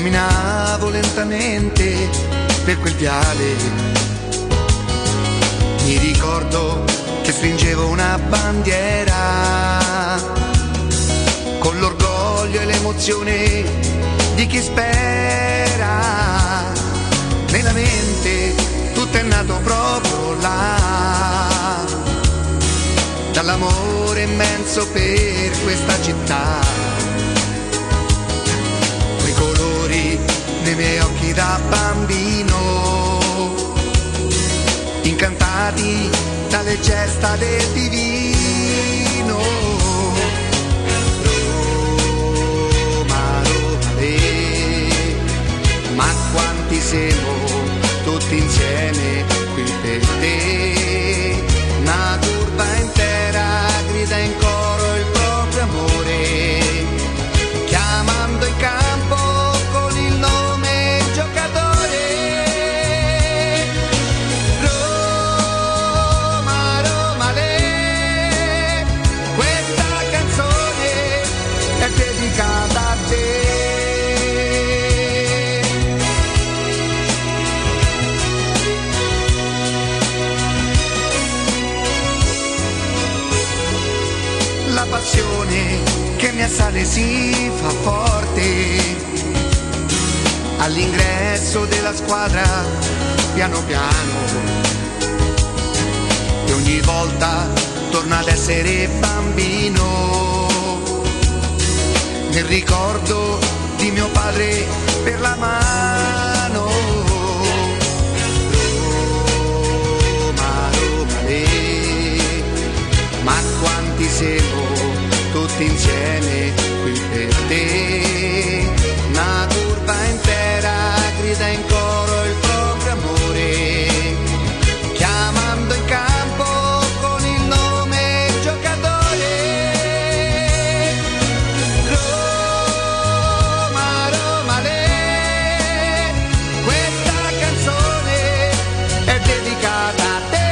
Camminavo lentamente per quel viale, mi ricordo che stringevo una bandiera, con l'orgoglio e l'emozione di chi spera. Nella mente tutto è nato proprio là, dall'amore immenso per questa città. Quei colori nei miei occhi da bambino, incantati dalle gesta del divino. Roma, Roma, ma quanti siamo tutti insieme qui per te. Una curva intera grida in coro il proprio amore, chiamando in campo con il nome giocatore. Roma, Roma, questa canzone è dedicata a te. La passione che mi assale si fa forte all'ingresso della squadra, piano piano, e ogni volta torno ad essere bambino, nel ricordo di mio padre per la mano. Roma, Roma, ma quanti siamo tutti insieme qui per te. Una curva intera grida in coro il proprio amore, chiamando in campo con il nome giocatore. Roma, Roma, questa canzone è dedicata a te.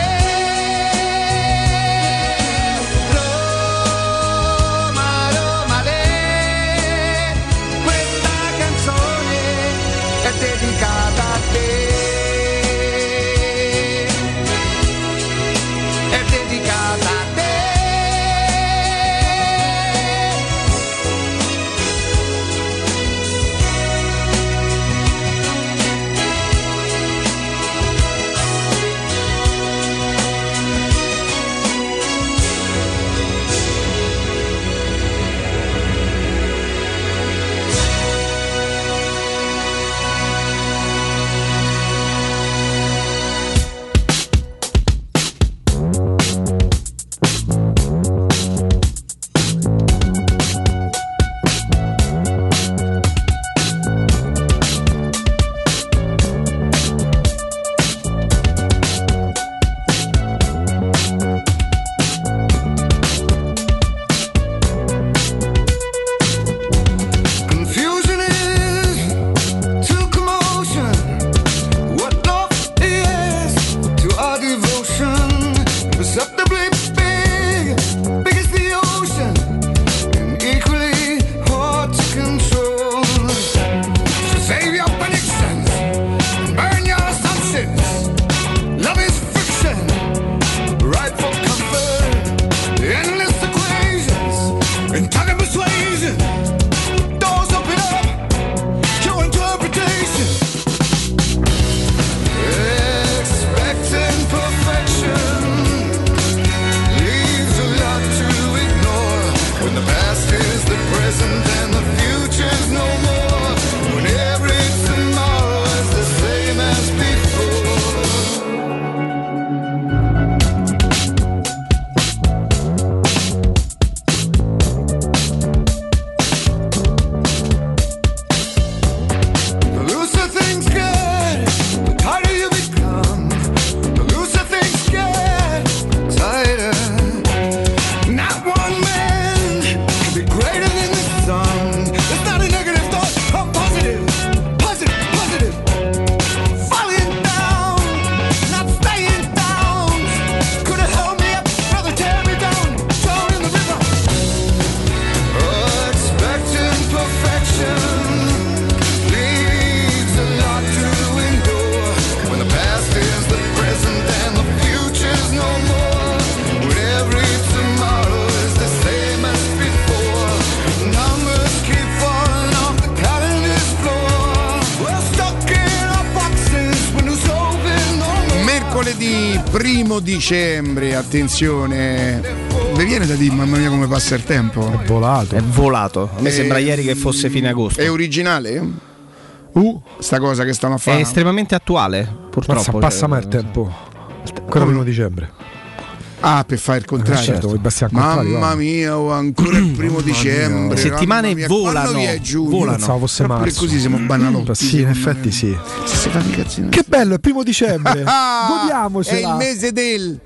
Domani 1 dicembre, attenzione. Vi viene da dire, mamma mia come passa il tempo? È volato. A me sembra ieri che fosse fine agosto. È originale? Sta cosa che stanno a fare? È estremamente attuale, purtroppo. Passa mai il tempo. Ancora 1 dicembre. Ah, per fare il contrario. Mamma mia, ancora il 1 dicembre. Le settimane volano. Pensavo fosse marzo. Così siamo banalotti. Sì, in effetti sì. Che bello, è 1 dicembre. Godiamocela. È il mese del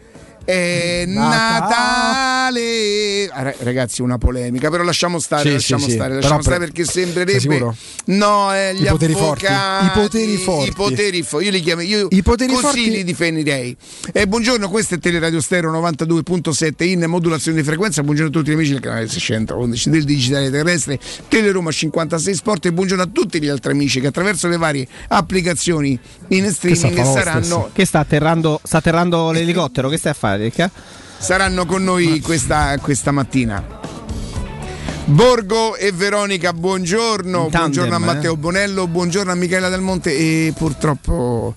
Natale. Ragazzi, una polemica, però lasciamo stare, stare perché sembrerebbe gli i poteri avvocati, forti. I poteri forti. Io li chiamo, li definirei. Buongiorno, questo è Teleradio Stereo 92.7 in modulazione di frequenza. Buongiorno a tutti gli amici del canale 611 del digitale terrestre Teleroma 56 Sport, e buongiorno a tutti gli altri amici che attraverso le varie applicazioni in streaming saranno che sta atterrando l'elicottero. Che stai a fare? Saranno con noi questa mattina. Borgo e Veronica, buongiorno. Buongiorno a Matteo Bonello, buongiorno a Michela Del Monte, e purtroppo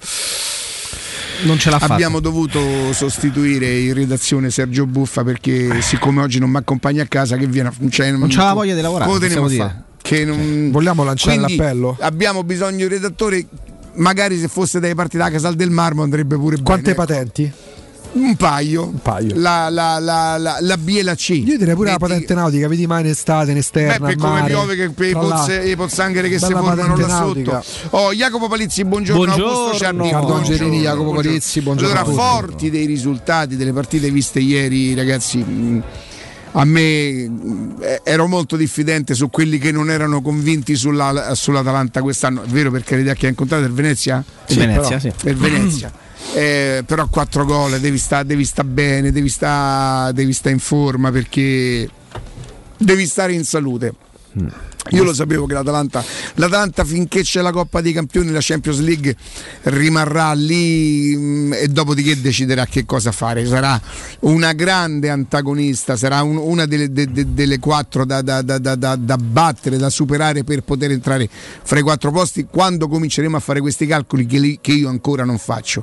non ce l'ha fatta. Abbiamo dovuto sostituire in redazione Sergio Buffa perché siccome oggi non mi accompagna a casa, che viene, non c'ha la voglia di lavorare. Vogliamo lanciare l'appello? Abbiamo bisogno di un redattore, magari se fosse dai parti da Casal del Marmo andrebbe pure Quante bene. patenti? Un paio. La B e la C. Io direi pure la patente nautica, vedi mai in estate, in esterna. Per come piove, che per i pozzanghere che si formano là sotto. Jacopo Palizzi, buongiorno. Augusto Ciardi, Carlo Angelini, Jacopo Palizzi, buongiorno. Allora, forti dei risultati delle partite viste ieri, ragazzi. A me ero molto diffidente su quelli che non erano convinti sull'Atalanta quest'anno. È vero, per carità, che ha incontrato il Venezia? Il Venezia. Però 4 gol, devi sta bene, devi sta in forma, perché devi stare in salute. Io lo sapevo che l'Atalanta finché c'è la Coppa dei Campioni, la Champions League, rimarrà lì, e dopodiché deciderà che cosa fare. Sarà una grande antagonista, sarà una delle 4 da battere, da superare per poter entrare fra i 4 posti, quando cominceremo a fare questi calcoli che io ancora non faccio.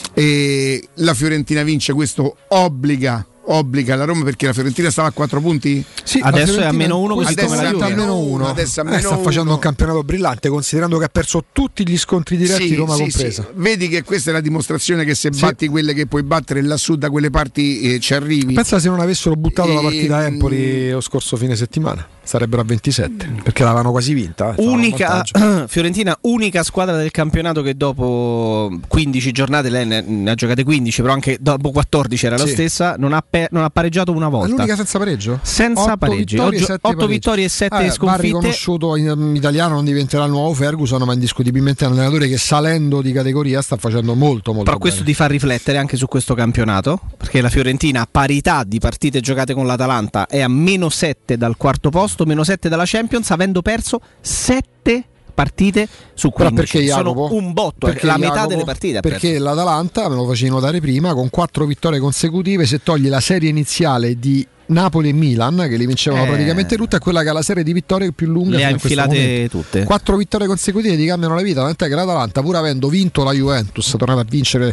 E la Fiorentina vince, questo obbliga la Roma, perché la Fiorentina stava a 4 punti? Sì, adesso è a -1, così come la Juve. Adesso sta facendo un campionato brillante, considerando che ha perso tutti gli scontri diretti, Roma compresa. Sì. Vedi che questa è la dimostrazione che se batti quelle che puoi battere lassù da quelle parti ci arrivi. Pensa se non avessero buttato la partita a Empoli lo scorso fine settimana, sarebbero a 27, perché l'avevano quasi vinta. Fiorentina, unica squadra del campionato che dopo 15 giornate, lei ne ha giocate 15, però anche dopo 14 era la stessa, non ha pareggiato una volta. L'unica senza pareggio? Senza pareggi. 8 vittorie e 7 sconfitte. Va riconosciuto in italiano, non diventerà il nuovo Ferguson, ma indiscutibilmente è un allenatore che, salendo di categoria, sta facendo molto però bene. Questo ti fa riflettere anche su questo campionato, perché la Fiorentina, a parità di partite giocate con l'Atalanta, è a -7 dal quarto posto, -7 dalla Champions, avendo perso 7 partite su 15. Sono un botto, la metà delle partite. Perché l'Atalanta, me lo facevi notare prima, con 4 vittorie consecutive, se togli la serie iniziale di Napoli e Milan, che li vincevano praticamente tutte, è quella che ha la serie di vittorie più lunga. Le ha infilate tutte. 4 vittorie consecutive ti cambiano la vita. Tant'è che l'Atalanta, pur avendo vinto la Juventus, tornata a vincere,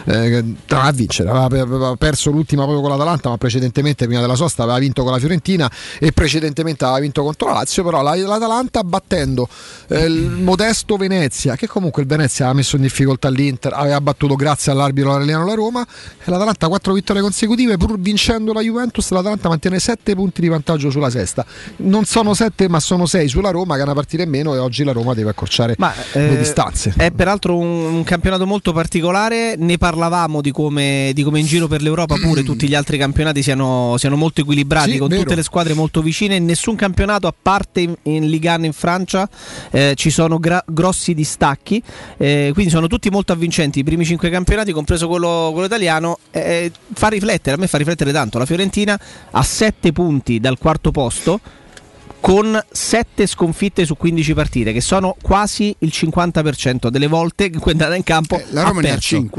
aveva perso l'ultima proprio con l'Atalanta, ma precedentemente, prima della sosta, aveva vinto con la Fiorentina e precedentemente aveva vinto contro la Lazio. Però l'Atalanta, battendo il modesto Venezia, che comunque il Venezia aveva messo in difficoltà l'Inter, aveva battuto grazie all'arbitro aureliano la Roma, e l'Atalanta 4 vittorie consecutive, pur vincendo la Juventus. L'Atalanta mantiene 7 punti di vantaggio sulla sesta. Non sono 7, ma sono 6 sulla Roma, che ha una partita in meno, e oggi la Roma deve accorciare le distanze. È peraltro un campionato molto particolare. Ne parlavamo di come in giro per l'Europa pure tutti gli altri campionati siano molto equilibrati, con tutte le squadre molto vicine. In nessun campionato, a parte in Ligue 1 in Francia, ci sono grossi distacchi, quindi sono tutti molto avvincenti i primi 5 campionati, compreso quello italiano. A me fa riflettere tanto la Fiorentina a 7 punti dal quarto posto, con 7 sconfitte su 15 partite, che sono quasi il 50% delle volte in cui è andata in campo. La Roma ne ha 5.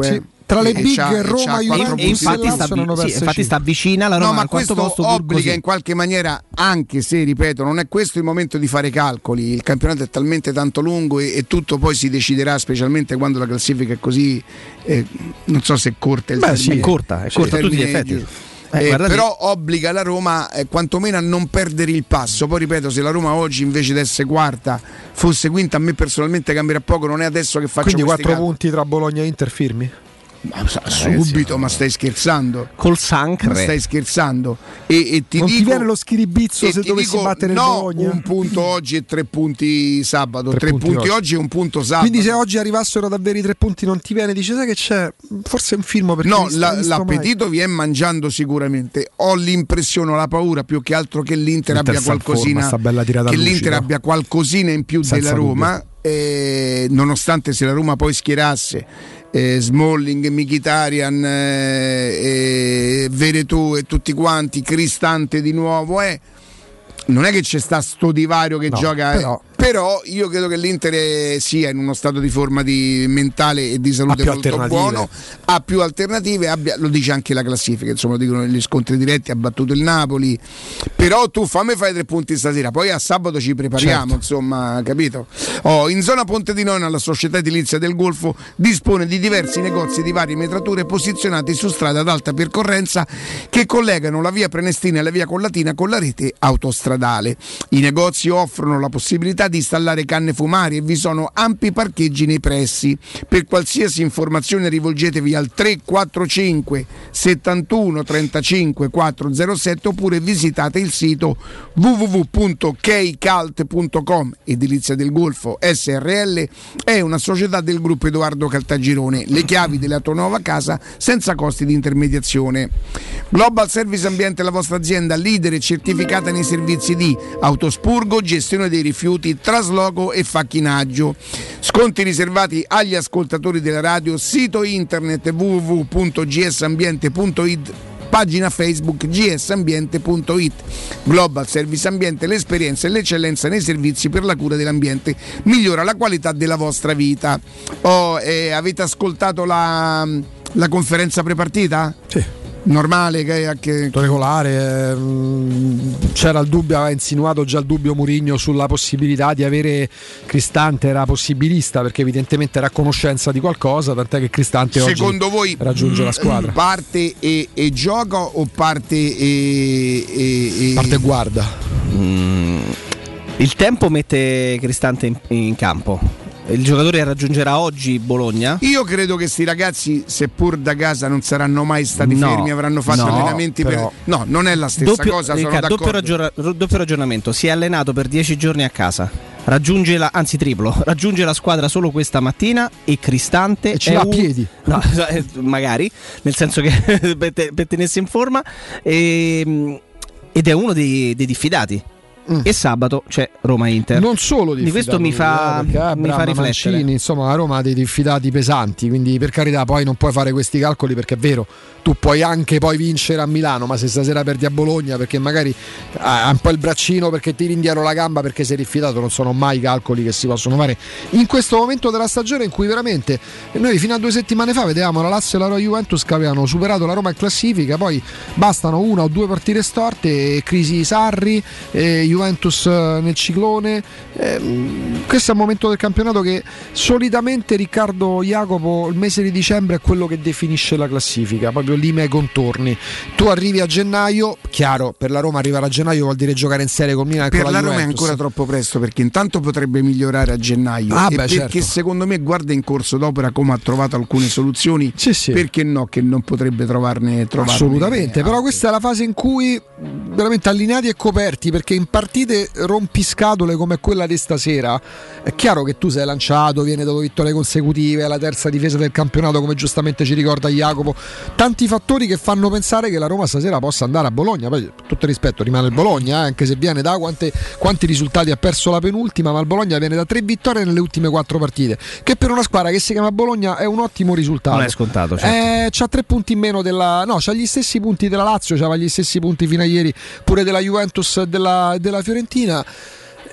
tra le big Roma, Juventus infatti sta vicina la Roma. No, ma questo obbliga in qualche maniera, anche se ripeto non è questo il momento di fare calcoli, il campionato è talmente tanto lungo e tutto poi si deciderà, specialmente quando la classifica è così non so se è corta il termine. È corta a tutti gli effetti. Però obbliga la Roma quantomeno a non perdere il passo. Poi ripeto, se la Roma oggi invece di essere quarta fosse quinta, a me personalmente cambierà poco, non è adesso che faccio. Quindi 4 punti tra Bologna e Inter firmi? Subito, ma stai scherzando? Col Sancre. Ma stai scherzando? E ti non dico, ti viene lo schiribizzo se dovessi battere il Bologna? Un punto oggi e 3 punti sabato. 3 punti oggi e un punto sabato. Quindi se oggi arrivassero davvero i 3 punti non ti viene, dice sai che c'è? Forse è un film perché no, l'appetito viene mangiando sicuramente. Ho l'impressione, ho la paura più che altro che l'Inter abbia qualcosina, che l'Inter abbia qualcosina in più della Roma, nonostante se la Roma poi schierasse Smalling, Mkhitaryan, Veretù e tutti quanti, Cristante di nuovo, non è che c'è sto divario che gioca, però io credo che l'Inter sia in uno stato di forma mentale e di salute molto buono, ha più alternative, lo dice anche la classifica, insomma, dicono gli scontri diretti, ha battuto il Napoli, però tu fammi fare 3 punti stasera, poi a sabato ci prepariamo, insomma, capito? In zona Ponte di Nona la società edilizia del Golfo dispone di diversi negozi di varie metrature posizionati su strade ad alta percorrenza che collegano la via Prenestina e la via Collatina con la rete autostradale. I negozi offrono la possibilità di installare canne fumarie e vi sono ampi parcheggi nei pressi. Per qualsiasi informazione rivolgetevi al 345 71 35 407 oppure visitate il sito www.keicalt.com. Edilizia del Golfo SRL è una società del gruppo Edoardo Caltagirone. Le chiavi della tua nuova casa senza costi di intermediazione. Global Service Ambiente è la vostra azienda leader e certificata nei servizi di autospurgo, gestione dei rifiuti, trasloco e facchinaggio. Sconti riservati agli ascoltatori della radio, sito internet www.gsambiente.it, pagina Facebook gsambiente.it. Global Service Ambiente, l'esperienza e l'eccellenza nei servizi per la cura dell'ambiente migliora la qualità della vostra vita. Avete ascoltato la conferenza prepartita? Sì. Normale, che regolare, c'era il dubbio, aveva insinuato già il dubbio Mourinho sulla possibilità di avere Cristante, era possibilista perché evidentemente era a conoscenza di qualcosa, tant'è che Cristante secondo oggi voi raggiunge la squadra. Parte e gioca o parte e guarda? Il tempo mette Cristante in campo. Il giocatore raggiungerà oggi Bologna? Io credo che sti ragazzi, seppur da casa, non saranno mai stati fermi, avranno fatto allenamenti però, no, non è la stessa cosa, sono d'accordo. Doppio ragionamento, si è allenato per 10 giorni a casa. Raggiunge la squadra solo questa mattina e Cristante e ce l'ha a piedi. No, magari, nel senso che per tenersi in forma ed è uno dei diffidati. E sabato c'è Roma-Inter. Non solo di questo mi fa riflettere. Mancini, insomma, la Roma ha dei diffidati pesanti, quindi per carità poi non puoi fare questi calcoli, perché è vero, tu puoi anche poi vincere a Milano, ma se stasera perdi a Bologna perché magari hai un po' il braccino perché tiri indietro la gamba perché sei diffidato, non sono mai calcoli che si possono fare in questo momento della stagione in cui veramente noi fino a 2 settimane fa vedevamo la Lazio e la Juventus che avevano superato la Roma in classifica, poi bastano 1 o 2 partite storte, crisi Sarri, Juventus nel ciclone. Questo è il momento del campionato che solitamente, Riccardo Jacopo, il mese di dicembre è quello che definisce la classifica, proprio lì ai contorni. Tu arrivi a gennaio, chiaro, per la Roma arrivare a gennaio vuol dire giocare in serie con Milan e per con la Roma Juventus. È ancora troppo presto, perché intanto potrebbe migliorare a gennaio perché secondo me guarda in corso d'opera come ha trovato alcune soluzioni, sì. Perché no che non potrebbe trovarne assolutamente, però questa è la fase in cui veramente allineati e coperti, perché in partite rompiscatole come quella di stasera è chiaro che tu sei lanciato, viene dopo vittorie consecutive, la terza difesa del campionato come giustamente ci ricorda Jacopo, tanti fattori che fanno pensare che la Roma stasera possa andare a Bologna. Poi tutto rispetto, rimane il Bologna, anche se viene da quanti risultati ha perso la penultima, ma il Bologna viene da 3 vittorie nelle ultime 4 partite, che per una squadra che si chiama Bologna è un ottimo risultato. Non è scontato, certo. C'ha 3 punti in meno c'ha gli stessi punti della Lazio, c'aveva gli stessi punti fino a ieri pure della Juventus e della Fiorentina.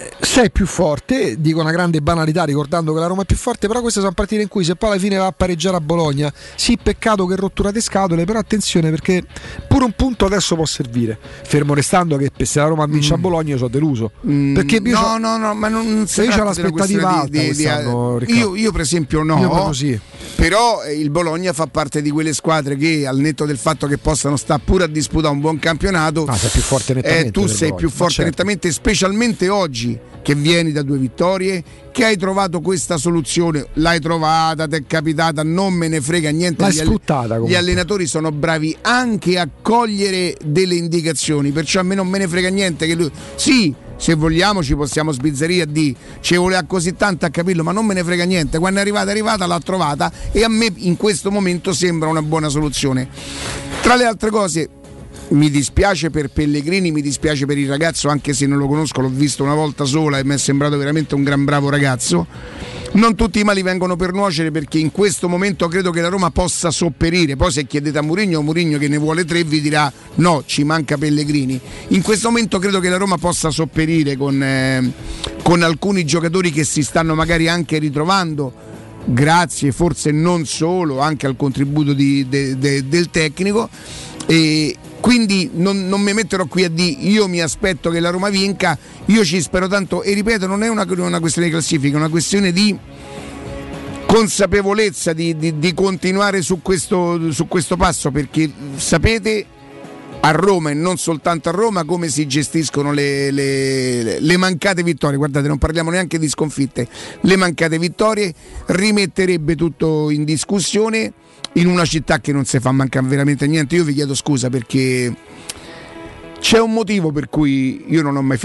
sei più forte, dico una grande banalità ricordando che la Roma è più forte, però queste sono partite in cui se poi alla fine va a pareggiare a Bologna, sì, peccato che rottura di scatole, però attenzione perché pure un punto adesso può servire, fermo restando che se la Roma vince a Bologna io sono deluso, perché io no, ma non se io ho l'aspettativa alta io per esempio no, sì. Però il Bologna fa parte di quelle squadre che al netto del fatto che possano stare pure a disputare un buon campionato, sei più forte nettamente, tu sei più forte nettamente, specialmente oggi che vieni da 2 vittorie, che hai trovato questa soluzione, l'hai trovata, ti è capitata, non me ne frega niente, l'hai sfruttata gli allenatori sono bravi anche a cogliere delle indicazioni, perciò a me non me ne frega niente che lui, sì, se vogliamo ci possiamo sbizzarrire a dire ci voleva così tanto a capirlo, ma non me ne frega niente, quando è arrivata, l'ha trovata e a me in questo momento sembra una buona soluzione. Tra le altre cose mi dispiace per Pellegrini, mi dispiace per il ragazzo, anche se non lo conosco, l'ho visto una volta sola e mi è sembrato veramente un gran bravo ragazzo. Non tutti i mali vengono per nuocere, perché in questo momento credo che la Roma possa sopperire. Poi se chiedete a Mourinho che ne vuole 3 vi dirà no, ci manca Pellegrini. In questo momento credo che la Roma possa sopperire con alcuni giocatori che si stanno magari anche ritrovando, grazie forse non solo anche al contributo del tecnico, e quindi non mi metterò qui a dire io mi aspetto che la Roma vinca, io ci spero tanto, e ripeto, non è una questione di classifica, è una questione di consapevolezza di continuare su questo passo, perché sapete a Roma e non soltanto a Roma come si gestiscono le mancate vittorie. Guardate, non parliamo neanche di sconfitte, le mancate vittorie rimetterebbe tutto in discussione in una città che non si fa mancare veramente niente. Io vi chiedo scusa perché c'è un motivo per cui io non ho mai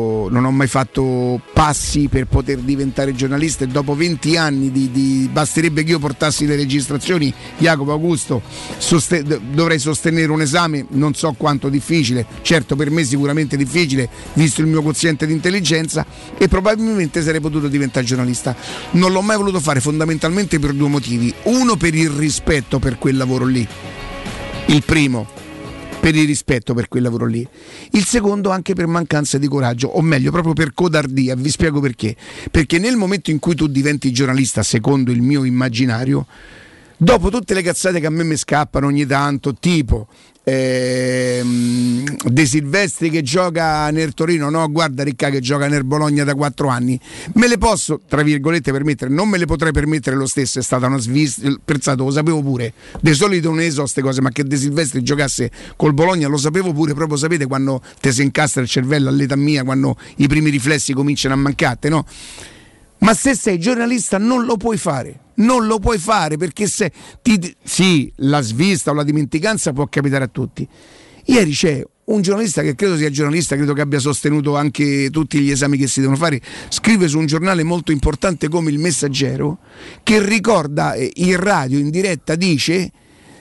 fatto passi per poter diventare giornalista, e dopo 20 anni basterebbe che io portassi le registrazioni, Jacopo Augusto, dovrei sostenere un esame non so quanto difficile, certo per me sicuramente difficile visto il mio quoziente di intelligenza, e probabilmente sarei potuto diventare giornalista. Non l'ho mai voluto fare fondamentalmente per 2 motivi: uno, per il rispetto per quel lavoro lì, il primo, per il rispetto per quel lavoro lì, il secondo anche per mancanza di coraggio, o meglio proprio per codardia. Vi spiego perché. Perché nel momento in cui tu diventi giornalista, secondo il mio immaginario, dopo tutte le cazzate che a me mi scappano ogni tanto, tipo De Silvestri che gioca nel Torino, no, guarda Ricca che gioca nel Bologna da 4 anni, me le posso tra virgolette permettere, non me le potrei permettere lo stesso, è stata una svista, pensato, lo sapevo pure, di solito non ne so queste cose, ma che De Silvestri giocasse col Bologna lo sapevo pure, proprio sapete quando te si incastra il cervello all'età mia, quando i primi riflessi cominciano a mancare, no? Ma se sei giornalista non lo puoi fare, perché sì, la svista o la dimenticanza può capitare a tutti. Ieri c'è un giornalista che credo sia giornalista, credo che abbia sostenuto anche tutti gli esami che si devono fare, scrive su un giornale molto importante come Il Messaggero, che ricorda in radio, in diretta, dice: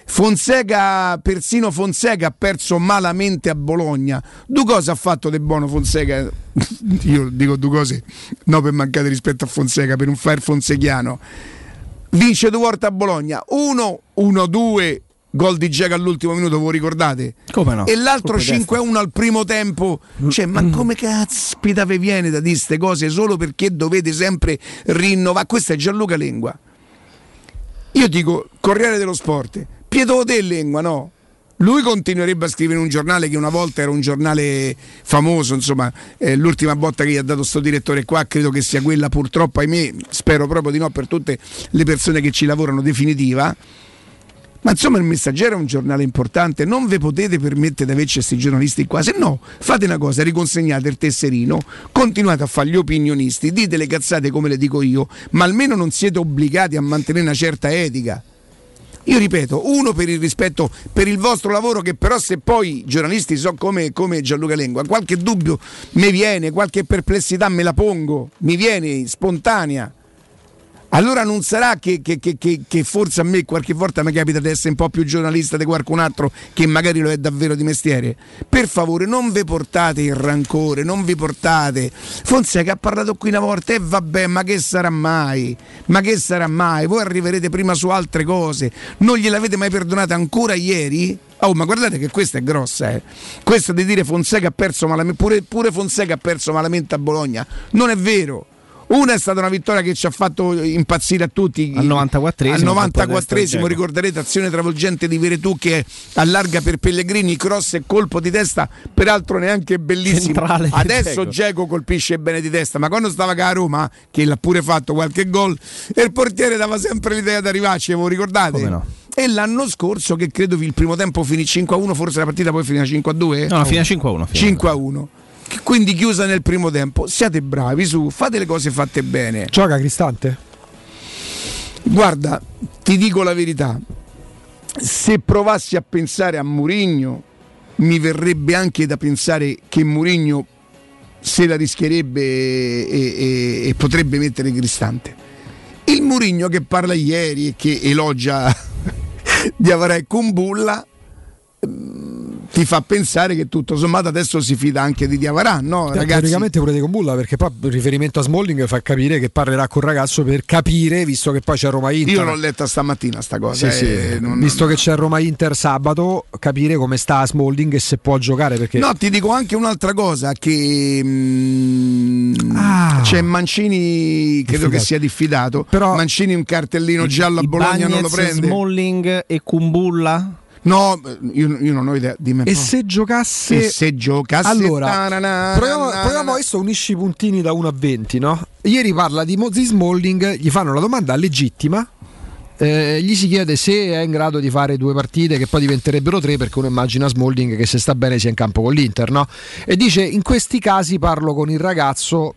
persino Fonseca ha perso malamente a Bologna. Due cose ha fatto di buono Fonseca, io dico 2 cose no per mancare rispetto a Fonseca, per un fare fonsechiano. Vince 2 volte a Bologna, 1-1-2 gol di Dzeko all'ultimo minuto, ve lo ricordate? Come no? E l'altro 5-1 al primo tempo. Cioè, ma come caspita vi viene da dire ste cose solo perché dovete sempre rinnovare? Questo è Gianluca Lengua. Io dico Corriere dello Sport, Pietro Del Lengua, no? Lui continuerebbe a scrivere un giornale che una volta era un giornale famoso, insomma, l'ultima botta che gli ha dato sto direttore qua credo che sia quella, purtroppo, ahimè, spero proprio di no per tutte le persone che ci lavorano, definitiva. Ma insomma Il Messaggero è un giornale importante, non vi potete permettere di averci questi giornalisti qua, se no fate una cosa, riconsegnate il tesserino, continuate a fare gli opinionisti, dite le cazzate come le dico io, ma almeno non siete obbligati a mantenere una certa etica. Io ripeto, uno, per il rispetto per il vostro lavoro, che però se poi i giornalisti sono come Gianluca Lengua, qualche dubbio mi viene, qualche perplessità me la pongo, mi viene spontanea. Allora non sarà che forse a me qualche volta mi capita di essere un po' più giornalista di qualcun altro che magari lo è davvero di mestiere. Per favore, non vi portate il rancore, non vi portate. Fonseca ha parlato qui una volta e vabbè, ma che sarà mai? Ma che sarà mai? Voi arriverete prima su altre cose. Non gliel'avete mai perdonata ancora ieri? Oh, ma guardate che questa è grossa, Questo di dire Fonseca ha perso malamente, pure Fonseca ha perso malamente a Bologna. Non è vero. Una è stata una vittoria che ci ha fatto impazzire a tutti. Al 94esimo ricorderete azione travolgente di Veretù che allarga per Pellegrini, cross e colpo di testa, peraltro neanche bellissimo. Adesso Dzeko colpisce bene di testa, ma quando stava a Roma, che l'ha pure fatto qualche gol, e il portiere dava sempre l'idea di arrivarci, ve lo ricordate? Come no? E l'anno scorso, che credo il primo tempo finì 5-1, forse la partita poi finì 5-2? No, fino a 5-1. 5-1. Quindi chiusa nel primo tempo. Siate bravi, su, fate le cose fatte bene. Gioca Cristante? Guarda, ti dico la verità, se provassi a pensare a Mourinho mi verrebbe anche da pensare che Mourinho se la rischierebbe e potrebbe mettere Cristante. Il Mourinho che parla ieri e che elogia Diawara e Kumbulla ti fa pensare che tutto sommato adesso si fida anche di Diawara, no ragazzi? Teoricamente pure di Kumbulla, perché poi il riferimento a Smalling fa capire che parlerà col ragazzo per capire, visto che poi c'è Roma-Inter. Io l'ho letta stamattina sta cosa, visto che c'è Roma-Inter sabato, capire come sta Smalling e se può giocare, perché... No, ti dico anche un'altra cosa, che c'è Mancini, credo che sia diffidato, però Mancini un cartellino giallo a Bologna non lo prende. Smalling e Kumbulla? No, io non ho idea. Dimmi e se giocasse? Allora, proviamo adesso, unisci i puntini da 1 a 20, no? Ieri parla di Smalling, gli fanno la domanda legittima, gli si chiede se è in grado di fare 2 partite che poi diventerebbero 3, perché uno immagina Smalling che se sta bene sia in campo con l'Inter, no? E dice: in questi casi parlo con il ragazzo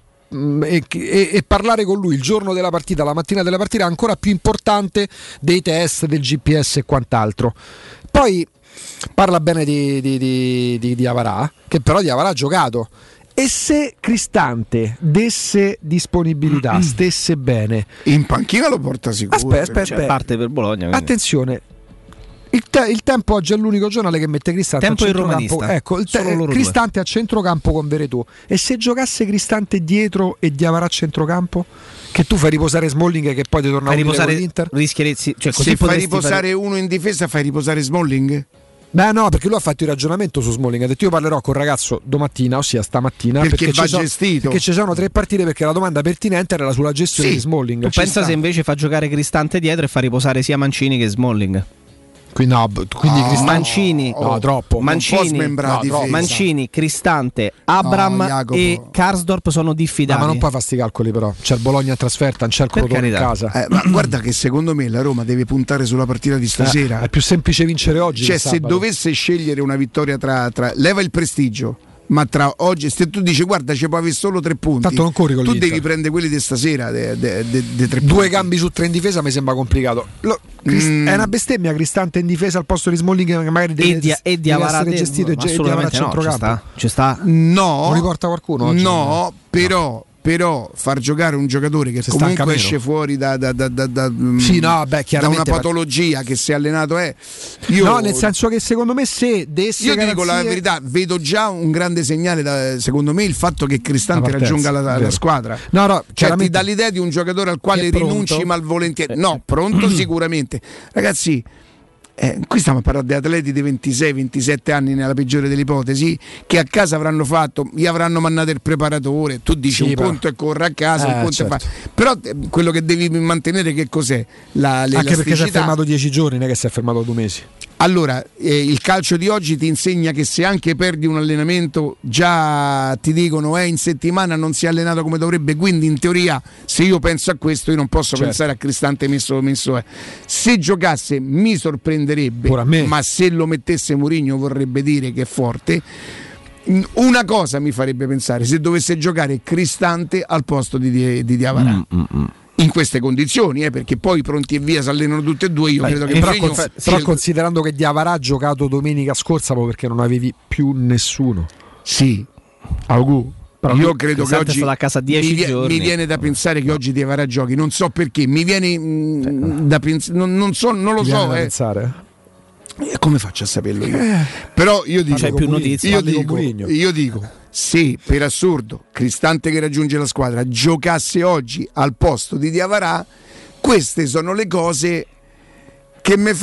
e parlare con lui il giorno della partita, la mattina della partita, è ancora più importante dei test, del GPS e quant'altro. Poi parla bene di Diawara, che però Diawara ha giocato. E se Cristante desse disponibilità, stesse bene, in panchina lo porta sicuro. Aspetta, parte per Bologna. Quindi. Attenzione, il Tempo oggi è l'unico giornale che mette Cristante Tempo a centrocampo. Ecco, Cristante a centrocampo con Veretù. E se giocasse Cristante dietro e Diawara a centrocampo? Che tu fai riposare Smalling che poi ti torna utile con l'Inter? Cioè, se fai riposare uno in difesa, fai riposare Smalling? Beh no, perché lui ha fatto il ragionamento su Smalling, ha detto: io parlerò col ragazzo domattina, ossia stamattina, perché va gestito, perché ci sono 3 partite, perché la domanda pertinente era sulla gestione di Smalling. Tu pensa se invece fa giocare Cristante dietro e fa riposare sia Mancini che Smalling? Quindi Mancini, troppo. Mancini, Cristante, Abram e Karsdorp sono diffidati. Ma non puoi fare sti calcoli, però c'è il Bologna in trasferta, non c'è il Crotone in casa. Ma guarda che secondo me la Roma deve puntare sulla partita di stasera. È più semplice vincere oggi. Cioè, se dovesse scegliere una vittoria tra leva il prestigio, ma tra oggi, se tu dici guarda ci può avere solo 3 punti, tanto non corri con tu l'Inter. devi prendere quelli di stasera, 3 punti. 2 gambi su 3 in difesa mi sembra complicato. È una bestemmia Cristante in difesa al posto di Smalling, che magari deve essere gestito, e Diawara a centrocampo. Ci sta. No, lo riporta qualcuno oggi? No, però far giocare un giocatore che comunque esce fuori da una patologia che si è allenato no, nel senso che secondo me se desse io ti dico la verità, vedo già un grande segnale secondo me il fatto che Cristante raggiunga la squadra. Cioè, ti dà l'idea di un giocatore al quale rinunci malvolentieri. No, pronto sicuramente. Ragazzi, qui stiamo a parlare di atleti di 26-27 anni nella peggiore delle ipotesi, che a casa avranno fatto, gli avranno mandato il preparatore, tu dici un conto è corre a casa, un conto certo. Però quello che devi mantenere che cos'è? Anche perché si è fermato 10 giorni, non è che si è fermato 2 mesi. Allora, il calcio di oggi ti insegna che se anche perdi un allenamento già ti dicono in settimana non si è allenato come dovrebbe, quindi in teoria se io penso a questo io non posso pensare a Cristante messo. Se giocasse mi sorprenderebbe, ma se lo mettesse Mourinho vorrebbe dire che è forte. Una cosa mi farebbe pensare, se dovesse giocare Cristante al posto di Diawara. In queste condizioni, perché poi pronti e via si allenano tutti e due. Io credo che però considerando che Diawara ha giocato domenica scorsa proprio perché non avevi più nessuno. Sì, Però io credo che oggi a casa 10 giorni. Mi viene da pensare che oggi Diawara giochi, non so perché, mi viene da pensare, non lo so. Pensare. Come faccio a saperlo io? Però io dico, c'è più notizie. Io dico, se per assurdo Cristante che raggiunge la squadra giocasse oggi al posto di Diawara, queste sono le cose che mi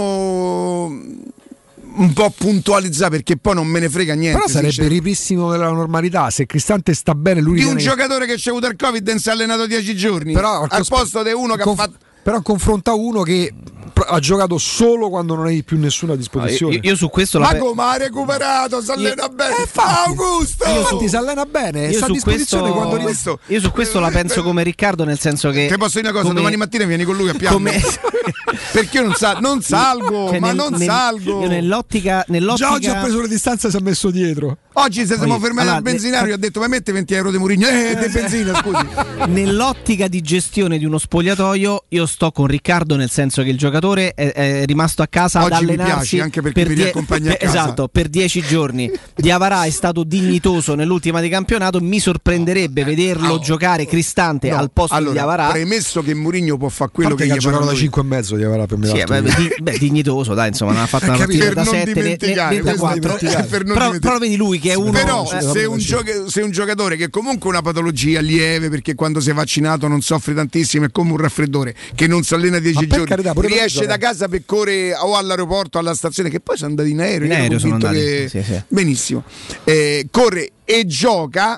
fanno un po' puntualizzare, perché poi non me ne frega niente. Però sarebbe ripristino della normalità se Cristante sta bene, lui di un giocatore che c'ha avuto il Covid e non si è allenato 10 giorni, però al posto di uno che ha fatto. Però confronta uno che ha giocato solo quando non hai più nessuna a disposizione. Io su questo ma come ha recuperato? Si allena bene. Augusto! Infatti si allena bene, sta a disposizione quando questo, io su questo la penso come Riccardo, nel senso che ti posso dire una cosa, domani mattina vieni con lui a piano. Perché io non salgo, cioè ma non salgo. Io nell'ottica già oggi ha preso le distanze e si è messo dietro. Oggi se siamo fermati al benzinario ha detto: ma mette 20 euro di Mourinho di benzina, scusi. Nell'ottica di gestione di uno spogliatoio io sto con Riccardo, nel senso che il giocatore è rimasto a casa oggi ad allenarsi, mi piace, anche perché mi riaccompagna a casa. Esatto, per 10 giorni. Diawara è stato dignitoso nell'ultima di campionato, mi sorprenderebbe vederlo giocare Cristante al posto di Diawara. Premesso che Mourinho può fare quello che gli ha giocato da 5,5 Diawara per me. Sì, dignitoso, dai, insomma, non ha fatto una partita da 7 da 4. Però vedi lui che è uno. Però se un giocatore che comunque ha una patologia lieve, perché quando si è vaccinato non soffre tantissimo, è come un raffreddore che non si allena 10 giorni, riesce da casa per correre o all'aeroporto, alla stazione, che poi sono andati in aereo, sono andati, sì. Benissimo, corre e gioca.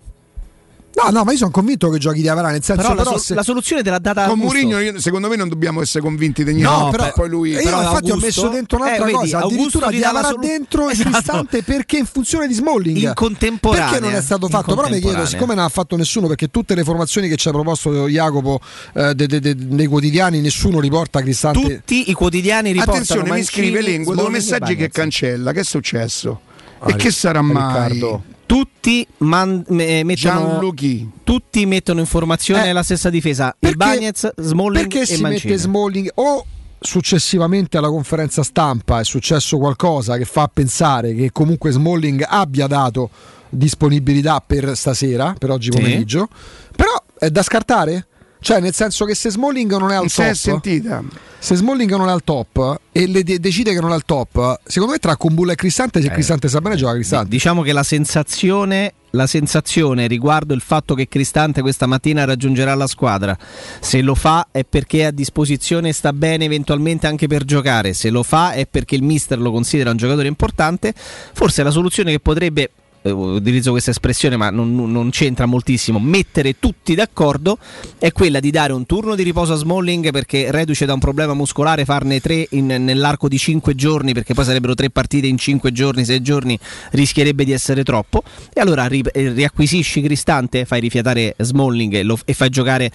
No, ma io sono convinto che giochi Diawara, nel senso, però la soluzione te l'ha data con Mourinho. Secondo me non dobbiamo essere convinti di niente. No, però poi lui. Io infatti ho messo dentro un'altra cosa, addirittura Diawara dentro e Cristante, perché in funzione di Smalling in contemporanea. Perché non è stato fatto? Però mi chiedo, siccome non ha fatto nessuno, perché tutte le formazioni che ci ha proposto Jacopo dei quotidiani, nessuno riporta Cristante. Tutti i quotidiani riportano. Attenzione, mi scrive Lengo due messaggi che cancella. Che è successo? E che sarà mai? Riccardo. Tutti mettono in formazione la stessa difesa, Ibañez, Smalling perché e si Mancini. mette Smalling o successivamente alla conferenza stampa è successo qualcosa che fa pensare che comunque Smalling abbia dato disponibilità per stasera, per oggi pomeriggio, però è da scartare? Cioè, nel senso che se Smalling non è al top, se Smalling non è al top e decide che non è al top, secondo me tra Kumbulla e Cristante, se Cristante sa bene, gioca Cristante. Diciamo che la sensazione riguardo il fatto che Cristante questa mattina raggiungerà la squadra, se lo fa è perché è a disposizione e sta bene eventualmente anche per giocare, se lo fa è perché il mister lo considera un giocatore importante. Forse la soluzione che potrebbe, utilizzo questa espressione ma non c'entra moltissimo, mettere tutti d'accordo, è quella di dare un turno di riposo a Smalling, perché reduce da un problema muscolare, farne 3 nell'arco di 5 giorni, perché poi sarebbero 3 partite in 5 giorni, 6 giorni rischierebbe di essere troppo, e allora riacquisisci Cristante, fai rifiatare Smalling e fai giocare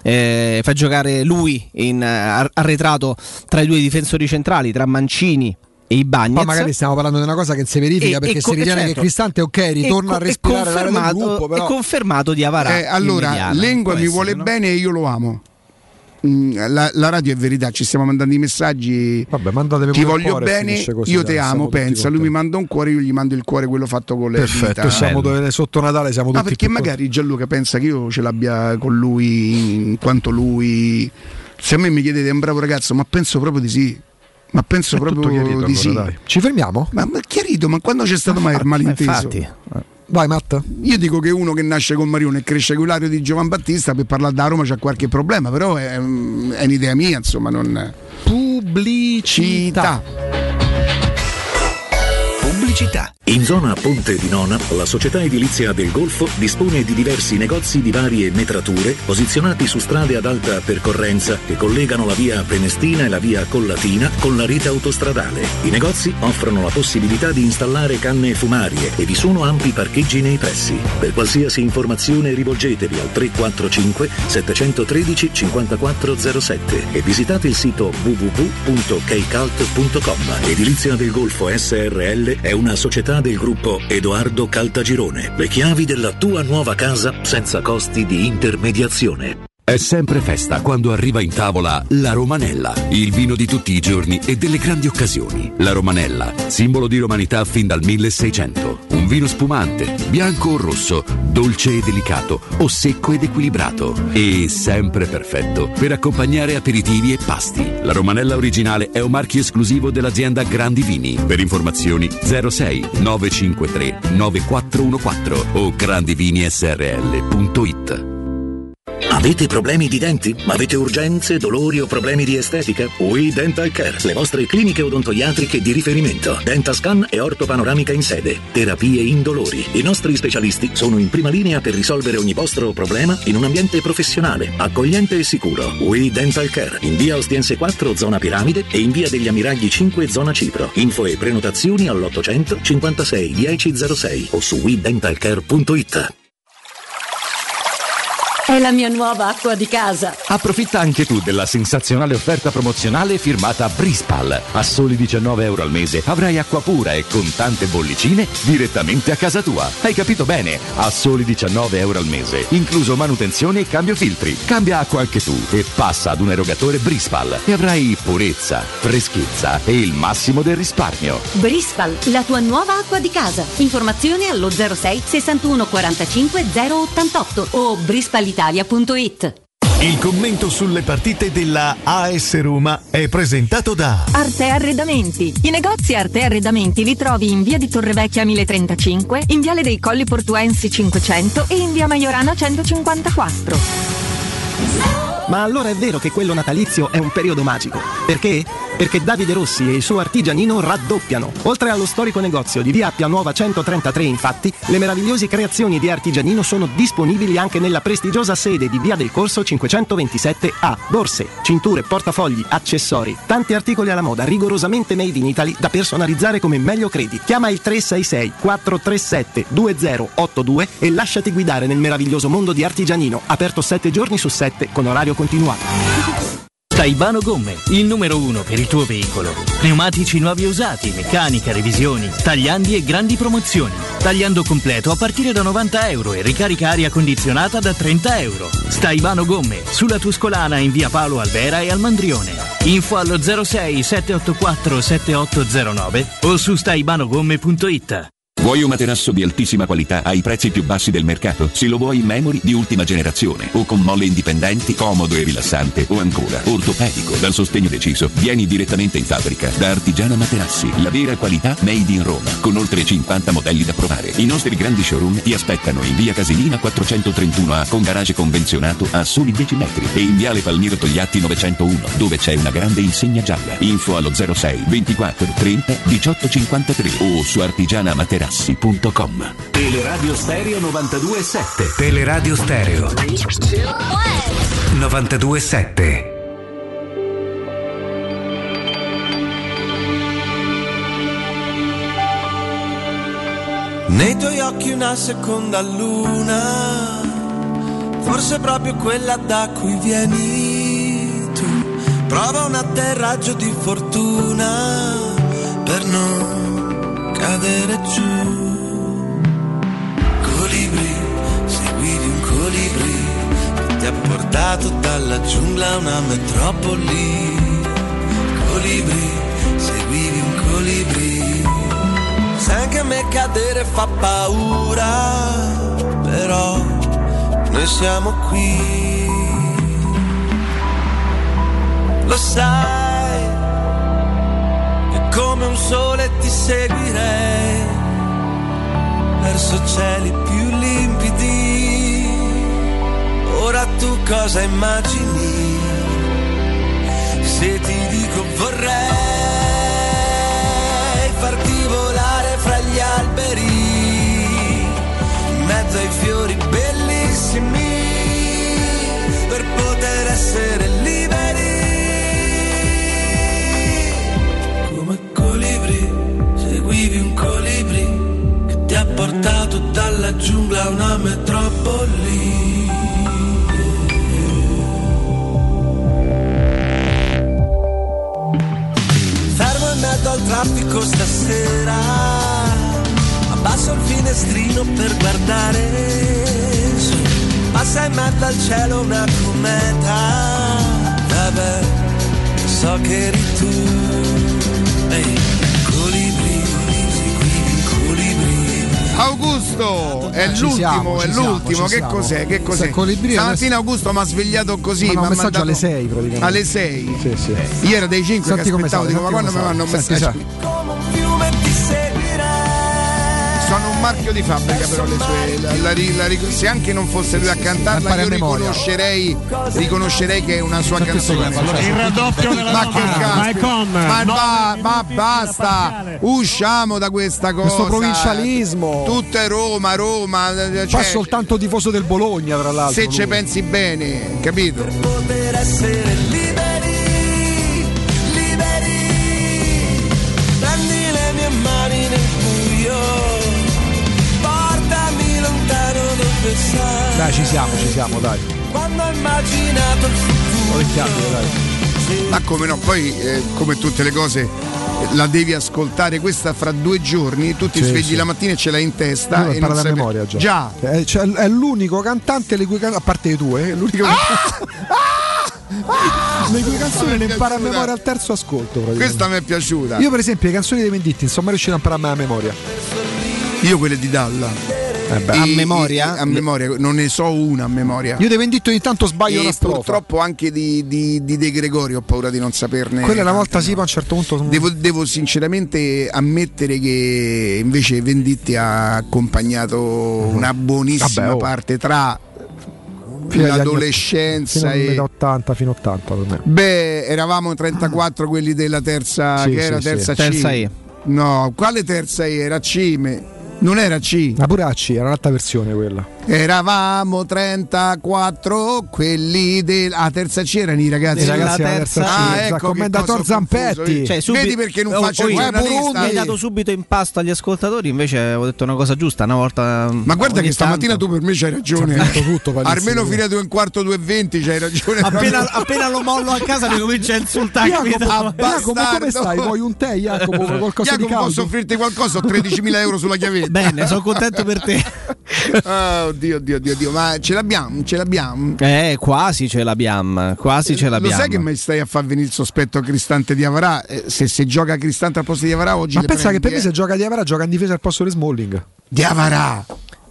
lui arretrato tra i due difensori centrali, tra Mancini e Ibañez. Ma magari stiamo parlando di una cosa che si verifica, perché si ritiene che Cristante ritorna a respirare l'area del gruppo, però è confermato Diawara. Allora Lengua mi vuole bene e io lo amo. La radio è verità, ci stiamo mandando i messaggi. Vabbè, ti voglio bene, così, io te amo, pensa, lui mi manda un cuore, io gli mando il cuore quello fatto con le perfetto, siamo sotto Natale, siamo tutti. Ma perché magari Gianluca pensa che io ce l'abbia con lui in quanto lui, se a me mi chiedete è un bravo ragazzo, ma penso proprio di sì. Ma penso proprio chiarito, di sì. Dai. Ci fermiamo? Ma chiarito, ma quando c'è stato mai il malinteso? Infatti. Vai Matt. Io dico che uno che nasce con Marione e cresce con Ilario di Giovan Battista, per parlare da Roma c'ha qualche problema, però è un'idea mia, insomma, non. Pubblicità. In zona Ponte di Nona, la società edilizia del Golfo dispone di diversi negozi di varie metrature posizionati su strade ad alta percorrenza che collegano la via Prenestina e la via Collatina con la rete autostradale. I negozi offrono la possibilità di installare canne fumarie e vi sono ampi parcheggi nei pressi. Per qualsiasi informazione rivolgetevi al 345 713 5407 e visitate il sito www.keicalt.com. Edilizia del Golfo SRL è una società del gruppo Edoardo Caltagirone. Le chiavi della tua nuova casa senza costi di intermediazione. È sempre festa quando arriva in tavola la Romanella, il vino di tutti i giorni e delle grandi occasioni. La Romanella, simbolo di romanità fin dal 1600. Un vino spumante, bianco o rosso, dolce e delicato o secco ed equilibrato. E sempre perfetto per accompagnare aperitivi e pasti. La Romanella originale è un marchio esclusivo dell'azienda Grandi Vini. Per informazioni 06 953 9414 o grandivinisrl.it. Avete problemi di denti? Avete urgenze, dolori o problemi di estetica? We Dental Care, le vostre cliniche odontoiatriche di riferimento. Dentascan e ortopanoramica in sede. Terapie indolori. I nostri specialisti sono in prima linea per risolvere ogni vostro problema in un ambiente professionale, accogliente e sicuro. We Dental Care, in via Ostiense 4, zona Piramide, e in via degli Ammiragli 5, zona Cipro. Info e prenotazioni all'800 56 1006 o su wedentalcare.it. È la mia nuova acqua di casa. Approfitta anche tu della sensazionale offerta promozionale firmata Brispal. A soli €19 al mese avrai acqua pura e con tante bollicine direttamente a casa tua. Hai capito bene? A soli €19 al mese, incluso manutenzione e cambio filtri. Cambia acqua anche tu e passa ad un erogatore Brispal e avrai purezza, freschezza e il massimo del risparmio. Brispal, la tua nuova acqua di casa. Informazioni allo 06 61 45 088 o brispal.it. Il commento sulle partite della AS Roma è presentato da Arte Arredamenti. I negozi Arte Arredamenti li trovi in via di Torrevecchia 1035, in viale dei Colli Portuensi 500 e in via Maiorana 154. Ma allora è vero che quello natalizio è un periodo magico. Perché? Perché Davide Rossi e il suo Artigianino raddoppiano. Oltre allo storico negozio di via Appia Nuova 133, infatti, le meravigliose creazioni di Artigianino sono disponibili anche nella prestigiosa sede di via del Corso 527A. Borse, cinture, portafogli, accessori, tanti articoli alla moda rigorosamente made in Italy da personalizzare come meglio credi. Chiama il 366 437 2082 e lasciati guidare nel meraviglioso mondo di Artigianino, aperto 7 giorni su 7 con orario continuato. Staibano Gomme, il numero 1 per il tuo veicolo. Pneumatici nuovi e usati, meccanica, revisioni, tagliandi e grandi promozioni. Tagliando completo a partire da €90 e ricarica aria condizionata da €30. Staibano Gomme, sulla Tuscolana in via Paolo Alvera e al Mandrione. Info allo 06 784 7809 o su staibanogomme.it. Vuoi un materasso di altissima qualità ai prezzi più bassi del mercato? Se lo vuoi in memory di ultima generazione o con molle indipendenti, comodo e rilassante, o ancora ortopedico dal sostegno deciso, vieni direttamente in fabbrica da Artigiana Materassi, la vera qualità made in Roma, con oltre 50 modelli da provare. I nostri grandi showroom ti aspettano in via Casilina 431A con garage convenzionato a soli 10 metri e in viale Palmiro Togliatti 901 dove c'è una grande insegna gialla. Info allo 06 24 30 18 53 o su artigianamaterassi.com. Teleradio Stereo 92.7. Teleradio Stereo 92.7. Nei tuoi occhi una seconda luna, forse proprio quella da cui vieni tu. Prova un atterraggio di fortuna per non cadere giù. Colibri, seguivi un colibri che ti ha portato dalla giungla a una metropoli. Colibri, seguivi un colibri. Sai anche a me cadere fa paura, però noi siamo qui. Lo sai, e come un sole ti seguirei verso cieli più limpidi. Ora tu cosa immagini? Se ti dico vorrei farti volare fra gli alberi, in mezzo ai fiori bellissimi, per poter essere liberi. Come colibri, seguivi un colibri che ti ha portato dalla giungla a una metropoli. Fermo in mezzo al traffico stasera, abbasso il finestrino per guardare su. Passo sei in mezzo al cielo una cometa. Vabbè, so che eri tu. Ehi, Colibri, seguivi Colibri. Augusto, è l'ultimo, che cos'è? Stamattina Augusto mi ha svegliato così, ma un messaggio alle 6 praticamente. Alle 6? Sì. Io era dei 5 che aspettavo, dico, ma quando mi vanno un messaggio qui? Come un fiume ti seguirei. Sono un marchio di fabbrica però le sue, se anche non fosse lui a cantarla io riconoscerei che è una sua canzone. Il raddoppio della ma basta, usciamo da questa cosa, questo provincialismo, tutto è Roma, fa soltanto tifoso del Bologna tra l'altro, se ci pensi bene, capito? Per poter essere liberi, prendi le mie mani nel buio, portami lontano dove sei. Dai, ci siamo, dai. Quando ho immaginato il futuro, dai. Ma come no, poi come tutte le cose la devi ascoltare, questa fra 2 giorni tu ti svegli la mattina e ce l'hai in testa e non sai memoria già. È l'unico cantante le cui a parte i tuoi, è l'unico le cui canzoni le impara a memoria al terzo ascolto. Questa mi è piaciuta. Io per esempio le canzoni dei Venditti non sono mai riuscito a imparare a memoria. Io quelle di Dalla a memoria? A memoria, non ne so una a memoria. Io dei Venditti ogni tanto sbaglio una strofa. Purtroppo anche di De Gregori ho paura di non saperne. Quella una volta sì, ma a un certo punto devo sinceramente ammettere che invece Venditti ha accompagnato una buonissima parte tra l'adolescenza e 80 fino a 80 per me. Beh, eravamo 34 quelli della terza terza E. No, quale terza E? Era C. Non era C. Ma pure C, era un'altra versione quella. Eravamo 34 quelli della terza C, erano i ragazzi della terza C. Ecco, commendator Zampetti. Cioè, vedi perché non faccio il giornalista? Mi hai dato subito in pasto agli ascoltatori, invece ho detto una cosa giusta una volta. Ma guarda che stamattina tu per me c'hai ragione. Tutto, almeno fino a 2:15 c'hai ragione. Appena lo mollo a casa mi comincia a insultare. Jacopo, come stai? Vuoi un tè, Jacopo? Qualcosa di caldo? Posso offrirti qualcosa? Ho 13.000 euro sulla chiavetta. Bene, sono contento per te. Oddio, ma ce l'abbiamo? Quasi ce l'abbiamo. Lo sai che mi stai a far venire il sospetto a Cristante di Avarà? Se gioca Cristante al posto di Avarà oggi. Ma pensa che per me se gioca di Avarà gioca in difesa al posto di Smalling. Di Avarà?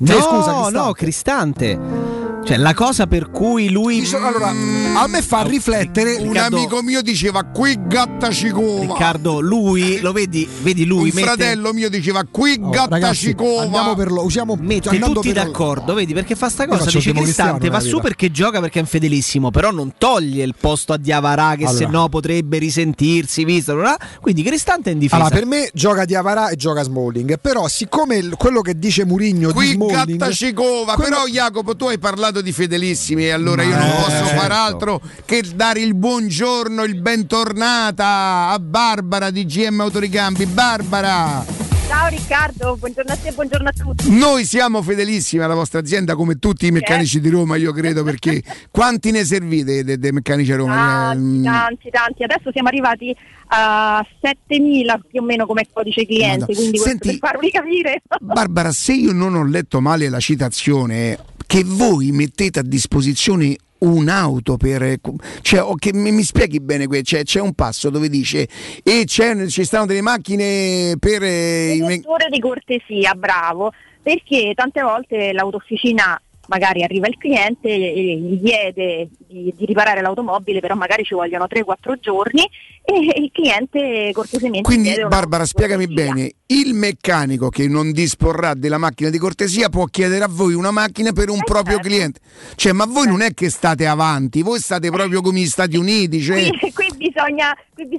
No, Cristante. Cioè la cosa per cui lui allora a me fa riflettere. Un amico mio diceva qui gatta cicova. Riccardo, lui lo vedi lui un fratello mio diceva qui gatta cicova. Andiamo per mette tutti d'accordo, vedi, perché fa sta cosa, dice Cristante va su perché gioca, perché è un fedelissimo, però non toglie il posto a Diavarà che se no potrebbe risentirsi, visto, quindi Cristante è in difesa. Allora per me gioca Diavarà e gioca Smalling, però siccome quello che dice Mourinho qui di Smalling gatta cicova, però Jacopo tu hai parlato di fedelissimi e allora io non posso far altro che dare il buongiorno, il bentornata a Barbara di GM Autoricambi. Barbara, ciao Riccardo, buongiorno a te, buongiorno a tutti. Noi siamo fedelissimi alla vostra azienda come tutti i meccanici di Roma, io credo, perché quanti ne servite dei meccanici a Roma? Tanti, adesso siamo arrivati a 7.000 più o meno come codice cliente, quindi per farvi capire. Barbara, se io non ho letto male la citazione, che voi mettete a disposizione un'auto per, cioè, che mi spieghi bene, c'è un passo dove dice ci stanno delle macchine per un vettore di cortesia, bravo, perché tante volte l'autofficina magari arriva il cliente e gli chiede di riparare l'automobile, però magari ci vogliono 3-4 giorni e il cliente cortesemente quindi chiede Barbara, spiegami bene, il meccanico che non disporrà della macchina di cortesia può chiedere a voi una macchina per un proprio cliente, cioè, ma voi non è che state avanti, voi state proprio come gli Stati Uniti, cioè... qui bisogna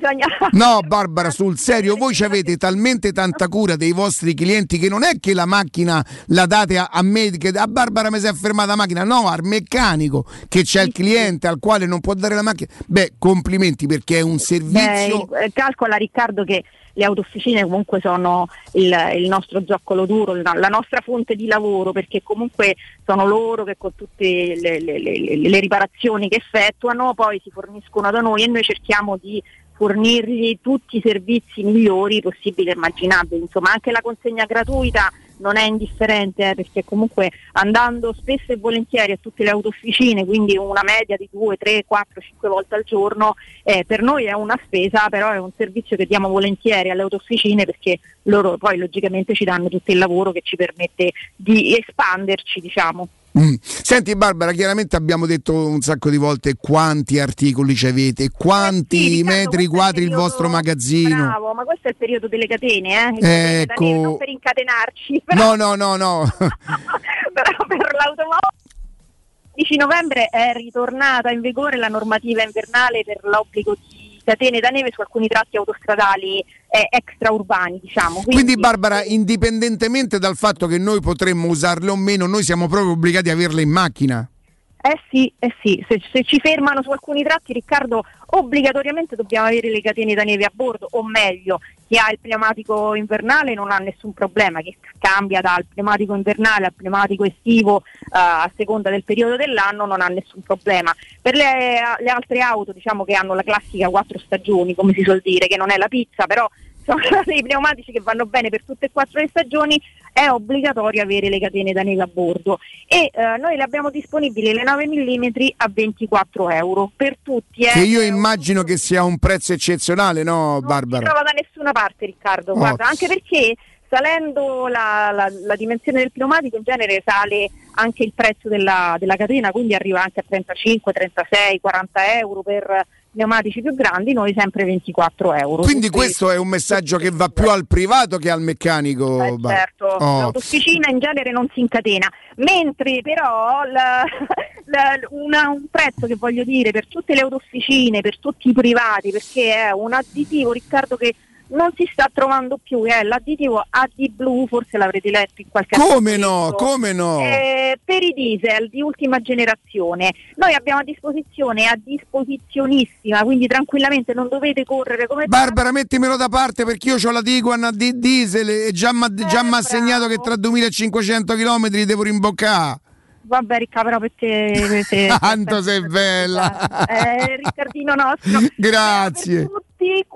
no Barbara, sul serio, voi ci avete talmente tanta cura dei vostri clienti che non è che la macchina la date a me, che a Barbara mi si è fermata la macchina, no, al meccanico che c'è il cliente al quale non può dare la macchina. Complimenti, perché è un servizio. Calcola Riccardo che le autofficine comunque sono il nostro zoccolo duro, la nostra fonte di lavoro, perché comunque sono loro che con tutte le riparazioni che effettuano poi si forniscono da noi e noi cerchiamo di fornirgli tutti i servizi migliori possibili e immaginabili. Insomma, anche la consegna gratuita non è indifferente, perché comunque andando spesso e volentieri a tutte le autofficine, quindi una media di 2, 3, 4, 5 volte al giorno, per noi è una spesa, però è un servizio che diamo volentieri alle autofficine, perché loro poi logicamente ci danno tutto il lavoro che ci permette di espanderci, diciamo. Senti Barbara, chiaramente abbiamo detto un sacco di volte quanti articoli ci avete, quanti sì, Riccardo, metri quadri il vostro magazzino. Bravo, ma questo è il periodo delle catene, Ecco. Non per incatenarci, però, No. però per l'automobile. Il 15 novembre è ritornata in vigore la normativa invernale per l'obbligo di catene da neve su alcuni tratti autostradali extraurbani, diciamo. Quindi Barbara, indipendentemente dal fatto che noi potremmo usarle o meno, noi siamo proprio obbligati a averle in macchina. Sì, se ci fermano su alcuni tratti, Riccardo, obbligatoriamente dobbiamo avere le catene da neve a bordo, o meglio, chi ha il pneumatico invernale non ha nessun problema, che cambia dal pneumatico invernale al pneumatico estivo a seconda del periodo dell'anno, non ha nessun problema. Per le altre auto, diciamo, che hanno la classica 4 stagioni, come si suol dire, che non è la pizza, però sono dei pneumatici che vanno bene per tutte e 4 le stagioni, è obbligatorio avere le catene da neve a bordo, e noi le abbiamo disponibili, le 9 mm a 24 euro per tutti. Che io immagino che sia un prezzo eccezionale, no Barbara? Non si trova da nessuna parte, Riccardo, guarda, anche perché salendo la dimensione del pneumatico, in genere sale anche il prezzo della catena, quindi arriva anche a 35, 36, 40 euro per pneumatici più grandi, noi sempre 24 euro. Quindi questo è un messaggio che va più al privato che al meccanico. Certo, l'autofficina in genere non si incatena, mentre però un prezzo che voglio dire per tutte le autofficine, per tutti i privati, perché è un additivo, Riccardo, che non si sta trovando più, è l'additivo AD Blue, forse l'avrete letto in qualche Come no? Per i diesel di ultima generazione. Noi abbiamo a disposizionissima, quindi tranquillamente non dovete correre come Barbara, mettimelo da parte, perché io ho la Tiguan a diesel e già mi ha segnato che tra 2500 km devo rimboccare. Vabbè, Riccardo, però per te tanto sei bella, Riccardino nostro. Grazie. Per tutti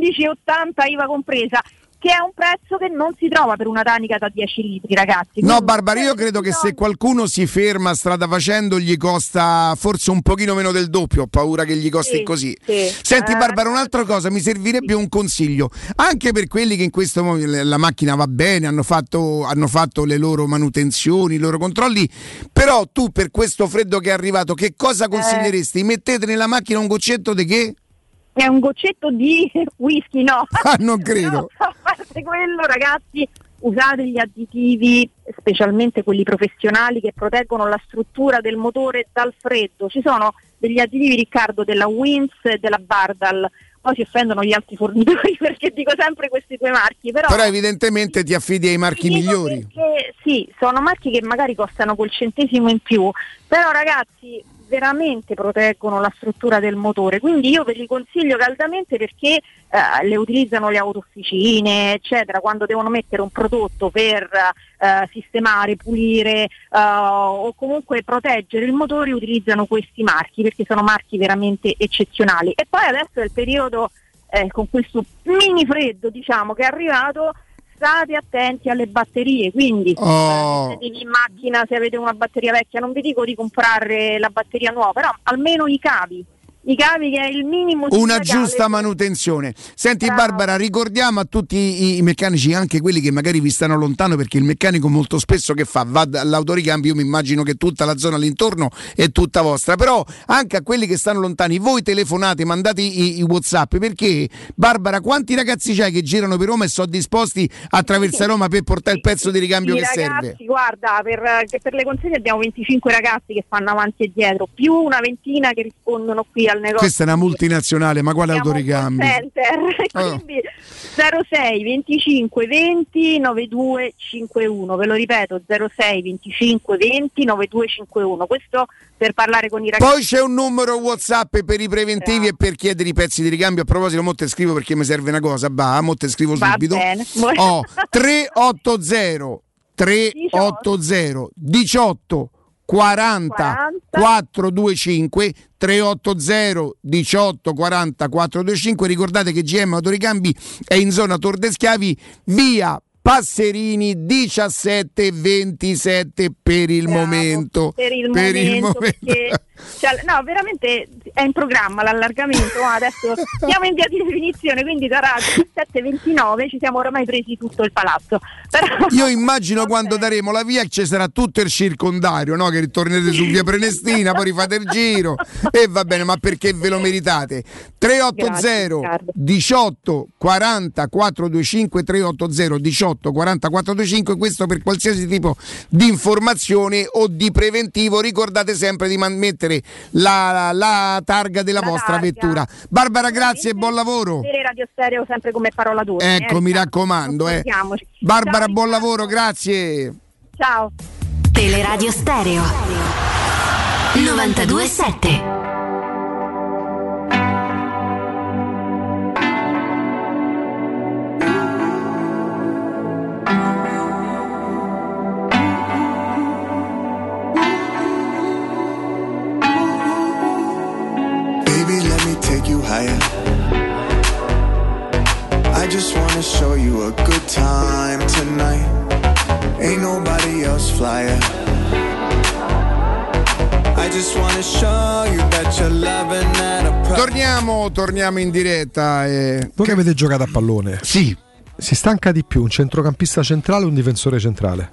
15,80 IVA compresa, che è un prezzo che non si trova per una tanica da 10 litri, ragazzi. No, Barbara, io credo che se qualcuno si ferma strada facendo gli costa forse un pochino meno del doppio, ho paura che gli costi così. Senti Barbara, un'altra cosa, mi servirebbe un consiglio, anche per quelli che in questo momento la macchina va bene, hanno fatto le loro manutenzioni, i loro controlli, però tu per questo freddo che è arrivato, che cosa consiglieresti? Mettete nella macchina un goccetto di che? È un goccetto di whisky, no? Non credo. No, a parte quello, ragazzi, usate gli additivi, specialmente quelli professionali, che proteggono la struttura del motore dal freddo. Ci sono degli additivi, Riccardo, della Wins e della Bardal. Poi si offendono gli altri fornitori perché dico sempre questi due marchi, però evidentemente ti affidi ai marchi migliori. Sì, sono marchi che magari costano quel centesimo in più, però ragazzi veramente proteggono la struttura del motore, quindi io ve li consiglio caldamente, perché le utilizzano le autofficine eccetera, quando devono mettere un prodotto per sistemare, pulire o comunque proteggere il motore, utilizzano questi marchi, perché sono marchi veramente eccezionali. E poi adesso è il periodo, con questo mini freddo, diciamo, che è arrivato, state attenti alle batterie, quindi mettetevi in macchina, se avete una batteria vecchia, non vi dico di comprare la batteria nuova, però almeno i cavi che è il minimo una giusta manutenzione. Senti Barbara, ricordiamo a tutti i meccanici, anche quelli che magari vi stanno lontano, perché il meccanico molto spesso che fa? Va all'autoricambio, io mi immagino che tutta la zona all'intorno è tutta vostra, però anche a quelli che stanno lontani, voi telefonate, mandate i WhatsApp, perché Barbara, quanti ragazzi c'hai che girano per Roma e sono disposti a attraversare Roma per portare il pezzo di ricambio che ragazzi, serve? Guarda, per le consegne abbiamo 25 ragazzi che fanno avanti e dietro, più una ventina che rispondono qui al negozio. Questa è una multinazionale, ma quale autoricambio? Quindi 06 25 20 92 51, ve lo ripeto, 06 25 20 92 51, questo per parlare con i ragazzi. Poi c'è un numero WhatsApp per i preventivi e per chiedere i pezzi di ricambio. A proposito, mo te scrivo perché mi serve una cosa, mo te scrivo subito. 380 18 40 425 380 18 40 425. Ricordate che GM Autoricambi è in zona Tor de Schiavi, via Passerini 17-27 per il momento. Per il momento. Perché, no, veramente è in programma l'allargamento. Adesso siamo in via di definizione, quindi sarà 17-29. Ci siamo oramai presi tutto il palazzo. Però, io immagino quando daremo la via ci sarà tutto il circondario, no? Che ritornerete su via Prenestina, poi rifate il giro e va bene, ma perché ve lo meritate. 380 18 40 425 380 18 40 425, questo per qualsiasi tipo di informazione o di preventivo. Ricordate sempre di mettere la targa della vostra vettura. Barbara, grazie e buon lavoro. Radio Stereo sempre come parola d'ordine. Ecco, mi raccomando. Barbara, ciao, buon lavoro, grazie. Ciao. Teleradio Stereo 92.7. Higher. I just wanna show you a good time tonight. Ain't nobody else flyer. I just wanna show you that you're loving at a Torniamo in diretta. Voi che avete giocato a pallone? Sì. Si stanca di più un centrocampista centrale o un difensore centrale?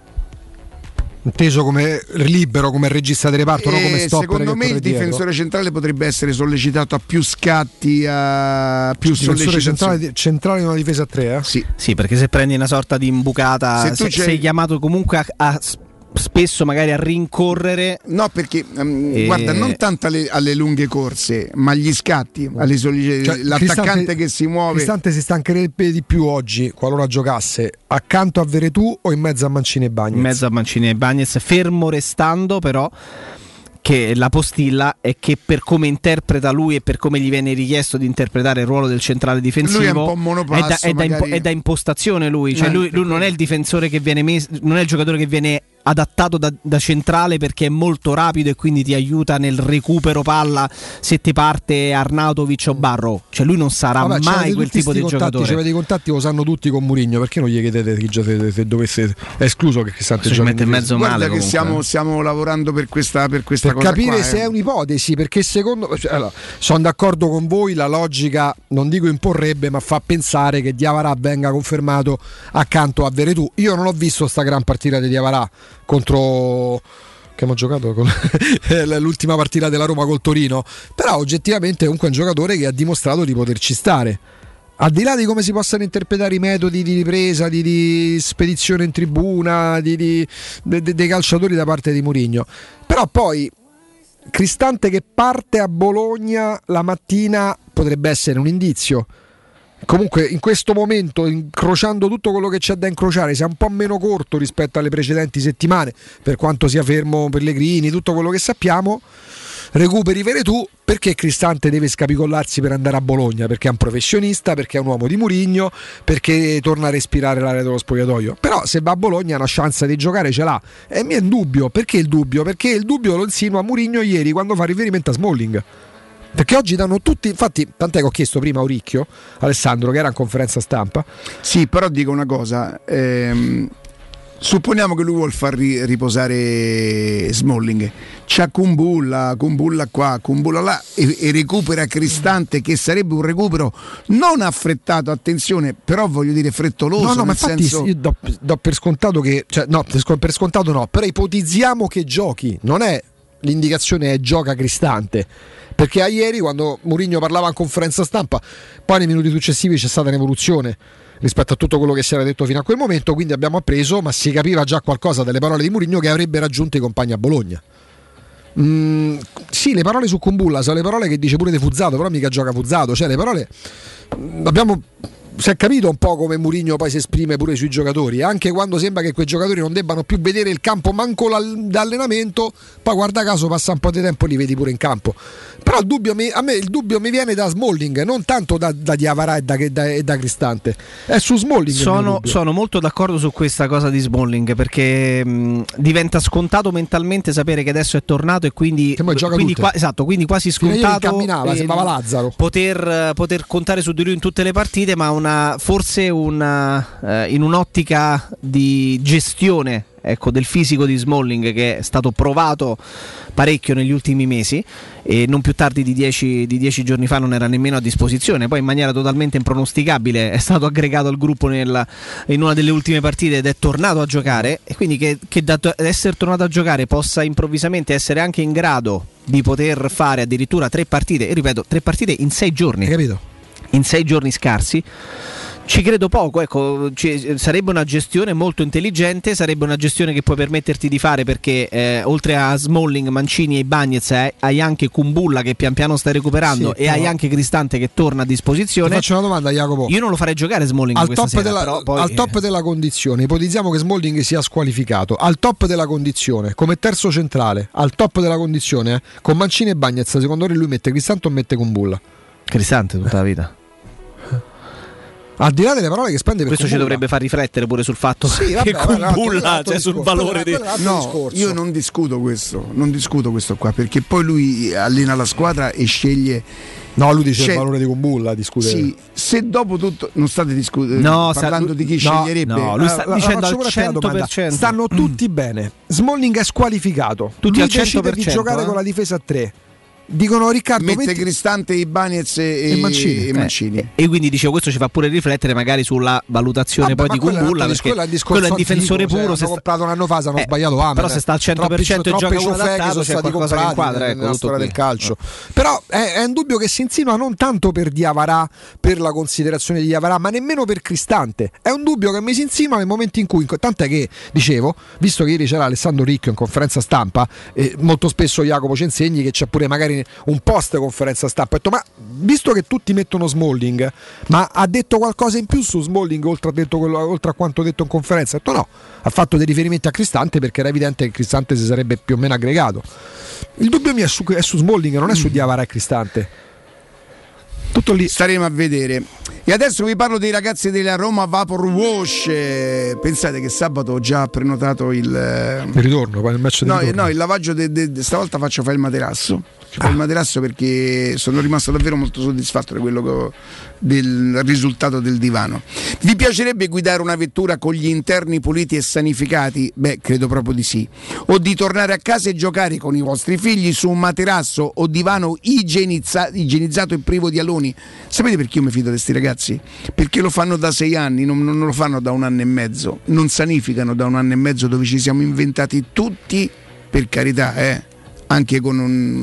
Inteso come libero, come regista di reparto, non come stopper. Secondo me il difensore centrale potrebbe essere sollecitato a più scatti, a più sollecitazioni. Centrale in una difesa a 3, Sì, perché se prendi una sorta di imbucata, sei chiamato comunque a spesso magari a rincorrere. No, perché guarda, non tanto alle lunghe corse, ma agli scatti, l'attaccante che si muove. Cristante si stancherebbe di più oggi qualora giocasse accanto a Veretù o in mezzo a Mancini e Bagnez? In mezzo a Mancini e Bagnez, fermo restando però che la postilla è che per come interpreta lui e per come gli viene richiesto di interpretare il ruolo del centrale difensivo, lui è un po' monopasso, è da impostazione lui, cioè lui non è il difensore che viene non è il giocatore che viene adattato da centrale perché è molto rapido e quindi ti aiuta nel recupero palla se ti parte Arnautovic o Barro, cioè lui non sarà mai quel tipo di giocatore. C'è dei contatti, lo sanno tutti con Mourinho, perché non gli chiedete se dovesse, è escluso che Cristante giochi in mezzo male. Guarda che stiamo lavorando per questa per cosa capire qua, se è un'ipotesi, perché secondo sono d'accordo con voi, la logica non dico imporrebbe, ma fa pensare che Diawara venga confermato accanto a Veretù. Io non ho visto sta gran partita di Diawara contro che abbiamo giocato con l'ultima partita della Roma col Torino, però oggettivamente comunque è un giocatore che ha dimostrato di poterci stare, al di là di come si possano interpretare i metodi di ripresa, di spedizione in tribuna dei calciatori da parte di Mourinho. Però poi Cristante che parte a Bologna la mattina potrebbe essere un indizio. Comunque in questo momento, incrociando tutto quello che c'è da incrociare, sia un po' meno corto rispetto alle precedenti settimane, per quanto sia fermo Pellegrini, tutto quello che sappiamo. Recuperi Veretù, perché Cristante deve scapicollarsi per andare a Bologna? Perché è un professionista, perché è un uomo di Mourinho, perché torna a respirare l'aria dello spogliatoio. Però se va a Bologna una chance di giocare ce l'ha. E mi è un dubbio. Perché il dubbio? Perché il dubbio lo insinua Mourinho ieri quando fa riferimento a Smalling. Perché oggi danno tutti, infatti tant'è che ho chiesto prima a Auricchio, Alessandro, che era in conferenza stampa. Sì, però dico una cosa, supponiamo che lui vuol far riposare Smalling, c'ha Kumbulla qua, Kumbulla là e recupera Cristante, che sarebbe un recupero non affrettato, attenzione, però voglio dire frettoloso. No, ma infatti io do per scontato che, cioè no, per scontato no, però ipotizziamo che giochi, non è l'indicazione è gioca Cristante. Perché a ieri quando Mourinho parlava in conferenza stampa, poi nei minuti successivi c'è stata un'evoluzione rispetto a tutto quello che si era detto fino a quel momento, quindi abbiamo appreso, ma si capiva già qualcosa dalle parole di Mourinho, che avrebbe raggiunto i compagni a Bologna. Sì, le parole su Kumbulla sono le parole che dice pure De Fuzzato, però mica gioca Fuzzato, cioè le parole si è capito un po' come Mourinho poi si esprime pure sui giocatori, anche quando sembra che quei giocatori non debbano più vedere il campo manco d'allenamento, poi guarda caso passa un po' di tempo e li vedi pure in campo. Però a me il dubbio mi viene da Smalling, non tanto da Diawara e da Cristante, è su Smalling. Sono molto d'accordo su questa cosa di Smalling, perché diventa scontato mentalmente sapere che adesso è tornato e quindi quasi scontato camminava, sembrava Lazzaro, poter contare su di lui in tutte le partite, ma forse in un'ottica di gestione, ecco, del fisico di Smalling, che è stato provato parecchio negli ultimi mesi e non più tardi di 10 giorni fa non era nemmeno a disposizione, poi in maniera totalmente impronosticabile è stato aggregato al gruppo in una delle ultime partite ed è tornato a giocare, e quindi che da essere tornato a giocare possa improvvisamente essere anche in grado di poter fare addirittura 3 partite, e ripeto, 3 partite in 6 giorni, capito? In 6 giorni scarsi. Ci credo poco, ecco, sarebbe una gestione molto intelligente, sarebbe una gestione che puoi permetterti di fare, perché oltre a Smalling, Mancini e Bagnez hai anche Kumbulla che pian piano sta recuperando, e hai anche Cristante che torna a disposizione. Ti faccio una domanda, Jacopo. Io non lo farei giocare Smalling al questa top sera, però poi... al top della condizione, ipotizziamo che Smalling sia squalificato, al top della condizione, come terzo centrale, al top della condizione, con Mancini e Bagnez, secondo te lui mette Cristante o mette Kumbulla? Cristante tutta la vita. Al di là delle parole che spende per questo Kumbulla, ci dovrebbe far riflettere pure sul fatto che Kumbulla, cioè sul valore di... No, io non discuto questo qua, perché poi lui allena la squadra e sceglie. No, lui dice il valore di Kumbulla, discute. Sì, se dopo tutto non state discutendo parlando di chi sceglierebbe. No, lui sta dicendo al 100%. Stanno tutti bene. Smalling è squalificato. Tutti lui al 100%, decide di giocare con la difesa a 3. Dicono Riccardo mette Cristante, Ibanez e Mancini. E quindi dicevo, questo ci fa pure riflettere magari sulla valutazione poi di Kumbulla, perché quello è un difensore puro. Se comprato un anno fa, hanno sbagliato Amer. Però se sta al 100% e gioca come adattato, c'è qualcosa che inquadra nella storia del calcio. Però è un dubbio che si insinua non tanto per Diawara, per la considerazione di Diawara, ma nemmeno per Cristante. È un dubbio che mi si insinua nel momento in cui, tant'è che dicevo, visto che ieri c'era Alessandro Ricchio in conferenza stampa, molto spesso Jacopo ci insegni che c'è pure magari un post conferenza stampa, ho detto, ma visto che tutti mettono Smalling, ma ha detto qualcosa in più su Smalling oltre a quanto detto in conferenza? Ho detto no, ha fatto dei riferimenti a Cristante perché era evidente che Cristante si sarebbe più o meno aggregato. Il dubbio mio è su Smalling, non è su Diawara e Cristante. Tutto lì. Staremo a vedere. E adesso vi parlo dei ragazzi della Roma Vapor Wash. Pensate che sabato ho già prenotato il ritorno, il match di ritorno. No, il lavaggio stavolta faccio fare il materasso. Il materasso perché sono rimasto davvero molto soddisfatto del risultato del divano. Vi piacerebbe guidare una vettura con gli interni puliti e sanificati? Beh, credo proprio di sì. O di tornare a casa e giocare con i vostri figli su un materasso o divano igienizzato e privo di aloni? Sapete perché io mi fido di questi ragazzi? Perché lo fanno da 6 anni, non lo fanno da 1 anno e mezzo, non sanificano da 1 anno e mezzo, dove ci siamo inventati tutti, per carità, anche con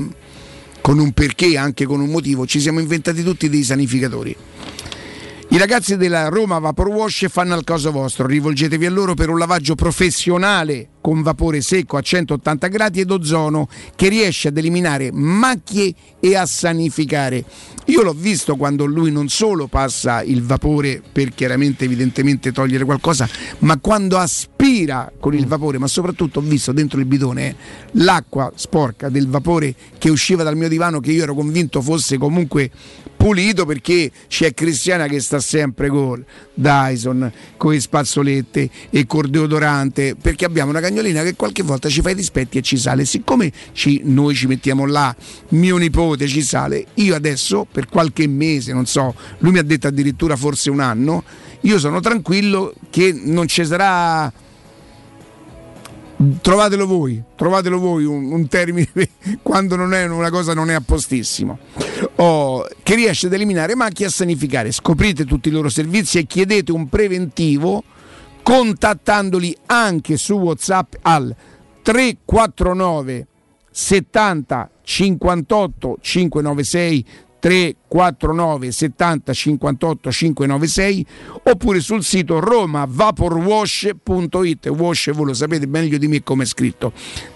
un perché, anche con un motivo, ci siamo inventati tutti dei sanificatori. I ragazzi della Roma Vapor Wash fanno al caso vostro, rivolgetevi a loro per un lavaggio professionale con vapore secco a 180 gradi ed ozono che riesce ad eliminare macchie e a sanificare. Io l'ho visto quando lui non solo passa il vapore per chiaramente evidentemente togliere qualcosa, ma quando aspira con il vapore, ma soprattutto ho visto dentro il bidone l'acqua sporca del vapore che usciva dal mio divano, che io ero convinto fosse comunque pulito, perché c'è Cristiana che sta sempre con Dyson, con le spazzolette e col deodorante, perché abbiamo una cagnolina che qualche volta ci fa i dispetti e ci sale. Siccome noi ci mettiamo là, mio nipote ci sale, io adesso per qualche mese, non so, lui mi ha detto addirittura forse 1 anno, io sono tranquillo che non ci sarà. Trovatelo voi un termine quando non è una cosa, non è a postissimo, che riesce ad eliminare macchie e a sanificare. Scoprite tutti i loro servizi e chiedete un preventivo contattandoli anche su WhatsApp al 349 70 58 596 349 70 58 596 oppure sul sito romavaporwash.it. Wash voi lo sapete meglio di me come è scritto,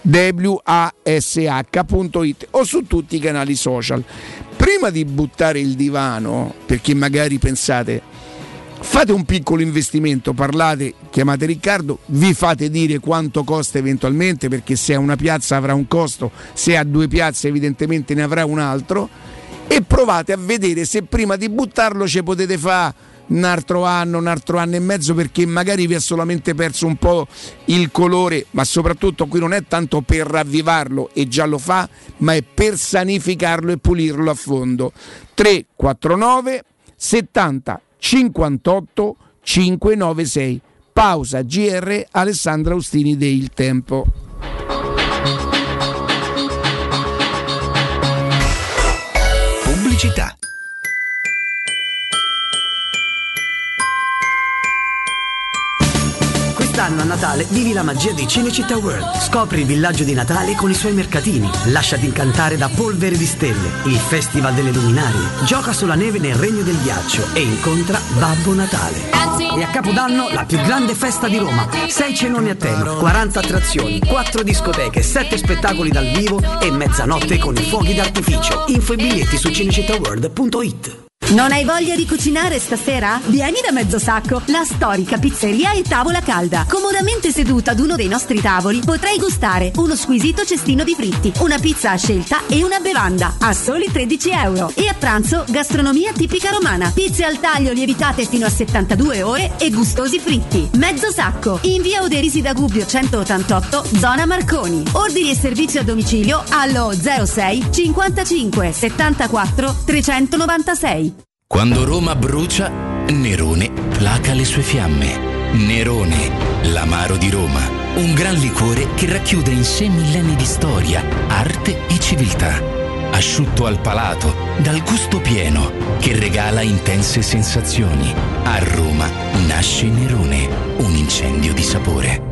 wash.it, o su tutti i canali social. Prima di buttare il divano, perché magari pensate, fate un piccolo investimento, parlate, chiamate Riccardo, vi fate dire quanto costa eventualmente, perché se ha una piazza avrà un costo, se ha 2 piazze evidentemente ne avrà un altro, e provate a vedere se prima di buttarlo ci potete fare un altro anno e mezzo, perché magari vi ha solamente perso un po' il colore, ma soprattutto qui non è tanto per ravvivarlo, e già lo fa, ma è per sanificarlo e pulirlo a fondo. 349 70 58 596. Pausa GR, Alessandra Austini de Il Tempo. Pubblicità. Quest'anno a Natale vivi la magia di Cinecittà World. Scopri il villaggio di Natale con i suoi mercatini. Lasciati incantare da Polvere di Stelle, il festival delle luminarie. Gioca sulla neve nel regno del ghiaccio e incontra Babbo Natale. E a Capodanno la più grande festa di Roma. 6 cenoni a tema, 40 attrazioni, 4 discoteche, 7 spettacoli dal vivo e mezzanotte con i fuochi d'artificio. Info e biglietti su cinecittàworld.it. Non hai voglia di cucinare stasera? Vieni da Mezzo Sacco, la storica pizzeria e tavola calda. Comodamente seduta ad uno dei nostri tavoli potrai gustare uno squisito cestino di fritti, una pizza a scelta e una bevanda a soli €13. E a pranzo gastronomia tipica romana, pizze al taglio lievitate fino a 72 ore e gustosi fritti. Mezzo Sacco, in via Oderisi da Gubbio 188, zona Marconi. Ordini e servizi a domicilio allo 06 55 74 396. Quando Roma brucia, Nerone placa le sue fiamme. Nerone, l'amaro di Roma. Un gran liquore che racchiude in sé millenni di storia, arte e civiltà. Asciutto al palato, dal gusto pieno, che regala intense sensazioni. A Roma nasce Nerone, un incendio di sapore.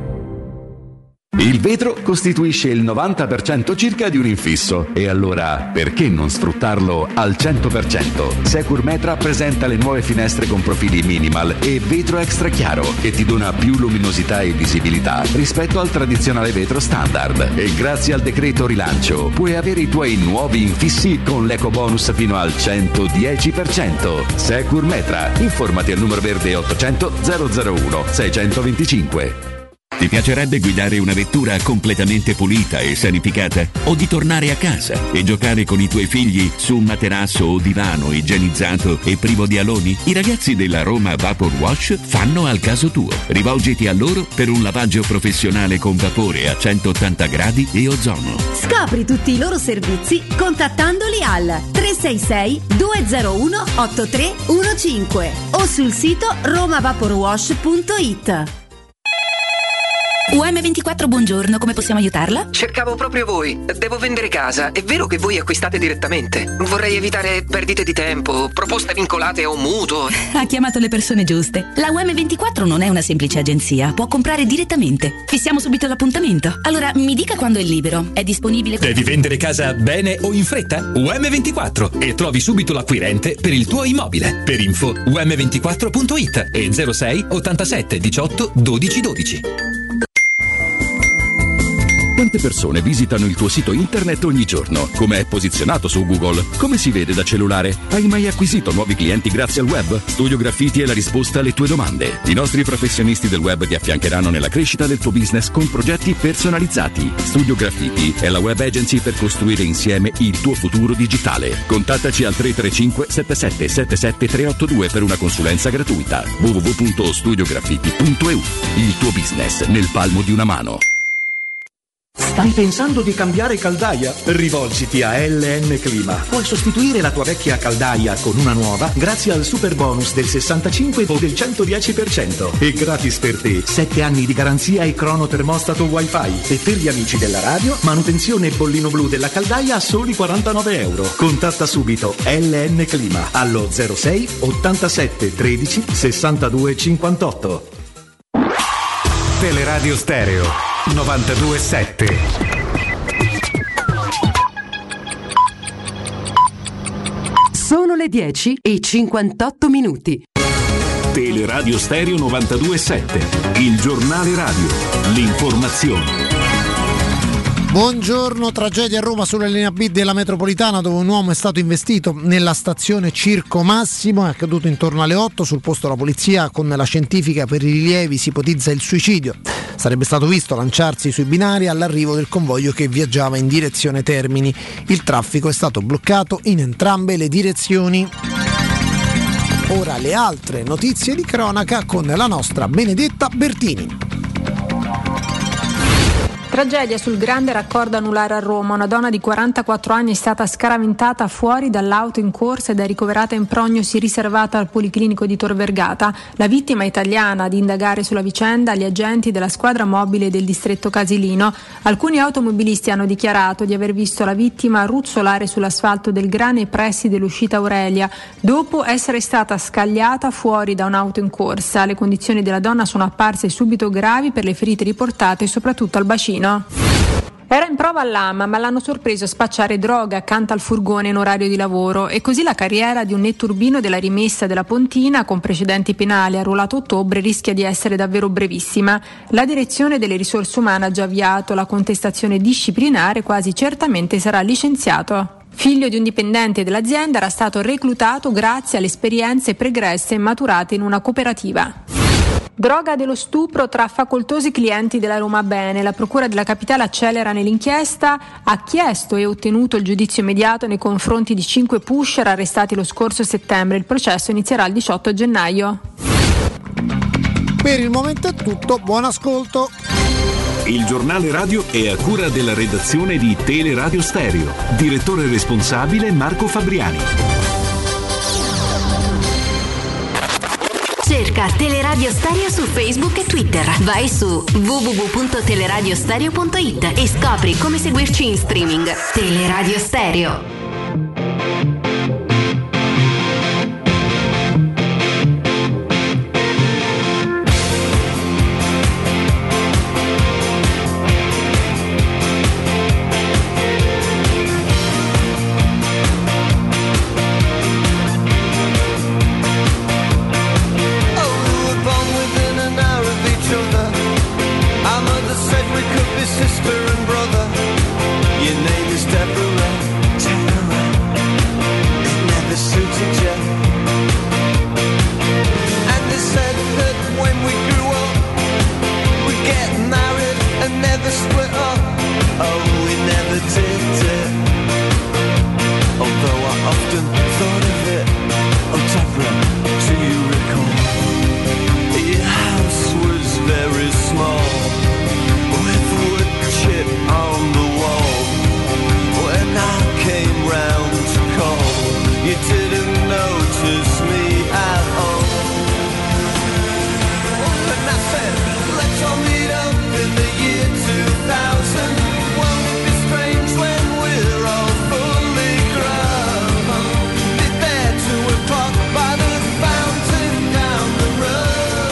Il vetro costituisce il 90% circa di un infisso e allora perché non sfruttarlo al 100%? Securmetra presenta le nuove finestre con profili minimal e vetro extra chiaro che ti dona più luminosità e visibilità rispetto al tradizionale vetro standard e grazie al decreto rilancio puoi avere i tuoi nuovi infissi con l'eco bonus fino al 110%. Securmetra, informati al numero verde 800 001 625. Ti piacerebbe guidare una vettura completamente pulita e sanificata? O di tornare a casa e giocare con i tuoi figli su un materasso o divano igienizzato e privo di aloni? I ragazzi della Roma Vapor Wash fanno al caso tuo. Rivolgiti a loro per un lavaggio professionale con vapore a 180 gradi e ozono. Scopri tutti i loro servizi contattandoli al 366 201 8315 o sul sito romavaporwash.it. UM24, buongiorno, come possiamo aiutarla? Cercavo proprio voi. Devo vendere casa. È vero che voi acquistate direttamente? Vorrei evitare perdite di tempo, proposte vincolate a un mutuo. Ha chiamato le persone giuste. La UM24 non è una semplice agenzia, può comprare direttamente. Fissiamo subito l'appuntamento. Allora, mi dica quando è libero. È disponibile? Devi vendere casa bene o in fretta? UM24 e trovi subito l'acquirente per il tuo immobile. Per info um24.it e 06 87 18 12 12. Quante persone visitano il tuo sito internet ogni giorno? Come è posizionato su Google? Come si vede da cellulare? Hai mai acquisito nuovi clienti grazie al web? Studio Graffiti è la risposta alle tue domande. I nostri professionisti del web ti affiancheranno nella crescita del tuo business con progetti personalizzati. Studio Graffiti è la web agency per costruire insieme il tuo futuro digitale. Contattaci al 335 77 77 382 per una consulenza gratuita. www.studiograffiti.eu. Il tuo business nel palmo di una mano. Stai pensando di cambiare caldaia? Rivolgiti a LN Clima. Puoi sostituire la tua vecchia caldaia con una nuova grazie al super bonus del 65 o del 110% e gratis per te 7 anni di garanzia e cronotermostato wifi e per gli amici della radio manutenzione bollino blu della caldaia a soli €49. Contatta subito LN Clima allo 06 87 13 62 58. Teleradio Stereo 92.7. Sono le 10:58. Teleradio Stereo 92.7, il giornale radio, l'informazione. Buongiorno, tragedia a Roma sulla linea B della metropolitana dove un uomo è stato investito nella stazione Circo Massimo, è accaduto intorno alle 8, sul posto la polizia con la scientifica per i rilievi si ipotizza il suicidio. Sarebbe stato visto lanciarsi sui binari all'arrivo del convoglio che viaggiava in direzione Termini. Il traffico è stato bloccato in entrambe le direzioni. Ora le altre notizie di cronaca con la nostra Benedetta Bertini. Tragedia sul grande raccordo anulare a Roma. Una donna di 44 anni è stata scaraventata fuori dall'auto in corsa ed è ricoverata in prognosi riservata al Policlinico di Tor Vergata. La vittima italiana. Ad indagare sulla vicenda gli agenti della squadra mobile del distretto Casilino. Alcuni automobilisti hanno dichiarato di aver visto la vittima ruzzolare sull'asfalto del Grane ai pressi dell'uscita Aurelia, dopo essere stata scagliata fuori da un'auto in corsa. Le condizioni della donna sono apparse subito gravi per le ferite riportate soprattutto al bacino. Era in prova all'AMA, ma l'hanno sorpreso a spacciare droga accanto al furgone in orario di lavoro, e così la carriera di un netturbino della rimessa della Pontina, con precedenti penali arruolato a ottobre, rischia di essere davvero brevissima. La direzione delle risorse umane ha già avviato la contestazione disciplinare, quasi certamente sarà licenziato. Figlio di un dipendente dell'azienda, era stato reclutato grazie alle esperienze pregresse maturate in una cooperativa. Droga dello stupro tra facoltosi clienti della Roma Bene. La Procura della Capitale accelera nell'inchiesta, ha chiesto e ottenuto il giudizio immediato nei confronti di 5 pusher arrestati lo scorso settembre. Il processo inizierà il 18 gennaio. Per il momento è tutto, buon ascolto. Il giornale radio è a cura della redazione di Teleradio Stereo. Direttore responsabile Marco Fabriani. Cerca Teleradio Stereo su Facebook e Twitter. Vai su www.teleradiostereo.it e scopri come seguirci in streaming. Teleradio Stereo. Sister and brother, your name is Deborah. It never suited you. And they said that when we grew up, we'd get married and never split up. Oh, we never did it. Although I often thought of it. Oh, Deborah, do you recall? Your house was very small, chip on the wall. When I came round to call, you didn't notice me at all. And I said, let's all meet up in the year 2000. Won't it be strange when we're all fully grown? Be there 2 o'clock by the fountain down the road.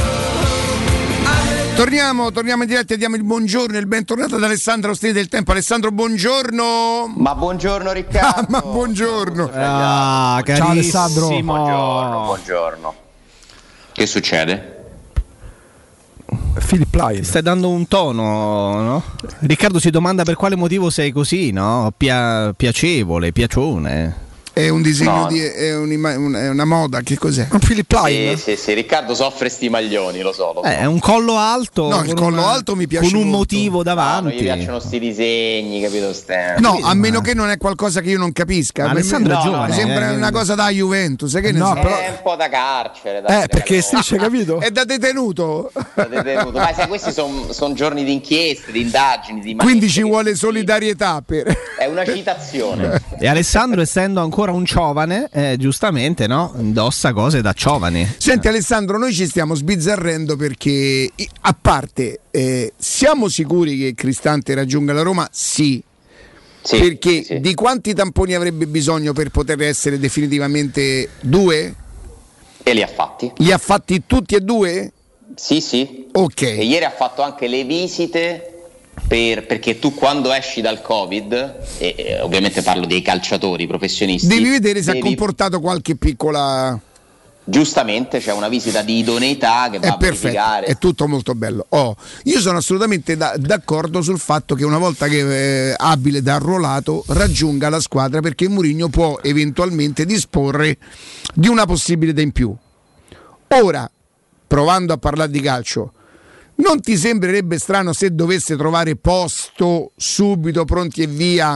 Torniamo in diretta e diamo il buongiorno e il bentornato ad Alessandro Ostini del Tempo. Alessandro, buongiorno. Ma buongiorno Riccardo. Ma buongiorno. Ciao Alessandro. Buongiorno. Che succede? Philip Lyon. Stai dando un tono, no? Riccardo si domanda per quale motivo sei così, no? Piacevole, piacione. È un disegno è una moda, che cos'è? Un Philip Lyon. Sì, Riccardo soffre sti maglioni, lo so. È un collo alto. No, il collo alto mi piace con un molto. motivo davanti. Non gli piacciono sti disegni, capito? No, a meno che non è qualcosa che io non capisca. Alessandro è giovane. Mi sembra una cosa da Juventus, che ne so. È un po' da carcere. Perché strisce, capito? È da detenuto. Ma sai, questi sono giorni di inchieste, di indagini, quindi ci vuole solidarietà per. È una citazione. E Alessandro, essendo ancora un giovane, giustamente, no? Indossa cose da giovane. Senti Alessandro, noi ci stiamo sbizzarrendo perché, a parte, siamo sicuri che Cristante raggiunga la Roma? Sì. Perché sì. Di quanti tamponi avrebbe bisogno per poter essere definitivamente 2? E li ha fatti. Li ha fatti tutti e 2? Sì. Ok. E ieri ha fatto anche le visite perché tu quando esci dal Covid, e ovviamente parlo dei calciatori professionisti, devi vedere se ha comportato qualche piccola. Giustamente c'è una visita di idoneità che va a verificare. È tutto molto bello. Io sono assolutamente d'accordo sul fatto che una volta che abile da arruolato raggiunga la squadra, perché Mourinho può eventualmente disporre di una possibilità in più. Ora, provando a parlare di calcio, non ti sembrerebbe strano se dovesse trovare posto subito, pronti e via?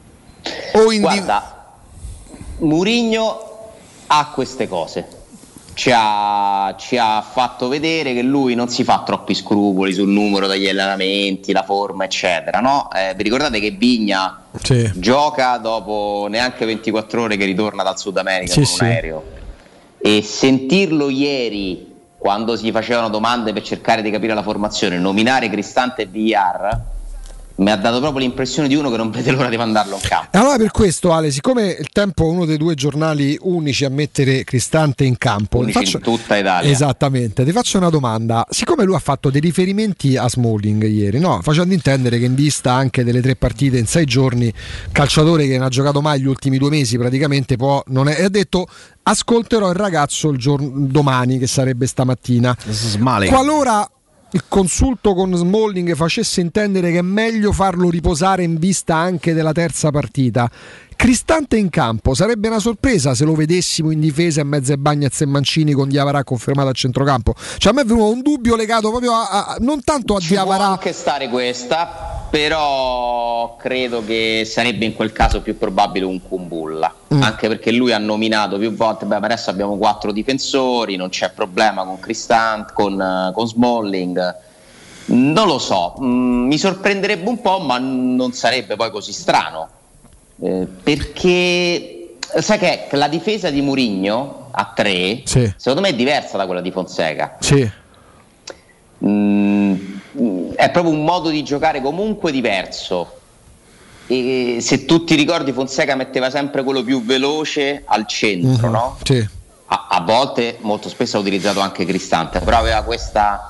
Guarda, Mourinho ha queste cose. ci ha fatto vedere che lui non si fa troppi scrupoli sul numero degli allenamenti, la forma eccetera, no? Vi ricordate che Vigna gioca dopo neanche 24 ore che ritorna dal Sud America con un aereo, e sentirlo ieri quando si facevano domande per cercare di capire la formazione nominare Cristante e Villar mi ha dato proprio l'impressione di uno che non vede l'ora di mandarlo in campo. E allora per questo, Ale, siccome il Tempo è uno dei 2 giornali unici a mettere Cristante in campo, in tutta Italia, esattamente, ti faccio una domanda. Siccome lui ha fatto dei riferimenti a Smalling ieri, no? Facendo intendere che in vista anche delle 3 partite in 6 giorni, calciatore che non ha giocato mai gli ultimi 2 mesi praticamente non è, e ha detto ascolterò il ragazzo domani, che sarebbe stamattina. Qualora il consulto con Smalling facesse intendere che è meglio farlo riposare in vista anche della terza partita, Cristante in campo sarebbe una sorpresa se lo vedessimo in difesa in mezzo ai Bagnez e Mancini con Diawara confermato a centrocampo. Cioè a me è venuto un dubbio legato proprio non tanto a Diawara. Può anche stare questa, però credo che sarebbe in quel caso più probabile un Kumbulla, anche perché lui ha nominato più volte adesso abbiamo 4 difensori, non c'è problema con Cristante, con Smalling. Non lo so, mi sorprenderebbe un po', ma non sarebbe poi così strano, perché sai che la difesa di Mourinho a 3 secondo me è diversa da quella di Fonseca. È proprio un modo di giocare comunque diverso, e se tu ti ricordi Fonseca metteva sempre quello più veloce al centro, no? A volte, molto spesso ha utilizzato anche Cristante, però aveva questa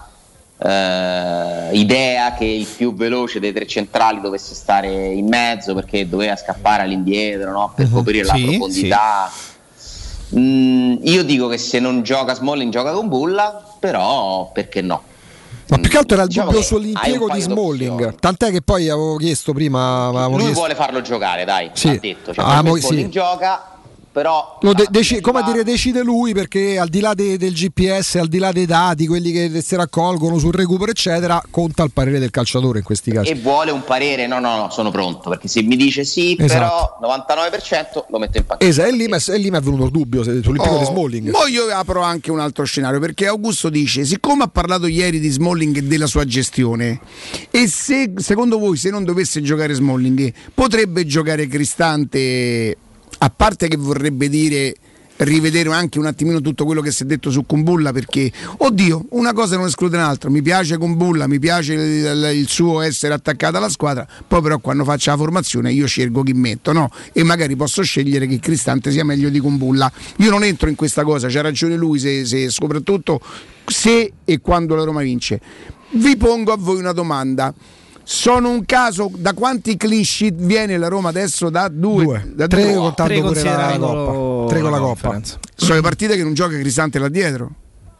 idea che il più veloce dei 3 centrali dovesse stare in mezzo, perché doveva scappare all'indietro, no? Per coprire la profondità. Io dico che se non gioca Smalling gioca con Bulla, però perché no? Ma più che altro era il dubbio sull'impiego di Smalling, tant'è che poi avevo chiesto prima vuole farlo giocare, dai, ha detto, Smalling gioca, però come dire, decide lui, perché al di là del GPS, al di là dei dati, quelli che si raccolgono sul recupero eccetera, conta il parere del calciatore in questi casi. E vuole un parere, no, sono pronto, perché se mi dice però 99% lo metto in pacchetto. Esatto, e lì mi è venuto il dubbio sull'impiego di Smalling. Poi io apro anche un altro scenario, perché Augusto dice, siccome ha parlato ieri di Smalling e della sua gestione, e se secondo voi se non dovesse giocare Smalling potrebbe giocare Cristante, a parte che vorrebbe dire rivedere anche un attimino tutto quello che si è detto su Kumbulla, perché oddio, una cosa non esclude un'altra. Mi piace Kumbulla, mi piace il suo essere attaccato alla squadra, poi però quando faccio la formazione io scelgo chi metto, no? E magari posso scegliere che Cristante sia meglio di Kumbulla. Io non entro in questa cosa, c'ha ragione lui, se soprattutto se e quando la Roma vince. Vi pongo a voi una domanda. Sono un caso, da quanti clean sheet viene la Roma adesso? Da 2, da 3 contando pure la Coppa. 3 con la Coppa. Sono le partite che non gioca Cristante là dietro.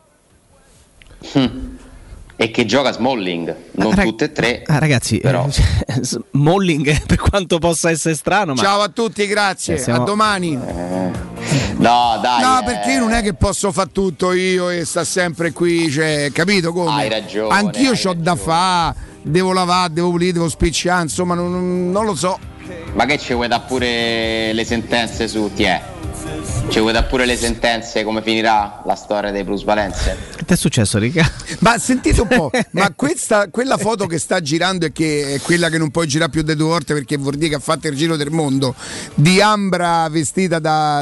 E che gioca Smalling, non tutte e 3. Ragazzi, però Smalling, per quanto possa essere strano, ma ciao a tutti, grazie, a domani. No, dai. No, perché io non è che posso fare tutto io e sta sempre qui, cioè, capito come? Hai ragione. Anch'io c'ho da fare. Devo lavare, devo pulire, devo spiccare, insomma non lo so. Ma che ci vuoi da pure le sentenze su ci vuoi da pure le sentenze come finirà la storia dei plusvalenze? Che ti è successo, Rica? Ma sentite un po', ma quella foto che sta girando e che è quella che non puoi girare più di 2 volte perché vuol dire che ha fatto il giro del mondo, di Ambra vestita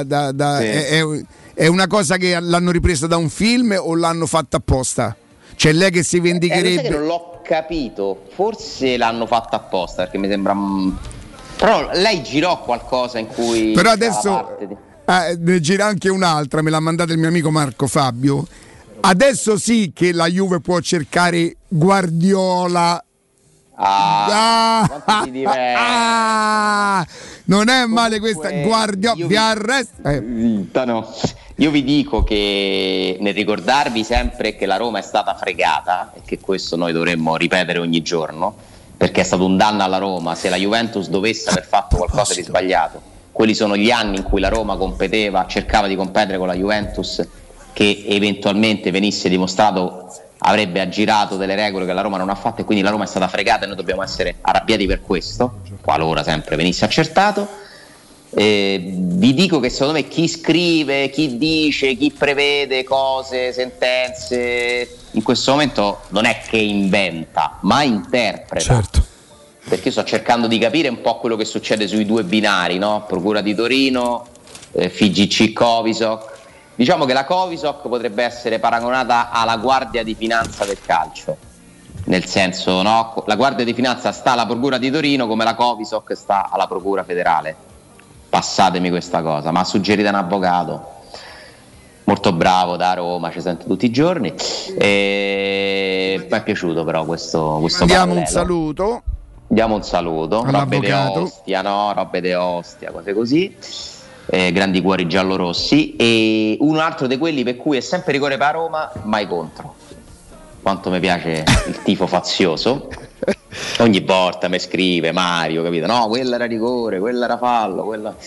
è una cosa che l'hanno ripresa da un film o l'hanno fatta apposta? C'è lei che si vendicherebbe? Che non l'ho capito, forse l'hanno fatta apposta, perché mi sembra. Però lei girò qualcosa in cui. Però adesso ne gira anche un'altra, me l'ha mandata il mio amico Marco Fabio. Adesso sì che la Juve può cercare Guardiola. Quanto si diverte. Non è male questa. Guardiola vi arresta. No. Io vi dico che nel ricordarvi sempre che la Roma è stata fregata e che questo noi dovremmo ripetere ogni giorno, perché è stato un danno alla Roma se la Juventus dovesse aver fatto qualcosa di sbagliato. Quelli sono gli anni in cui la Roma cercava di competere con la Juventus, che eventualmente venisse dimostrato avrebbe aggirato delle regole che la Roma non ha fatto, e quindi la Roma è stata fregata e noi dobbiamo essere arrabbiati per questo, qualora sempre venisse accertato. Vi dico che secondo me chi scrive, chi dice, chi prevede cose, sentenze, in questo momento non è che inventa, ma interpreta. Certo. Perché io sto cercando di capire un po' quello che succede sui due binari, no? Procura di Torino, FIGC Covisoc. Diciamo che la Covisoc potrebbe essere paragonata alla Guardia di Finanza del calcio, nel senso, no? La Guardia di Finanza sta alla Procura di Torino come la Covisoc sta alla Procura federale. Passatemi questa cosa, ma suggerita un avvocato molto bravo da Roma, ci sento tutti i giorni. Mi è piaciuto però questo Diamo un saluto. Diamo un saluto, robe de Ostia, cose così. Grandi cuori giallorossi. E un altro di quelli per cui è sempre rigore per Roma, mai contro. Quanto mi piace il tifo fazioso. Ogni volta mi scrive Mario, capito? No, quella era rigore, quella era fallo, quella...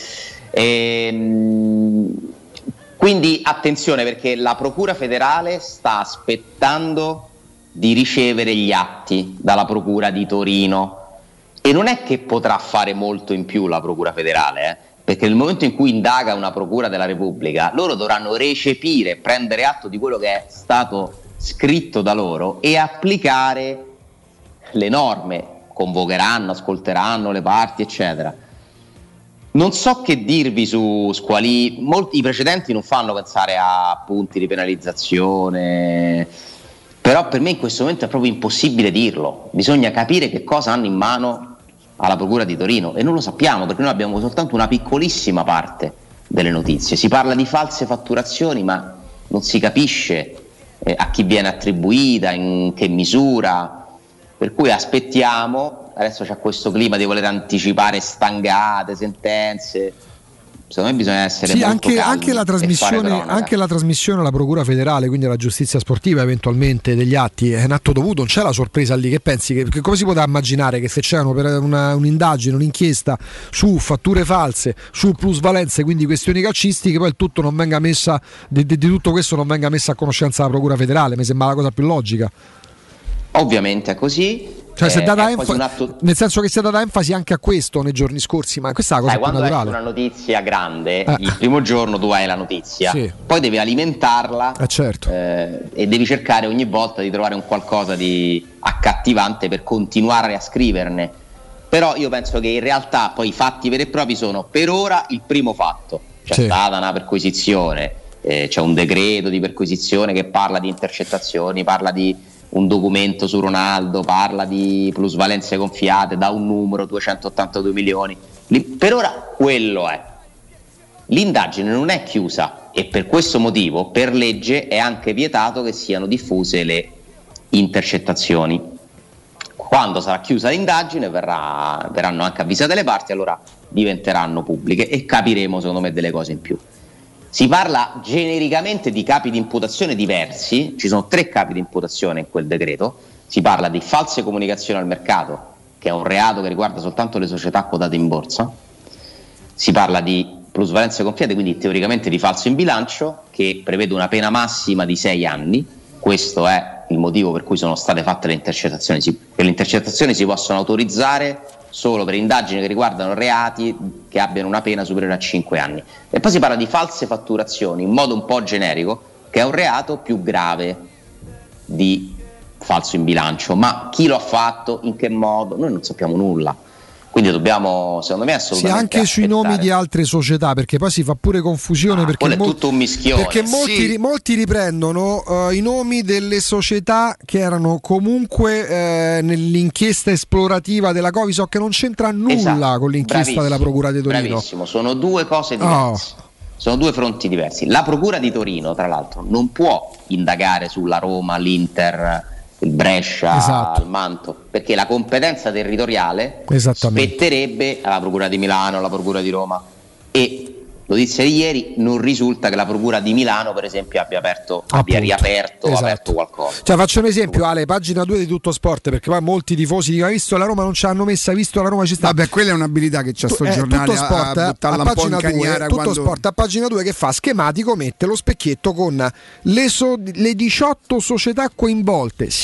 Quindi attenzione, perché la Procura federale sta aspettando di ricevere gli atti dalla Procura di Torino e non è che potrà fare molto in più la Procura federale, perché nel momento in cui indaga una Procura della Repubblica loro dovranno recepire, prendere atto di quello che è stato scritto da loro e applicare le norme, convocheranno, ascolteranno le parti, eccetera. Non so che dirvi su quali, molti precedenti non fanno pensare a punti di penalizzazione, però per me in questo momento è proprio impossibile dirlo. Bisogna capire che cosa hanno in mano alla Procura di Torino e non lo sappiamo perché noi abbiamo soltanto una piccolissima parte delle notizie. Si parla di false fatturazioni, ma non si capisce a chi viene attribuita, in che misura, per cui aspettiamo. Adesso c'è questo clima di voler anticipare stangate, sentenze. Secondo me bisogna essere molto calmi anche la trasmissione alla Procura federale, quindi alla giustizia sportiva eventualmente degli atti è un atto dovuto, non c'è la sorpresa lì. Che pensi che come si poteva immaginare che se c'erano per un'indagine, un'inchiesta su fatture false, su plusvalenze, quindi questioni calcistiche, poi il tutto non venga messa di tutto questo non venga messa a conoscenza della Procura federale? Mi sembra la cosa più logica. Ovviamente è così. Cioè, si è data nel senso che si è data enfasi anche a questo nei giorni scorsi, ma questa è la cosa più naturale. Quando hai una notizia grande, il primo giorno tu hai la notizia, sì. Poi devi alimentarla, certo. E devi cercare ogni volta di trovare un qualcosa di accattivante per continuare a scriverne. Però io penso che in realtà poi i fatti veri e propri sono per ora il primo fatto. C'è stata una perquisizione, c'è un decreto di perquisizione che parla di intercettazioni, parla di un documento su Ronaldo, parla di plusvalenze gonfiate da un numero, 282 milioni. Per ora quello è. L'indagine non è chiusa e per questo motivo, per legge, è anche vietato che siano diffuse le intercettazioni. Quando sarà chiusa l'indagine verranno anche avvisate le parti, allora diventeranno pubbliche e capiremo secondo me delle cose in più. Si parla genericamente di capi di imputazione diversi, ci sono 3 capi di imputazione in quel decreto. Si parla di false comunicazioni al mercato, che è un reato che riguarda soltanto le società quotate in borsa. Si parla di plusvalenze gonfiate, quindi teoricamente di falso in bilancio, che prevede una pena massima di 6 anni. Questo è il motivo per cui sono state fatte le intercettazioni. Le intercettazioni si possono autorizzare solo per indagini che riguardano reati che abbiano una pena superiore a 5 anni. E poi si parla di false fatturazioni in modo un po' generico, che è un reato più grave di falso in bilancio, ma chi lo ha fatto, in che modo, noi non sappiamo nulla. Quindi dobbiamo, secondo me, assolutamente anche sui nomi di altre società, perché poi si fa pure confusione, perché è tutto un mischione. Perché molti riprendono i nomi delle società che erano comunque nell'inchiesta esplorativa della Covisoc, che non c'entra nulla con l'inchiesta della Procura di Torino. Bravissimo, sono due cose diverse. Sono due fronti diversi. La Procura di Torino, tra l'altro, non può indagare sulla Roma, l'Inter, il Brescia, il Manto, perché la competenza territoriale spetterebbe alla Procura di Milano, alla Procura di Roma. E notizia di ieri, non risulta che la Procura di Milano, per esempio, abbia riaperto qualcosa. Cioè, faccio un esempio, Ale, pagina 2 di Tutto Sport, perché poi molti tifosi dicono: hai visto la Roma non ci hanno messa, hai visto la Roma ci sta. Vabbè, quella è un'abilità che c'ha sto giornale, Tutto Sport, a buttarla un po' in cagnara. Tutto Sport a pagina 2 che fa schematico, mette lo specchietto con le 18 società coinvolte. Sì,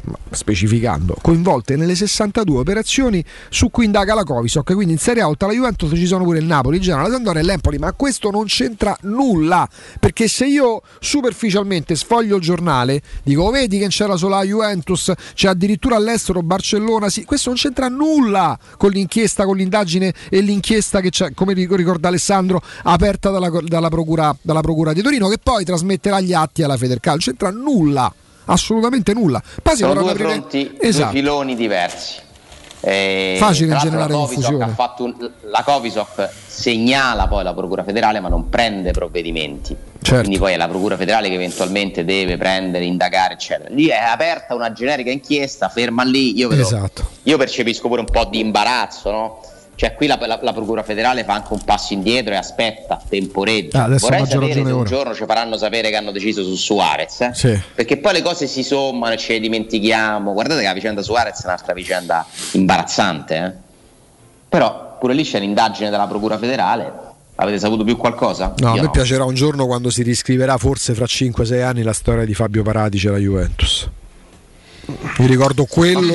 specificando, coinvolte nelle 62 operazioni su cui indaga la Covisoc. Quindi in Serie A oltre alla Juventus ci sono pure il Napoli, il Genoa, la Sampdoria e l'Empoli, ma questo non c'entra nulla, perché se io superficialmente sfoglio il giornale dico vedi che c'era solo la Juventus, c'è addirittura all'estero Barcellona, sì, questo non c'entra nulla con l'inchiesta, con l'indagine e l'inchiesta che c'è, come ricorda Alessandro, aperta dalla procura di Torino, che poi trasmetterà gli atti alla Federcalcio. C'entra nulla, assolutamente nulla. Poi sono due fronti, esatto, due filoni diversi. Facile generare confusione. La Covisoc segnala poi la Procura Federale, ma non prende provvedimenti. Certo. Quindi poi è la Procura Federale che eventualmente deve prendere, indagare, eccetera. Lì è aperta una generica inchiesta, ferma lì. Io percepisco pure un po' di imbarazzo, no? Cioè qui la Procura Federale fa anche un passo indietro e aspetta, temporeggia. Vorrei sapere se un giorno ci faranno sapere che hanno deciso su Suarez, sì, perché poi le cose si sommano e ce le dimentichiamo. Guardate che la vicenda Suarez è un'altra vicenda imbarazzante, Però pure lì c'è l'indagine della Procura Federale. Avete saputo più qualcosa? No, a me piacerà un giorno quando si riscriverà, forse fra 5-6 anni, la storia di Fabio Paratici e la Juventus. Io ricordo quello,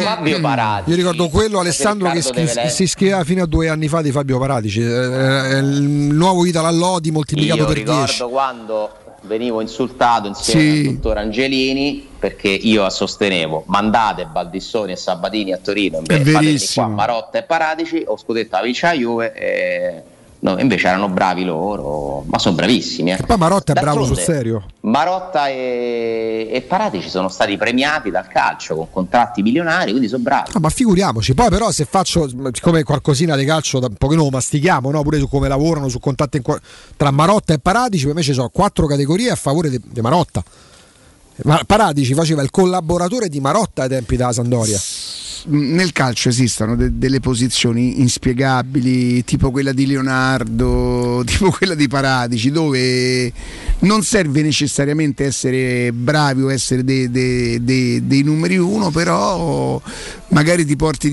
Alessandro, che si scriveva fino a 2 anni fa di Fabio Paratici, il nuovo Italo Allodi moltiplicato per 10. Io ricordo quando venivo insultato insieme al dottor Angelini perché io sostenevo mandate Baldissoni e Sabatini a Torino, invece fatemi qua Marotta e Paratici, o scudetto la vince la Juve. No, invece erano bravi loro, ma sono bravissimi. E poi Marotta è bravo sul serio. Marotta e Paratici sono stati premiati dal calcio con contratti milionari, quindi sono bravi. Ma figuriamoci, poi però se faccio come qualcosina di calcio un pochino lo mastichiamo, no? Pure su come lavorano, su contatti tra Marotta e Paratici, per me ci sono 4 categorie a favore di Marotta. Paratici faceva il collaboratore di Marotta ai tempi della Sampdoria. Nel calcio esistono delle posizioni inspiegabili, tipo quella di Leonardo, tipo quella di Paratici, dove non serve necessariamente essere bravi o essere dei numeri uno, però magari ti porti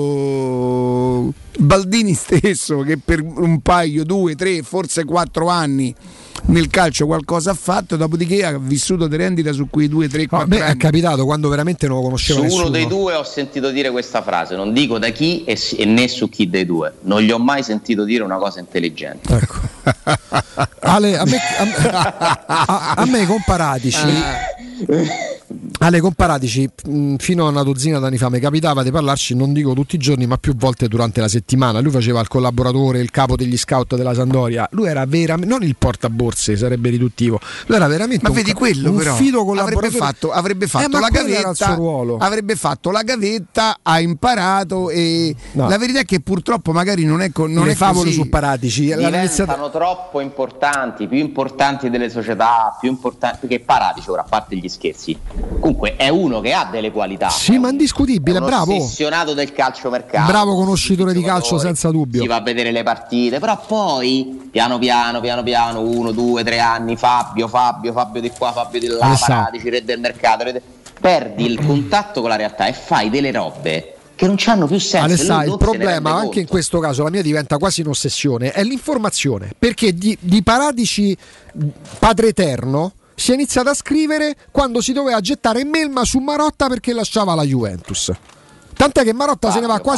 dietro Baldini stesso, che per un paio, 2, 3, forse 4 anni nel calcio qualcosa ha fatto, dopodiché ha vissuto di rendita su quei 2, 3, 4 anni. È capitato quando veramente non lo conoscevo nessuno. Uno dei due ho sentito dire questa frase, non dico da chi e né su chi dei due, non gli ho mai sentito dire una cosa intelligente. Ecco. Ale, a me con Paratici fino a una dozzina d'anni fa mi capitava di parlarci, non dico tutti i giorni, ma più volte durante la settimana. Lui faceva il collaboratore, il capo degli scout della Sampdoria. Lui era veramente, non il portaborse, sarebbe riduttivo, lui era veramente un fido collaboratore. Avrebbe fatto la gavetta, avrebbe fatto la gavetta, ha imparato, e la verità è che purtroppo magari non è favole su Paratici diventano troppo importanti, più importanti delle società, più importanti, perché Paratici, ora, a parte gli scherzi, comunque è uno che ha delle qualità, sì, ma indiscutibile, bravo, ossessionato del calciomercato, bravo conoscitore di calcio senza dubbio, si va a vedere le partite, però poi piano piano 1, 2, 3 anni Fabio di qua, Fabio di là, Paratici, re del mercato, perdi il contatto con la realtà e fai delle robe che non c'hanno più senso. Alessandro, il problema anche in questo caso, la mia diventa quasi un'ossessione, è l'informazione, perché di Paratici padre eterno si è iniziato a scrivere quando si doveva gettare melma su Marotta perché lasciava la Juventus. Tant'è che Marotta se ne va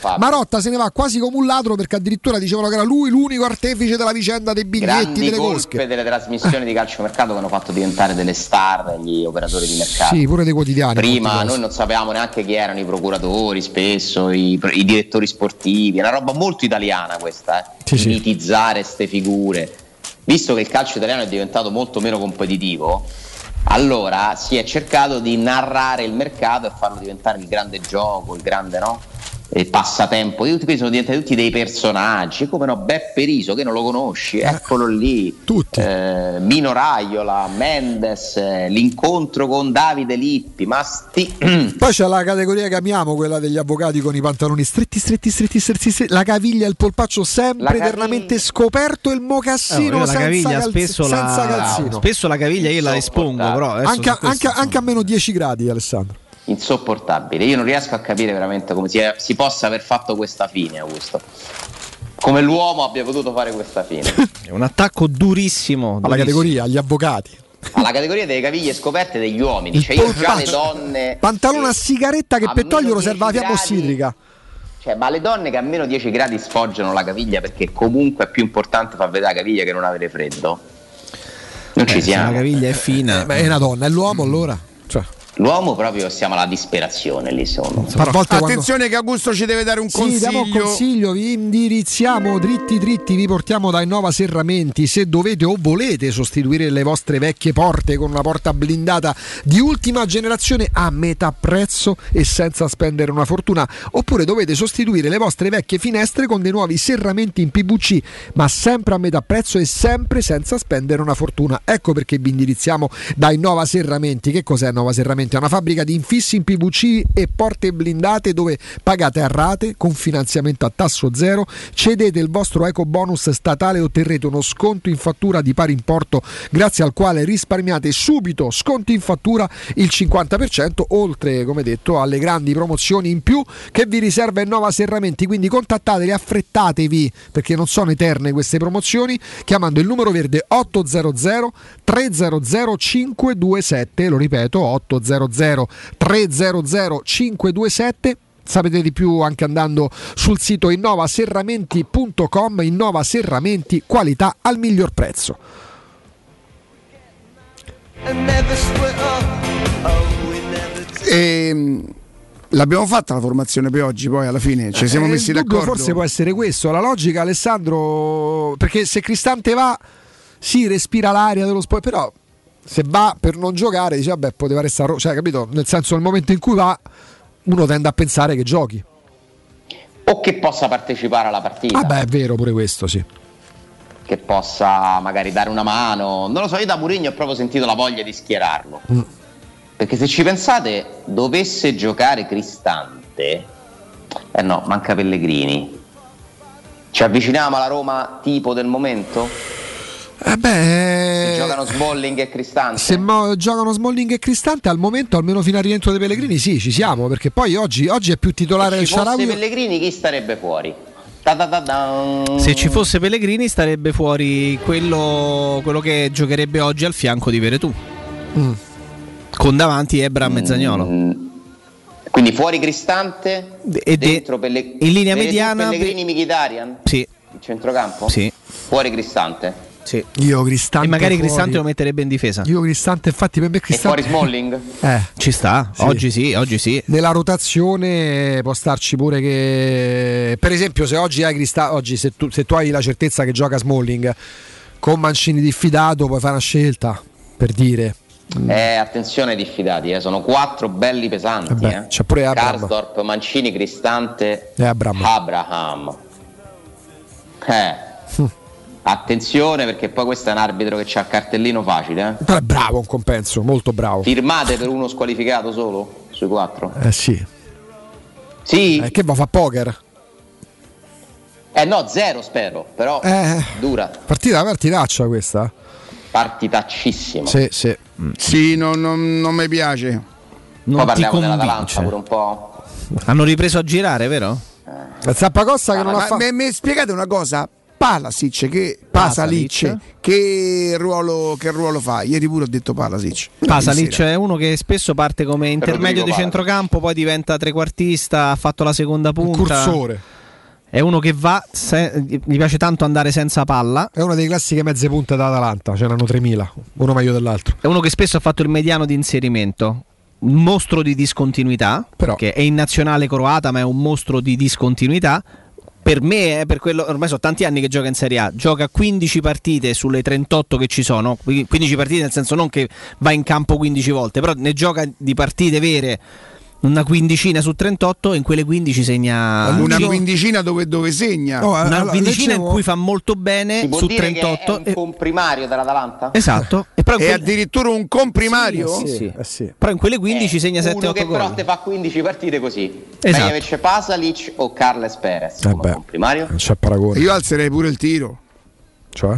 quasi come un ladro, perché addirittura dicevano che era lui l'unico artefice della vicenda dei biglietti, delle cosche, delle trasmissioni di calciomercato che hanno fatto diventare delle star gli operatori di mercato. Sì, pure dei quotidiani. Prima noi non sapevamo neanche chi erano i procuratori, spesso i direttori sportivi. È una roba molto italiana questa, mitizzare ste figure. Visto che il calcio italiano è diventato molto meno competitivo, allora si è cercato di narrare il mercato e farlo diventare il grande gioco, il grande il passatempo. Questi sono diventati tutti dei personaggi, come Beppe Riso, che non lo conosci, eccolo lì, tutti. Mino Raiola, Mendes, l'incontro con Davide Lippi, poi c'è la categoria che amiamo, quella degli avvocati con i pantaloni stretti, la caviglia e il polpaccio sempre eternamente scoperto, e il mocassino senza calzino. Spesso la caviglia io la espongo, però anche a meno 10 gradi, Alessandro. Insopportabile. Io non riesco a capire veramente come si possa aver fatto questa fine, Augusto. Come l'uomo abbia potuto fare questa fine. È un attacco durissimo alla categoria, agli avvocati. alla categoria delle caviglie scoperte degli uomini, cioè io già le donne pantalone a sigaretta che per toglierlo serve la fiamma ossidrica. Cioè, ma le donne che a meno 10 gradi sfoggiano la caviglia, perché comunque è più importante far vedere la caviglia che non avere freddo, non ci siamo. La caviglia è fina. È una donna, è l'uomo allora? Cioè. L'uomo proprio siamo alla disperazione, lì sono. Attenzione che Augusto ci deve dare un consiglio. Diamo un consiglio, vi indirizziamo dritti, vi portiamo da Innova Serramenti. Se dovete o volete sostituire le vostre vecchie porte con una porta blindata di ultima generazione a metà prezzo e senza spendere una fortuna, oppure dovete sostituire le vostre vecchie finestre con dei nuovi serramenti in PVC, ma sempre a metà prezzo e sempre senza spendere una fortuna. Ecco perché vi indirizziamo da Innova Serramenti. Che cos'è Innova Serramenti? È una fabbrica di infissi in PVC e porte blindate dove pagate a rate con finanziamento a tasso zero, cedete il vostro eco bonus statale e otterrete uno sconto in fattura di pari importo, grazie al quale risparmiate subito sconti in fattura il 50%, oltre, come detto, alle grandi promozioni in più che vi riserva Innova Serramenti. Quindi contattateli, affrettatevi perché non sono eterne queste promozioni, chiamando il numero verde 800 300 527, lo ripeto 800 300 527. Sapete di più anche andando sul sito innovaserramenti.com. Innova Serramenti, qualità al miglior prezzo. L'abbiamo fatta la formazione per oggi, poi alla fine ci siamo messi d'accordo. Forse può essere questo la logica, Alessandro, perché se Cristante va si respira l'aria dello sport, però se va per non giocare dice vabbè poteva restare, cioè capito, nel senso nel momento in cui va uno tende a pensare che giochi o che possa partecipare alla partita. Beh, è vero pure questo, sì, che possa magari dare una mano, non lo so. Io da Mourinho ho proprio sentito la voglia di schierarlo, perché se ci pensate dovesse giocare Cristante, no, manca Pellegrini, ci avviciniamo alla Roma tipo del momento? Se giocano Smalling e Cristante, giocano Smalling e Cristante al momento, almeno fino al rientro dei Pellegrini, sì, ci siamo, perché poi oggi è più titolare del Shaarawy. Se Pellegrini chi starebbe fuori? Se ci fosse Pellegrini starebbe fuori quello che giocherebbe oggi al fianco di Veretù, con davanti Ebram e Zaniolo. Quindi fuori Cristante e dentro in linea mediana Pellegrini, Mkhitaryan. Sì. Il centrocampo? Sì. Fuori Cristante. Sì. Io Cristante e magari fuori. Cristante lo metterebbe in difesa. Io Cristante, infatti per me Cristante. E fuori Smalling? Ci sta, sì. Oggi sì. Nella rotazione può starci pure che, per esempio, se oggi hai Cristante, oggi se tu hai la certezza che gioca Smalling con Mancini diffidato, puoi fare una scelta, per dire. Attenzione ai diffidati, sono 4 belli pesanti. C'è pure Abraham. Karsdorp, Mancini, Cristante e Abraham. Attenzione, perché poi questo è un arbitro che c'ha il cartellino facile. Però è bravo, un compenso, molto bravo. Firmate per uno squalificato solo sui 4? Sì. Che va a fa poker? No, 0 spero, però dura. Partitaccia questa. Partitaccissima. Sì, non mi piace. Poi parliamo dell'Atalanta pure un po'. Hanno ripreso a girare, vero? Zappacosta che non ha fatto. Mi spiegate una cosa? Pasalic che ruolo fa? Ieri pure ho detto Pasalic. Pasalic è uno che spesso parte come intermedio di centrocampo, poi diventa trequartista, ha fatto la seconda punta. Un cursore. È uno che gli piace tanto andare senza palla. È una delle classiche mezze punte dall'Atalanta, ce n'hanno 3.000, uno meglio dell'altro. È uno che spesso ha fatto il mediano di inserimento, un mostro di discontinuità, perché è in nazionale croata ma è un mostro di discontinuità. Per me, per quello, ormai sono tanti anni che gioca in Serie A, gioca 15 partite sulle 38 che ci sono, 15 partite nel senso non che va in campo 15 volte, però ne gioca di partite vere una quindicina su 38 e in quelle 15 segna una quindicina dove segna una quindicina in cui fa molto bene su 38. È un comprimario dell'Atalanta? Esatto. E addirittura un comprimario? Sì. Però in quelle 15 segna 7-8 gol. Che però te fa 15 partite così. Esatto. Meglio invece Pasalic o Carles Perez come comprimario? Non c'è paragone. Io alzerei pure il tiro. Cioè?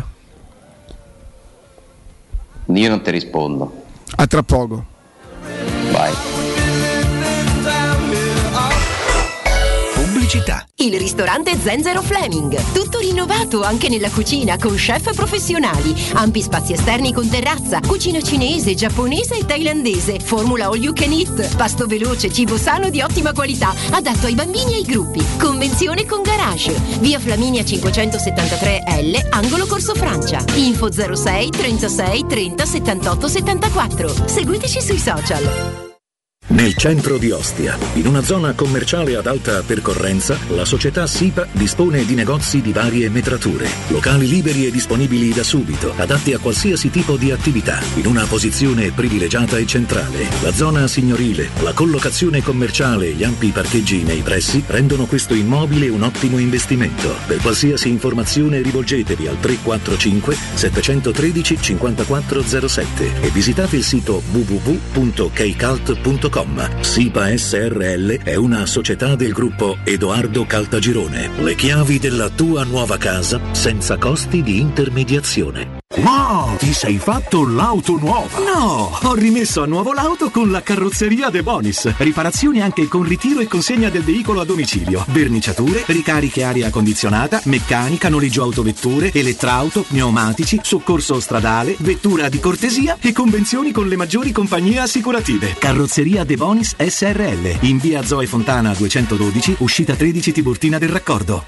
Io non ti rispondo. A tra poco. Vai. pubblicità. Il ristorante Zenzero Fleming, tutto rinnovato anche nella cucina con chef professionali, ampi spazi esterni con terrazza, cucina cinese, giapponese e thailandese, formula all you can eat, pasto veloce, cibo sano di ottima qualità, adatto ai bambini e ai gruppi. Convenzione con garage. Via Flaminia 573L, angolo Corso Francia. Info 06 36 30 78 74. Seguiteci sui social. Nel centro di Ostia, in una zona commerciale ad alta percorrenza, la società SIPA dispone di negozi di varie metrature, locali liberi e disponibili da subito, adatti a qualsiasi tipo di attività, in una posizione privilegiata e centrale. La zona signorile, la collocazione commerciale e gli ampi parcheggi nei pressi rendono questo immobile un ottimo investimento. Per qualsiasi informazione rivolgetevi al 345 713 5407 e visitate il sito www.keicalt.com. SIPA SRL è una società del gruppo Edoardo Caltagirone. Le chiavi della tua nuova casa senza costi di intermediazione. Ma ti sei fatto l'auto nuova? No, ho rimesso a nuovo l'auto con la carrozzeria De Bonis. Riparazioni anche con ritiro e consegna del veicolo a domicilio, verniciature, ricariche aria condizionata, meccanica, noleggio autovetture, elettrauto, pneumatici, soccorso stradale, vettura di cortesia e convenzioni con le maggiori compagnie assicurative. Carrozzeria De Bonis SRL, in via Zoe Fontana 212, uscita 13 Tiburtina del Raccordo.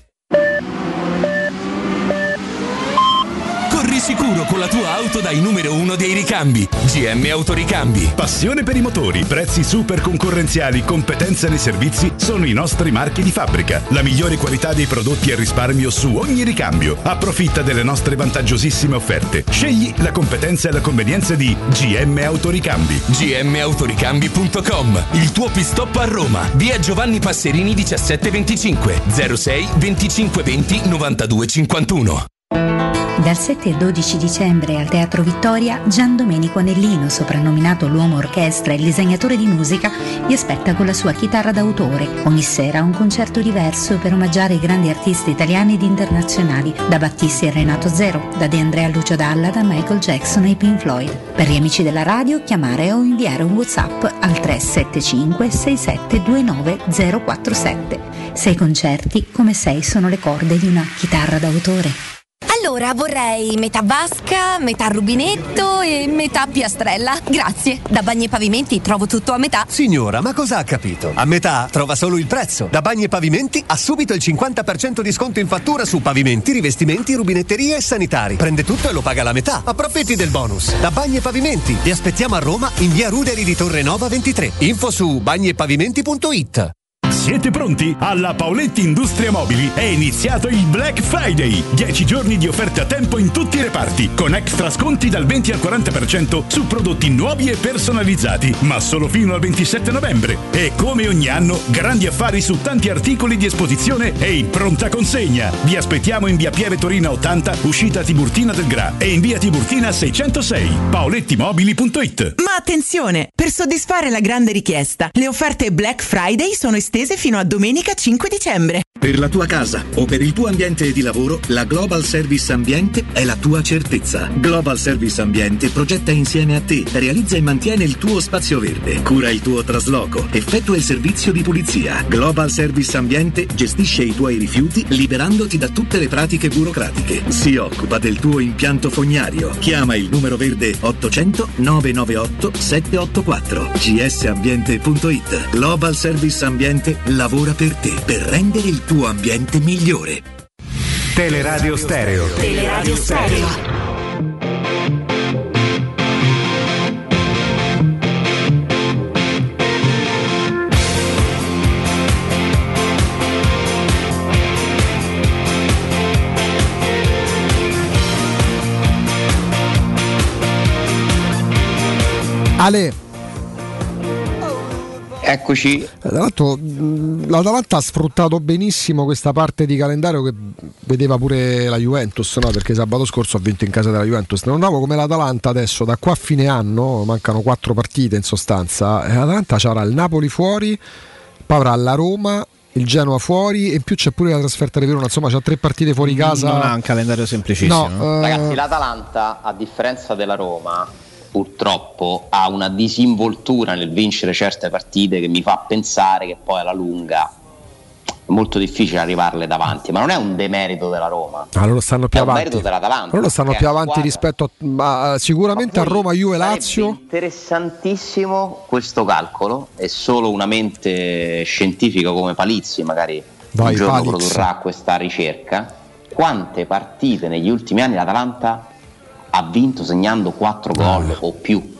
Corri sicuro con la tua auto dai numero 1 dei ricambi. GM Autoricambi. Passione per i motori, prezzi super concorrenziali, competenza nei servizi sono i nostri marchi di fabbrica. La migliore qualità dei prodotti e risparmio su ogni ricambio. Approfitta delle nostre vantaggiosissime offerte. Scegli la competenza e la convenienza di GM Autoricambi. gmautoricambi.com. Il tuo pit-stop a Roma. Via Giovanni Passerini 1725 06 25 20 92 51. Dal 7 al 12 dicembre al Teatro Vittoria, Gian Domenico Nellino, soprannominato l'uomo orchestra e il disegnatore di musica, vi aspetta con la sua chitarra d'autore. Ogni sera un concerto diverso per omaggiare i grandi artisti italiani ed internazionali, da Battisti e Renato Zero, da De Andrea a Lucio Dalla, da Michael Jackson ai Pink Floyd. Per gli amici della radio, chiamare o inviare un WhatsApp al 375 6729 047. 6 concerti, come 6 sono le corde di una chitarra d'autore. Allora vorrei metà vasca, metà rubinetto e metà piastrella. Grazie. Da Bagni e Pavimenti trovo tutto a metà. Signora, ma cosa ha capito? A metà trova solo il prezzo. Da Bagni e Pavimenti ha subito il 50% di sconto in fattura su pavimenti, rivestimenti, rubinetterie e sanitari. Prende tutto e lo paga la metà. Approfitti del bonus. Da Bagni e Pavimenti. Vi aspettiamo a Roma in via Ruderi di Torrenova 23. Info su bagniepavimenti.it. Siete pronti? Alla Paoletti Industria Mobili è iniziato il Black Friday. 10 giorni di offerte a tempo in tutti i reparti, con extra sconti dal 20 al 40% su prodotti nuovi e personalizzati, ma solo fino al 27 novembre. E come ogni anno, grandi affari su tanti articoli di esposizione e in pronta consegna. Vi aspettiamo in via Pieve Torina 80, uscita Tiburtina del Gra, e in via Tiburtina 606. paolettimobili.it. Ma attenzione! Per soddisfare la grande richiesta, le offerte Black Friday sono estese fino a domenica 5 dicembre. Per la tua casa o per il tuo ambiente di lavoro, la Global Service Ambiente è la tua certezza. Global Service Ambiente progetta insieme a te, realizza e mantiene il tuo spazio verde, cura il tuo trasloco, effettua il servizio di pulizia. Global Service Ambiente gestisce i tuoi rifiuti liberandoti da tutte le pratiche burocratiche. Si occupa del tuo impianto fognario. Chiama il numero verde 800 998 784. gsambiente.it. Global Service Ambiente lavora per te, per rendere il tuo ambiente migliore. Teleradio Stereo. Teleradio Stereo. Ale. Eccoci. Tra l'altro l'Atalanta ha sfruttato benissimo questa parte di calendario che vedeva pure la Juventus, no? Perché sabato scorso ha vinto in casa della Juventus. Non notavo come l'Atalanta adesso, da qua a fine anno, mancano 4 partite in sostanza, l'Atalanta avrà il Napoli fuori, poi avrà la Roma, il Genoa fuori e in più c'è pure la trasferta di Verona, insomma c'ha 3 partite fuori casa. Non ha un calendario semplicissimo. No, ragazzi, l'Atalanta, a differenza della Roma, purtroppo ha una disinvoltura nel vincere certe partite che mi fa pensare che poi alla lunga molto difficile arrivarle davanti, ma non è un demerito della Roma. Loro stanno più avanti. È un merito dell'Atalanta. Loro stanno più avanti rispetto sicuramente a Roma, Juve, Lazio. Interessantissimo questo calcolo, è solo una mente scientifica come Palizzi magari un giorno produrrà questa ricerca. Quante partite negli ultimi anni l'Atalanta ha vinto segnando 4 gol o più?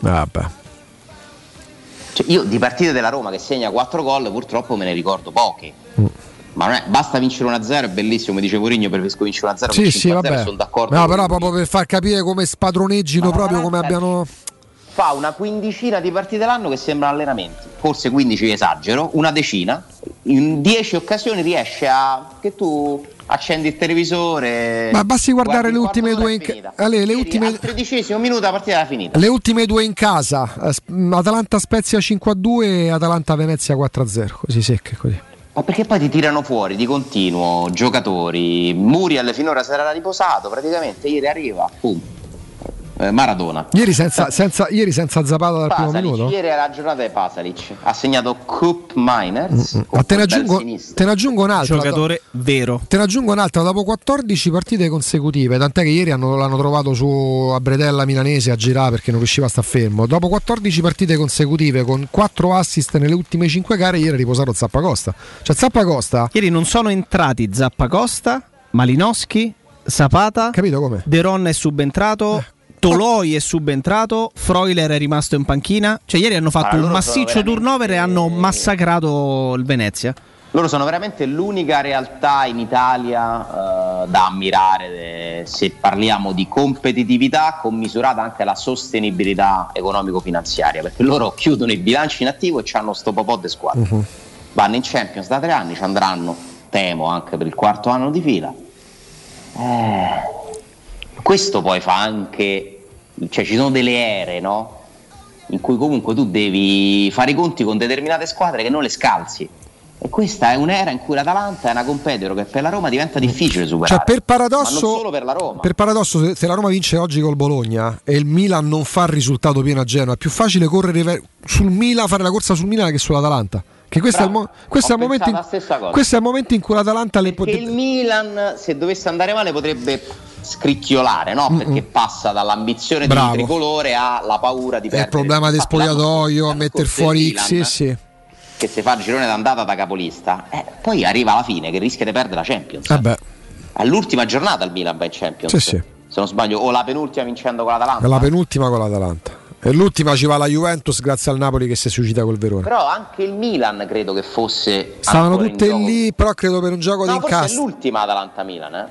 Cioè, io di partite della Roma che segna 4 gol purtroppo me ne ricordo poche. Ma non è, basta vincere 1-0, è bellissimo, come dice Mourinho, preferisco vincere 1-0 sì, vabbè. Sono d'accordo. No, però proprio per far capire come spadroneggino, proprio come abbiano. Fa una quindicina di partite l'anno che sembrano allenamenti, forse 15 esagero, una decina, in 10 occasioni riesce a che tu accendi il televisore. Ma basti guardare le ultime due al 13° minuto la partita era finita. Le ultime due in casa, Atalanta Spezia 5-2 e Atalanta Venezia 4-0, così secche così. Ma perché poi ti tirano fuori di continuo giocatori. Muriel finora si era riposato, praticamente ieri arriva, pum. Maradona. Ieri senza Zapata dal Pasalic, primo minuto. Ieri era la giornata di Pasalic. Ha segnato Coop Miners. Ma te ne aggiungo un'altra. Giocatore vero. Te ne aggiungo un'altra dopo 14 partite consecutive. Tant'è che ieri l'hanno trovato a Bretella Milanese a girare perché non riusciva a star fermo. Dopo 14 partite consecutive con 4 assist nelle ultime 5 gare, ieri ha riposato Zappacosta. Cioè Zappacosta. Ieri non sono entrati Zappacosta, Malinowski, Zapata. Capito come? De Ron è subentrato. Toloi è subentrato, Freuler è rimasto in panchina. Cioè ieri hanno fatto un massiccio turnover e hanno massacrato il Venezia. Loro sono veramente l'unica realtà in Italia da ammirare se parliamo di competitività commisurata anche alla sostenibilità economico-finanziaria, perché loro chiudono i bilanci in attivo e hanno sto popò di squadra. Vanno in Champions da 3 anni, ci andranno, temo, anche per il 4º anno di fila. Questo poi fa anche, cioè ci sono delle ere, no? In cui comunque tu devi fare i conti con determinate squadre che non le scalzi. E questa è un'era in cui l'Atalanta è una competitor che per la Roma diventa difficile superare. Cioè per paradosso, ma non solo per la Roma. Per paradosso, se la Roma vince oggi col Bologna e il Milan non fa il risultato pieno a Genoa, è più facile correre sul Milan, fare la corsa sul Milan che sull'Atalanta. Che questo è il momento in cui l'Atalanta perché il Milan, se dovesse andare male, potrebbe scricchiolare, no? Perché passa dall'ambizione del tricolore alla paura di perdere. È il problema del spogliatoio, mettere fuori X, sì. Che se fa il girone d'andata da capolista, poi arriva alla fine che rischia di perdere la Champions. All'ultima giornata il Milan va in Champions. Sì. Se non sbaglio, o la penultima vincendo con l'Atalanta. La penultima con l'Atalanta. E l'ultima ci va la Juventus grazie al Napoli che si è suicida col Verona. Però anche il Milan credo che fosse. Stavano tutte lì, però credo per un gioco di incastro. È l'ultima Atalanta-Milan,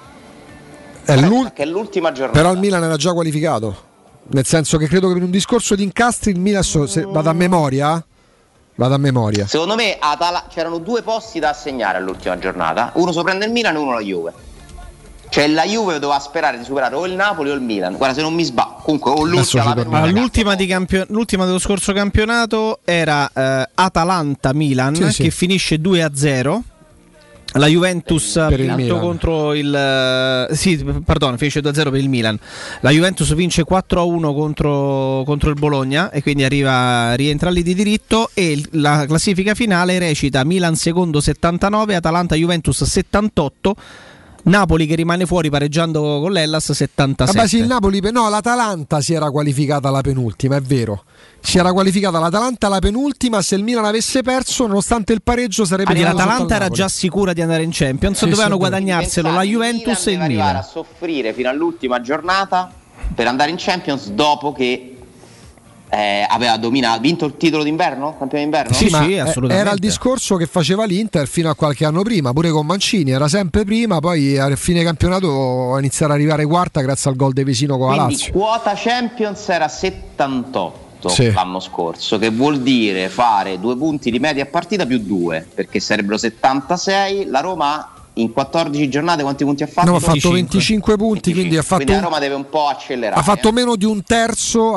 che è l'ultima giornata. Però il Milan era già qualificato. Nel senso che credo che per un discorso di incastri il Milan, se vado a memoria. Secondo me c'erano 2 posti da assegnare all'ultima giornata. Uno so prende il Milan e uno la Juve. Cioè la Juve doveva sperare di superare o il Napoli o il Milan. Guarda, se non mi sbaglio, comunque o l'ultima dello scorso campionato era Atalanta-Milan che finisce 2-0. La Juventus ha vinto contro finisce 2-0 per il Milan. La Juventus vince 4-1 contro il Bologna e quindi rientra lì di diritto, e la classifica finale recita Milan secondo 79, Atalanta Juventus 78, Napoli che rimane fuori pareggiando con l'Hellas 77. Vabbè, sì, il Napoli, no, l'Atalanta si era qualificata alla penultima, è vero. Si era qualificata l'Atalanta alla penultima, se il Milan avesse perso, nonostante il pareggio sarebbe l'Atalanta era già sicura di andare in Champions, dovevano guadagnarselo la Juventus e il Milan. Arrivare a soffrire fino all'ultima giornata per andare in Champions dopo che aveva vinto il titolo d'inverno, campione d'inverno? Sì, assolutamente. Era il discorso che faceva l'Inter fino a qualche anno prima, pure con Mancini, era sempre prima, poi a fine campionato iniziare ad arrivare quarta grazie al gol de Vesino con la Lazio. Quota Champions era 78 l'anno scorso, che vuol dire fare 2 punti di media partita più 2, perché sarebbero 76. La Roma in 14 giornate quanti punti ha fatto? No, ha fatto 25 punti, quindi la Roma deve un po' accelerare. Ha fatto meno di un terzo,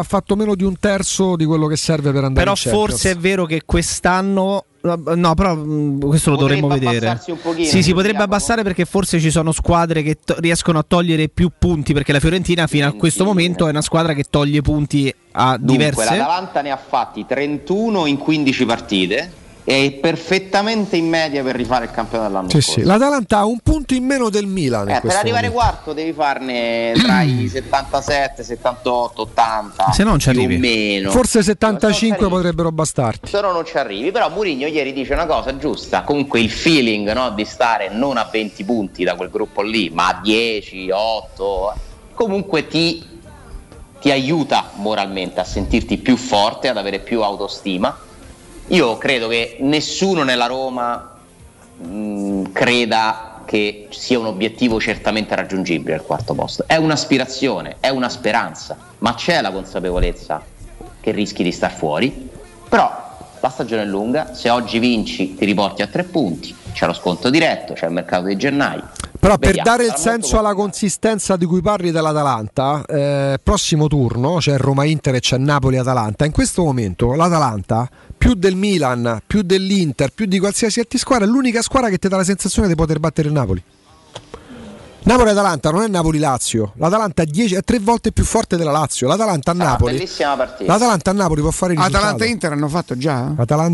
di quello che serve per andare in Champions. Però forse è vero che quest'anno però questo lo dovremmo vedere. Si potrebbe abbassare, perché forse ci sono squadre che riescono a togliere più punti, perché la Fiorentina fino a questo momento è una squadra che toglie punti a diverse. L'Atalanta ne ha fatti 31 in 15 partite. è perfettamente in media per rifare il campionato dell'anno scorso. Sì. L'Atalanta ha un punto in meno del Milan. Per arrivare quarto devi farne tra i 77, 78, 80. Se non ci arrivi. Più o meno. Forse 75 potrebbero bastarti. Se no non ci arrivi. Però Mourinho ieri dice una cosa giusta. Comunque il feeling, no, di stare non a 20 punti da quel gruppo lì, ma a 10, 8, comunque ti aiuta moralmente a sentirti più forte, ad avere più autostima. Io credo che nessuno nella Roma creda che sia un obiettivo certamente raggiungibile il quarto posto. È un'aspirazione, è una speranza, ma c'è la consapevolezza che rischi di star fuori. Però la stagione è lunga, se oggi vinci ti riporti a 3 punti, c'è lo sconto diretto, c'è il mercato di gennaio. Però per dare il senso alla consistenza di cui parli dell'Atalanta, prossimo turno c'è Roma-Inter e c'è Napoli-Atalanta. In questo momento l'Atalanta, più del Milan, più dell'Inter, più di qualsiasi altra squadra, è l'unica squadra che ti dà la sensazione di poter battere il Napoli. Napoli-Atalanta non è Napoli-Lazio. L'Atalanta è 3 volte più forte della Lazio. L'Atalanta a Napoli. Bellissima partita. L'Atalanta a Napoli può fare il risultato. Atalanta-Inter hanno fatto già?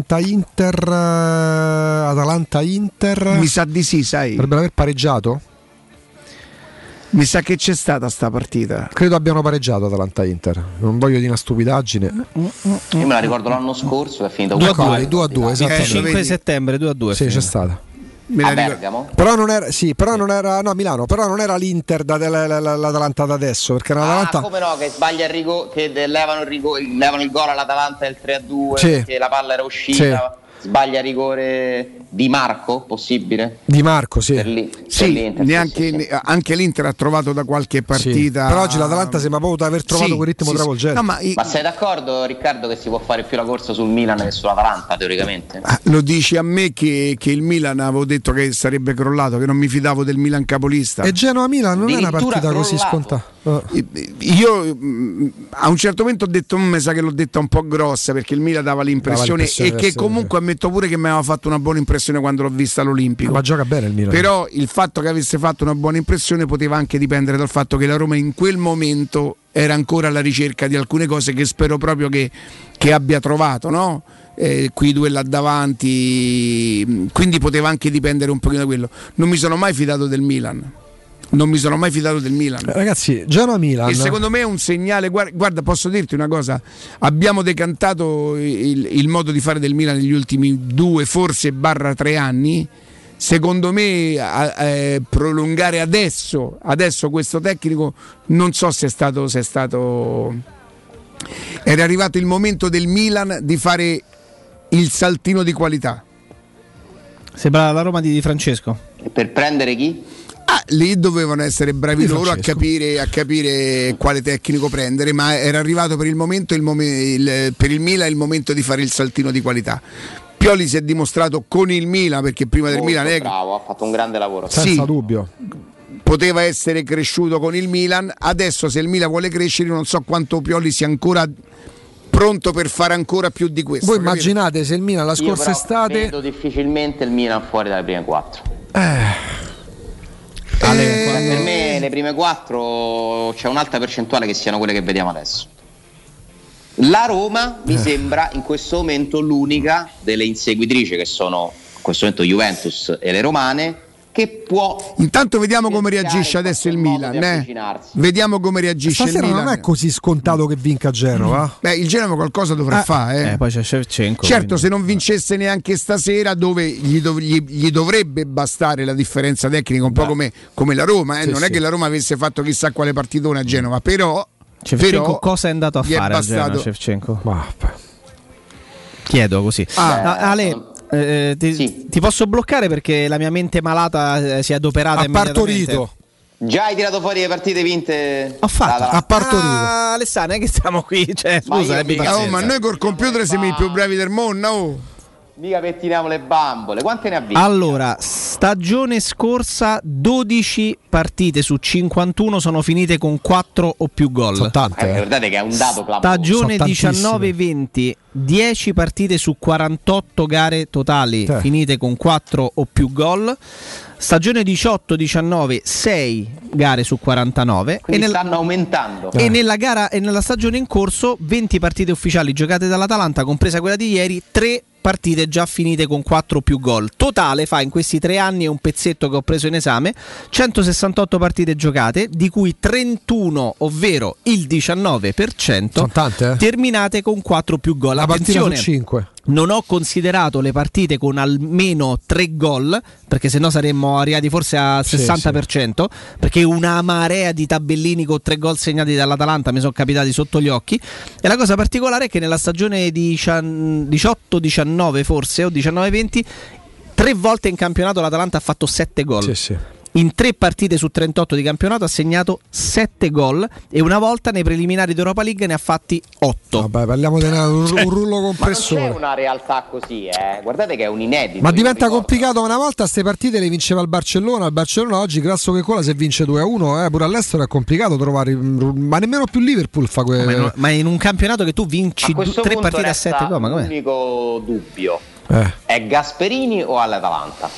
Atalanta-Inter. Mi sa di sì, sai. Dovrebbero aver pareggiato. Mi sa che c'è stata sta partita. Credo abbiano pareggiato Atalanta-Inter. Non voglio dire una stupidaggine. Io me la ricordo l'anno scorso, è finita 2-2, esattamente. 5 settembre 2-2. Sì, c'è stata. A Bergamo? Però non era, no, Milano, però non era l'Inter l'Atalanta da adesso, perché l'Atalanta come no, che sbaglia il rigore, che levano il gol all'Atalanta del 3-2, sì, perché la palla era uscita. Sì. Sbaglia il rigore Di Marco, possibile? Di Marco, sì. Anche l'Inter ha trovato da qualche partita. Sì. Però oggi l'Atalanta sembra proprio aver trovato quel ritmo travolgente. No, ma sei d'accordo, Riccardo, che si può fare più la corsa sul Milan che sull'Atalanta, teoricamente? Lo dici a me che il Milan avevo detto che sarebbe crollato, che non mi fidavo del Milan capolista. E Genoa-Milan non è una partita così scontata. Io a un certo momento ho detto, mi sa che l'ho detta un po' grossa, perché il Milan dava l'impressione e che comunque ammetto pure che mi aveva fatto una buona impressione quando l'ho vista all'Olimpico. Ma gioca bene il Milan. Però il fatto che avesse fatto una buona impressione poteva anche dipendere dal fatto che la Roma in quel momento era ancora alla ricerca di alcune cose che spero proprio che abbia trovato, no? Qui due là davanti, quindi poteva anche dipendere un pochino da quello. Non mi sono mai fidato del Milan. Ragazzi, Genoa-Milan, e secondo me è un segnale. Guarda, posso dirti una cosa: abbiamo decantato il modo di fare del Milan negli ultimi 2 forse /3 anni. Secondo me prolungare adesso questo tecnico, non so se è stato era arrivato il momento del Milan di fare il saltino di qualità. Sembra la Roma di Francesco. E per prendere chi? Lì dovevano essere bravi loro a capire quale tecnico prendere, ma era arrivato per il momento per il Milan il momento di fare il saltino di qualità. Pioli si è dimostrato con il Milan, perché prima del Milan bravo, ha fatto un grande lavoro. Senza dubbio. Poteva essere cresciuto con il Milan. Adesso, se il Milan vuole crescere, non so quanto Pioli sia ancora pronto per fare ancora più di questo. Voi immaginate se il Milan la scorsa estate, vedo difficilmente il Milan fuori dalle prime 4. Per me le prime 4 c'è un'alta percentuale che siano quelle che vediamo adesso. La Roma mi sembra in questo momento l'unica delle inseguitrici, che sono in questo momento Juventus e le romane, che può. Intanto vediamo come reagisce adesso il Milan. Vediamo come reagisce stasera il Milan. Non è così scontato che vinca Genova. Il Genova qualcosa dovrà fare. Poi c'è Shevchenko. Certo, quindi, se non vincesse neanche stasera, dove gli dovrebbe bastare la differenza tecnica, un po' come la Roma. Non è che la Roma avesse fatto chissà quale partitone a Genova, però Shevchenko cosa è andato a fare a Genova, Shevchenko? Chiedo così. Ale, ti posso bloccare perché la mia mente malata si è adoperata. Ha partorito. Già hai tirato fuori le partite vinte? Ho fatto. Ha partorito. Alessandro, è che stiamo qui. Scusa, ma noi col computer siamo i più bravi del mondo. Mica pettiniamo le bambole. Quante ne ha vinte? Allora, stagione scorsa 12 partite su 51 sono finite con 4 o più gol. Sono tante. Guardate che è un dato clamoroso. Stagione 19-20 10 partite su 48 gare totali finite con 4 o più gol. Stagione 18-19 6 gare su 49. Quindi stanno aumentando. E nella stagione in corso 20 partite ufficiali giocate dall'Atalanta, compresa quella di ieri, 3 partite già finite con 4 o più gol. Totale fa in questi 3 anni, è un pezzetto che ho preso in esame, 168 partite giocate, di cui 31, ovvero il 19%, tante, terminate con 4 o più gol. La partita su Attenzione, 5. non ho considerato le partite con almeno 3 gol, perché sennò saremmo arrivati forse al 60%, perché una marea di tabellini con 3 gol segnati dall'Atalanta mi sono capitati sotto gli occhi. E la cosa particolare è che nella stagione 18-19 forse, o 19-20, 3 volte in campionato l'Atalanta ha fatto 7 gol. In 3 partite su 38 di campionato ha segnato 7 gol e una volta nei preliminari d'Europa League ne ha fatti 8. Vabbè, parliamo di un rullo compressore. Ma non c'è una realtà così, guardate che è un inedito. Ma diventa complicato. Una volta queste partite le vinceva il Barcellona oggi grasso che cola se vince 2-1, pure all'estero è complicato trovare, ma nemmeno più Liverpool fa ma in un campionato che tu vinci 3 partite a 7 gol, ma com'è? L'unico dubbio è Gasperini o all'Atalanta?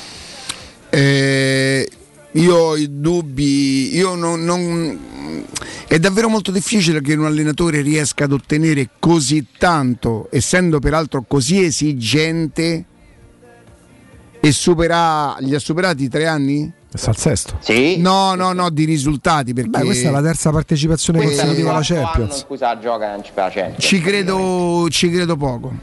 Io ho i dubbi, è davvero molto difficile che un allenatore riesca ad ottenere così tanto, essendo peraltro così esigente, e gli ha superati 3 anni? Sta al sesto. Sì. No, di risultati, perché questa è la terza partecipazione consecutiva alla Champions. In cui la gioca non ci fa la Champions. Ci credo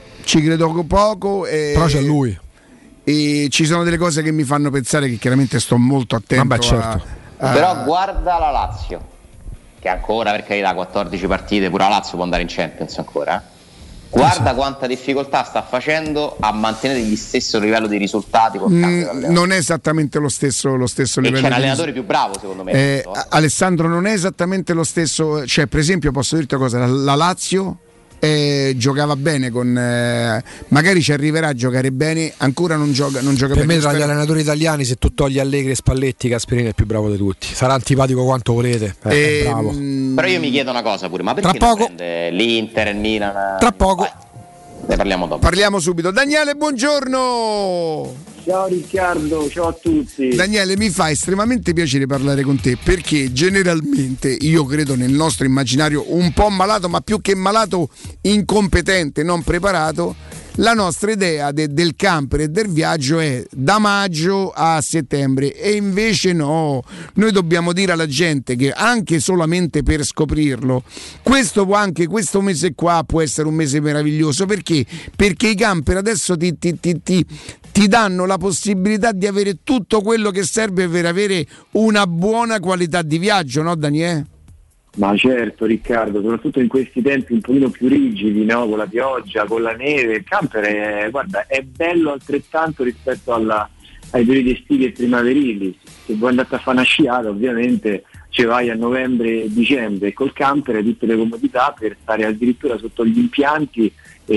poco. Però c'è lui. E ci sono delle cose che mi fanno pensare che chiaramente sto molto attento. Vabbè, certo. Però guarda la Lazio, che ancora, per carità, 14 partite, pure la Lazio può andare in Champions ancora. Guarda quanta difficoltà sta facendo a mantenere gli stesso livello di risultati col cambio. Non è esattamente lo stesso livello. E c'è un allenatore più bravo, secondo me. Alessandro, non è esattamente lo stesso. Cioè, per esempio, posso dirti una cosa: la Lazio giocava bene magari ci arriverà a giocare bene, ancora non gioca per bene. Me tra gli allenatori italiani, se tu togli Allegri e Spalletti, Gasperini è il più bravo di tutti. Sarà antipatico quanto volete, è bravo. Però io mi chiedo una cosa pure, ma perché non prende l'Inter e il Milan? Tra poco. Ne parliamo dopo. Parliamo subito. Daniele, buongiorno. Ciao Riccardo, ciao a tutti. Daniele, mi fa estremamente piacere parlare con te, perché generalmente io credo nel nostro immaginario un po' malato, ma più che malato incompetente, non preparato, la nostra idea del camper e del viaggio è da maggio a settembre, e invece no, noi dobbiamo dire alla gente che anche solamente per scoprirlo, questo mese qua può essere un mese meraviglioso. Perché i camper adesso ti danno la possibilità di avere tutto quello che serve per avere una buona qualità di viaggio, no Daniele? Ma certo Riccardo, soprattutto in questi tempi un pochino più rigidi, no? Con la pioggia, con la neve, il camper è bello altrettanto rispetto ai periodi estivi e primaverili. Se vuoi andare a fare una sciata, ovviamente ci vai a novembre e dicembre, col camper hai tutte le comodità per stare addirittura sotto gli impianti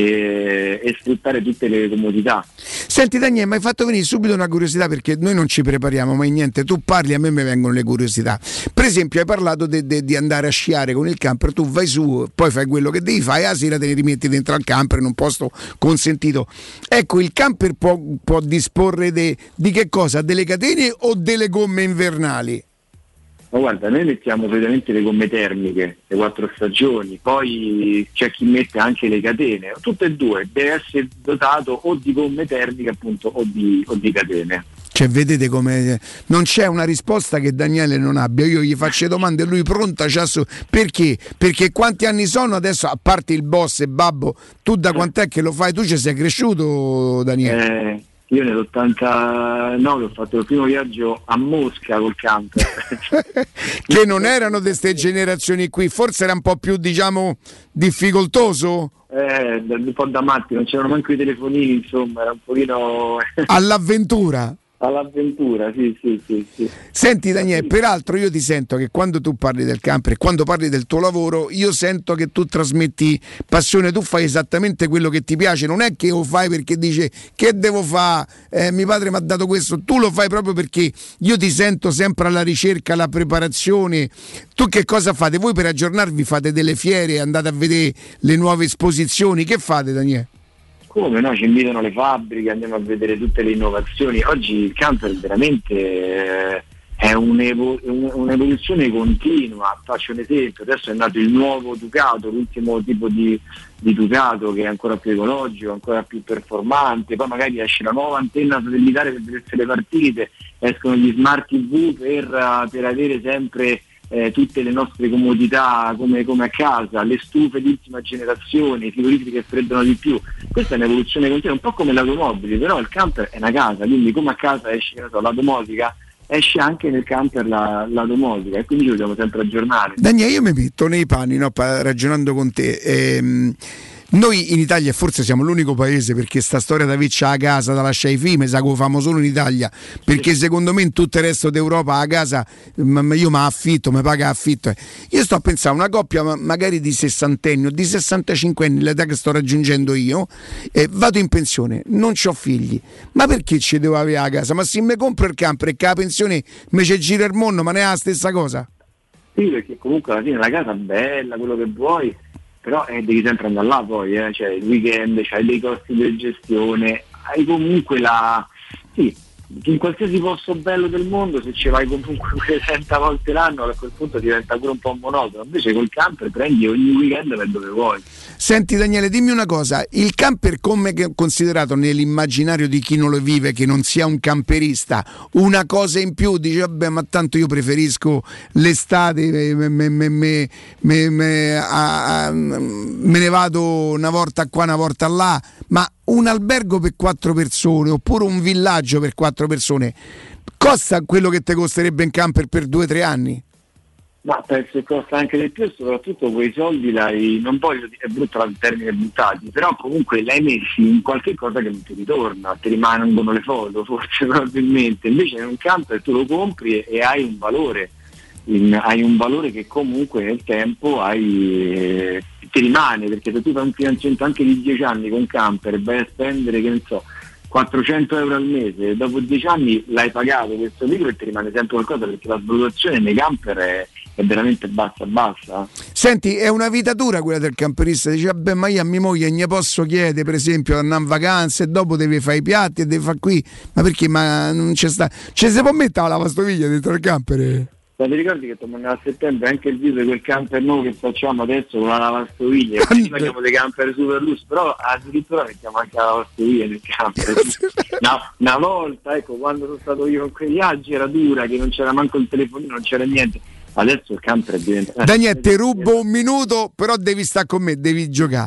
e sfruttare tutte le comodità. Senti Daniele, mi hai fatto venire subito una curiosità, perché noi non ci prepariamo mai niente, tu parli, a me mi vengono le curiosità. Per esempio hai parlato di andare a sciare con il camper, tu vai su, poi fai quello che devi fare, la sera te ne rimetti dentro al camper in un posto consentito. Ecco, il camper può disporre di che cosa? Delle catene o delle gomme invernali? Ma guarda, noi mettiamo solitamente le gomme termiche, le 4 stagioni, poi c'è chi mette anche le catene, tutte e due, deve essere dotato o di gomme termiche appunto o di catene. Cioè, vedete come non c'è una risposta che Daniele non abbia. Io gli faccio domande e lui pronta perché? Perché quanti anni sono adesso, a parte il boss e Babbo, tu da quant'è che lo fai? Tu ci sei cresciuto, Daniele? Io nell'89 ho fatto il primo viaggio a Mosca col camper. Che non erano di queste generazioni qui, forse era un po' più, diciamo, difficoltoso? Un po' da matti, non c'erano manco i telefonini, insomma, era un pochino... All'avventura? All'avventura, sì. Senti Daniele, peraltro io ti sento che quando tu parli del camper e quando parli del tuo lavoro, io sento che tu trasmetti passione, tu fai esattamente quello che ti piace, non è che lo fai perché dici che devo fare, mio padre mi ha dato questo, tu lo fai proprio perché io ti sento sempre alla ricerca, alla preparazione. Tu che cosa fate? Voi per aggiornarvi fate delle fiere, andate a vedere le nuove esposizioni, che fate Daniele? Come no, ci invitano le fabbriche, andiamo a vedere tutte le innovazioni. Oggi il camper veramente è è un'evoluzione continua. Faccio un esempio: adesso è nato il nuovo Ducato, l'ultimo tipo di Ducato, che è ancora più ecologico, ancora più performante. Poi magari esce la nuova antenna satellitare per vedersi le partite, escono gli smart TV per avere sempre tutte le nostre comodità come a casa, le stufe di ultima generazione, i frigoriferi che freddano di più. Questa è un'evoluzione continua, un po' come l'automobile, però il camper è una casa, quindi come a casa esce la domotica, esce anche nel camper la domotica, e quindi ci dobbiamo sempre aggiornare. Daniele, io mi metto nei panni, no, ragionando con te. Noi in Italia forse siamo l'unico paese, perché sta storia da vecchia a casa, da lasciare i figli, mi sa che lo famo solo in Italia, perché secondo me in tutto il resto d'Europa a casa io mi affitto, mi paga affitto. Io sto a pensare a una coppia magari di 60enni o di 65 anni, l'età che sto raggiungendo io, vado in pensione, non c'ho figli, ma perché ci devo avere a casa? Ma se mi compro il camper e che la pensione mi ci gira il mondo, ma ne è la stessa cosa? Sì, perché comunque alla fine la casa è bella, quello che vuoi, però devi sempre andare là poi, cioè il weekend, c'hai dei costi di gestione, hai comunque sì, in qualsiasi posto bello del mondo, se ci vai comunque 30 volte l'anno, a quel punto diventa pure un po' monotono. Invece col camper prendi ogni weekend per dove vuoi. Senti Daniele, dimmi una cosa, il camper come considerato nell'immaginario di chi non lo vive, che non sia un camperista, una cosa in più, dice vabbè, ma tanto io preferisco l'estate, me ne vado una volta qua, una volta là, ma un albergo per 4 persone oppure un villaggio per 4 persone costa quello che ti costerebbe in camper per 2 o 3 anni? Ma penso che costa anche di più, soprattutto quei soldi non voglio dire, è brutto il termine buttati, però comunque l'hai messi in qualche cosa che non ti ritorna, ti rimangono le foto forse probabilmente. Invece in un camper tu lo compri e hai un valore, hai un valore che comunque nel tempo ti rimane, perché se tu fai un finanziamento anche di 10 anni con camper e vai a spendere, che ne so, 400 euro al mese, dopo 10 anni l'hai pagato questo libro e ti rimane sempre qualcosa, perché la svalutazione nei camper è veramente bassa. Senti, è una vita dura quella del camperista, dice vabbè, ma io a mia moglie ne posso chiedere per esempio di andare in vacanza e dopo deve fare i piatti e deve fare qui, ma perché? Ma non c'è sta, ci si può mettere la lavastoviglie dentro il camper? Ma ti ricordi che a settembre anche il video di quel camper nuovo che facciamo adesso con la lavastoviglie? Noi facciamo dei camper super lusso, però addirittura mettiamo anche la lavastoviglie nel camper. Una volta, ecco, quando sono stato io in quei viaggi era dura, che non c'era manco il telefonino, non c'era niente. Adesso il camper è diventato... Daniele, ti rubo un minuto, però devi stare con me, devi giocare.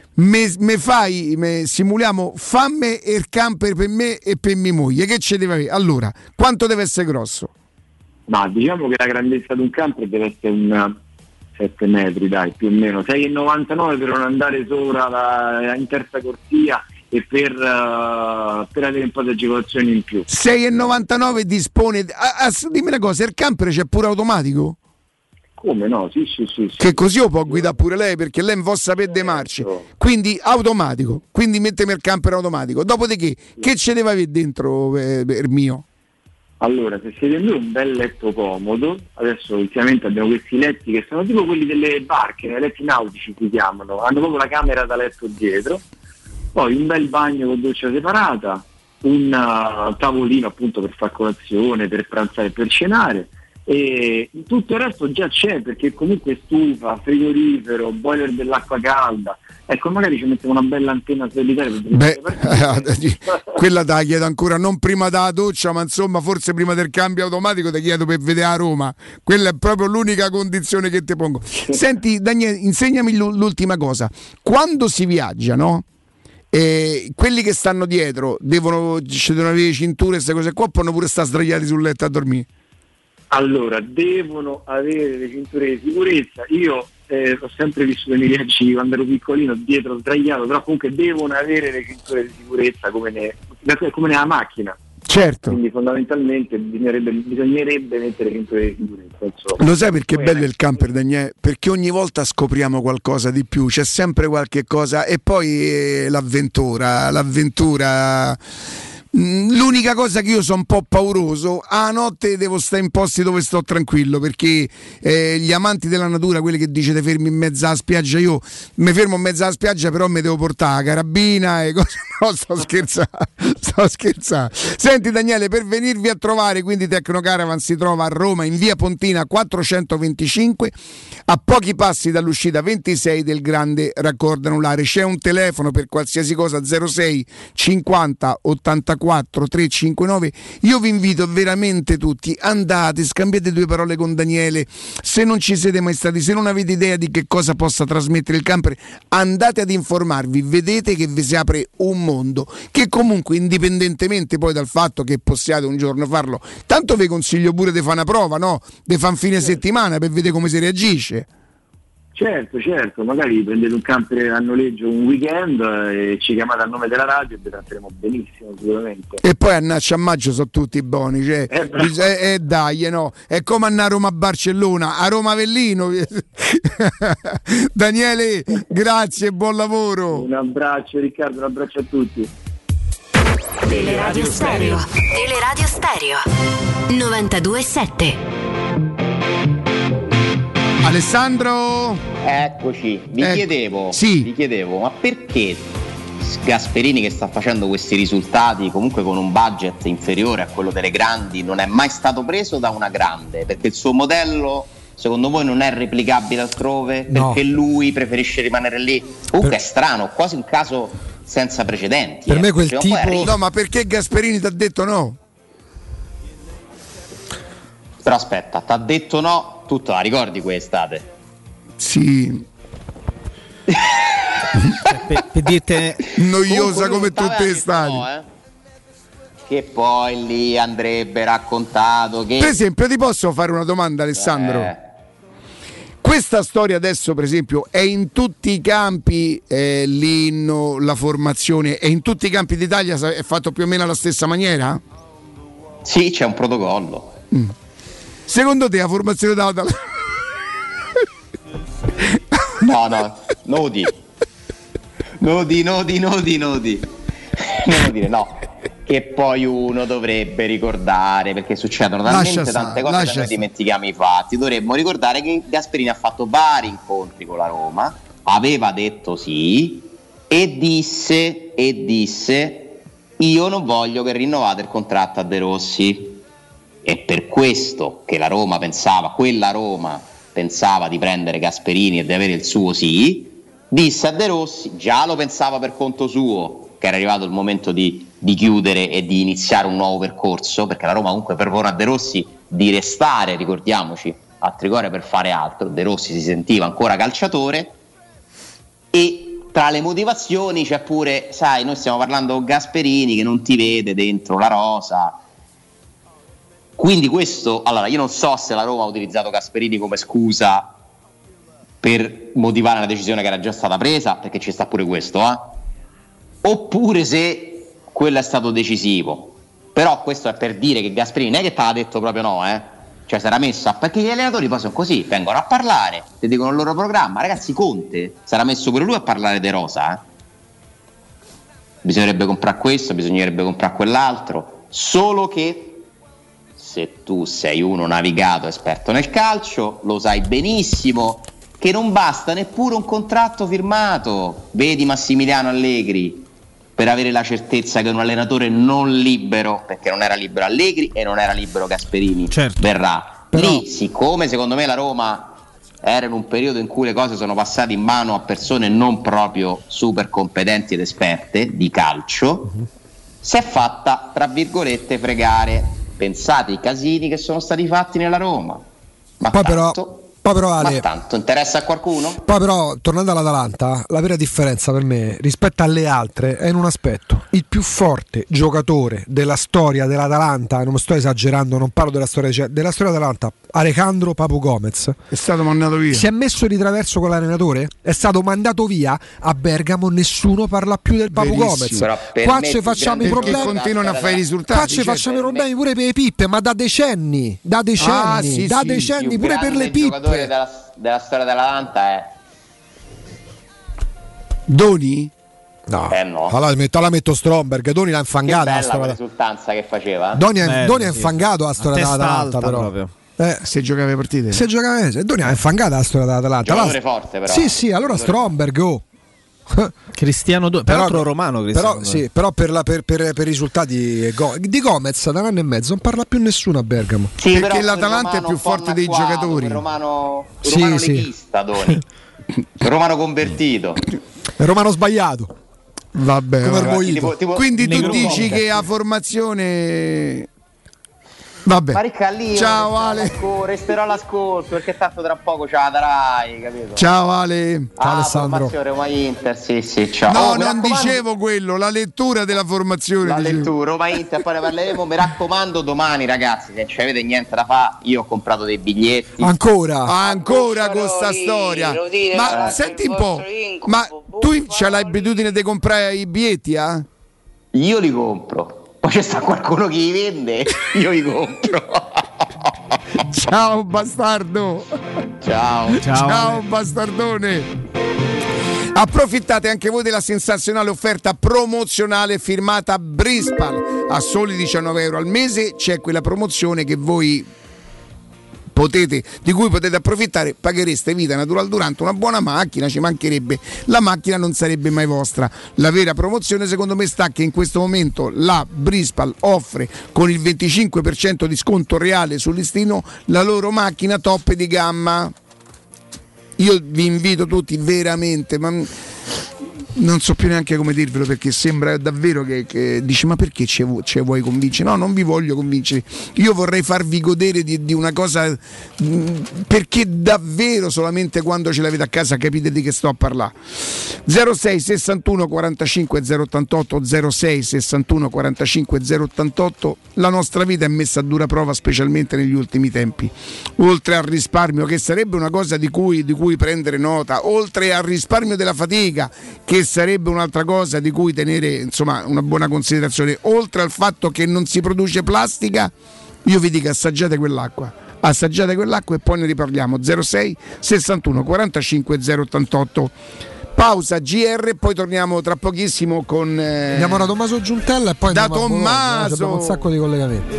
Simuliamo fammi il camper per me e per mia moglie. Che ci deve avere? Allora, quanto deve essere grosso? Ma diciamo che la grandezza di un camper deve essere un 7 metri, dai, più o meno 6,99 per non andare sopra in terza corsia e per avere un po' di agevolazioni in più. 6,99 dispone. Dimmi una cosa, il camper c'è pure automatico? Come no? Sì. Che così lo può guidare pure lei, perché lei non può sapere dei marce. Quindi automatico, quindi mettemi il camper automatico. Dopodiché, che ce deve avere dentro per mio? Allora, se siete in un bel letto comodo, adesso ultimamente abbiamo questi letti che sono tipo quelli delle barche, i letti nautici si chiamano, hanno proprio la camera da letto dietro, poi un bel bagno con doccia separata, un tavolino appunto per far colazione, per pranzare e per cenare, e tutto il resto già c'è, perché comunque stufa, frigorifero, boiler dell'acqua calda. Ecco, magari ci mettiamo una bella antenna satellitare quella te la chiedo ancora, non prima della doccia, ma insomma forse prima del cambio automatico ti chiedo per vedere a Roma. Quella è proprio l'unica condizione che ti pongo. Senti Daniele, insegnami l'ultima cosa. Quando si viaggia, no? Quelli che stanno dietro devono avere cinture, queste cose qua, possono pure stare sdraiati sul letto a dormire? Allora, devono avere le cinture di sicurezza. Io ho sempre vissuto nei viaggi quando ero piccolino dietro sdraiato, però comunque devono avere le cinture di sicurezza come nella macchina. Certo. Quindi fondamentalmente bisognerebbe mettere le cinture di sicurezza. Insomma. Lo sai perché è bello il camper, Daniele? Perché ogni volta scopriamo qualcosa di più, c'è sempre qualche cosa, e poi l'avventura. L'unica cosa che io sono un po' pauroso, a notte devo stare in posti dove sto tranquillo, perché gli amanti della natura, quelli che dice te fermi in mezzo alla spiaggia, io mi fermo in mezzo alla spiaggia, però mi devo portare la carabina e cose. No, sto scherzando. Senti Daniele, per venirvi a trovare, quindi Tecnocaravan si trova a Roma in via Pontina 425, a pochi passi dall'uscita 26 del grande raccordo anulare. C'è un telefono per qualsiasi cosa, 06 50 84 359. Io vi invito veramente tutti, andate, scambiate due parole con Daniele, se non ci siete mai stati, se non avete idea di che cosa possa trasmettere il camper, andate ad informarvi, vedete che vi si apre un mondo che comunque, indipendentemente poi dal fatto che possiate un giorno farlo, tanto vi consiglio pure di fare una prova, no? Di fare un fine settimana per vedere come si reagisce. Certo, magari prendete un camper a noleggio un weekend e ci chiamate a nome della radio e vi tratteremo benissimo sicuramente. E poi a maggio sono tutti buoni, cioè, dai, no? È come andare a Roma a Barcellona, a Roma Avellino. Daniele, grazie e buon lavoro. Un abbraccio Riccardo, un abbraccio a tutti. Teleradio Stereo 92.7. Alessandro, eccoci, vi chiedevo, ma perché Gasperini, che sta facendo questi risultati comunque con un budget inferiore a quello delle grandi, non è mai stato preso da una grande? Perché il suo modello secondo voi non è replicabile altrove? No. Perché lui preferisce rimanere lì? Comunque è strano, quasi un caso senza precedenti. Per me quel tipo... No, ma perché Gasperini ti ha detto no? Però aspetta, ti ha detto no? Tu te la ricordi quest'estate? Sì. per dirte noiosa come tutte le estati. Che poi lì andrebbe raccontato che... Per esempio, ti posso fare una domanda, Alessandro? Questa storia adesso, per esempio, è in tutti i campi, l'inno, la formazione, è in tutti i campi d'Italia, è fatto più o meno alla stessa maniera? Sì, c'è un protocollo. Secondo te la formazione data? No, nodi. Che poi uno dovrebbe ricordare, perché succedono talmente tante cose che noi dimentichiamo i fatti. Dovremmo ricordare che Gasperini ha fatto vari incontri con la Roma, aveva detto sì e disse io non voglio che rinnovate il contratto a De Rossi. È per questo che quella Roma pensava di prendere Gasperini e di avere il suo sì, disse a De Rossi, già lo pensava per conto suo, che era arrivato il momento di chiudere e di iniziare un nuovo percorso, perché la Roma comunque propone a De Rossi di restare, ricordiamoci, a Trigoria per fare altro. De Rossi si sentiva ancora calciatore, e tra le motivazioni c'è pure, sai, noi stiamo parlando con Gasperini che non ti vede dentro la rosa. Quindi questo, allora io non so se la Roma ha utilizzato Gasperini come scusa per motivare una decisione che era già stata presa, perché ci sta pure questo, oppure se quello è stato decisivo. Però questo è per dire che Gasperini non è che te l'ha detto proprio no, cioè si era messo perché gli allenatori poi sono così, vengono a parlare, ti dicono il loro programma. Ragazzi, Conte si era messo pure lui a parlare di rosa, bisognerebbe comprare questo, bisognerebbe comprare quell'altro, solo che se tu sei uno navigato esperto nel calcio lo sai benissimo che non basta neppure un contratto firmato, vedi Massimiliano Allegri, per avere la certezza che un allenatore non libero, perché non era libero Allegri e non era libero Gasperini, verrà. Però... lì, siccome secondo me la Roma era in un periodo in cui le cose sono passate in mano a persone non proprio super competenti ed esperte di calcio, si è fatta, tra virgolette, fregare. Pensate ai casini che sono stati fatti nella Roma. Ma tanto interessa a qualcuno? Poi però, tornando all'Atalanta, la vera differenza per me rispetto alle altre è in un aspetto: il più forte giocatore della storia dell'Atalanta, non sto esagerando, non parlo della storia dell'Atalanta, Alejandro Papu Gomez, è stato mandato via. Si è messo di traverso con l'allenatore, è stato mandato via. A Bergamo nessuno parla più del Papu Gomez. Qua ci facciamo i problemi, continuano a fare i risultati. Qua ci facciamo i problemi pure per le pippe, ma da decenni pure per le pippe. Della storia dell'Atalanta è Doni? No. Allora la metto Stromberg. Doni l'ha infangata. Che bella la risultanza che faceva. Doni ha infangato la storia dell'Atalanta, però. Proprio. Se giocava le partite. Se giocava, Doni ha infangata la storia dell'Atalanta. Giocatore forte, però. Sì, allora Stromberg. Cristiano peraltro romano Cristiano. Però per i risultati di Gomez da un anno e mezzo non parla più nessuno a Bergamo, perché l'Atalanta è più forte dei giocatori. Romano leghista, Doni. Romano convertito, Romano sbagliato. Vabbè, quindi tu dici che a formazione. Vabbè. Maricca lì. Ciao Ale. Resterò all'ascolto perché tanto tra poco ce la darai, capito? Ciao Ale. Ciao Alessandro. Roma Inter, sì, ciao. No, non dicevo quello, la lettura della formazione. La lettura, Roma Inter, poi ne parleremo. Mi raccomando, domani, ragazzi, se non ci avete niente da fare, io ho comprato dei biglietti. Ancora con sta storia. Ma senti un po', ma tu c'hai l'abitudine di comprare i biglietti, Io li compro. Poi c'è sta qualcuno che li vende, io li compro. Ciao bastardo. Ciao bastardone. Approfittate anche voi della sensazionale offerta promozionale firmata Brispal a soli €19 al mese. C'è quella promozione che voi di cui potete approfittare. Paghereste vita natural durante una buona macchina, ci mancherebbe, la macchina non sarebbe mai vostra. La vera promozione secondo me sta che in questo momento la Brispal offre con il 25% di sconto reale sul listino la loro macchina top di gamma. Io vi invito tutti veramente, ma non so più neanche come dirvelo, perché sembra davvero che dici ma perché ci vuoi convincere? No, non vi voglio convincere, io vorrei farvi godere di una cosa, perché davvero solamente quando ce l'avete a casa capite di che sto a parlare. 06 61 45 088 06 61 45 088. La nostra vita è messa a dura prova, specialmente negli ultimi tempi. Oltre al risparmio, che sarebbe una cosa di cui prendere nota, oltre al risparmio della fatica, che sarebbe un'altra cosa di cui tenere insomma una buona considerazione, oltre al fatto che non si produce plastica, io vi dico assaggiate quell'acqua e poi ne riparliamo. 06 61 45 088. Pausa GR, poi torniamo tra pochissimo con andiamo da Tommaso Giuntella e poi da Tommaso abbiamo un sacco di collegamenti.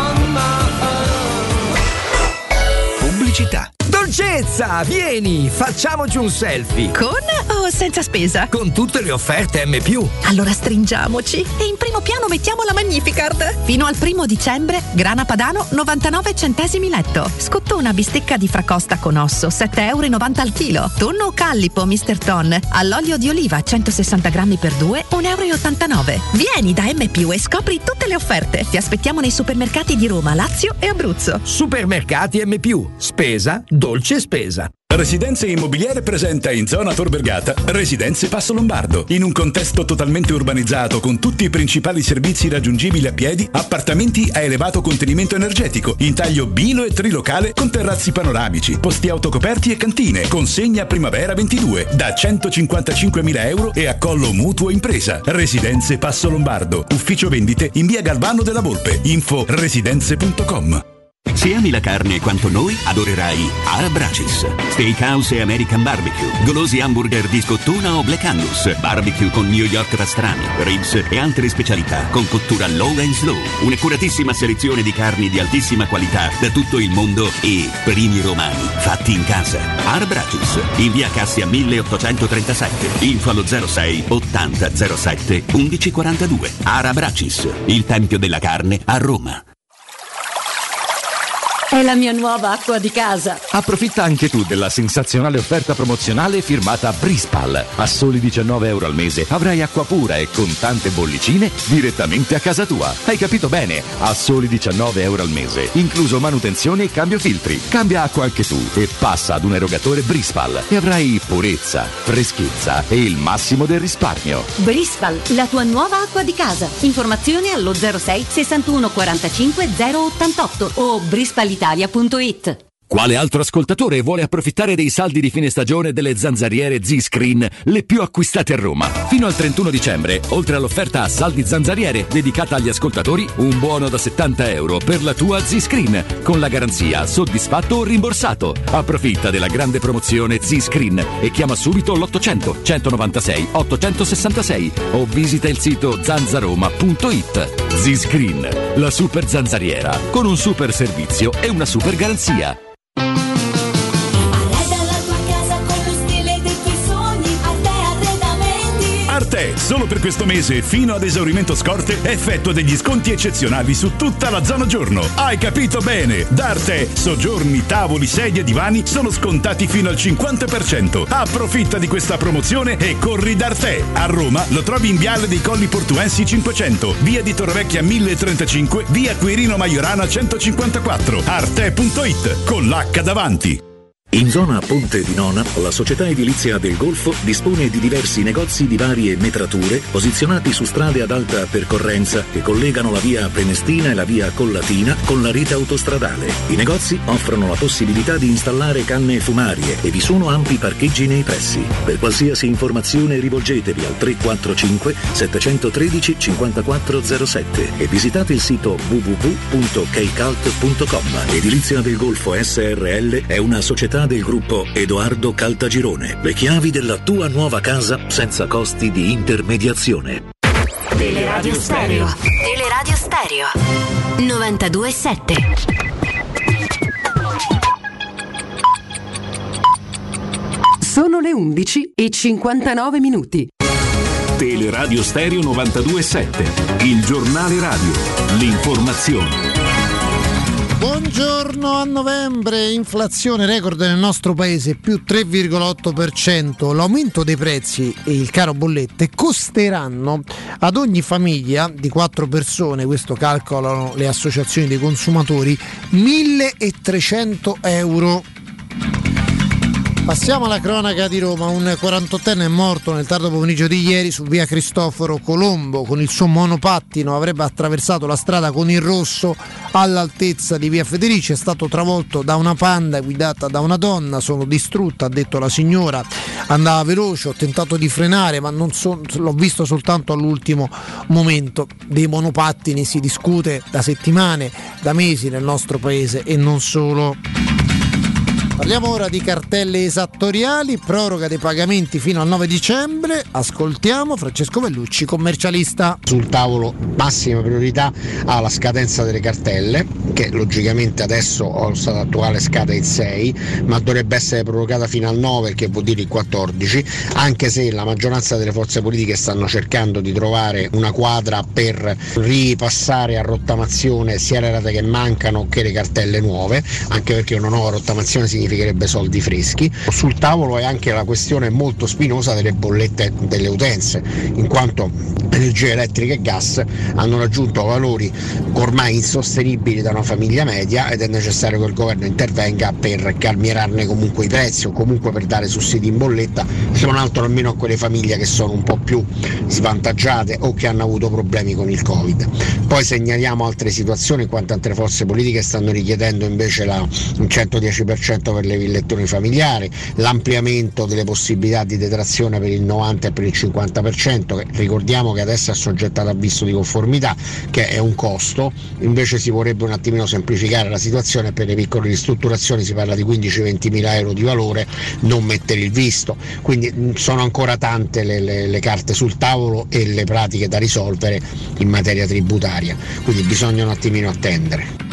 Pubblicità. Dolcezza, vieni, facciamoci un selfie. Con o senza spesa? Con tutte le offerte M+. Allora stringiamoci e in primo piano mettiamo la Magnificard. Fino al 1 dicembre, grana padano 99 centesimi letto. Scottona bistecca di fracosta con osso, €7,90 al chilo. Tonno callipo Mr. Ton all'olio di oliva 160 grammi per 2, €1,89. Vieni da M+ e scopri tutte le offerte. Ti aspettiamo nei supermercati di Roma, Lazio e Abruzzo. Supermercati M+. Spesa, dolce spesa. Residenze Immobiliare presenta in zona Tor Vergata Residenze Passo Lombardo. In un contesto totalmente urbanizzato con tutti i principali servizi raggiungibili a piedi, appartamenti a elevato contenimento energetico, in taglio bilo e trilocale con terrazzi panoramici, posti autocoperti e cantine, consegna primavera 22 da €155.000 e accollo mutuo impresa. Residenze Passo Lombardo. Ufficio vendite in via Galvano della Volpe. Info residenze.com. Se ami la carne quanto noi, adorerai Arabracis. Steakhouse e American Barbecue, golosi hamburger di scottuna o Black Angus, barbecue con New York pastrami, ribs e altre specialità con cottura low and slow. Un'accuratissima selezione di carni di altissima qualità da tutto il mondo e primi romani fatti in casa. Arabracis, in via Cassia 1837. Info allo 06 80 07 1142. Arabracis, il tempio della carne a Roma. È la mia nuova acqua di casa. Approfitta anche tu della sensazionale offerta promozionale firmata Brispal. A soli €19 al mese avrai acqua pura e con tante bollicine direttamente a casa tua. Hai capito bene? A soli €19 al mese, incluso manutenzione e cambio filtri. Cambia acqua anche tu e passa ad un erogatore Brispal e avrai purezza, freschezza e il massimo del risparmio. Brispal, la tua nuova acqua di casa. Informazioni allo 06 61 45 088 o brispalitalia.it. Quale altro ascoltatore vuole approfittare dei saldi di fine stagione delle zanzariere Z-Screen, le più acquistate a Roma? Fino al 31 dicembre, oltre all'offerta a saldi zanzariere dedicata agli ascoltatori, un buono da €70 per la tua Z-Screen, con la garanzia soddisfatto o rimborsato. Approfitta della grande promozione Z-Screen e chiama subito l'800 196 866 o visita il sito zanzaroma.it. Z-Screen, la super zanzariera, con un super servizio e una super garanzia. Arte, solo per questo mese, fino ad esaurimento scorte, effettua degli sconti eccezionali su tutta la zona giorno. Hai capito bene? Da Arte, soggiorni, tavoli, sedie e divani sono scontati fino al 50%. Approfitta di questa promozione e corri da Arte. A Roma lo trovi in Viale dei Colli Portuensi 500, via di Torrevecchia 1035, via Quirino Maiorana 154. Arte.it con l'H davanti. In zona Ponte di Nona, la società edilizia del Golfo dispone di diversi negozi di varie metrature posizionati su strade ad alta percorrenza che collegano la via Prenestina e la via Collatina con la rete autostradale. I negozi offrono la possibilità di installare canne fumarie e vi sono ampi parcheggi nei pressi. Per qualsiasi informazione rivolgetevi al 345 713 5407 e visitate il sito www.keicalt.com. Edilizia del Golfo SRL è una società del gruppo Edoardo Caltagirone. Le chiavi della tua nuova casa senza costi di intermediazione. Teleradio Stereo. Teleradio Stereo 92.7. Sono le 11:59. Teleradio Stereo 92.7, il giornale radio, l'informazione. Buongiorno. A novembre, inflazione record nel nostro paese, più 3,8%. L'aumento dei prezzi e il caro bollette costeranno ad ogni famiglia di 4 persone, questo calcolano le associazioni dei consumatori, 1.300 euro. Passiamo alla cronaca di Roma. Un 48enne è morto nel tardo pomeriggio di ieri su via Cristoforo Colombo. Con il suo monopattino avrebbe attraversato la strada con il rosso all'altezza di via Federici. È stato travolto da una Panda guidata da una donna. Sono distrutta, ha detto la signora. Andava veloce, ho tentato di frenare, ma l'ho visto soltanto all'ultimo momento. Dei monopattini si discute da settimane, da mesi nel nostro paese e non solo. Parliamo ora di cartelle esattoriali, proroga dei pagamenti fino al 9 dicembre. Ascoltiamo Francesco Vellucci, commercialista. Sul tavolo massima priorità ha la scadenza delle cartelle, che logicamente adesso allo stato attuale scade il 6, ma dovrebbe essere prorogata fino al 9, che vuol dire il 14, anche se la maggioranza delle forze politiche stanno cercando di trovare una quadra per ripassare a rottamazione sia le rate che mancano che le cartelle nuove, anche perché una nuova rottamazione significherebbe soldi freschi. Sul tavolo è anche la questione molto spinosa delle bollette delle utenze, in quanto energia elettrica e gas hanno raggiunto valori ormai insostenibili da una famiglia media ed è necessario che il governo intervenga per calmierarne comunque i prezzi o comunque per dare sussidi in bolletta, se non altro almeno a quelle famiglie che sono un po' più svantaggiate o che hanno avuto problemi con il Covid. Poi segnaliamo altre situazioni, in quanto altre forze politiche stanno richiedendo invece un 110% per le villettoni familiari, l'ampliamento delle possibilità di detrazione per il 90% e per il 50%, che ricordiamo che adesso è assoggettato a visto di conformità, che è un costo. Invece si vorrebbe un attimino semplificare la situazione. Per le piccole ristrutturazioni si parla di 15-20 mila euro di valore, non mettere il visto. Quindi sono ancora tante le carte sul tavolo e le pratiche da risolvere in materia tributaria, quindi bisogna un attimino attendere.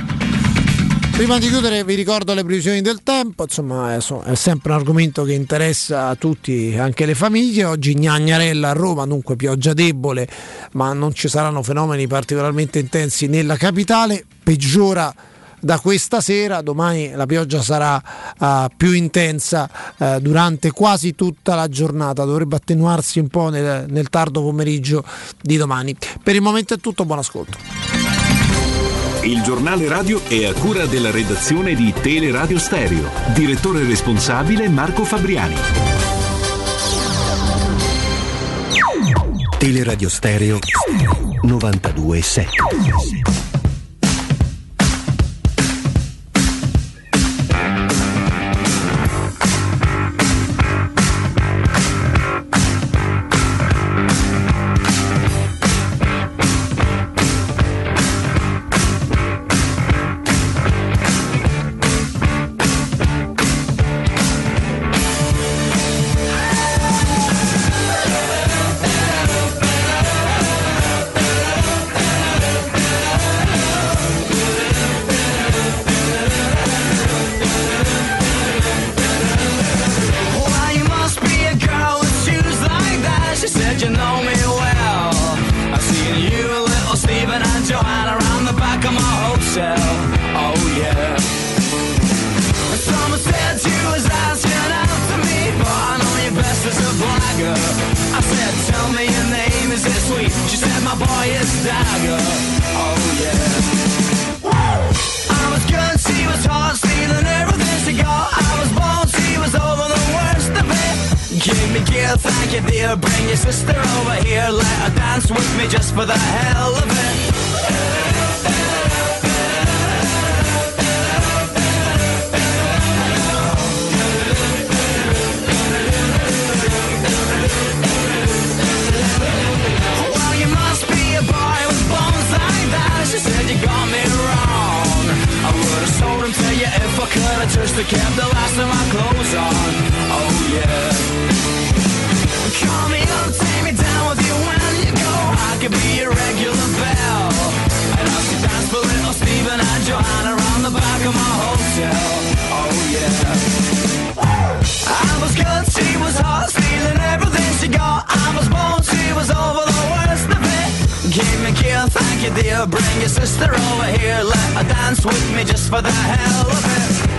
Prima di chiudere vi ricordo le previsioni del tempo, insomma è sempre un argomento che interessa a tutti, anche le famiglie. Oggi Gnagnarella a Roma, dunque pioggia debole, ma non ci saranno fenomeni particolarmente intensi nella capitale. Peggiora da questa sera, domani la pioggia sarà più intensa durante quasi tutta la giornata, dovrebbe attenuarsi un po' nel tardo pomeriggio di domani. Per il momento è tutto, buon ascolto. Il giornale radio è a cura della redazione di Teleradio Stereo. Direttore responsabile Marco Fabriani. Teleradio Stereo 92.7. my boy is Dagger. Oh yeah. I was good, she was hot, stealing everything she got. I was born, she was over the worst of it. Give me gear, thank you dear. Bring your sister over here, let her dance with me just for the hell of it. She said you got me wrong. I would've sold him to you if I could've just kept the last of my clothes on. Oh yeah. Call me up, take me down with you when you go. I could be your regular belle. And I'll see dance for little Stephen and Joanna around the back of my hotel. Oh yeah. I was good, she was hot, stealing everything she got. I was born, she was over the worst of it. Give me gear, thank you dear. Bring your sister over here, let her dance with me just for the hell of it.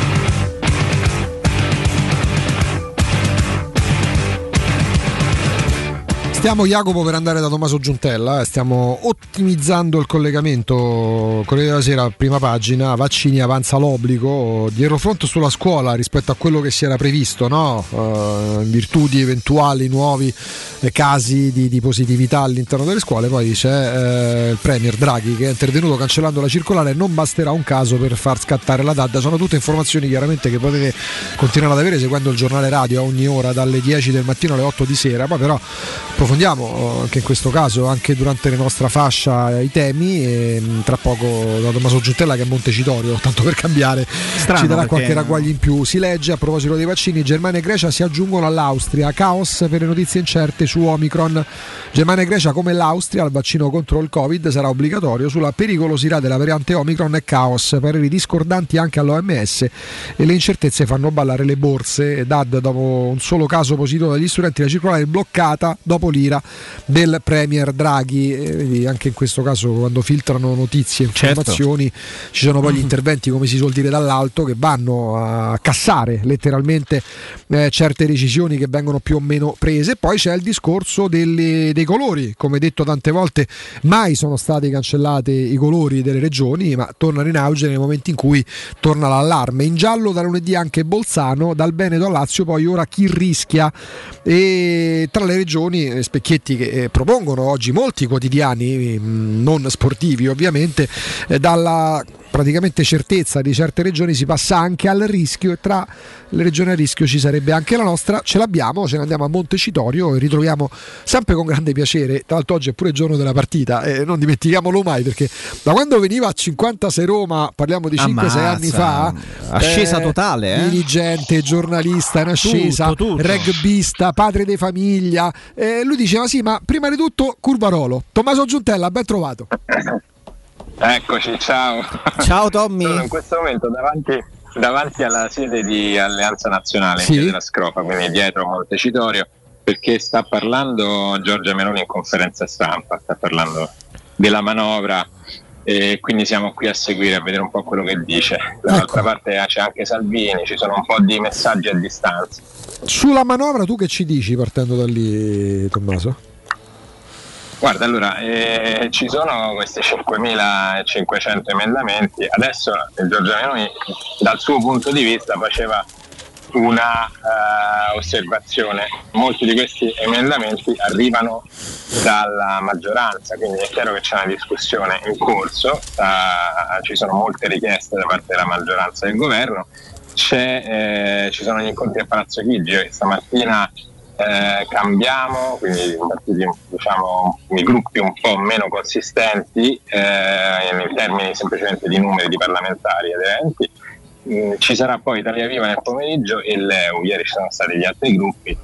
Stiamo, Jacopo, per andare da Tommaso Giuntella, stiamo ottimizzando il collegamento. Corriere della Sera, prima pagina, vaccini, avanza l'obbligo, dietro front sulla scuola rispetto a quello che si era previsto, no? In virtù di eventuali nuovi casi di positività all'interno delle scuole. Poi dice il Premier Draghi, che è intervenuto cancellando la circolare: non basterà un caso per far scattare la DAD. Sono tutte informazioni chiaramente che potete continuare ad avere seguendo il giornale radio a ogni ora dalle 10 del mattino alle 8 di sera. Poi però approfondiamo anche in questo caso, anche durante la nostra fascia, i temi, e tra poco da Tommaso Giuntella, che è Montecitorio, tanto per cambiare, ci darà qualche ragguaglio in più. Si legge a proposito dei vaccini: Germania e Grecia si aggiungono all'Austria, caos per le notizie incerte su Omicron. Germania e Grecia, come l'Austria, il vaccino contro il Covid sarà obbligatorio. Sulla pericolosità della variante Omicron è caos, pareri discordanti anche all'OMS, e le incertezze fanno ballare le borse. DAD dopo un solo caso positivo dagli studenti, la circolare è bloccata dopo l'ira del Premier Draghi. Anche in questo caso, quando filtrano notizie, informazioni, ci sono poi gli interventi, come si suol dire, dall'alto, che vanno a cassare letteralmente certe decisioni che vengono più o meno prese. Poi c'è il discorso dei colori. Come detto tante volte, mai sono stati cancellati i colori delle regioni, ma tornano in auge nel momento in cui torna l'allarme. In giallo da lunedì anche Bolzano, dal Veneto al Lazio, poi ora chi rischia. E tra le regioni, specchietti che propongono oggi molti quotidiani non sportivi ovviamente, dalla praticamente certezza di certe regioni si passa anche al rischio, e tra le regioni a rischio ci sarebbe anche la nostra. Ce l'abbiamo, ce ne andiamo a Montecitorio e ritroviamo sempre con grande piacere. Tra l'altro oggi è pure il giorno della partita, non dimentichiamolo mai, perché da quando veniva a 56 Roma, parliamo di 5-6 anni fa, ascesa totale, dirigente, giornalista in ascesa, tutto. Rugbista, padre di famiglia, lui diceva: sì, ma prima di tutto Curvarolo. Tommaso Giuntella, ben trovato. Eccoci, ciao. Ciao Tommy. Sono in questo momento davanti alla sede di Alleanza Nazionale, sì, in via della Scrofa, quindi dietro Montecitorio, perché sta parlando Giorgia Meloni in conferenza stampa, sta parlando della manovra, e quindi siamo qui a seguire, a vedere un po' quello che dice. Dall'altra parte c'è anche Salvini, ci sono un po' di messaggi a distanza. Sulla manovra tu che ci dici, partendo da lì, Tommaso? Guarda, allora, ci sono questi 5.500 emendamenti. Adesso Giorgia Meloni, dal suo punto di vista, faceva una osservazione: molti di questi emendamenti arrivano dalla maggioranza, quindi è chiaro che c'è una discussione in corso, ci sono molte richieste da parte della maggioranza del governo, ci sono gli incontri a Palazzo Chigi. Stamattina cambiamo, quindi diciamo i gruppi un po' meno consistenti in termini semplicemente di numeri di parlamentari ed eventi. Ci sarà poi Italia Viva nel pomeriggio e l'EU. Ieri ci sono stati gli altri gruppi,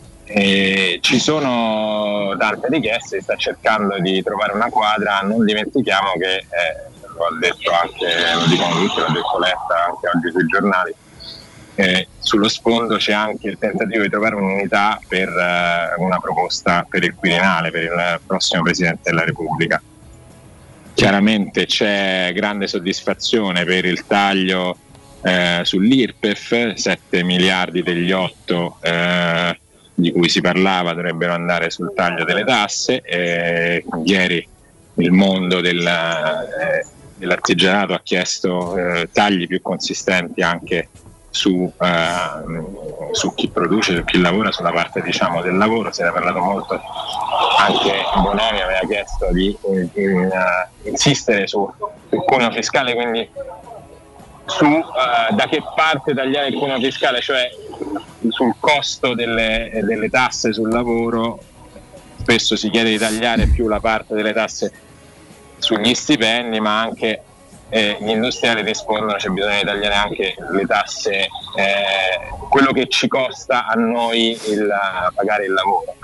ci sono tante richieste, si sta cercando di trovare una quadra. Non dimentichiamo che lo ha detto anche, lo dicono tutti, l'ha detto Letta anche oggi sui giornali, sullo sfondo c'è anche il tentativo di trovare un'unità per una proposta per il Quirinale, per il prossimo Presidente della Repubblica. Chiaramente c'è grande soddisfazione per il taglio sull'IRPEF, 7 miliardi degli 8 di cui si parlava dovrebbero andare sul taglio delle tasse. Ieri il mondo dell'artigianato ha chiesto tagli più consistenti anche su chi produce, su chi lavora, sulla parte diciamo del lavoro. Se ne è parlato molto, anche Bonomi aveva chiesto di insistere sul cuneo fiscale, quindi su da che parte tagliare il cuneo fiscale, cioè sul costo delle tasse sul lavoro. Spesso si chiede di tagliare più la parte delle tasse sugli stipendi, ma anche gli industriali rispondono c'è bisogno di tagliare anche le tasse, quello che ci costa a noi pagare il lavoro.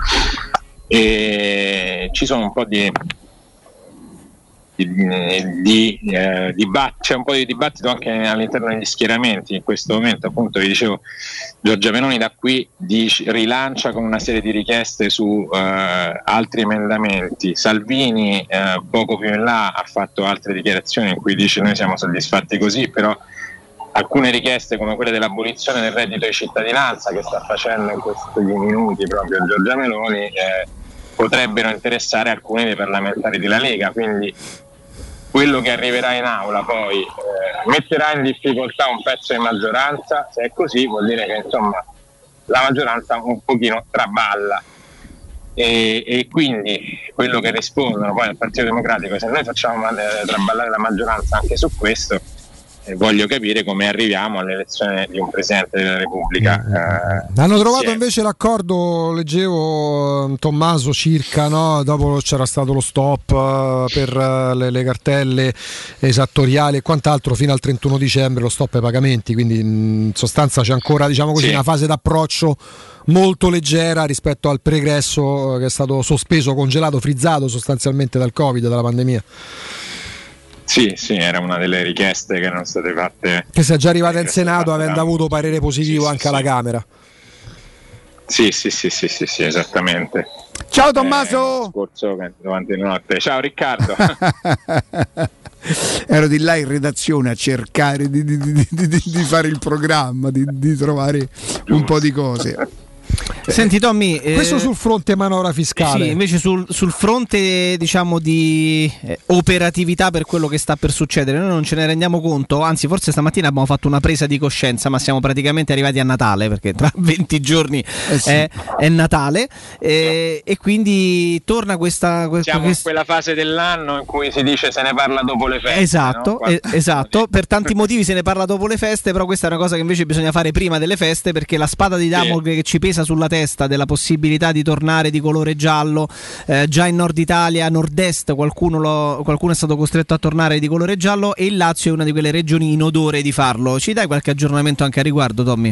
E ci sono un po' c'è un po' di dibattito anche all'interno degli schieramenti in questo momento. Appunto vi dicevo, Giorgia Meloni da qui rilancia con una serie di richieste su altri emendamenti. Salvini poco più in là ha fatto altre dichiarazioni in cui dice noi siamo soddisfatti così, però alcune richieste come quelle dell'abolizione del reddito di cittadinanza che sta facendo in questi minuti proprio Giorgia Meloni potrebbero interessare alcuni dei parlamentari della Lega, quindi quello che arriverà in aula poi metterà in difficoltà un pezzo di maggioranza. Se è così vuol dire che insomma la maggioranza un pochino traballa e quindi quello che rispondono poi al Partito Democratico, se noi facciamo traballare la maggioranza anche su questo, voglio capire come arriviamo all'elezione di un Presidente della Repubblica. Hanno trovato invece l'accordo, leggevo Tommaso, circa, no? Dopo c'era stato lo stop per le cartelle esattoriali e quant'altro fino al 31 dicembre, lo stop ai pagamenti, quindi in sostanza c'è ancora, diciamo così, una fase d'approccio molto leggera rispetto al pregresso che è stato sospeso, congelato, frizzato sostanzialmente dal Covid, dalla pandemia. Sì, era una delle richieste che erano state fatte. Che si è già arrivata in Senato avendo avuto parere positivo anche alla Camera. Sì, esattamente. Ciao Tommaso! Scorso davanti alla notte. Ciao Riccardo! Ero di là in redazione a cercare di fare il programma, di trovare un po' di cose. Senti Tommy, questo sul fronte manovra fiscale. Sì, invece sul fronte diciamo di operatività per quello che sta per succedere, noi non ce ne rendiamo conto, anzi forse stamattina abbiamo fatto una presa di coscienza, ma siamo praticamente arrivati a Natale, perché tra 20 giorni è Natale e quindi torna questa siamo in quella fase dell'anno in cui si dice se ne parla dopo le feste. Esatto, no? Esatto, per tanti motivi se ne parla dopo le feste, però questa è una cosa che invece bisogna fare prima delle feste, perché la spada di Damocle che ci pesa sulla testa della possibilità di tornare di colore giallo, già in Nord Italia, Nord-Est qualcuno è stato costretto a tornare di colore giallo e il Lazio è una di quelle regioni in odore di farlo. Ci dai qualche aggiornamento anche a riguardo, Tommy?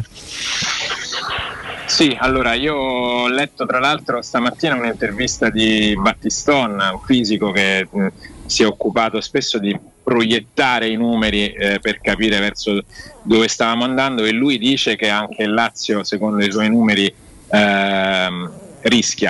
Sì, allora io ho letto tra l'altro stamattina un'intervista di Battiston, un fisico che si è occupato spesso di proiettare i numeri per capire verso dove stavamo andando, e lui dice che anche il Lazio, secondo i suoi numeri, rischia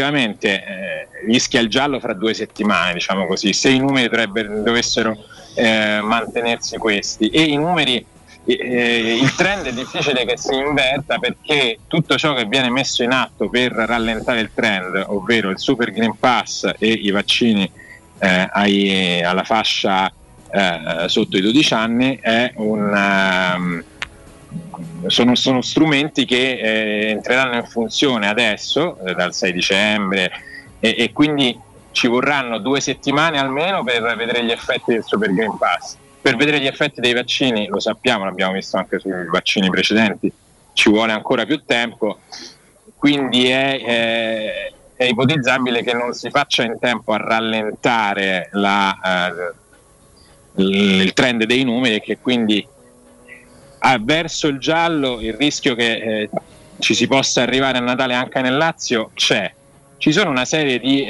il giallo fra 2 settimane, diciamo così, se i numeri dovessero mantenersi questi, e i numeri il trend è difficile che si inverta, perché tutto ciò che viene messo in atto per rallentare il trend, ovvero il Super Green Pass e i vaccini alla fascia sotto i 12 anni, sono strumenti che entreranno in funzione adesso dal 6 dicembre e quindi ci vorranno 2 settimane almeno per vedere gli effetti del Super Green Pass. Per vedere gli effetti dei vaccini, lo sappiamo, l'abbiamo visto anche sui vaccini precedenti, ci vuole ancora più tempo, quindi è ipotizzabile che non si faccia in tempo a rallentare il trend dei numeri, e che quindi verso il giallo il rischio che ci si possa arrivare a Natale anche nel Lazio c'è. Ci sono una serie di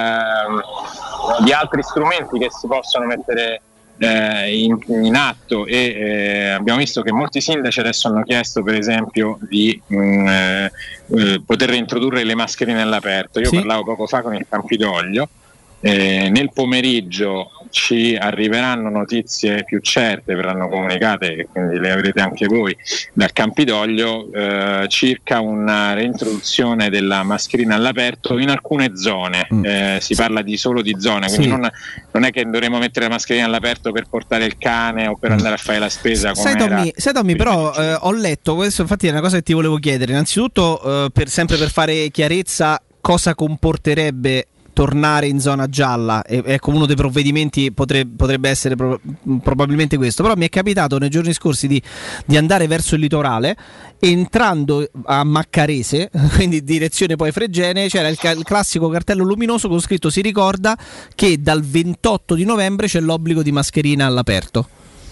altri strumenti che si possono mettere in atto, e abbiamo visto che molti sindaci adesso hanno chiesto per esempio di poter reintrodurre le mascherine all'aperto. Io parlavo poco fa con il Campidoglio, nel pomeriggio ci arriveranno notizie più certe, verranno comunicate e quindi le avrete anche voi dal Campidoglio, circa una reintroduzione della mascherina all'aperto in alcune zone. Si parla solo di zone, quindi non è che dovremo mettere la mascherina all'aperto per portare il cane o per andare a fare la spesa. Sai Tommy, però ho letto, questo infatti è una cosa che ti volevo chiedere, innanzitutto sempre per fare chiarezza, cosa comporterebbe tornare in zona gialla? Ecco, uno dei provvedimenti potrebbe essere probabilmente questo, però mi è capitato nei giorni scorsi di andare verso il litorale, entrando a Maccarese, quindi direzione poi Fregene, c'era il classico cartello luminoso con scritto: si ricorda che dal 28 di novembre c'è l'obbligo di mascherina all'aperto.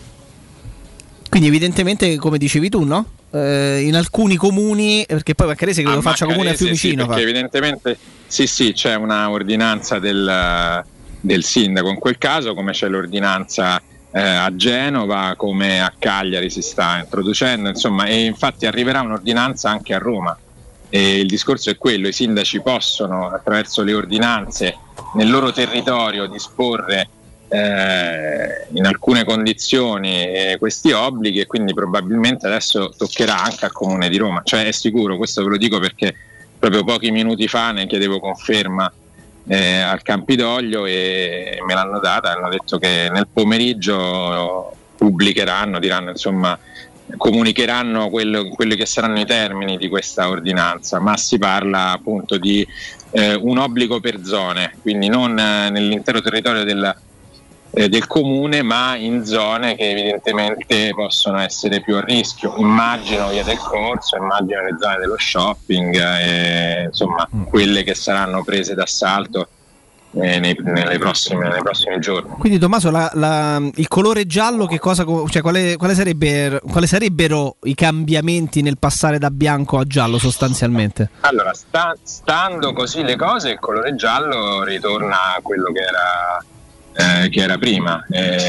Quindi evidentemente, come dicevi tu, no? In alcuni comuni, perché poi Maccarese credo faccia comune a Fiumicino. Sì, perché evidentemente sì, c'è una ordinanza del sindaco in quel caso, come c'è l'ordinanza a Genova, come a Cagliari si sta introducendo, insomma, e infatti arriverà un'ordinanza anche a Roma. E il discorso è quello: i sindaci possono, attraverso le ordinanze, nel loro territorio disporre in alcune condizioni questi obblighi, e quindi probabilmente adesso toccherà anche al Comune di Roma, cioè è sicuro. Questo ve lo dico perché proprio pochi minuti fa ne chiedevo conferma al Campidoglio e me l'hanno data, hanno detto che nel pomeriggio pubblicheranno, diranno, insomma, comunicheranno quelli che saranno i termini di questa ordinanza, ma si parla appunto di un obbligo per zone, quindi non nell'intero territorio del comune, ma in zone che evidentemente possono essere più a rischio. Immagino via del Corso, immagino le zone dello shopping, insomma quelle che saranno prese d'assalto nei prossimi giorni. Quindi Tommaso, il colore giallo, che cosa, cioè quale sarebbero i cambiamenti nel passare da bianco a giallo sostanzialmente? Allora, stando così le cose, il colore giallo ritorna a quello che era prima.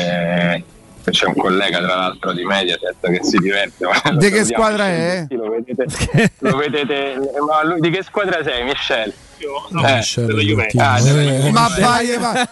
C'è un collega tra l'altro di Mediaset che si diverte. Di che squadra è? Lo vedete, ma lui di che squadra sei, Michel? Della Juventus. Ma vai,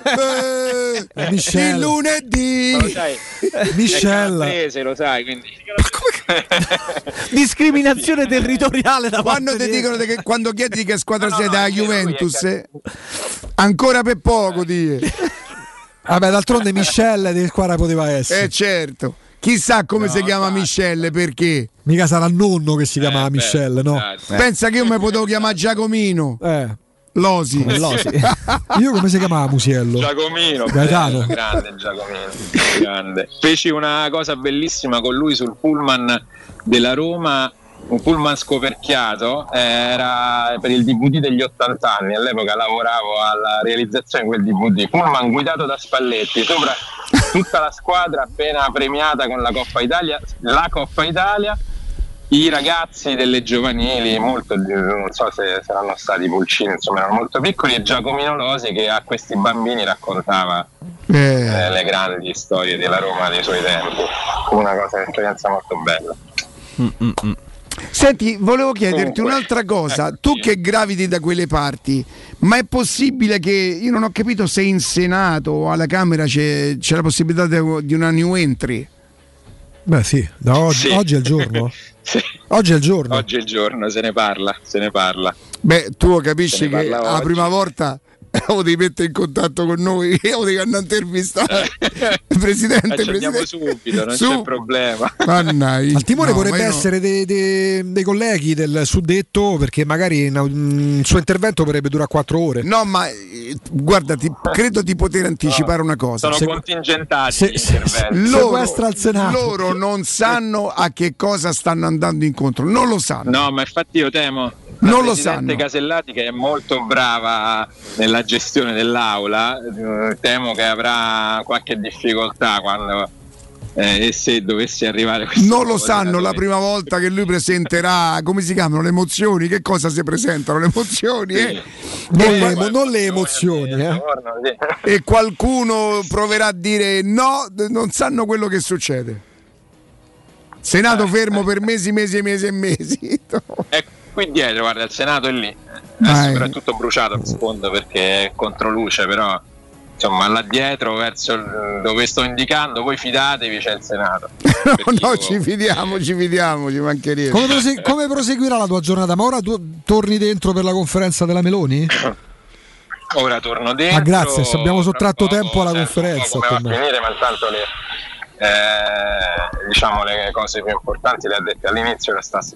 il lunedì lo sai, Michel, lo sai, quindi discriminazione territoriale da quando ti dicono che quando chiedi che squadra sei della Juventus, ancora per poco vabbè, d'altronde Michel di squadra poteva essere. Certo. Chissà come si chiama Michel, perché? Mica sarà il nonno che si chiamava Michel, no? Pensa che io mi potevo chiamare Giacomino. Losi. Io come si chiamava Musiello? Giacomino. Gaetano. Grande Giacomino. Grande. Feci una cosa bellissima con lui sul pullman della Roma. Un pullman scoperchiato, era per il DVD degli 80 anni, all'epoca lavoravo alla realizzazione di quel DVD, pullman guidato da Spalletti, sopra tutta la squadra appena premiata con la Coppa Italia, i ragazzi delle giovanili, molto, non so se saranno stati pulcini, insomma erano molto piccoli, e Giacomino Losi che a questi bambini raccontava le grandi storie della Roma dei suoi tempi, un'esperienza molto bella. Senti, volevo chiederti un'altra cosa. Tu che graviti da quelle parti, ma è possibile che, io non ho capito se in Senato o alla Camera c'è la possibilità di una new entry? Beh sì, oggi è il giorno. Sì. Oggi è il giorno, se ne parla. Beh, tu capisci che la prima volta o devi mettere in contatto con noi o devi andare a intervistare il presidente. Andiamo subito, non c'è problema. Al timone vorrebbe essere dei colleghi del suddetto, perché magari il suo intervento potrebbe durare 4 ore. No, ma guarda, credo di poter anticipare una cosa. Sono contingentati gli interventi. Sequestra al Senato. Loro non sanno a che cosa stanno andando incontro, non lo sanno. No, ma infatti io temo non lo sanno. Casellati, che è molto brava nella gestione dell'aula, temo che avrà qualche difficoltà quando e se dovessi arrivare a non lo sanno la prima volta che lui presenterà, come si chiamano le mozioni, che cosa si presentano le mozioni, non le emozioni e qualcuno proverà a dire no, non sanno quello che succede. Senato fermo per mesi. Qui dietro, guarda, il Senato è lì. Adesso però è tutto bruciato, rispondo perché è controluce, però insomma là dietro verso dove sto indicando, voi fidatevi, c'è il Senato. No, ci fidiamo, ci mancherebbe. Come proseguirà la tua giornata? Ma ora tu torni dentro per la conferenza della Meloni? Ora torno dentro. Grazie, se abbiamo sottratto tempo alla conferenza. Come va a finire, ma intanto diciamo le cose più importanti le ha dette all'inizio, le sta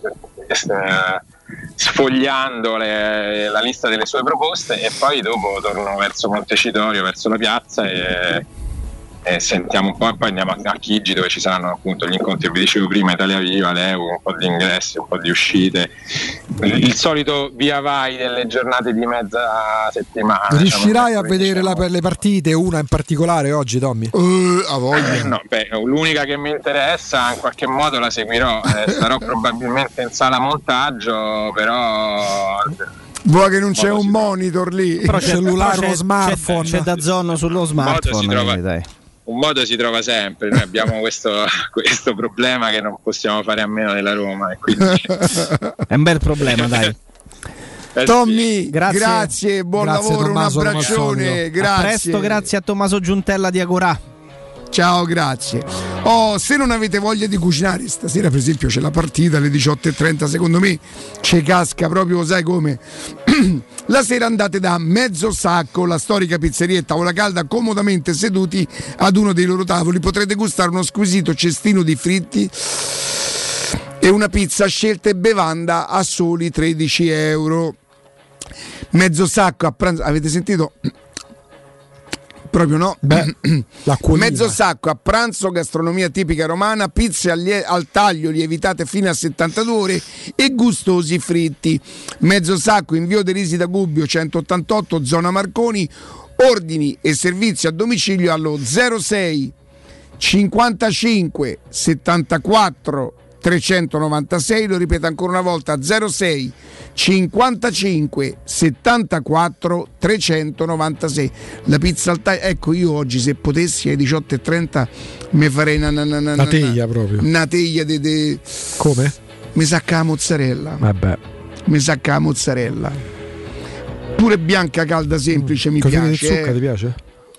sfogliando la lista delle sue proposte, e poi dopo torno verso Montecitorio, verso la piazza, e sentiamo un po', e poi andiamo a Chigi, dove ci saranno appunto gli incontri che vi dicevo prima, Italia Viva, l'EU, un po' di ingressi, un po' di uscite, il solito via vai delle giornate di mezza settimana. Riuscirai a vedere le partite, una in particolare oggi, Tommy? A voglia. No, l'unica che mi interessa, in qualche modo la seguirò, sarò probabilmente in sala montaggio, però vuoi che non c'è un monitor lì? Però c'è cellulare, uno smartphone, c'è da Zonno sullo smartphone. Un modo si trova sempre. Noi abbiamo questo problema che non possiamo fare a meno della Roma, e quindi è un bel problema, dai. Tommy, grazie, buon lavoro, Tommaso, un abbraccione, grazie. A presto, grazie a Tommaso Giuntella di Agorà. Ciao, grazie. Se non avete voglia di cucinare, stasera per esempio c'è la partita alle 18:30, secondo me ci casca proprio, sai come? La sera andate da Mezzo Sacco, la storica pizzeria e tavola calda, comodamente seduti ad uno dei loro tavoli. Potrete gustare uno squisito cestino di fritti e una pizza scelta e bevanda a soli 13 euro. Mezzo Sacco a pranzo, avete sentito? Proprio no. Mezzo Sacco a pranzo, gastronomia tipica romana, pizze al taglio lievitate fino a 72 ore e gustosi fritti. Mezzo Sacco in via De Risi da Gubbio 188, zona Marconi. Ordini e servizi a domicilio allo 06 55 74 396, lo ripeto ancora una volta, 06 55 74 396. La pizza al taglio, ecco, io oggi se potessi alle 18:30 mi farei una teglia proprio. Una teglia come? Mi sacca la mozzarella. Vabbè. Mi sacca la mozzarella. Pure bianca calda semplice mi piace. Di zucca ti piace?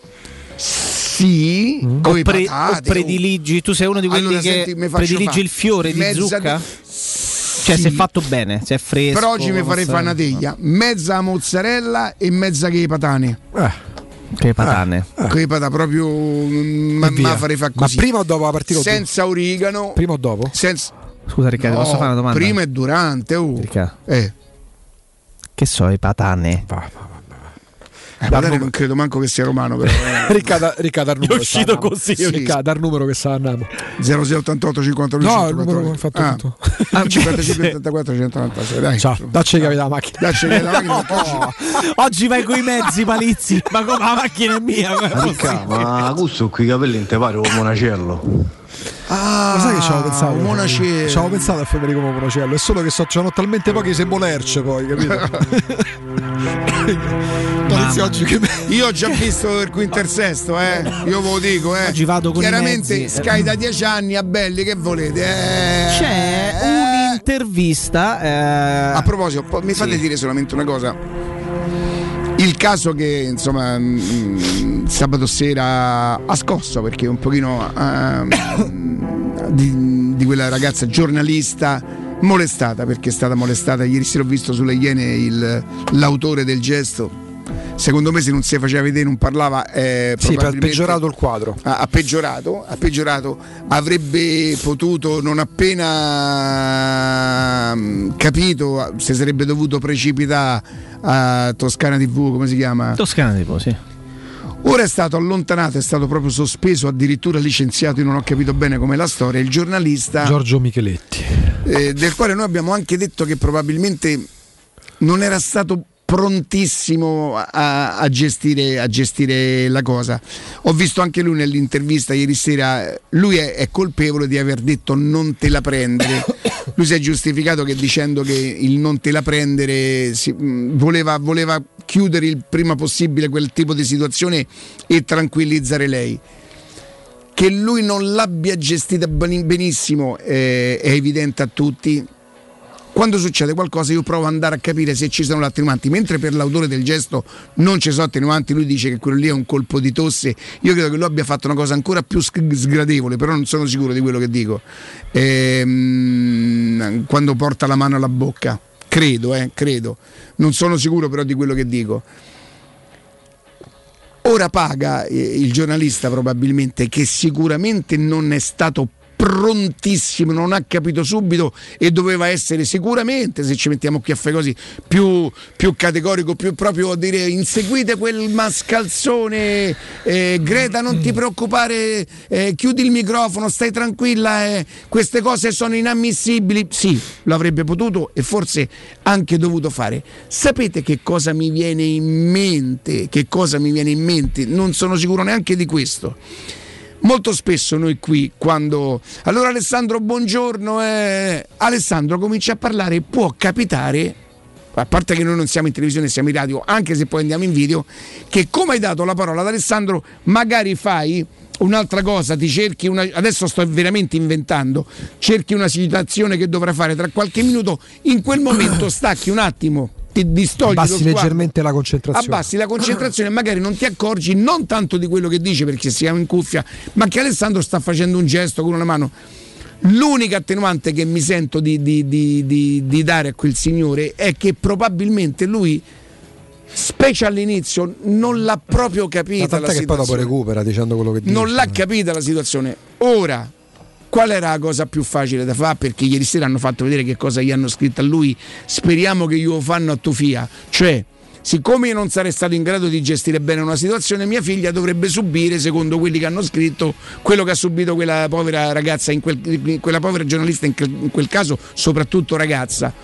Sì, o prediligi, tu sei uno di quelli che prediligi il fiore di zucca? Cioè, se è fatto bene, se è fresco. Però oggi mi farei fare una teglia, mezza mozzarella e mezza che patane. Che patane? Che patane proprio ma farei fare così. Ma prima o dopo la partita? Senza origano. Prima o dopo? Scusa Riccardo, posso fare una domanda? Prima e durante. Che so, i patane? Non credo manco che sia romano, però. Riccardo, dar numero. È uscito così. Riccardo, dar numero che sa andiamo. 0688 52 no, il numero che ho fatto tutto. 55 74 196. Dai. Ciao, dacci che la macchina. Dacci che la macchina. No. Oggi vai coi mezzi, Palizzi. Ma come la macchina è mia? Ma gusto qui i capelli in te pare un monacello. Ma sai che ci avevo pensato? Monacello. Ci avevo pensato a Federico Monacello. È solo che c'hanno talmente pochi sembolerce poi, capito? Oggi che io ho già visto il quintersesto, io ve lo dico, Oggi vado con chiaramente i mezzi. Sky da 10 anni a belli, che volete? C'è un'intervista. A proposito, mi fate dire solamente una cosa. Il caso che insomma sabato sera ha scosso, perché un pochino di quella ragazza giornalista molestata, perché è stata molestata. Ieri sera ho visto sulle Iene l'autore del gesto. Secondo me, se non si faceva vedere, non parlava, sì, ha peggiorato il quadro. Ha peggiorato. Avrebbe potuto, non appena capito, si sarebbe dovuto precipitare a Toscana TV, come si chiama? Toscana TV, sì. Ora è stato allontanato, è stato proprio sospeso, addirittura licenziato. Io non ho capito bene com'è la storia. Il giornalista Giorgio Micheletti, del quale noi abbiamo anche detto che probabilmente non era stato prontissimo a gestire la cosa. Ho visto anche lui nell'intervista ieri sera, lui è colpevole di aver detto non te la prendere. Lui si è giustificato dicendo che il non te la prendere voleva chiudere il prima possibile quel tipo di situazione e tranquillizzare lei. Che lui non l'abbia gestita benissimo è evidente a tutti. quando succede qualcosa io provo ad andare a capire se ci sono le attenuanti, mentre per l'autore del gesto non ci sono attenuanti, lui dice che quello lì è un colpo di tosse, io credo che lui abbia fatto una cosa ancora più sgradevole, però non sono sicuro di quello che dico, quando porta la mano alla bocca, credo, non sono sicuro però di quello che dico. Ora paga il giornalista probabilmente, che sicuramente non è stato prontissimo, non ha capito subito e doveva essere sicuramente, se ci mettiamo qui a fare così, più categorico, più proprio a dire inseguite quel mascalzone, Greta non ti preoccupare, chiudi il microfono, stai tranquilla, queste cose sono inammissibili. Sì, lo avrebbe potuto e forse anche dovuto fare. Sapete che cosa mi viene in mente? Non sono sicuro neanche di questo. Molto spesso noi qui, quando allora Alessandro buongiorno, Alessandro comincia a parlare, può capitare, a parte che noi non siamo in televisione, siamo in radio, anche se poi andiamo in video, che come hai dato la parola ad Alessandro magari fai un'altra cosa, ti cerchi adesso sto veramente inventando, cerchi una situazione che dovrai fare tra qualche minuto, in quel momento stacchi un attimo, ti distogli, abbassi leggermente la concentrazione. Abbassi la concentrazione e magari non ti accorgi non tanto di quello che dice perché siamo in cuffia, ma che Alessandro sta facendo un gesto con una mano. L'unica attenuante che mi sento di dare a quel signore è che probabilmente lui, specie all'inizio, non l'ha proprio capita la situazione. Che poi dopo recupera dicendo quello che dice. Non l'ha capita la situazione. Ora, qual era la cosa più facile da fare? Perché ieri sera hanno fatto vedere che cosa gli hanno scritto a lui, speriamo che glielo fanno a Tofia, cioè siccome io non sarei stato in grado di gestire bene una situazione, mia figlia dovrebbe subire, secondo quelli che hanno scritto, quello che ha subito quella povera ragazza, quella povera giornalista, in quel caso soprattutto ragazza.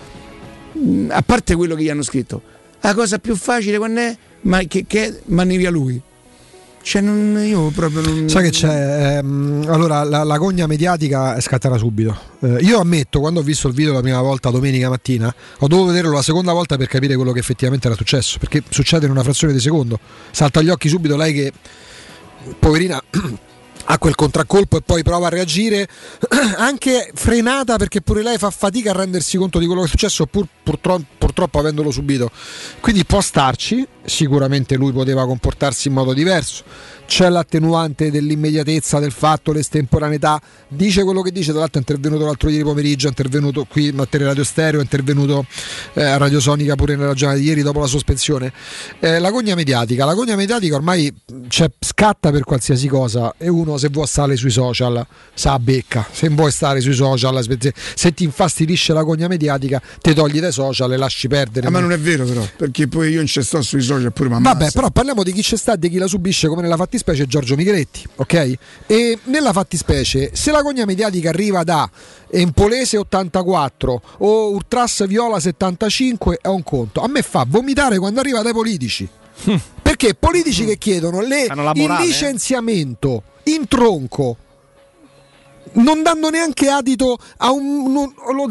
A parte quello che gli hanno scritto, la cosa più facile quando è? Ma che manni via lui. Cioè io proprio non... Sai che c'è? Allora la gogna mediatica è scattata subito. Io ammetto, quando ho visto il video la prima volta domenica mattina, ho dovuto vederlo la seconda volta per capire quello che effettivamente era successo, perché succede in una frazione di secondo. Salta agli occhi subito lei che, poverina, ha quel contraccolpo e poi prova a reagire, anche frenata, perché pure lei fa fatica a rendersi conto di quello che è successo, purtroppo avendolo subito. Quindi può starci, sicuramente lui poteva comportarsi in modo diverso. C'è l'attenuante dell'immediatezza del fatto, l'estemporaneità, dice quello che dice. Tra l'altro è intervenuto l'altro ieri pomeriggio, è intervenuto qui a Radio Stereo, è intervenuto a Radio Sonica pure nella giornata di ieri dopo la sospensione. La gogna mediatica ormai scatta per qualsiasi cosa, e uno, se vuoi stare sui social, sa becca. Se vuoi stare sui social, se ti infastidisce la gogna mediatica, ti togli dai social e lasci perdere. Ma non è vero però, perché poi io non ci sto sui social pure, mamma. Vabbè, però parliamo di chi c'è sta e di chi la subisce, come nella fattispecie Giorgio Micheletti, ok? E nella fattispecie, se la gogna mediatica arriva da Empolese 84 o Ultras Viola 75, è un conto. A me fa vomitare quando arriva dai politici. Perché politici che chiedono il licenziamento in tronco, non dando neanche adito a lo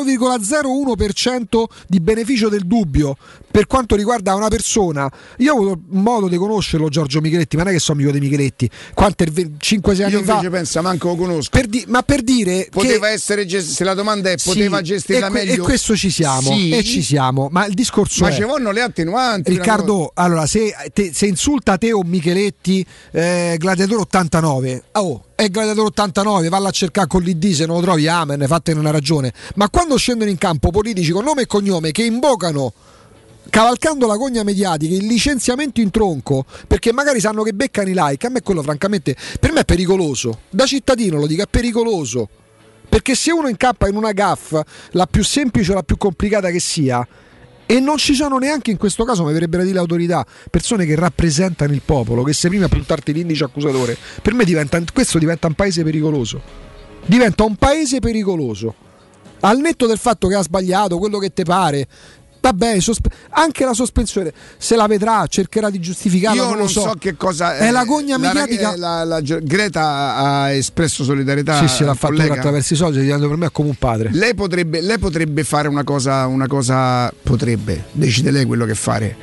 0,01% di beneficio del dubbio per quanto riguarda una persona. Io ho avuto modo di conoscerlo Giorgio Micheletti, ma non è che sono amico di Micheletti, 5-6 anni io fa. Invece pensa, manco lo conosco. Ma per dire poteva che essere se la domanda è poteva gestirla meglio. E questo ci siamo, sì. E ci siamo. Ma il discorso ci vanno le attenuanti. Riccardo, allora se insulta te o Micheletti, Gladiatore 89, è Gladiatore 89, valla a cercare con l'ID, se non lo trovi, amen, fatene una ragione. Ma quando scendono in campo politici con nome e cognome che invocano, cavalcando la gogna mediatica, il licenziamento in tronco, perché magari sanno che beccano i like, a me quello francamente, per me è pericoloso. Da cittadino lo dico, è pericoloso. Perché se uno incappa in una gaffe, la più semplice o la più complicata che sia, e non ci sono neanche in questo caso, mi verrebbero a dire le autorità, persone che rappresentano il popolo, che se prima a puntarti l'indice accusatore, per me questo diventa un paese pericoloso. Diventa un paese pericoloso. Al netto del fatto che ha sbagliato quello che te pare, vabbè, anche la sospensione se la vedrà, cercherà di giustificarla. Io non so che cosa è la gogna mediatica. Greta ha espresso solidarietà. Sì, l'ha fatto attraverso i social, diventando per me come un padre. Lei potrebbe fare una cosa, potrebbe, decide lei quello che fare.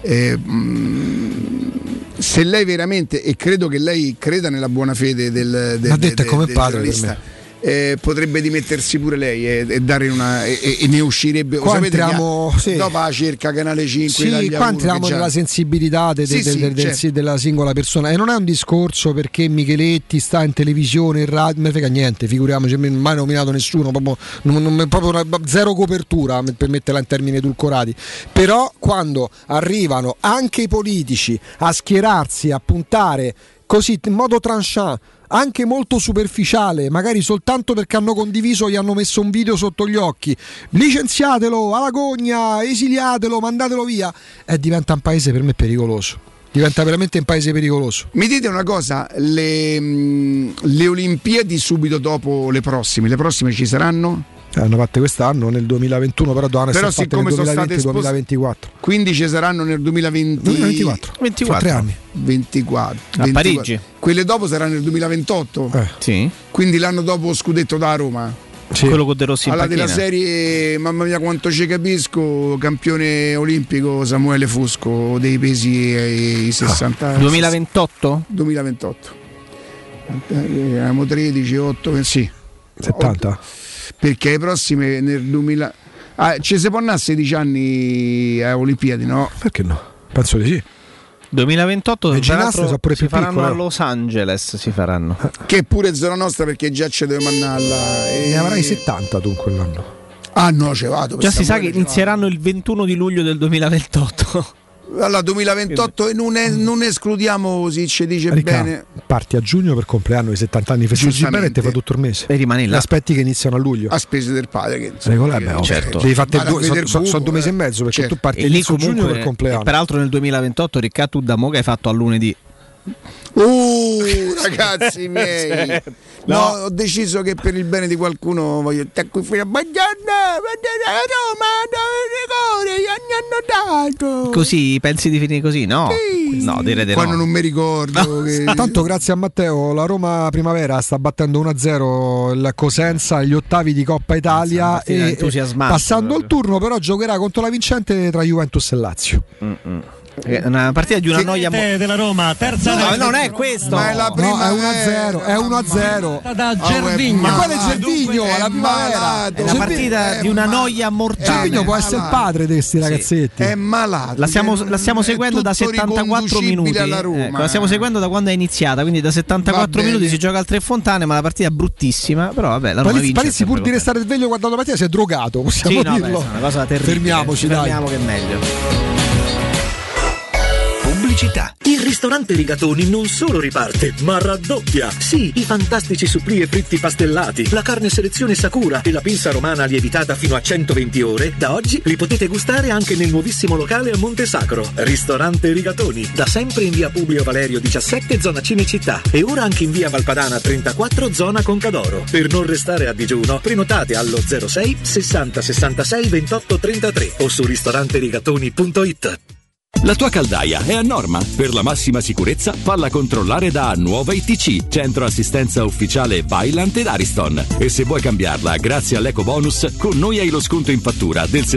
Se lei veramente, e credo che lei creda nella buona fede del detto come padre giornalista, potrebbe dimettersi pure lei e dare e ne uscirebbe. Qua sapete entriamo, dopo la cerca Canale 5, sì, Italia qua 1, entriamo nella sensibilità della singola persona, e non è un discorso perché Micheletti sta in televisione, in radio, me frega niente, figuriamoci, mai nominato nessuno, proprio zero copertura per metterla in termini edulcorati. Però quando arrivano anche i politici a schierarsi, a puntare così in modo tranchant, anche molto superficiale, magari soltanto perché hanno condiviso, gli hanno messo un video sotto gli occhi, licenziatelo alla gogna, esiliatelo, mandatelo via, diventa un paese per me pericoloso, diventa veramente un paese pericoloso. Mi dite una cosa, le Olimpiadi subito dopo le prossime ci saranno? Hanno fatte quest'anno nel 2021, però dovranno essere fatte nel 2020-2024. Quindi ci saranno nel 2024. 3 anni. 24. A Parigi. Quelle dopo saranno nel 2028. Sì. Quindi l'anno dopo scudetto da Roma. Sì. Quello con De Rossi in della serie, mamma mia quanto ci capisco, campione olimpico Samuele Fusco dei pesi ai 60. 2028? 2028. Eravamo 13, 8, sì. 70. Perché le prossime nel 2000 ci si può andare a 16 anni a Olimpiadi, no? Perché no? Penso di sì. 2028 le ginnaste sono pure si più faranno piccole. a Los Angeles, si faranno. Che pure è zona nostra perché già ci dobbiamo andare ne avrai 70 tu quell'anno. Ah no, ci vado. Già si sa che inizieranno il 21 di luglio del 2028. Allora 2028 e non escludiamo, si ci dice bene. Parti a giugno per compleanno di 70 anni, festeggi bene e ti fa tutto il mese. E rimani là. Aspetti che iniziano a luglio. A spese del padre. Che certo. Devi fare sono 2 mesi e mezzo perché tu parti inizio giugno per compleanno. Peraltro nel 2028 Riccardo Damo che hai fatto a lunedì. Ragazzi miei, no, ho deciso che per il bene di qualcuno voglio a Roma. Così pensi di finire così? No, sì. No, direi quando no. Non mi ricordo. No. Che... Tanto grazie a Matteo la Roma Primavera sta battendo 1-0 il Cosenza agli ottavi di Coppa Italia e passando il turno, però giocherà contro la vincente tra Juventus e Lazio. Una partita di una noia della Roma, terza non è questo, ma è la prima, è 1-0 da Gervigno. Ma quale Gervigno? La primavera è una partita di una noia mortale. Gervigno può essere il padre di questi ragazzetti. È malato. La stiamo seguendo da 74 minuti. La stiamo seguendo da quando è iniziata, quindi da 74 minuti si gioca al Tre Fontane, ma la partita è bruttissima. Però vabbè, la Roma vince. Palizzi pur di restare sveglio guardando la partita si è drogato, possiamo dirlo. È una cosa terribile. Fermiamoci, dai. Fermiamo che è meglio. Pubblicità. Il ristorante Rigatoni non solo riparte, ma raddoppia. Sì, i fantastici supplì e fritti pastellati, la carne selezione Sakura e la pinza romana lievitata fino a 120 ore, da oggi li potete gustare anche nel nuovissimo locale a Monte Sacro. Ristorante Rigatoni, da sempre in via Publio Valerio 17, zona Cinecittà, e ora anche in via Valpadana 34, zona Concadoro. Per non restare a digiuno, prenotate allo 06 60 66 28 33 o su ristoranterigatoni.it. La tua caldaia è a norma? Per la massima sicurezza falla controllare da Nuova ITC, centro assistenza ufficiale Vaillant ed Ariston. E se vuoi cambiarla grazie all'eco bonus, con noi hai lo sconto in fattura del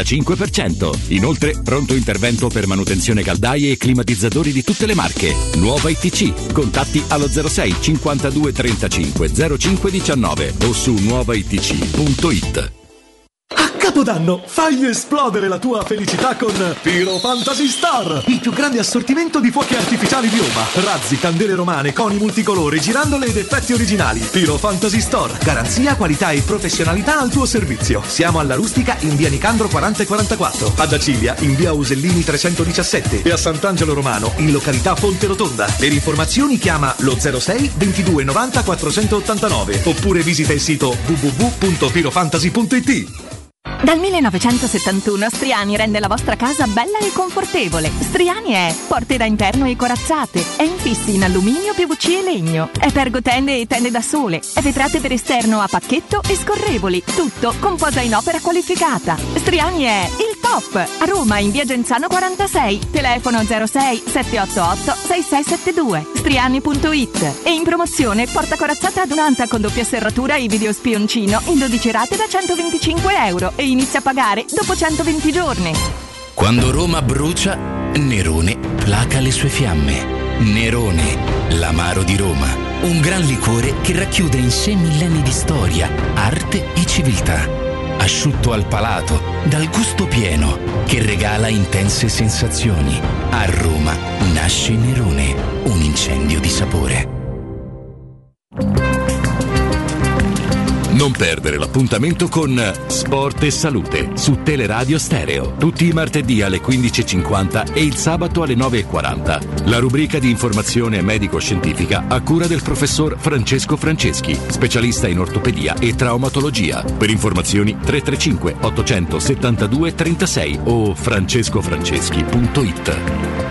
65%. Inoltre, pronto intervento per manutenzione caldaie e climatizzatori di tutte le marche. Nuova ITC, contatti allo 06 52 35 05 19 o su nuovaitc.it. Capodanno, fai esplodere la tua felicità con Piro Fantasy Star, il più grande assortimento di fuochi artificiali di Roma. Razzi, candele romane, coni multicolori, girandole ed effetti originali. Piro Fantasy Store, garanzia, qualità e professionalità al tuo servizio. Siamo alla Rustica in via Nicandro 40 e 44, ad Acilia in via Usellini 317 e a Sant'Angelo Romano in località Fonte Rotonda. Per informazioni chiama lo 06 22 90 489 oppure visita il sito www.pirofantasy.it. Dal 1971 Striani rende la vostra casa bella e confortevole. Striani è porte da interno e corazzate, è infissi in alluminio, PVC e legno, è pergotende e tende da sole, è vetrate per esterno a pacchetto e scorrevoli, tutto con posa in opera qualificata. Striani è il top! A Roma in via Genzano 46, telefono 06 788 6672, striani.it. E in promozione porta corazzata adunata con doppia serratura e video spioncino in 12 rate da €125 e inizia a pagare dopo 120 giorni. Quando Roma brucia, Nerone placa le sue fiamme. Nerone, l'amaro di Roma. Un gran liquore che racchiude in sé millenni di storia, arte e civiltà. Asciutto al palato, dal gusto pieno, che regala intense sensazioni. A Roma nasce Nerone, un incendio di sapore. Non perdere l'appuntamento con Sport e Salute su Teleradio Stereo, tutti i martedì alle 15.50 e il sabato alle 9.40. La rubrica di informazione medico-scientifica a cura del professor Francesco Franceschi, specialista in ortopedia e traumatologia. Per informazioni 335 872 36 o francescofranceschi.it.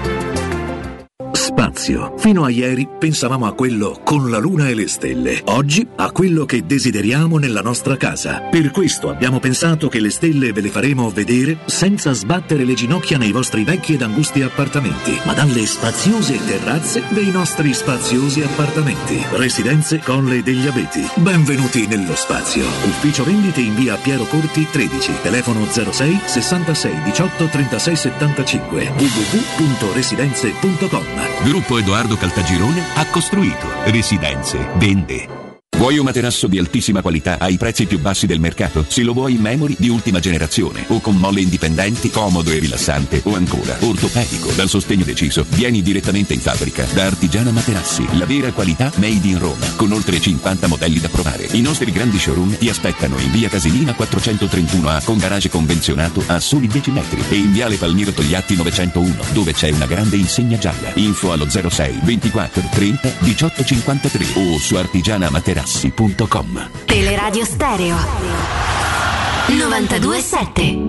Spazio. Fino a ieri pensavamo a quello con la luna e le stelle. Oggi a quello che desideriamo nella nostra casa. Per questo abbiamo pensato che le stelle ve le faremo vedere senza sbattere le ginocchia nei vostri vecchi ed angusti appartamenti, ma dalle spaziose terrazze dei nostri spaziosi appartamenti. Residenze Colle degli Abeti. Benvenuti nello spazio. Ufficio vendite in via Piero Corti 13. Telefono 06 66 18 36 75. www.residenze.com. Gruppo Edoardo Caltagirone ha costruito, residenze, vende. Vuoi un materasso di altissima qualità ai prezzi più bassi del mercato? Se lo vuoi in memory di ultima generazione o con molle indipendenti, comodo e rilassante, o ancora ortopedico dal sostegno deciso, vieni direttamente in fabbrica da Artigiana Materassi, la vera qualità made in Roma, con oltre 50 modelli da provare. I nostri grandi showroom ti aspettano in via Casilina 431A con garage convenzionato a soli 10 metri e in viale Palmiro Togliatti 901 dove c'è una grande insegna gialla. Info allo 06 24 30 18 53 o su artigianamaterassi.com. Teleradio Stereo 92.7.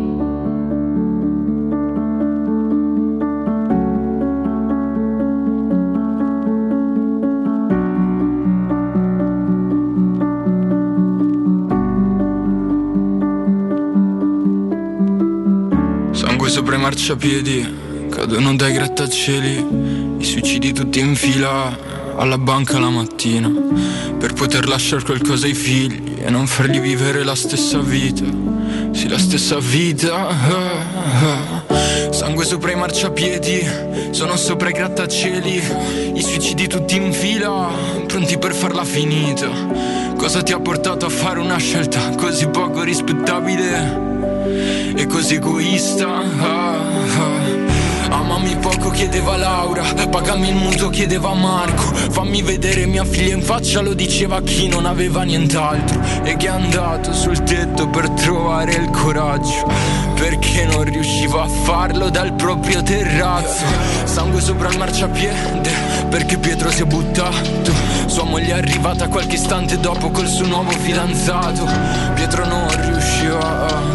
Sangue sopra i marciapiedi, cadono dai grattacieli, i suicidi tutti in fila alla banca la mattina, per poter lasciare qualcosa ai figli e non fargli vivere la stessa vita. Sì, la stessa vita. Sangue sopra i marciapiedi, sono sopra i grattacieli, i suicidi tutti in fila, pronti per farla finita. Cosa ti ha portato a fare una scelta così poco rispettabile e così egoista? Amami poco chiedeva Laura, pagami il mutuo chiedeva Marco, fammi vedere mia figlia in faccia lo diceva chi non aveva nient'altro e che è andato sul tetto per trovare il coraggio perché non riusciva a farlo dal proprio terrazzo. Sangue sopra il marciapiede perché Pietro si è buttato, sua moglie è arrivata qualche istante dopo col suo nuovo fidanzato. Pietro non riusciva a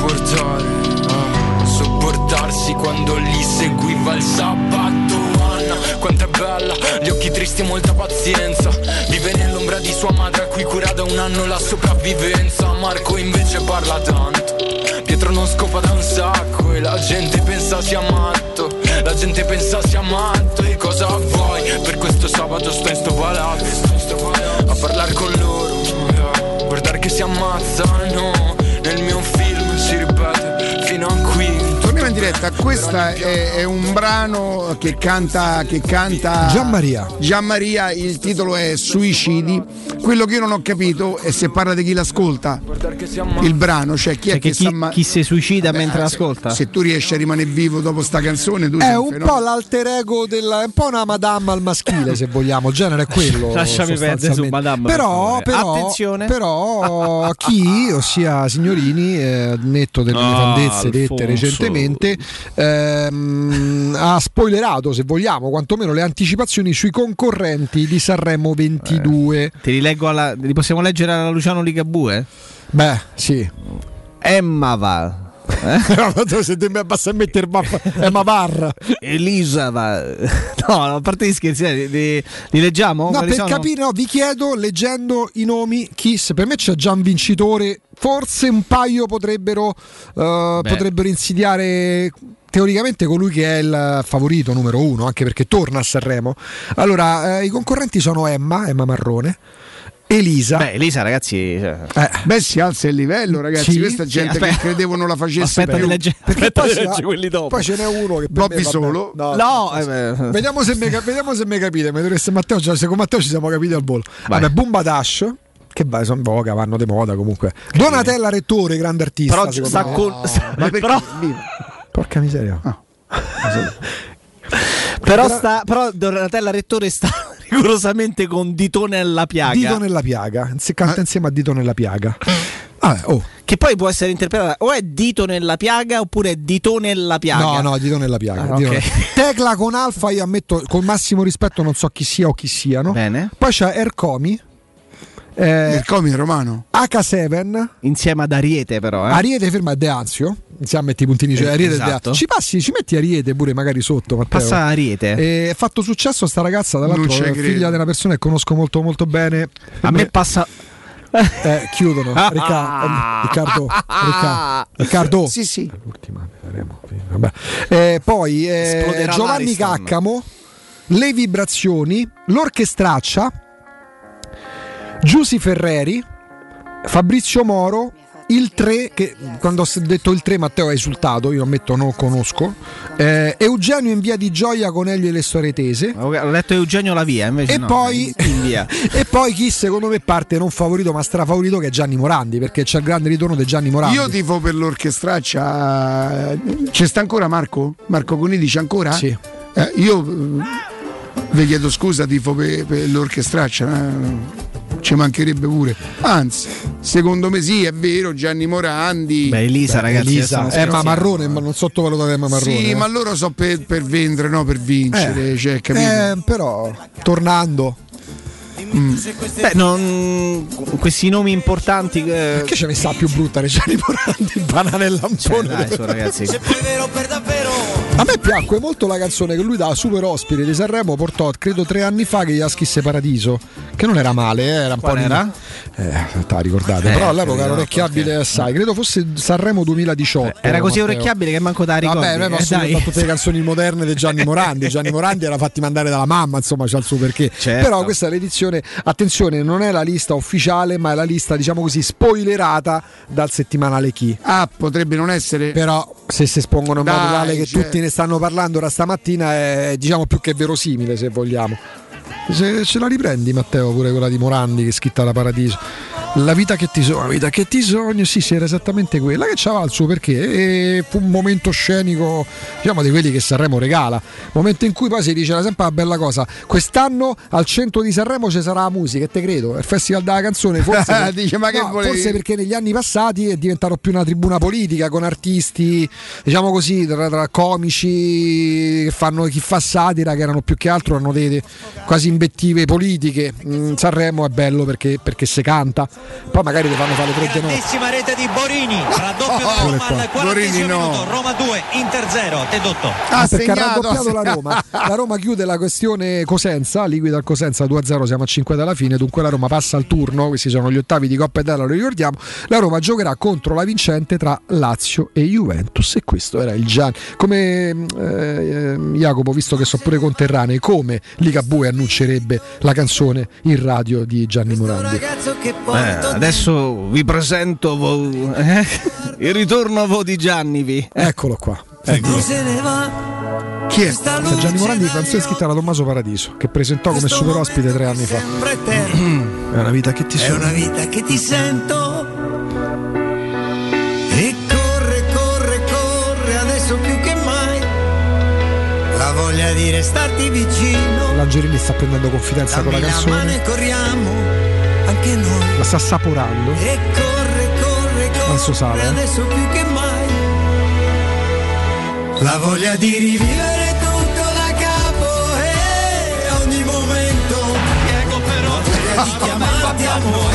sopportarsi quando li seguiva il sabato. Anna, quanto è bella, gli occhi tristi e molta pazienza, vive nell'ombra di sua madre a cui cura da un anno la sopravvivenza. Marco invece parla tanto, Pietro non scopa da un sacco e la gente pensa sia matto, la gente pensa sia matto. E cosa vuoi? Per questo sabato sto in sto palazzo a parlare con loro, guardare che si ammazzano. Nel mio film si ripete fino a qui. Torniamo in diretta, questa è un brano che canta Gianmaria, il titolo è Suicidi. Quello che io non ho capito è se parla di chi l'ascolta il brano, cioè chi è che chi si suicida mentre l'ascolta. Se tu riesci a rimanere vivo dopo sta canzone, tu è un po' l'alter ego è un po' una madame al maschile, se vogliamo, il genere è quello. Lasciami perdere su madame. Però attenzione. Però chi, ossia signorini, netto delle nefandezze dette recentemente, ha spoilerato, se vogliamo, quantomeno le anticipazioni sui concorrenti di Sanremo 22. Te li leggo li possiamo leggere alla Luciano Ligabue? Beh, sì. Emma va. Se devi abbassare a mettere Emma Barra. Elisa va. No, a parte gli scherzi, li leggiamo? No, per capire, vi chiedo, leggendo i nomi, per me c'è già un vincitore. Forse un paio potrebbero insidiare teoricamente colui che è il favorito numero uno, anche perché torna a Sanremo. Allora, i concorrenti sono Emma Marrone, Elisa. Beh, Elisa, ragazzi. Beh, si alza il livello, ragazzi. Sì. Questa gente che credevano non la facesse Aspetta, perché poi quelli dopo. Poi ce n'è uno che Bobby solo. Vediamo se mi capite. Matteo, con Matteo ci siamo capiti al volo. Vabbè, Bumba Dash, che sono in voga, vanno di moda comunque. Donatella Rettore, grande artista. Però sta con. Porca miseria. Però Donatella Rettore sta rigorosamente con Dito nella piaga. Dito nella piaga, si canta insieme a Dito nella piaga. Che poi può essere interpretata o è Dito nella piaga oppure è Dito nella piaga. No, Dito nella piaga. Okay. Tecla con Alfa, io ammetto con massimo rispetto, non so chi sia o chi siano. Bene. Poi c'è Ercomi. Ercomi è romano. H7 insieme ad Ariete, però. Ariete ferma De Anzio. Insieme a metti i puntini, cioè Ariete esatto. ci metti Ariete pure magari sotto, Matteo. Passa Ariete. Ha fatto successo sta ragazza, tra l'altro figlia di una persona che conosco molto molto bene. A me passa. Chiudono. Riccardo. Sì. L'ultima vabbè. Poi Giovanni Caccamo, Le Vibrazioni, L'Orchestraccia, Giusy Ferreri, Fabrizio Moro, il 3, che quando ho detto il 3 Matteo ha esultato, io ammetto non conosco, Eugenio in Via di Gioia con Elio e le storie tese. Ho letto Eugenio la via, invece poi in via. E poi chi secondo me parte non favorito ma strafavorito, che è Gianni Morandi, perché c'è il grande ritorno di Gianni Morandi. Io tifo per l'Orchestraccia. C'è sta ancora Marco? Marco Conidi c'è ancora? Sì. Io vi chiedo scusa, tifo per l'Orchestraccia. Ci mancherebbe pure, anzi secondo me sì, è vero, Gianni Morandi. Beh, Elisa, ragazzi, Emma Marrone, ma non sottovalutate Emma Marrone. Sì, ma loro so per vendere, no per vincere, cioè, capito? Però tornando questi nomi importanti che ce ne sta più brutta Gianni Morandi, banana e lampone, dai, ragazzi. A me piacque molto la canzone che lui da super ospite di Sanremo portò, credo 3 anni fa, che gli ha schisse Paradiso, che non era male, era un Qual po' era? Ricordate, però all'epoca era orecchiabile assai, credo fosse Sanremo 2018. Era così orecchiabile che manco da ricordi. Vabbè, noi fatto tutte le canzoni moderne di Gianni Morandi. Gianni Morandi era fatti mandare dalla mamma, insomma, c'ha il suo perché. Certo. Però questa è l'edizione, attenzione, non è la lista ufficiale, ma è la lista, diciamo così, spoilerata dal settimanale Chi. Potrebbe non essere. Però se si espongono in modo tale che tutti ne stanno parlando da stamattina è, diciamo, più che verosimile, se vogliamo. Se ce la riprendi, Matteo, pure quella di Morandi che è scritta da Paradiso, la vita che ti sogno, sì, era esattamente quella, che c'aveva il suo perché, e fu un momento scenico, diciamo, di quelli che Sanremo regala, momento in cui poi si diceva sempre una bella cosa: quest'anno al centro di Sanremo ci sarà la musica, e te credo, il festival della canzone, forse dice, ma che forse perché negli anni passati è diventato più una tribuna politica, con artisti, diciamo così, tra comici che fanno, chi fa satira, che erano più che altro hanno quasi invettive politiche. Sanremo è bello perché si canta, poi magari ti fanno fare 3 de notte. Grandissima rete di Borini, raddoppio da Roma al 40° minuto, Roma 2, Inter 0, Tedotto. Perché ha raddoppiato la Roma. La Roma chiude la questione Cosenza, liquida il Cosenza 2-0, siamo a 5 dalla fine, dunque la Roma passa al turno, questi sono gli ottavi di Coppa Italia, lo ricordiamo. La Roma giocherà contro la vincente tra Lazio e Juventus, e questo era il Gianni. Come Jacopo, visto che sono pure conterranei, come Ligabue annuncerebbe la canzone in radio di Gianni Morandi? Adesso vi presento il ritorno di Gianni. Eccolo qua. Chi è? Gianni Morandi, canzone scritta da Tommaso Paradiso, che presentò come super ospite 3 anni fa. È una vita che ti sento. È una vita che ti sento. E corre adesso più che mai. La voglia di restarti vicino. L'Angelini sta prendendo confidenza con la canzone. La mano e corriamo anche noi. La sta saporando. E corre adesso più che mai. La voglia di rivivere tutto da capo, e ogni momento piego però di chiamarti amore.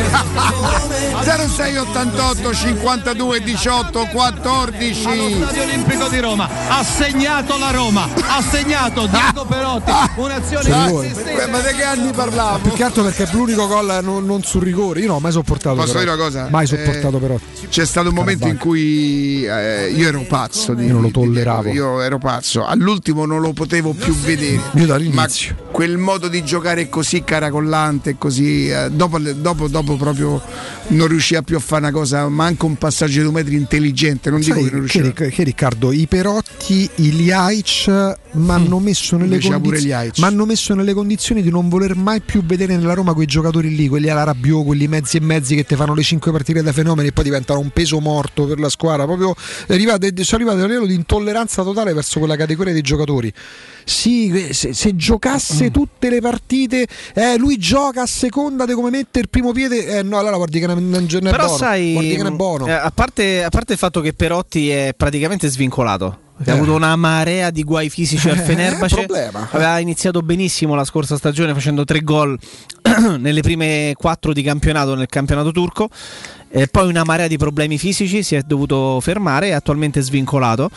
0688 52 18 14. Allo Stadio Olimpico di Roma ha segnato la Roma, ha segnato Diego Perotti, un'azione ma di che anni parlavo? Più che altro perché è l'unico gol non sul rigore. Io non ho mai sopportato. Posso dire una cosa? Mai sopportato Perotti. C'è stato un momento in cui io ero pazzo. Io non lo tolleravo. Io ero pazzo. All'ultimo non lo potevo più vedere. Io dall'inizio. Ma quel modo di giocare così caracollante, così dopo proprio non riusciva più a fare una cosa, ma anche un passaggio di 2 metri intelligente, non dico che non riusciva. Che Riccardo, i Perotti, i Ljajic mi hanno messo nelle condizioni di non voler mai più vedere nella Roma quei giocatori lì, quelli alla Rabiot, quelli mezzi e mezzi che ti fanno le 5 partite da fenomeni e poi diventano un peso morto per la squadra, proprio sono arrivati a un livello di intolleranza totale verso quella categoria di giocatori. Sì, se giocasse tutte le partite, lui gioca a seconda di come mette il primo piede, no, allora guardi che non è buono. Però sai, guardi che non è buono. A parte il fatto che Perotti è praticamente svincolato, ha avuto una marea di guai fisici al Fenerbahce, aveva iniziato benissimo la scorsa stagione facendo 3 gol nelle prime 4 di campionato nel campionato turco, poi una marea di problemi fisici, si è dovuto fermare e attualmente è svincolato.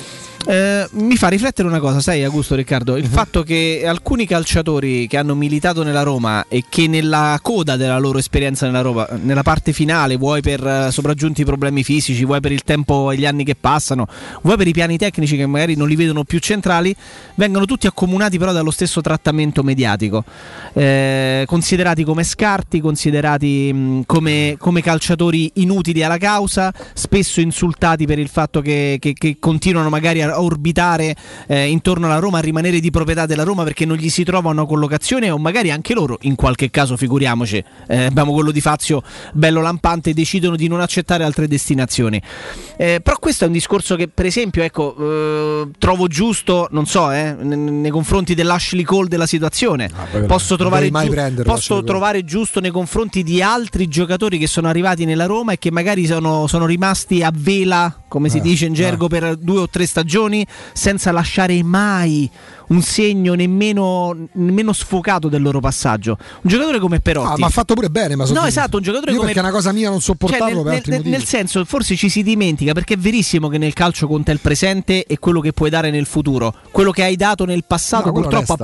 Mi fa riflettere una cosa, sai Augusto, Riccardo, il fatto che alcuni calciatori che hanno militato nella Roma e che nella coda della loro esperienza nella Roma, nella parte finale, vuoi per sopraggiunti problemi fisici, vuoi per il tempo e gli anni che passano, vuoi per i piani tecnici che magari non li vedono più centrali, vengono tutti accomunati però dallo stesso trattamento mediatico, considerati come scarti, considerati come calciatori inutili alla causa, spesso insultati per il fatto che continuano magari a orbitare intorno alla Roma, a rimanere di proprietà della Roma perché non gli si trova una collocazione, o magari anche loro in qualche caso, figuriamoci, abbiamo quello di Fazio bello lampante, decidono di non accettare altre destinazioni. Però questo è un discorso che per esempio trovo giusto, non so, nei confronti dell'Ashley Cole della situazione, posso trovare giusto nei confronti di altri giocatori che sono arrivati nella Roma e che magari sono rimasti a vela, come si dice in gergo, per 2 o 3 stagioni senza lasciare mai un segno nemmeno sfocato del loro passaggio. Un giocatore come Perotti, ma ha fatto pure bene, ma no, esatto, un giocatore io come, perché è una cosa mia non sopportarlo, per altri motivi. Nel senso, forse ci si dimentica, perché è verissimo che nel calcio conta il presente e quello che puoi dare nel futuro. Quello che hai dato nel passato purtroppo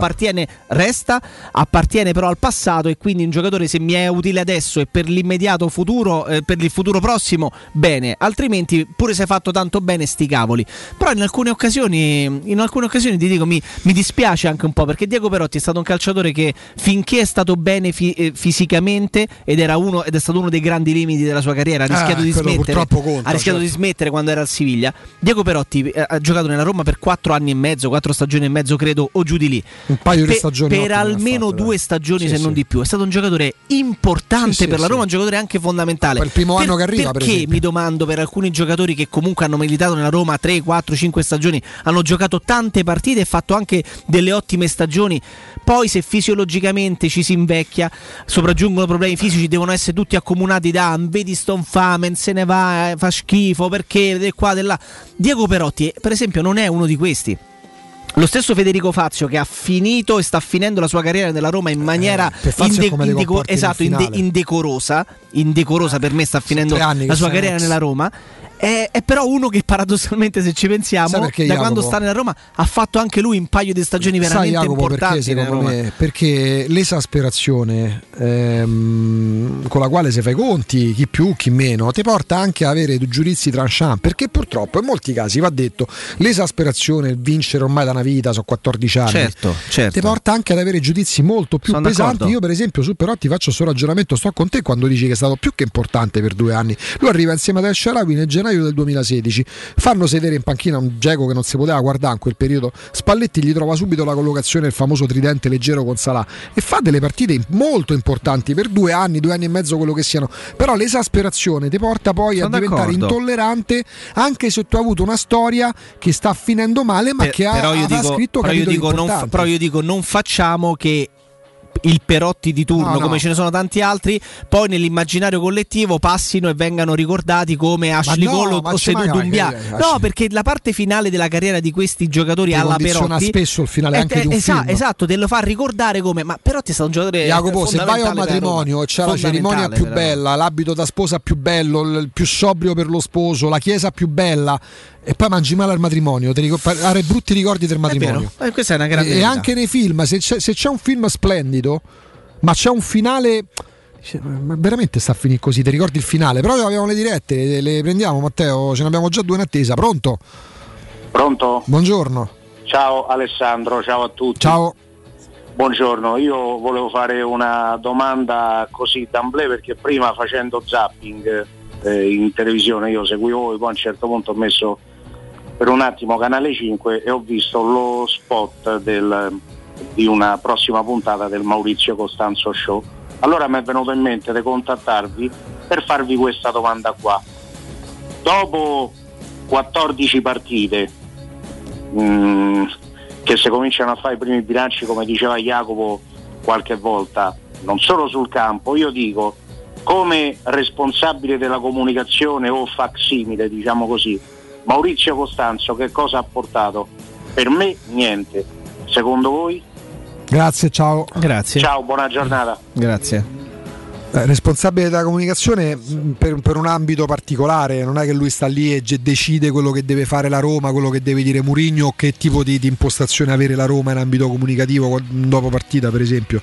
appartiene però al passato, e quindi un giocatore, se mi è utile adesso e per l'immediato futuro, per il futuro prossimo, bene, altrimenti pure se hai fatto tanto bene, sti cavoli. Però in alcune occasioni ti dico, mi dispiace anche un po', perché Diego Perotti è stato un calciatore che finché è stato bene fisicamente ed è stato uno dei grandi limiti della sua carriera, ha rischiato di smettere quando era al Siviglia. Diego Perotti ha giocato nella Roma per 4 anni e mezzo, 4 stagioni e mezzo credo, o giù di lì, un paio di stagioni per almeno 2 stagioni, se non di più. È stato un giocatore importante per la Roma, un giocatore anche fondamentale. Per il primo anno che arriva, perché mi domando, per alcuni giocatori che comunque hanno militato nella Roma 3, 4, 5 stagioni, hanno giocato tante partite e fatto anche delle ottime stagioni, poi se fisiologicamente ci si invecchia, sopraggiungono problemi fisici, devono essere tutti accomunati da vedi sto infame, se ne va, fa schifo, perché di qua, di là. Diego Perotti per esempio non è uno di questi. Lo stesso Federico Fazio, che ha finito e sta finendo la sua carriera nella Roma in maniera indecorosa per me, sta finendo la sua carriera nella Roma. È però uno che paradossalmente, se ci pensiamo, perché, da Jacopo, quando sta nella Roma ha fatto anche lui un paio di stagioni veramente importanti nella Roma. Perché l'esasperazione con la quale si fa i conti, chi più chi meno, ti porta anche a avere giudizi tranchant, perché purtroppo in molti casi, va detto, l'esasperazione, il vincere ormai da una vita, sono 14 anni, certo. ti porta anche ad avere giudizi molto più pesanti. D'accordo. Io per esempio su Perotti faccio questo ragionamento, sto con te quando dici che è stato più che importante per 2 anni. Lui arriva insieme ad El Shaarawy nel gennaio del 2016, fanno sedere in panchina un Dzeko che non si poteva guardare in quel periodo, Spalletti gli trova subito la collocazione, il famoso tridente leggero con Salah, e fa delle partite molto importanti per 2 anni e mezzo, quello che siano. Però l'esasperazione ti porta poi a diventare intollerante, anche se tu hai avuto una storia che sta finendo male, ma che ha scritto capitoli importanti. Però io dico, non facciamo che il Perotti di turno, come ce ne sono tanti altri, poi nell'immaginario collettivo passino e vengano ricordati come Ashley Cole o Seydou Doumbia. No, perché la parte finale della carriera di questi giocatori alla Perotti spesso il finale anche di un film. Esatto, te lo fa ricordare come, ma Perotti è stato un giocatore Jacopo, se vai a un matrimonio e c'è la cerimonia più bella, l'abito da sposa più bello, il più sobrio per lo sposo, la chiesa più bella, e poi mangi male al matrimonio, hai brutti ricordi del matrimonio. Questa è una grande e anche nei film, se c'è un film splendido ma c'è un finale, ma veramente sta a finire così, ti ricordi il finale? Però abbiamo le dirette, le prendiamo, Matteo, ce ne abbiamo già 2 in attesa. Pronto? Pronto? Buongiorno. Ciao Alessandro, ciao a tutti. Ciao. Buongiorno, io volevo fare una domanda così d'amblè, perché prima facendo zapping in televisione io seguivo voi, poi a un certo punto ho messo per un attimo Canale 5 e ho visto lo spot di una prossima puntata del Maurizio Costanzo Show. Allora mi è venuto in mente di contattarvi per farvi questa domanda qua. Dopo 14 partite che se cominciano a fare i primi bilanci, come diceva Jacopo qualche volta, non solo sul campo, io dico, come responsabile della comunicazione o facsimile, diciamo così, Maurizio Costanzo che cosa ha portato? Per me niente. Secondo voi? Grazie, ciao. Grazie. Ciao, buona giornata. Grazie. Responsabile della comunicazione per un ambito particolare, non è che lui sta lì e decide quello che deve fare la Roma, quello che deve dire Mourinho o che tipo di impostazione avere la Roma in ambito comunicativo dopo partita, per esempio.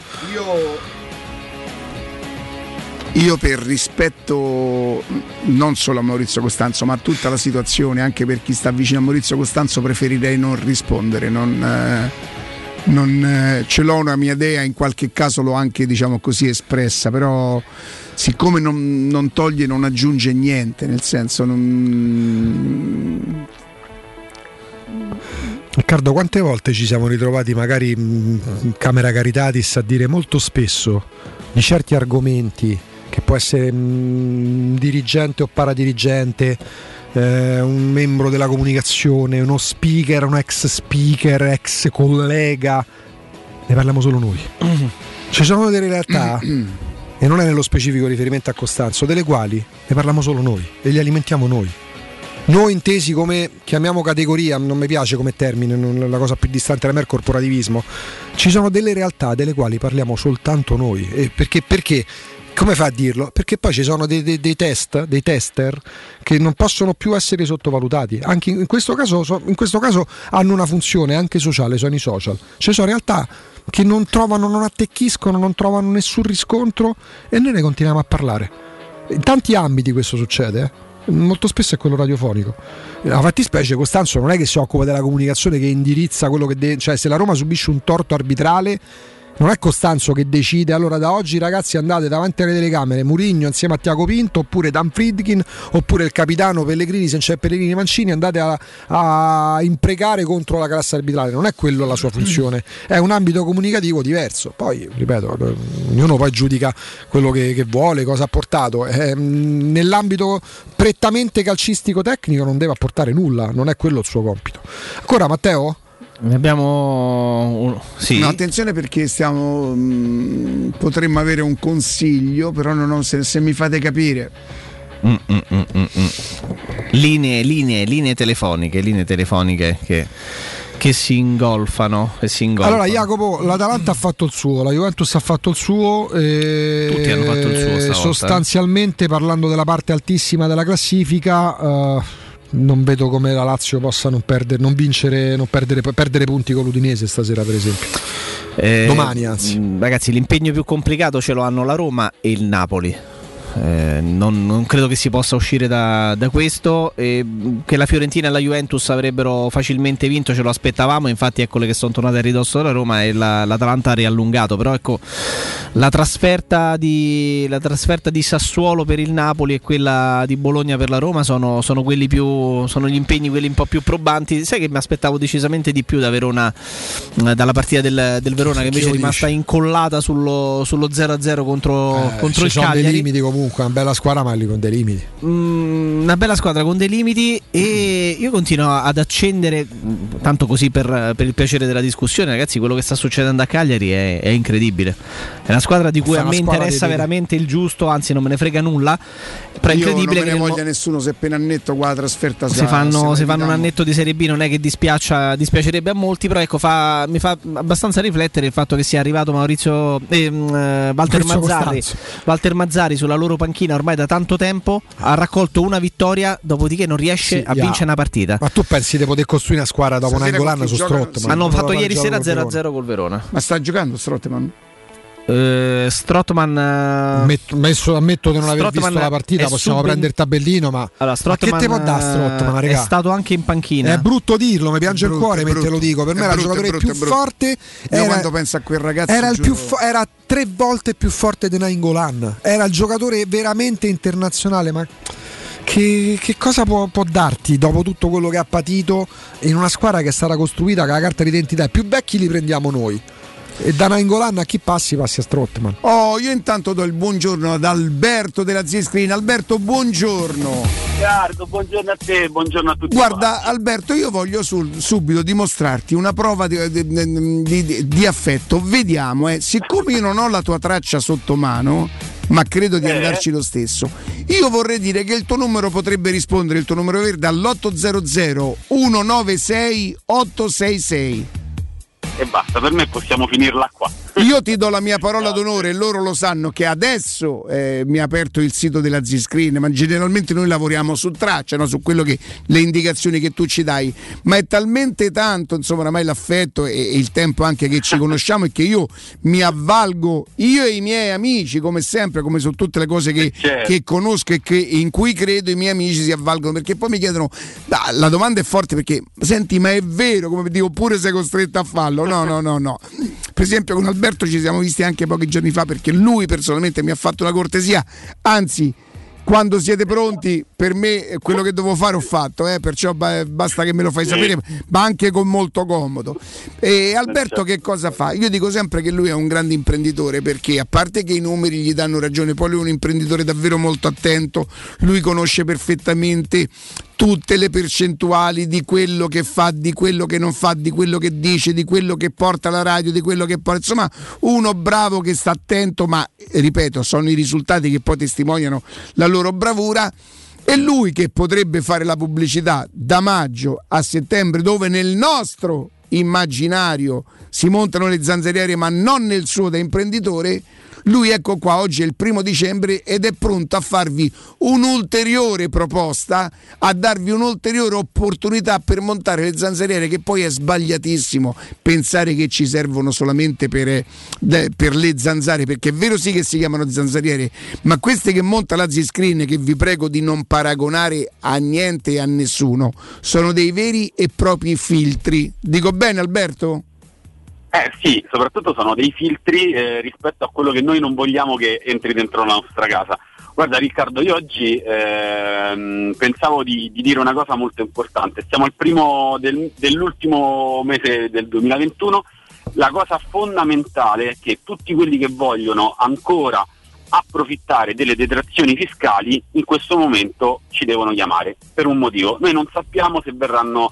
Io per rispetto non solo a Maurizio Costanzo ma a tutta la situazione, anche per chi sta vicino a Maurizio Costanzo, preferirei non rispondere, non ce l'ho una mia idea, in qualche caso l'ho anche, diciamo così, espressa, però siccome non toglie, non aggiunge niente, nel senso Riccardo, quante volte ci siamo ritrovati magari in Camera Caritatis a dire molto spesso di certi argomenti, che può essere un dirigente o paradirigente, un membro della comunicazione, uno speaker, un ex speaker, ex collega, ne parliamo solo noi. Ci sono delle realtà, e non è nello specifico riferimento a Costanzo, delle quali ne parliamo solo noi e li alimentiamo noi. Noi intesi come, chiamiamo categoria, non mi piace come termine, la cosa più distante da me è il corporativismo. Ci sono delle realtà delle quali parliamo soltanto noi. E perché? Come fa a dirlo? Perché poi ci sono dei tester che non possono più essere sottovalutati. Anche in questo caso hanno una funzione anche sociale, sono i social. Ci sono realtà che non attecchiscono, non trovano nessun riscontro e noi ne continuiamo a parlare. In tanti ambiti questo succede, molto spesso è quello radiofonico. La fattispecie Costanzo non è che si occupa della comunicazione, che indirizza quello che deve, cioè se la Roma subisce un torto arbitrale non è Costanzo che decide allora da oggi ragazzi andate davanti alle telecamere Mourinho insieme a Tiago Pinto, oppure Dan Friedkin, oppure il capitano Pellegrini, se c'è Pellegrini Mancini, andate a imprecare contro la classe arbitrale. Non è quello la sua funzione, è un ambito comunicativo diverso. Poi ripeto, ognuno poi giudica quello che vuole, cosa ha portato. Nell'ambito prettamente calcistico tecnico non deve apportare nulla, non è quello il suo compito. Ancora Matteo? Ne abbiamo sì. No, attenzione, perché potremmo avere un consiglio, però non se mi fate capire. Linee telefoniche che si ingolfano. Allora Jacopo, l'Atalanta ha fatto il suo, la Juventus ha fatto il suo, tutti hanno fatto il suo stavolta. Sostanzialmente, parlando della parte altissima della classifica, non vedo come la Lazio possa perdere punti con l'Udinese stasera, per esempio. Domani, anzi. Ragazzi, l'impegno più complicato ce lo hanno la Roma e il Napoli. Non credo che si possa uscire da questo, che la Fiorentina e la Juventus avrebbero facilmente vinto, ce lo aspettavamo, infatti ecco che sono tornate a ridosso della Roma e l'Atalanta ha riallungato, però ecco la trasferta di Sassuolo per il Napoli e quella di Bologna per la Roma sono gli impegni quelli un po' più probanti. Sai che mi aspettavo decisamente di più da Verona, dalla partita del Verona, che invece è rimasta incollata sullo 0-0 contro il Cagliari. Dei limiti comunque, una bella squadra ma lì con dei limiti. Una bella squadra con dei limiti, e io continuo ad accendere, tanto così per il piacere della discussione, ragazzi, quello che sta succedendo a Cagliari è incredibile. È una squadra di cui a me interessa veramente il giusto, anzi non me ne frega nulla, però è incredibile che non ne voglia nessuno, se appena annetto qua la trasferta si fanno un annetto di Serie B, non è che dispiacerebbe a molti, però ecco mi fa abbastanza riflettere il fatto che sia arrivato Walter Mazzari sulla loro panchina ormai da tanto tempo, ha raccolto una vittoria, dopodiché non riesce a vincere una partita. Ma tu pensi di poter costruire una squadra dopo Nainggolan su Strootman? Hanno fatto ieri sera 0-0 col Verona. Ma sta giocando Strootman? Strootman ammetto di non aver visto la partita, possiamo prendere il tabellino, ma che te può dare Strootman, è stato anche in panchina. È brutto dirlo, mi piange il cuore mentre lo dico. Per me era il giocatore più forte. Quando penso a quel ragazzo era 3 volte più forte di Nainggolan. Era il giocatore veramente internazionale, ma che cosa può darti dopo tutto quello che ha patito in una squadra che è stata costruita con la carta d'identità? I più vecchi li prendiamo noi. E da Nainggolan a chi passi a Strootman. Io intanto do il buongiorno ad Alberto della Z-Screen. Alberto, buongiorno. Riccardo, buongiorno a te, buongiorno a tutti. Guarda Alberto, io voglio subito dimostrarti una prova di affetto. Vediamo, siccome io non ho la tua traccia sotto mano, ma credo di andarci lo stesso, io vorrei dire che il tuo numero potrebbe rispondere, il tuo numero verde, all'800 196 866. E basta, per me possiamo finirla qua. Io ti do la mia parola d'onore, loro lo sanno che adesso mi ha aperto il sito della Z-Screen, ma generalmente noi lavoriamo su traccia, no? Su quello che le indicazioni che tu ci dai, ma è talmente tanto, insomma, oramai l'affetto e il tempo anche che ci conosciamo, e che io mi avvalgo, io e i miei amici, come sempre, come su tutte le cose che conosco e in cui credo, i miei amici si avvalgono, perché poi mi chiedono, la domanda è forte, perché senti, ma è vero, come dico, oppure sei costretto a farlo? No. Per esempio con Alberto ci siamo visti anche pochi giorni fa, perché lui personalmente mi ha fatto la cortesia, anzi, quando siete pronti, per me quello che devo fare ho fatto, perciò basta che me lo fai sapere, ma anche con molto comodo. E Alberto che cosa fa? Io dico sempre che lui è un grande imprenditore, perché a parte che i numeri gli danno ragione, poi lui è un imprenditore davvero molto attento, lui conosce perfettamente tutte le percentuali di quello che fa, di quello che non fa, di quello che dice, di quello che porta la radio, di quello che porta, insomma, uno bravo che sta attento, ma ripeto, sono i risultati che poi testimoniano la loro bravura. E lui che potrebbe fare la pubblicità da maggio a settembre, dove nel nostro immaginario si montano le zanzariere, ma non nel suo da imprenditore, lui ecco qua, oggi è il 1° dicembre ed è pronto a farvi un'ulteriore proposta, a darvi un'ulteriore opportunità per montare le zanzariere, che poi è sbagliatissimo pensare che ci servono solamente per le zanzare, perché è vero sì che si chiamano zanzariere, ma queste che monta la Z-Screen, che vi prego di non paragonare a niente e a nessuno, sono dei veri e propri filtri. Dico bene, Alberto? Sì, soprattutto sono dei filtri rispetto a quello che noi non vogliamo che entri dentro la nostra casa. Guarda Riccardo, io oggi pensavo di dire una cosa molto importante. Siamo al primo dell'ultimo mese del 2021. La cosa fondamentale è che tutti quelli che vogliono ancora approfittare delle detrazioni fiscali in questo momento ci devono chiamare, per un motivo: noi non sappiamo se verranno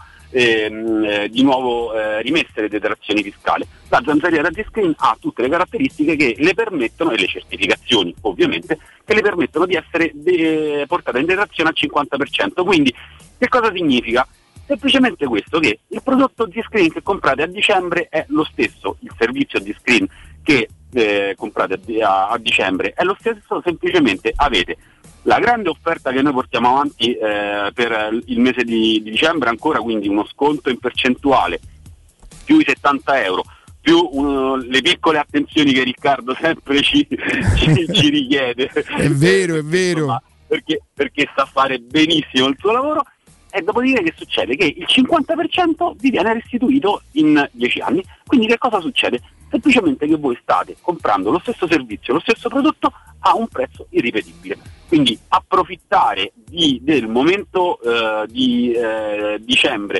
di nuovo rimesse le detrazioni fiscali. La zanzariera Z-Screen ha tutte le caratteristiche che le permettono, e le certificazioni ovviamente, che le permettono di essere portate in detrazione al 50%. Quindi che cosa significa? Semplicemente questo, che il prodotto Z-Screen che comprate a dicembre è lo stesso, il servizio Z-Screen che comprate a dicembre è lo stesso, semplicemente avete la grande offerta che noi portiamo avanti per il mese di dicembre ancora, quindi uno sconto in percentuale più i 70 euro, più le piccole attenzioni che Riccardo sempre ci richiede. È vero. Insomma, perché sa fare benissimo il suo lavoro. E dopodiché che succede? Che il 50% vi viene restituito in 10 anni. Quindi che cosa succede? Semplicemente che voi state comprando lo stesso servizio, lo stesso prodotto a un prezzo irripetibile. Quindi approfittare del momento di dicembre,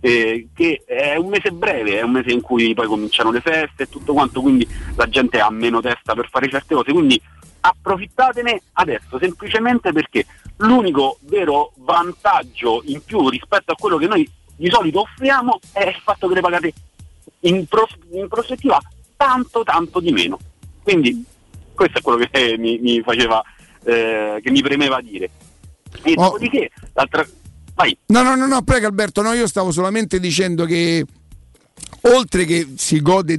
che è un mese breve, è un mese in cui poi cominciano le feste e tutto quanto, quindi la gente ha meno testa per fare certe cose, quindi approfittatene adesso, semplicemente perché l'unico vero vantaggio in più rispetto a quello che noi di solito offriamo è il fatto che le pagate in prospettiva tanto di meno. Quindi questo è quello che mi faceva che mi premeva dire. E dopodiché l'altra... Vai. No, prego Alberto, io stavo solamente dicendo che oltre che si gode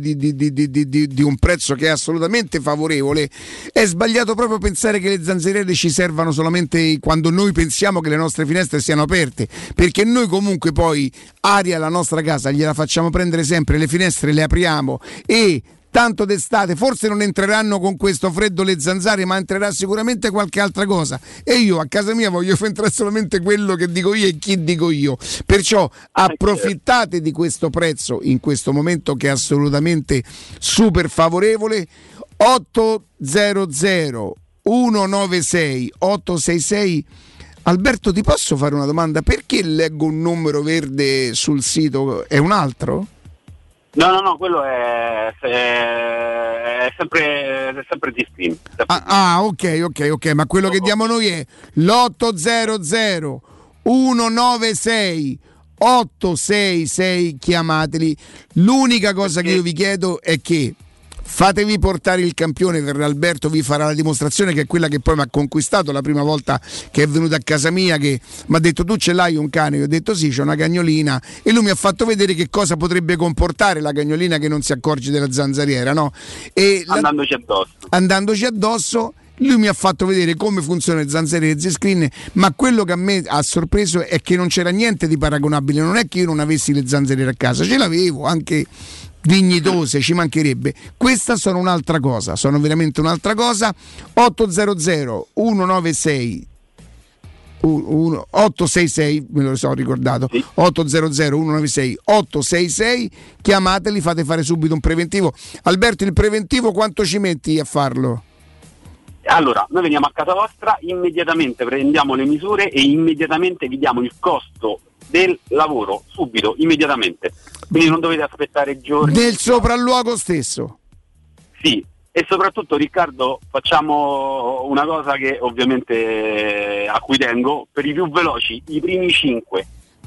di un prezzo che è assolutamente favorevole, è sbagliato proprio pensare che le zanzariere ci servano solamente quando noi pensiamo che le nostre finestre siano aperte, perché noi comunque poi aria alla nostra casa gliela facciamo prendere sempre, le finestre le apriamo e tanto d'estate, forse non entreranno con questo freddo le zanzare, ma entrerà sicuramente qualche altra cosa, e io a casa mia voglio entrare solamente quello che dico io e chi dico io, perciò approfittate di questo prezzo in questo momento che è assolutamente super favorevole. 800 196 866. Alberto, ti posso fare una domanda? Perché leggo un numero verde sul sito? È un altro? No, quello è sempre distinto. Ok, ma quello che diamo noi è l'800 196 866, chiamateli. L'unica cosa che io vi chiedo è che fatevi portare il campione, per Alberto vi farà la dimostrazione, che è quella che poi mi ha conquistato la prima volta che è venuto a casa mia, che mi ha detto: tu ce l'hai un cane? Io ho detto sì, c'è una cagnolina, e lui mi ha fatto vedere che cosa potrebbe comportare la cagnolina che non si accorge della zanzariera, no? E andandoci addosso lui mi ha fatto vedere come funziona il zanzariere Z-Screen, ma quello che a me ha sorpreso è che non c'era niente di paragonabile. Non è che io non avessi le zanzariere a casa, ce l'avevo anche dignitose, ci mancherebbe. Questa sono un'altra cosa, sono veramente un'altra cosa. 800 196 866, me lo so ricordato, 800 196 866, chiamateli, fate fare subito un preventivo. Alberto, il preventivo quanto ci metti a farlo? Allora, noi veniamo a casa vostra, immediatamente prendiamo le misure e immediatamente vi diamo il costo del lavoro, subito, immediatamente. Quindi non dovete aspettare giorni. Del sopralluogo stesso? Sì, e soprattutto, Riccardo, facciamo una cosa che ovviamente a cui tengo: per i più veloci, i primi 5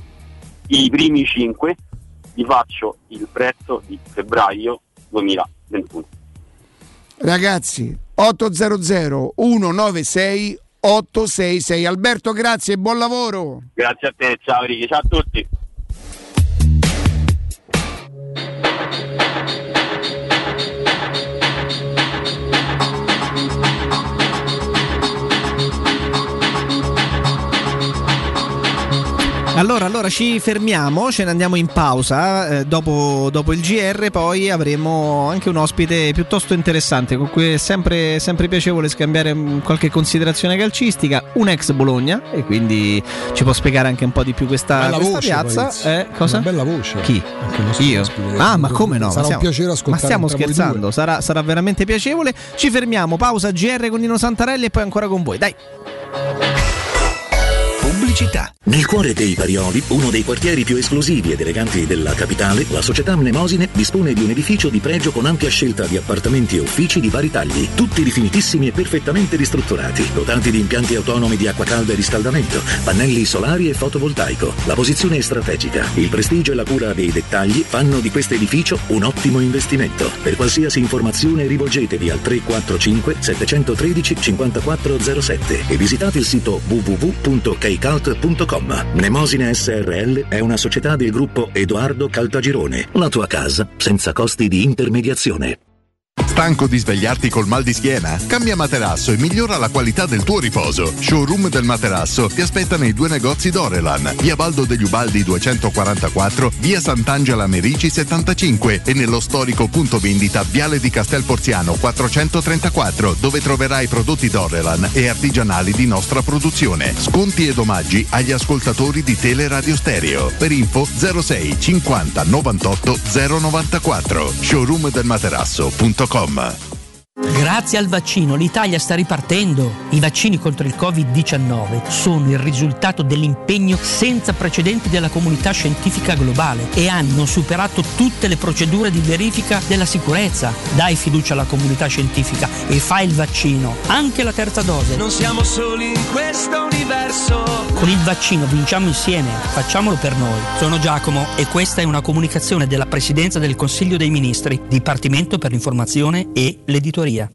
vi faccio il prezzo di febbraio 2021. Ragazzi, 800 196 866. Alberto, grazie e buon lavoro. Grazie a te, ciao Ricky, ciao a tutti. Allora ci fermiamo, ce ne andiamo in pausa, dopo il GR poi avremo anche un ospite piuttosto interessante con cui è sempre piacevole scambiare qualche considerazione calcistica, un ex Bologna, e quindi ci può spiegare anche un po' di più questa piazza. Cosa? Una bella voce. Chi? Io? Ma come no? Sarà un piacere ascoltare. Ma stiamo scherzando, sarà veramente piacevole. Ci fermiamo, pausa GR con Nino Santarelli e poi ancora con voi, dai. Pubblicità. Nel cuore dei Parioli, uno dei quartieri più esclusivi ed eleganti della capitale, la società Mnemosine dispone di un edificio di pregio con ampia scelta di appartamenti e uffici di vari tagli, tutti rifinitissimi e perfettamente ristrutturati, dotati di impianti autonomi di acqua calda e riscaldamento, pannelli solari e fotovoltaico. La posizione è strategica, il prestigio e la cura dei dettagli fanno di questo edificio un ottimo investimento. Per qualsiasi informazione rivolgetevi al 345 713 5407 e visitate il sito www.keicalt.com. Mnemosine SRL è una società del gruppo Edoardo Caltagirone. La tua casa senza costi di intermediazione. Stanco di svegliarti col mal di schiena? Cambia materasso e migliora la qualità del tuo riposo. Showroom del materasso ti aspetta nei due negozi Dorelan, via Baldo degli Ubaldi 244, via Sant'Angela Merici 75 e nello storico punto vendita Viale di Castel Porziano 434, dove troverai prodotti Dorelan e artigianali di nostra produzione. Sconti ed omaggi agli ascoltatori di Teleradio Stereo. Per info 06 50 98 094. showroomdelmaterasso.com. Grazie al vaccino l'Italia sta ripartendo. I vaccini contro il Covid-19 sono il risultato dell'impegno senza precedenti della comunità scientifica globale e hanno superato tutte le procedure di verifica della sicurezza. Dai fiducia alla comunità scientifica e fai il vaccino, anche la terza dose. Non siamo soli in questo universo. Con il vaccino vinciamo insieme, facciamolo per noi. Sono Giacomo e questa è una comunicazione della Presidenza del Consiglio dei Ministri, Dipartimento per l'informazione e l'editoria.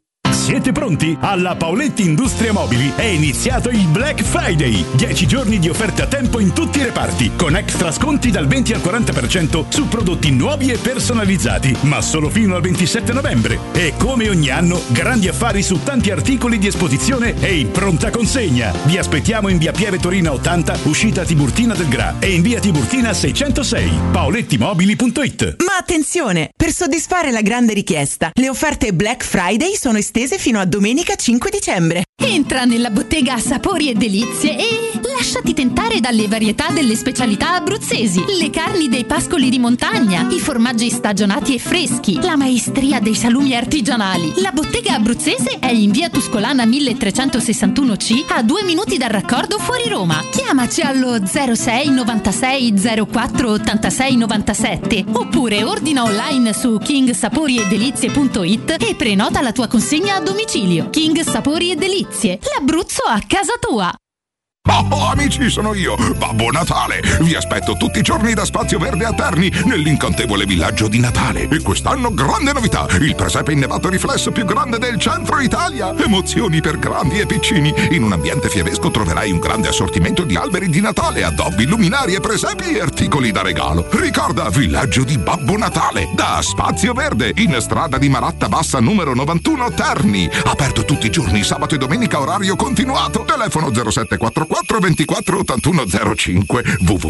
Siete pronti? Alla Paoletti Industria Mobili è iniziato il Black Friday. 10 giorni di offerte a tempo in tutti i reparti, con extra sconti dal 20 al 40% su prodotti nuovi e personalizzati, ma solo fino al 27 novembre. E come ogni anno, grandi affari su tanti articoli di esposizione e in pronta consegna. Vi aspettiamo in via Pieve Torina 80, uscita Tiburtina del Gra, e in via Tiburtina 606. paolettimobili.it. Ma attenzione! Per soddisfare la grande richiesta, le offerte Black Friday sono estese fino a domenica 5 dicembre. Entra nella bottega Sapori e Delizie e lasciati tentare dalle varietà delle specialità abruzzesi, le carni dei pascoli di montagna, i formaggi stagionati e freschi, la maestria dei salumi artigianali. La bottega abruzzese è in via Tuscolana 1361C, a 2 minuti dal raccordo fuori Roma. Chiamaci allo 06 96 04 86 97 oppure ordina online su kingsaporiedelizie.it e prenota la tua consegna a domicilio. King Sapori e Delizie, l'Abruzzo a casa tua. Oh, amici, sono io, Babbo Natale. Vi aspetto tutti i giorni da Spazio Verde a Terni, nell'incantevole villaggio di Natale. E quest'anno grande novità, il presepe innevato riflesso più grande del centro Italia. Emozioni per grandi e piccini. In un ambiente fiabesco troverai un grande assortimento di alberi di Natale, addobbi, luminari e presepi e articoli da regalo. Ricorda, villaggio di Babbo Natale, da Spazio Verde, in strada di Maratta Bassa numero 91 Terni. Aperto tutti i giorni, sabato e domenica, orario continuato. Telefono 0744 24 81 05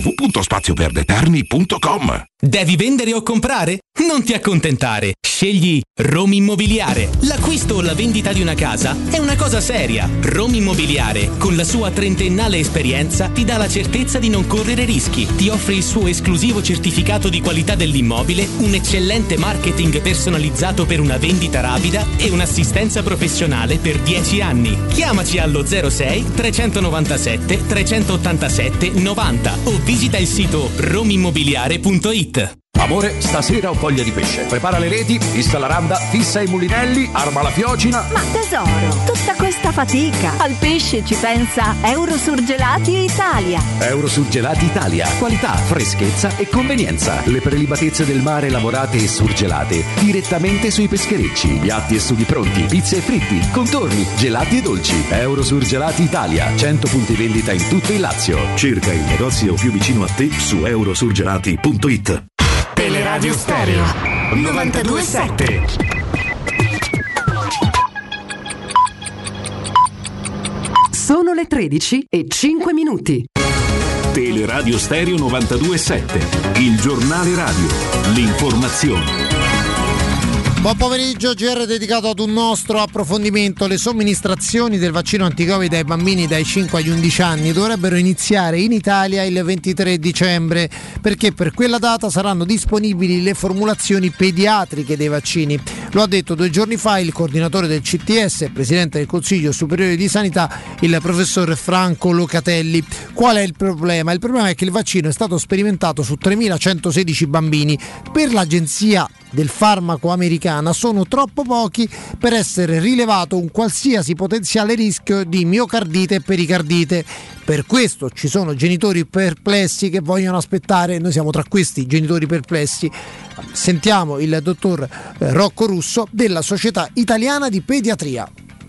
www.spazioverdeterni.com. Devi vendere o comprare? Non ti accontentare. Scegli Roma Immobiliare. L'acquisto o la vendita di una casa è una cosa seria. Roma Immobiliare, con la sua trentennale esperienza, ti dà la certezza di non correre rischi. Ti offre il suo esclusivo certificato di qualità dell'immobile, un eccellente marketing personalizzato per una vendita rapida e un'assistenza professionale per 10 anni. Chiamaci allo 06 397 387 90 o visita il sito romimmobiliare.it. Amore, stasera ho voglia di pesce. Prepara le reti, fissa la randa, fissa i mulinelli, arma la fiocina. Ma tesoro, tutta questa fatica. Al pesce ci pensa Eurosurgelati Italia. Eurosurgelati Italia. Qualità, freschezza e convenienza. Le prelibatezze del mare lavorate e surgelate direttamente sui pescherecci. Piatti e sughi pronti, pizze e fritti, contorni, gelati e dolci. Eurosurgelati Italia. 100 punti vendita in tutto il Lazio. Cerca il negozio più vicino a te su eurosurgelati.it. Teleradio Stereo 92.7. Sono le 13:05. Teleradio Stereo 92.7, il giornale radio, l'informazione. Buon pomeriggio, GR dedicato ad un nostro approfondimento. Le somministrazioni del vaccino anti-Covid ai bambini dai 5 agli 11 anni dovrebbero iniziare in Italia il 23 dicembre, perché per quella data saranno disponibili le formulazioni pediatriche dei vaccini. Lo ha detto 2 giorni fa il coordinatore del CTS, presidente del Consiglio Superiore di Sanità, il professor Franco Locatelli. Qual è il problema? Il problema è che il vaccino è stato sperimentato su 3.116 bambini. Per l'Agenzia del Farmaco americana sono troppo pochi per essere rilevato un qualsiasi potenziale rischio di miocardite e pericardite. Per questo ci sono genitori perplessi che vogliono aspettare. Noi siamo tra questi genitori perplessi. Sentiamo il dottor Rocco Russo della Società Italiana di Pediatria.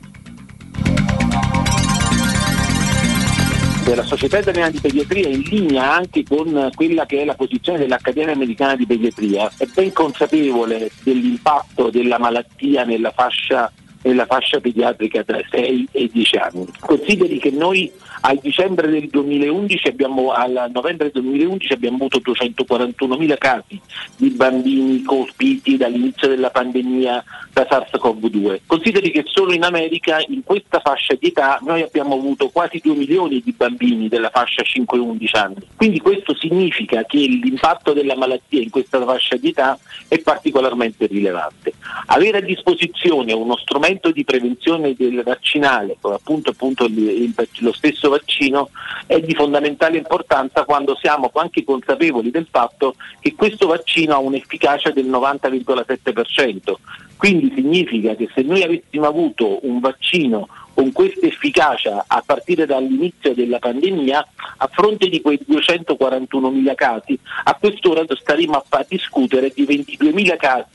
La Società Italiana di Pediatria, in linea anche con quella che è la posizione dell'Accademia Americana di Pediatria, è ben consapevole dell'impatto della malattia nella fascia pediatrica tra 6 e 10 anni. Consideri che noi al novembre del 2011 abbiamo avuto 241.000 casi di bambini colpiti dall'inizio della pandemia da SARS-CoV-2. Consideri che solo in America, in questa fascia di età, noi abbiamo avuto quasi 2 milioni di bambini della fascia 5-11 anni. Quindi questo significa che l'impatto della malattia in questa fascia di età è particolarmente rilevante. Avere a disposizione uno strumento di prevenzione del vaccinale, appunto lo stesso vaccino, è di fondamentale importanza quando siamo anche consapevoli del fatto che questo vaccino ha un'efficacia del 90,7%. Quindi significa che se noi avessimo avuto un vaccino con questa efficacia a partire dall'inizio della pandemia, a fronte di quei 241.000 casi, a quest'ora staremo a discutere di 22.000 casi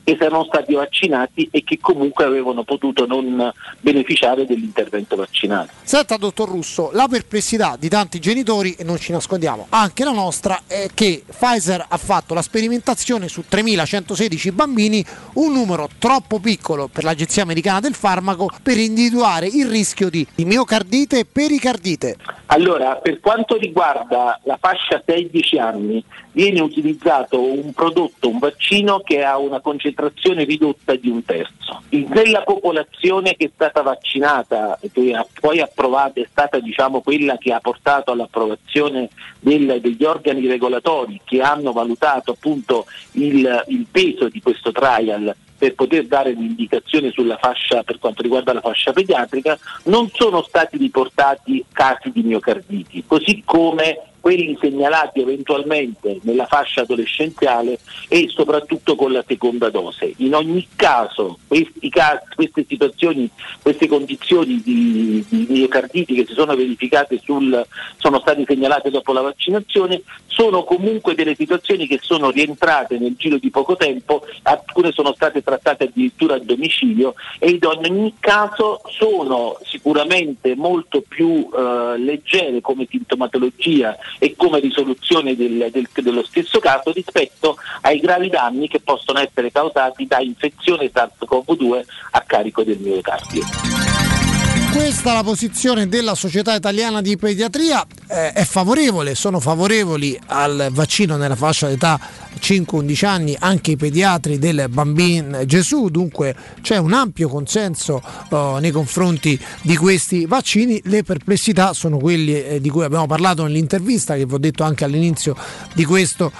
che erano stati vaccinati e che comunque avevano potuto non beneficiare dell'intervento vaccinale. Senta, dottor Russo, la perplessità di tanti genitori, e non ci nascondiamo, anche la nostra, è che Pfizer ha fatto la sperimentazione su 3.116 bambini, un numero troppo piccolo per l'Agenzia Americana del Farmaco per individuare il rischio di miocardite e pericardite. Allora, per quanto riguarda la fascia 6-10 anni, viene utilizzato un prodotto, un vaccino che ha una concentrazione ridotta di 1/3. Nella popolazione che è stata vaccinata, che ha poi approvata, è stata quella che ha portato all'approvazione degli organi regolatori che hanno valutato appunto il peso di questo trial per poter dare un'indicazione sulla fascia, per quanto riguarda la fascia pediatrica, non sono stati riportati casi di miocarditi, così come quelli segnalati eventualmente nella fascia adolescenziale e soprattutto con la seconda dose. In ogni caso queste situazioni, queste condizioni di miocarditi che si sono verificate sono state segnalate dopo la vaccinazione, sono comunque delle situazioni che sono rientrate nel giro di poco tempo, alcune sono state trattate addirittura a domicilio e in ogni caso sono sicuramente molto più leggere come sintomatologia e come risoluzione dello stesso caso rispetto ai gravi danni che possono essere causati da infezione SARS-CoV-2 a carico del miocardio. Questa è la posizione della Società Italiana di Pediatria, è favorevole, sono favorevoli al vaccino nella fascia d'età 5-11 anni anche i pediatri del Bambin Gesù, dunque c'è un ampio consenso nei confronti di questi vaccini. Le perplessità sono quelle di cui abbiamo parlato nell'intervista che vi ho detto anche all'inizio di questo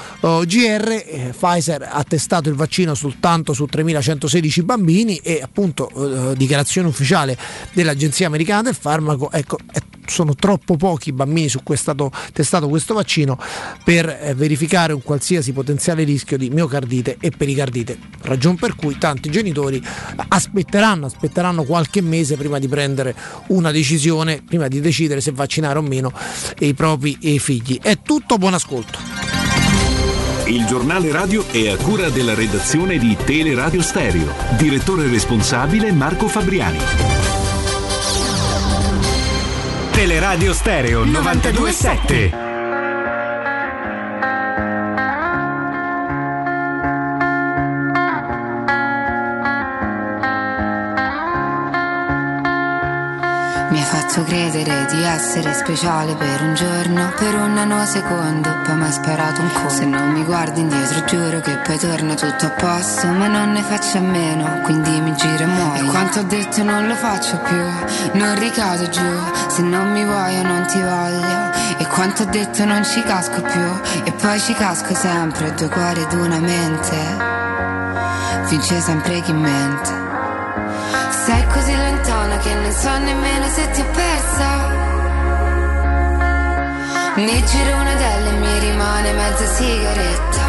GR. Pfizer ha testato il vaccino soltanto su 3.116 bambini e appunto dichiarazione ufficiale dell'Agenzia Americana del Farmaco, sono troppo pochi bambini su cui è stato testato questo vaccino per verificare un qualsiasi potenziale rischio di miocardite e pericardite, ragion per cui tanti genitori aspetteranno qualche mese prima di prendere una decisione, prima di decidere se vaccinare o meno i propri figli. È tutto, buon ascolto. Il giornale radio è a cura della redazione di Teleradio Stereo. Direttore responsabile Marco Fabriani. Teleradio Stereo 92.7. Mi hai fatto credere di essere speciale per un giorno, per un nanosecondo, poi mi hai sparato un colpo. Se non mi guardi indietro giuro che poi torna tutto a posto, ma non ne faccio a meno, quindi mi giro e muoio. E quanto ho detto non lo faccio più, non ricado giù, se non mi vuoi io non ti voglio. E quanto ho detto non ci casco più, e poi ci casco sempre, due cuori ed una mente, vince sempre chi mente. Sei così lontana che non so nemmeno se ti ho persa. Mi giro una delle e mi rimane mezza sigaretta.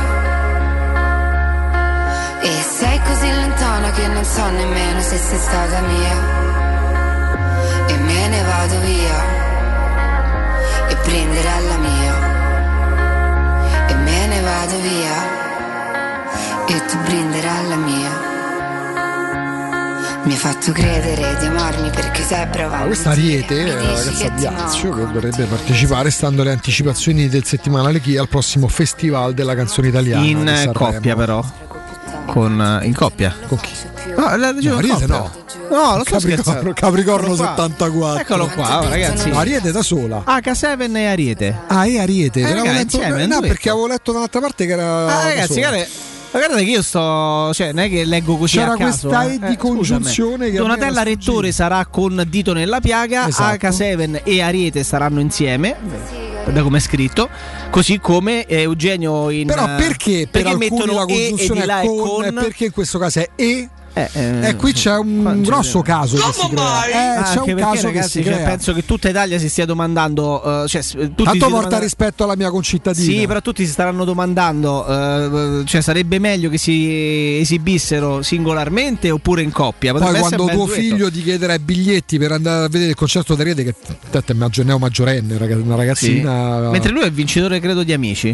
E sei così lontana che non so nemmeno se sei stata mia. E me ne vado via e prenderella mia. E me ne vado via e tu prenderai mia. Mi hai fatto credere di amarmi perché sei brava. Questa Ariete, la ragazza di Azio, che dovrebbe partecipare, stando alle anticipazioni del settimanale Chi al prossimo festival della canzone italiana. In coppia però. In coppia. Con chi? No, Ariete no. No, lo sto scherzando. Capricorno 74. Eccolo qua, ragazzi. No, Ariete da sola. H7 e Ariete. Ah, e Ariete. Perché avevo letto dall'altra parte che era. Ragazzi, guardate che io non è che leggo così c'era a caso. Questa E di congiunzione che Donatella Rettore sarà con dito nella piaga, esatto. H7 e Ariete saranno insieme, da come è scritto, così come Eugenio in. Però perché per alcuni mettono la congiunzione e di là è con, perché in questo caso è E? qui c'è un grosso caso che si crea. C'è un caso ragazzi, che si crea. Penso che tutta Italia si stia domandando, tanto porta rispetto alla mia concittadina. Sì, però tutti si staranno domandando, sarebbe meglio che si esibissero singolarmente oppure in coppia. Poi quando tuo figlio ti chiederà i biglietti per andare a vedere il concerto di Rete, che è maggiorenne, una ragazzina, mentre lui è il vincitore credo di Amici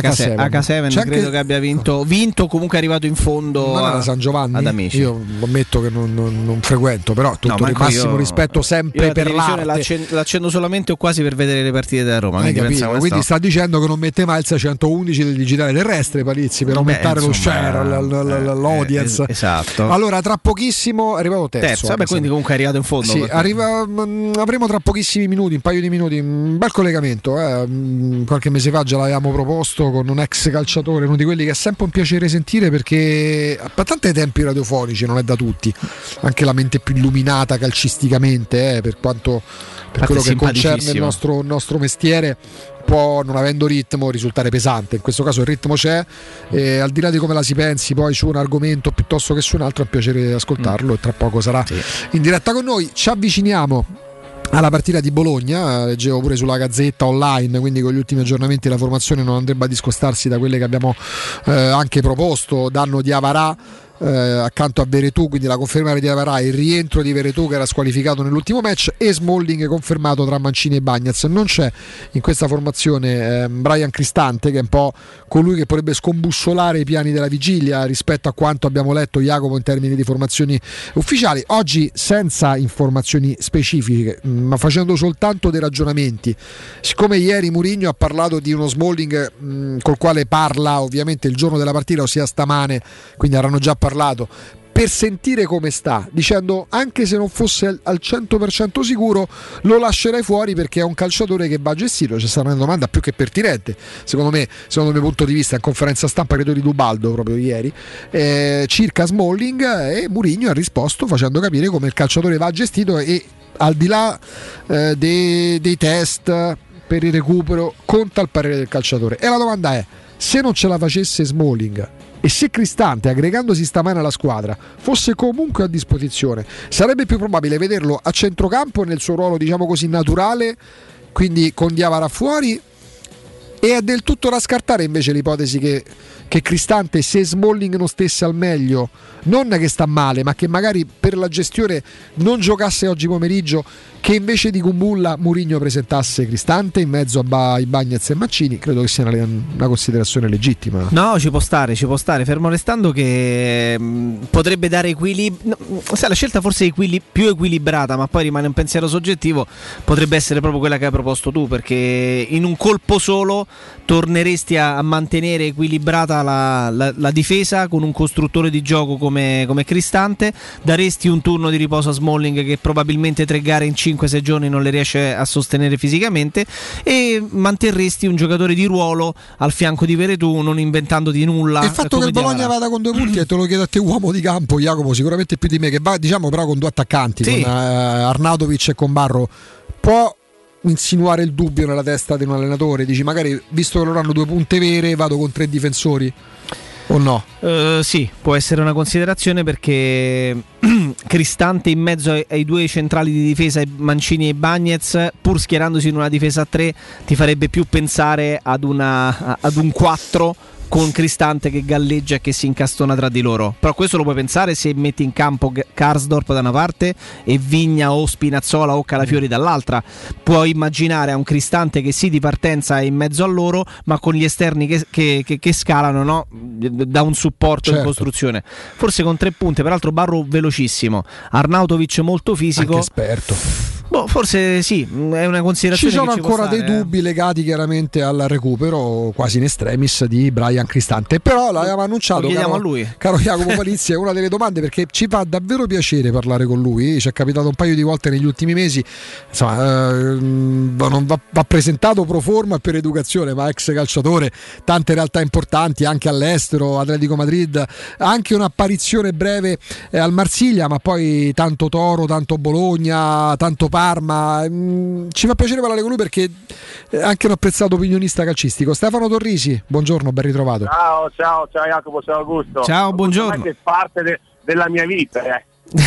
H7 credo che abbia vinto comunque è arrivato in fondo. Non era San Giovanni ad Amici. Io ammetto che non frequento, però tutto il massimo rispetto sempre per l'arte. L'accendo solamente o quasi per vedere le partite da Roma. Quindi sta dicendo che non mette mai il 611 del digitale terrestre, Palizzi, per aumentare lo share, l'audience. Esatto. Allora tra pochissimo è arrivato terzo. Quindi comunque è arrivato in fondo. Sì, avremo tra pochissimi minuti, un paio di minuti, un bel collegamento. Qualche mese fa già l'avevamo proposto con un ex calciatore, uno di quelli che è sempre un piacere sentire, perché a tanti tempi radiofonici non è da tutti, anche la mente più illuminata calcisticamente, per quanto per quello che concerne il nostro mestiere, può, non avendo ritmo, risultare pesante. In questo caso il ritmo c'è, e al di là di come la si pensi poi su un argomento piuttosto che su un altro, è un piacere ascoltarlo e tra poco sarà in diretta con noi. Ci avviciniamo alla partita di Bologna, leggevo pure sulla Gazzetta Online, quindi con gli ultimi aggiornamenti la formazione non andrebbe a discostarsi da quelle che abbiamo anche proposto. Danno di Avarà accanto a Veretù, quindi la conferma di Avarà, il rientro di Veretù che era squalificato nell'ultimo match, e Smalling confermato tra Mancini e Bagnez. Non c'è in questa formazione Brian Cristante, che è un po' colui che potrebbe scombussolare i piani della vigilia rispetto a quanto abbiamo letto, Jacopo, in termini di formazioni ufficiali. Oggi senza informazioni specifiche, ma facendo soltanto dei ragionamenti. Siccome ieri Mourinho ha parlato di uno Smalling col quale parla ovviamente il giorno della partita, ossia stamane, quindi avranno già parlato, per sentire come sta, dicendo anche se non fosse al 100% sicuro lo lascerei fuori, perché è un calciatore che va gestito. C'è stata una domanda più che pertinente secondo me, secondo il mio punto di vista, in conferenza stampa credo di Dubaldo proprio ieri, circa Smalling, e Mourinho ha risposto facendo capire come il calciatore va gestito, e al di là dei test per il recupero conta il parere del calciatore. E la domanda è: se non ce la facesse Smalling e se Cristante, aggregandosi stamane alla squadra, fosse comunque a disposizione, sarebbe più probabile vederlo a centrocampo nel suo ruolo, diciamo così, naturale, quindi con Diawara fuori? E è del tutto da scartare invece l'ipotesi che Cristante, se Smalling non stesse al meglio, non che sta male, ma che magari per la gestione non giocasse oggi pomeriggio, che invece di Kumbulla Mourinho presentasse Cristante in mezzo a Bagnez e Mancini. Credo che sia una considerazione legittima. No, ci può stare, fermo restando che potrebbe dare equilibrio. La scelta forse è più equilibrata, ma poi rimane un pensiero soggettivo, potrebbe essere proprio quella che hai proposto tu, perché in un colpo solo torneresti a mantenere equilibrata la difesa con un costruttore di gioco come Cristante, daresti un turno di riposo a Smalling che probabilmente 3 gare in 5-6 giorni non le riesce a sostenere fisicamente, e manterresti un giocatore di ruolo al fianco di Veretù, non inventando di nulla. Il fatto che il Bologna vada con 2 punti, e te lo chiedo a te, uomo di campo, Jacopo, sicuramente più di me, che va diciamo però con 2 attaccanti, con Arnautovic e con Barro, può insinuare il dubbio nella testa di un allenatore? Dici magari, visto che loro hanno 2 punte vere, vado con 3 difensori? O no? Sì, può essere una considerazione, perché Cristante in mezzo ai 2 centrali di difesa, Mancini e Bagnez, pur schierandosi in una difesa a 3, ti farebbe più pensare ad un 4 con Cristante che galleggia e che si incastona tra di loro. Però questo lo puoi pensare se metti in campo Karsdorp da una parte e Vigna o Spinazzola o Calafiori dall'altra. Puoi immaginare a un Cristante che sì, di partenza è in mezzo a loro, ma con gli esterni che scalano, no? Da un supporto in costruzione. Forse con 3 punte, peraltro Barro velocissimo, Arnautovic molto fisico, anche esperto. Forse sì, è una considerazione. Ci sono che ancora dei dubbi legati chiaramente al recupero quasi in extremis di Brian Cristante, però l'avevamo annunciato, a lui. Caro Jacopo Palizzi, è una delle domande, perché ci fa davvero piacere parlare con lui. Ci è capitato un paio di volte negli ultimi mesi, insomma, non va presentato pro forma e per educazione, ma ex calciatore, tante realtà importanti anche all'estero, Atletico Madrid, anche un'apparizione breve al Marsiglia, ma poi tanto Toro, tanto Bologna, tanto Parma. Ci fa piacere parlare con lui, perché è anche un apprezzato opinionista calcistico. Stefano Torrisi, buongiorno, ben ritrovato. Ciao Jacopo, ciao Augusto. Ciao, buongiorno. Che parte della mia vita.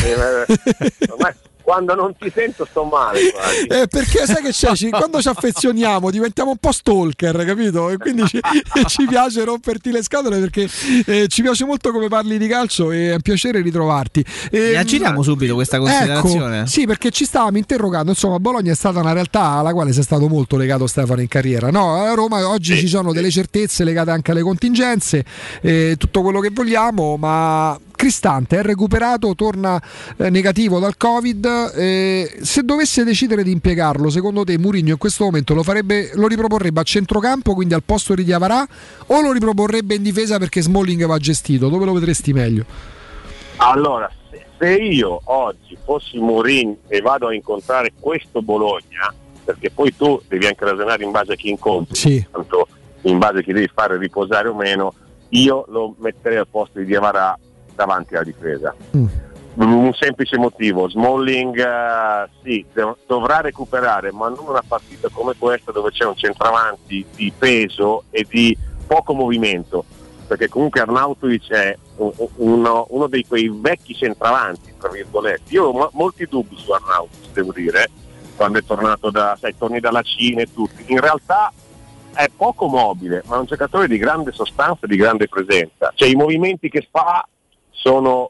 Quando non ti sento sto male quasi. Perché sai che c'è? Quando ci affezioniamo diventiamo un po' stalker, capito? E quindi ci piace romperti le scatole, perché ci piace molto come parli di calcio e è un piacere ritrovarti. Ne aggiriamo subito questa considerazione. Ecco, sì, perché ci stavamo interrogando. Insomma, Bologna è stata una realtà alla quale sei stato molto legato, Stefano, in carriera, no? A Roma oggi ci sono delle certezze legate anche alle contingenze, tutto quello che vogliamo, ma Cristante è recuperato, torna negativo dal Covid. Se dovesse decidere di impiegarlo, secondo te Mourinho in questo momento lo riproporrebbe a centrocampo, quindi al posto di Diawara, o lo riproporrebbe in difesa perché Smalling va gestito? Dove lo vedresti meglio? Allora, se io oggi fossi Mourinho e vado a incontrare questo Bologna, perché poi tu devi anche ragionare in base a chi incontri, tanto in base a chi devi fare riposare o meno, io lo metterei al posto di Diawara davanti alla difesa. Un semplice motivo: Smalling sì, dovrà recuperare, ma non una partita come questa dove c'è un centravanti di peso e di poco movimento, perché comunque Arnautovic è uno dei quei vecchi centravanti, tra virgolette. Io ho molti dubbi su Arnautovic, devo dire, quando è tornato torni dalla Cina e tutto. In realtà è poco mobile, ma è un giocatore di grande sostanza e di grande presenza. Cioè, i movimenti che fa sono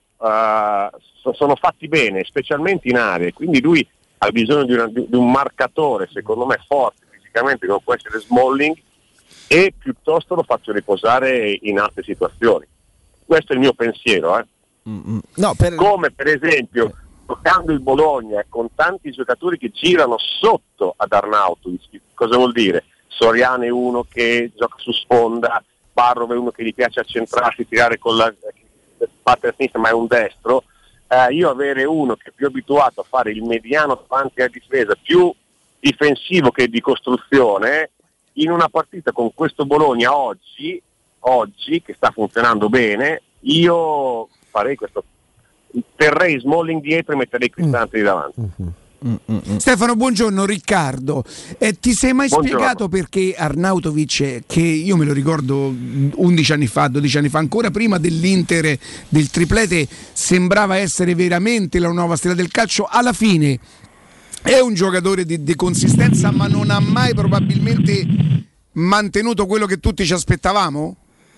fatti bene, specialmente in area, quindi lui ha bisogno di un marcatore, secondo me, forte fisicamente, come può essere Smalling, e piuttosto lo faccio riposare in altre situazioni. Questo è il mio pensiero. Come per esempio giocando il Bologna con tanti giocatori che girano sotto ad Arnautovic. Cosa vuol dire? Soriano è uno che gioca su sponda, Parrov è uno che gli piace accentrarsi, tirare con la parte a sinistra, ma è un destro. Io avere uno che è più abituato a fare il mediano davanti alla difesa, più difensivo che di costruzione, in una partita con questo Bologna oggi che sta funzionando bene, io farei questo, terrei Smalling dietro e metterei Cristante di davanti. Stefano, buongiorno. Riccardo, ti sei mai spiegato perché Arnautovic, che io me lo ricordo 11 anni fa, 12 anni fa, ancora prima dell'Inter del triplete, sembrava essere veramente la nuova stella del calcio, alla fine è un giocatore di consistenza, ma non ha mai probabilmente mantenuto quello che tutti ci aspettavamo?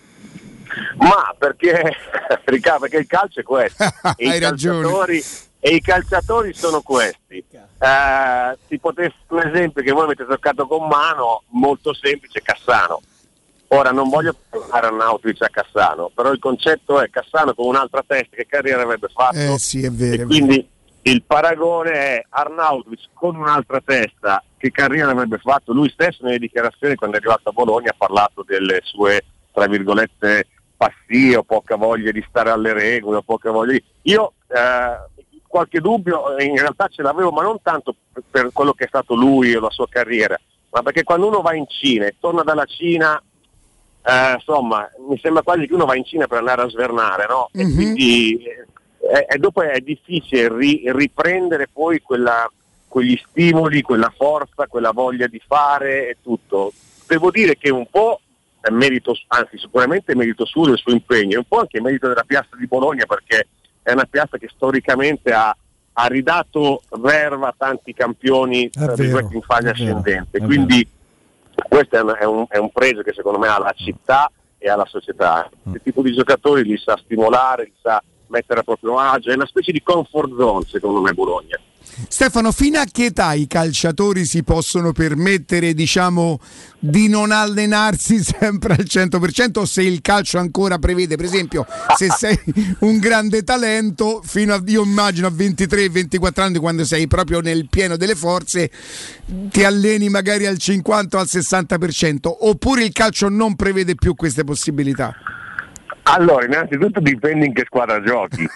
Ma perché Riccardo, perché il calcio è questo. Hai ragione. E i calciatori sono questi. Si potesse un esempio che voi avete toccato con mano, molto semplice, Cassano. Ora non voglio parlare Arnautovic a Cassano, però il concetto è Cassano con un'altra testa, che carriera avrebbe fatto? Sì, è vero. E quindi il paragone è Arnautovic con un'altra testa, che carriera avrebbe fatto? Lui stesso nelle dichiarazioni, quando è arrivato a Bologna, ha parlato delle sue, tra virgolette, passie o poca voglia di stare alle regole, o poca voglia di... Io qualche dubbio in realtà ce l'avevo, ma non tanto per quello che è stato lui e la sua carriera, ma perché quando uno va in Cina e torna dalla Cina, insomma, mi sembra quasi che uno va in Cina per andare a svernare, no? E quindi dopo è difficile riprendere poi quegli stimoli, quella forza, quella voglia di fare e tutto. Devo dire che un po' è merito, anzi sicuramente è merito suo del suo impegno, e un po' anche merito della piazza di Bologna, perché è una piazza che storicamente ha ridato verva a tanti campioni in fase ascendente, quindi questo è un pregio che secondo me ha la città e alla società. Questo tipo di giocatori li sa stimolare, li sa mettere a proprio agio, è una specie di comfort zone secondo me Bologna. Stefano, fino a che età i calciatori si possono permettere, diciamo, di non allenarsi sempre al 100%, se il calcio ancora prevede, per esempio, se sei un grande talento, fino a, io immagino, a 23-24 anni, quando sei proprio nel pieno delle forze, ti alleni magari al 50 o al 60%, oppure il calcio non prevede più queste possibilità? Allora, innanzitutto dipende in che squadra giochi.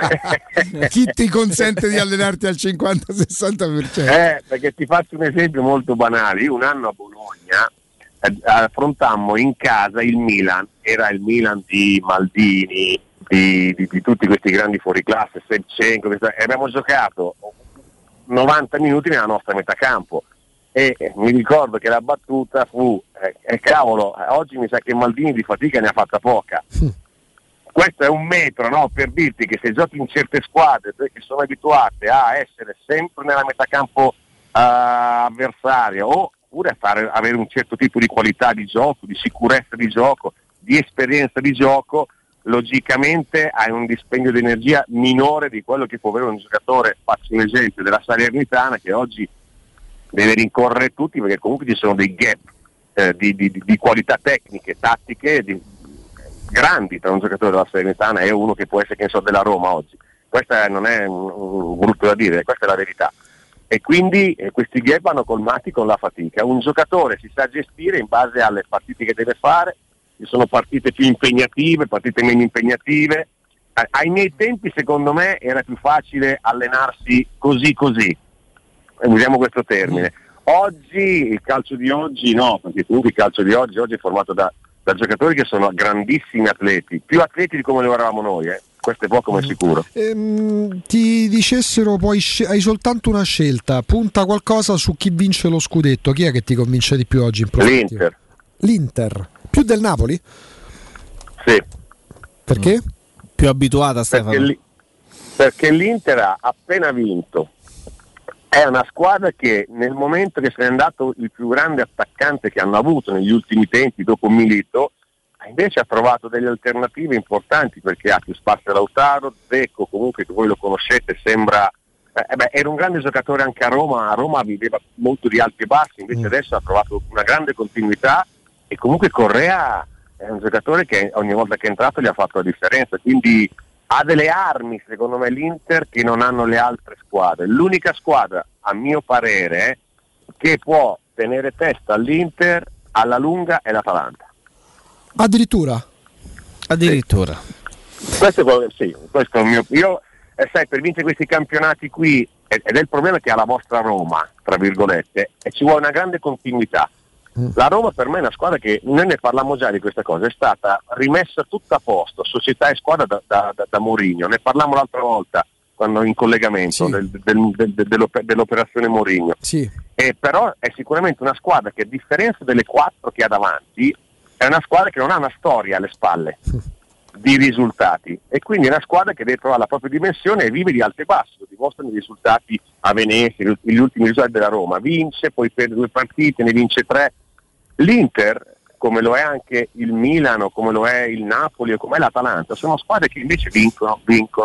Chi ti consente di allenarti al 50-60%? Perché ti faccio un esempio molto banale. Io un anno a Bologna affrontammo in casa il Milan, era il Milan di Maldini, di tutti questi grandi fuoriclasse, Shevchenko, e abbiamo giocato 90 minuti nella nostra metà campo. E mi ricordo che la battuta fu cavolo, oggi mi sa che Maldini di fatica ne ha fatta poca. questo è un metro, no? Per dirti che se giochi in certe squadre che sono abituate a essere sempre nella metà campo avversaria, oppure avere un certo tipo di qualità di gioco, di sicurezza di gioco, di esperienza di gioco, logicamente hai un dispendio di energia minore di quello che può avere un giocatore, faccio un esempio, della Salernitana, che oggi deve rincorrere tutti perché comunque ci sono dei gap di qualità tecniche, tattiche grandi tra un giocatore della Salernitana e uno che può essere, che ne so, della Roma oggi. Questa non è un brutto da dire, questa è la verità. E quindi questi gap vanno colmati con la fatica. Un giocatore si sa gestire in base alle partite che deve fare, ci sono partite più impegnative, partite meno impegnative. Ai miei tempi, secondo me, era più facile allenarsi così, usiamo questo termine. Oggi, il calcio di oggi no, perché comunque il calcio di oggi è formato da giocatori che sono grandissimi atleti, più atleti di come lo eravamo noi, questo è poco ma sicuro. Ti dicessero poi hai soltanto una scelta, punta qualcosa su chi vince lo scudetto, chi è che ti convince di più oggi in prospettiva? L'Inter. Più del Napoli? Sì. Perché? Più abituata, Stefano. Perché l'Inter ha appena vinto. È una squadra che nel momento che se n'è andato il più grande attaccante che hanno avuto negli ultimi tempi dopo Milito, invece ha trovato delle alternative importanti, perché ha più spazio Lautaro, Dzeko comunque, che voi lo conoscete, sembra era un grande giocatore anche a Roma viveva molto di alti e bassi, invece adesso ha trovato una grande continuità, e comunque Correa è un giocatore che ogni volta che è entrato gli ha fatto la differenza, quindi ha delle armi, secondo me, l'Inter, che non hanno le altre squadre. L'unica squadra, a mio parere, che può tenere testa all'Inter alla lunga è l'Atalanta. Addirittura? Questo è il mio. Io, sai, per vincere questi campionati qui, ed è il problema che ha la vostra Roma, tra virgolette, e ci vuole una grande continuità. La Roma per me è una squadra che, noi ne parlammo già di questa cosa, è stata rimessa tutta a posto, società e squadra da Mourinho. Ne parlammo l'altra volta quando in collegamento, sì, dell'operazione Mourinho. Sì. Però è sicuramente una squadra che, a differenza delle 4 che ha davanti, è una squadra che non ha una storia alle spalle di risultati, e quindi è una squadra che deve trovare la propria dimensione e vive di alti e bassi. Lo dimostrano i risultati a Venezia, gli ultimi risultati della Roma. Vince, poi perde 2 partite, ne vince 3. L'Inter, come lo è anche il Milano, come lo è il Napoli o come è l'Atalanta, sono squadre che invece vincono.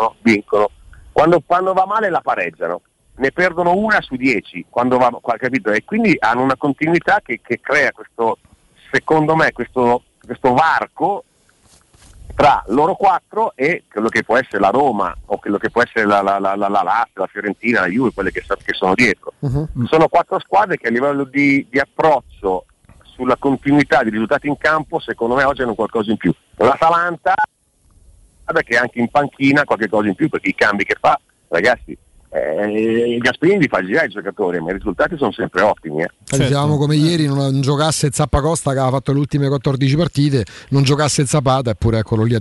Quando va male la pareggiano, ne perdono 1 su 10 quando va, capito? E quindi hanno una continuità che crea questo, secondo me, questo varco tra loro 4 e quello che può essere la Roma, o quello che può essere la Lazio, la Fiorentina, la Juve, quelle che sono dietro. Sono 4 squadre che a livello di approccio sulla continuità di risultati in campo, secondo me oggi hanno qualcosa in più. L'Atalanta, che anche in panchina qualche cosa in più, perché i cambi che fa, ragazzi, Gasperini li fa girare i giocatori, ma i risultati sono sempre ottimi. Diciamo come ieri non giocasse Zappacosta, che aveva fatto le ultime 14 partite, non giocasse Zapata, eppure eccolo lì a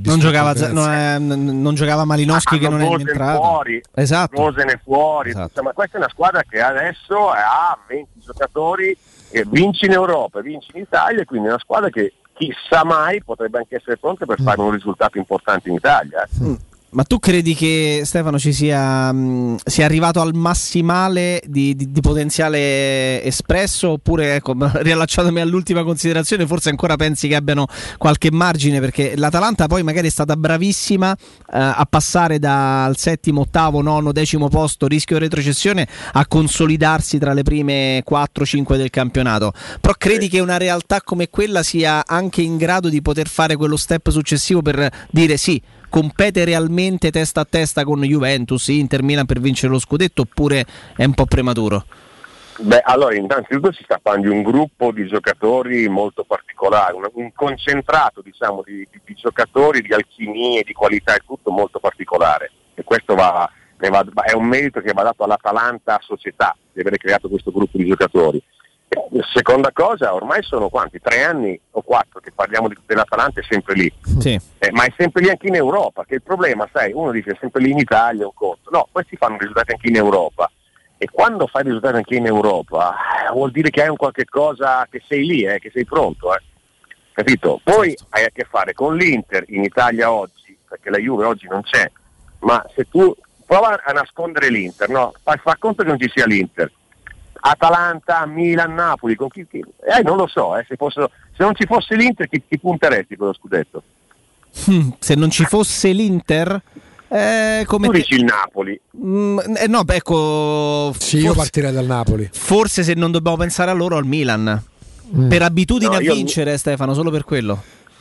non giocava Malinowski, che non è entrato fuori, esatto. Rosene fuori, esatto. Ma questa è una squadra che adesso ha 20 giocatori, vince in Europa, vince in Italia, quindi è una squadra che chissà mai potrebbe anche essere pronta per fare un risultato importante in Italia. Ma tu credi che, Stefano, ci sia arrivato al massimale di potenziale espresso, oppure, ecco, riallacciandomi all'ultima considerazione, forse ancora pensi che abbiano qualche margine? Perché l'Atalanta poi magari è stata bravissima a passare dal 7º, 8º, 9º, 10º posto, rischio retrocessione, a consolidarsi tra le prime 4-5 del campionato. Però credi che una realtà come quella sia anche in grado di poter fare quello step successivo per dire sì, compete realmente testa a testa con Juventus, Inter, Milan per vincere lo scudetto, oppure è un po' prematuro? Allora, innanzitutto si sta parlando di un gruppo di giocatori molto particolare, un concentrato, diciamo, di giocatori, di alchimie, di qualità e tutto molto particolare, e questo è un merito che va dato all'Atalanta società di aver creato questo gruppo di giocatori. Seconda cosa, ormai sono quanti? 3 anni o 4 che parliamo dell'Atalanta, è sempre lì, sì. Ma è sempre lì anche in Europa, che il problema, sai, uno dice è sempre lì in Italia, è un conto. No, questi fanno risultati anche in Europa, e quando fai risultati anche in Europa vuol dire che hai un qualche cosa, che sei lì, che sei pronto, capito? Poi hai a che fare con l'Inter in Italia oggi, perché la Juve oggi non c'è, ma se tu prova a nascondere l'Inter, no? Fa conto che non ci sia l'Inter, Atalanta, Milan, Napoli, con chi? Non lo so, se non ci fosse l'Inter chi punteresti per lo scudetto? Se non ci fosse l'Inter, come tu dici il Napoli? No, beh, ecco, sì, io partirei dal Napoli. Forse se non dobbiamo pensare a loro, al Milan. Per abitudine a vincere, Stefano, solo per quello.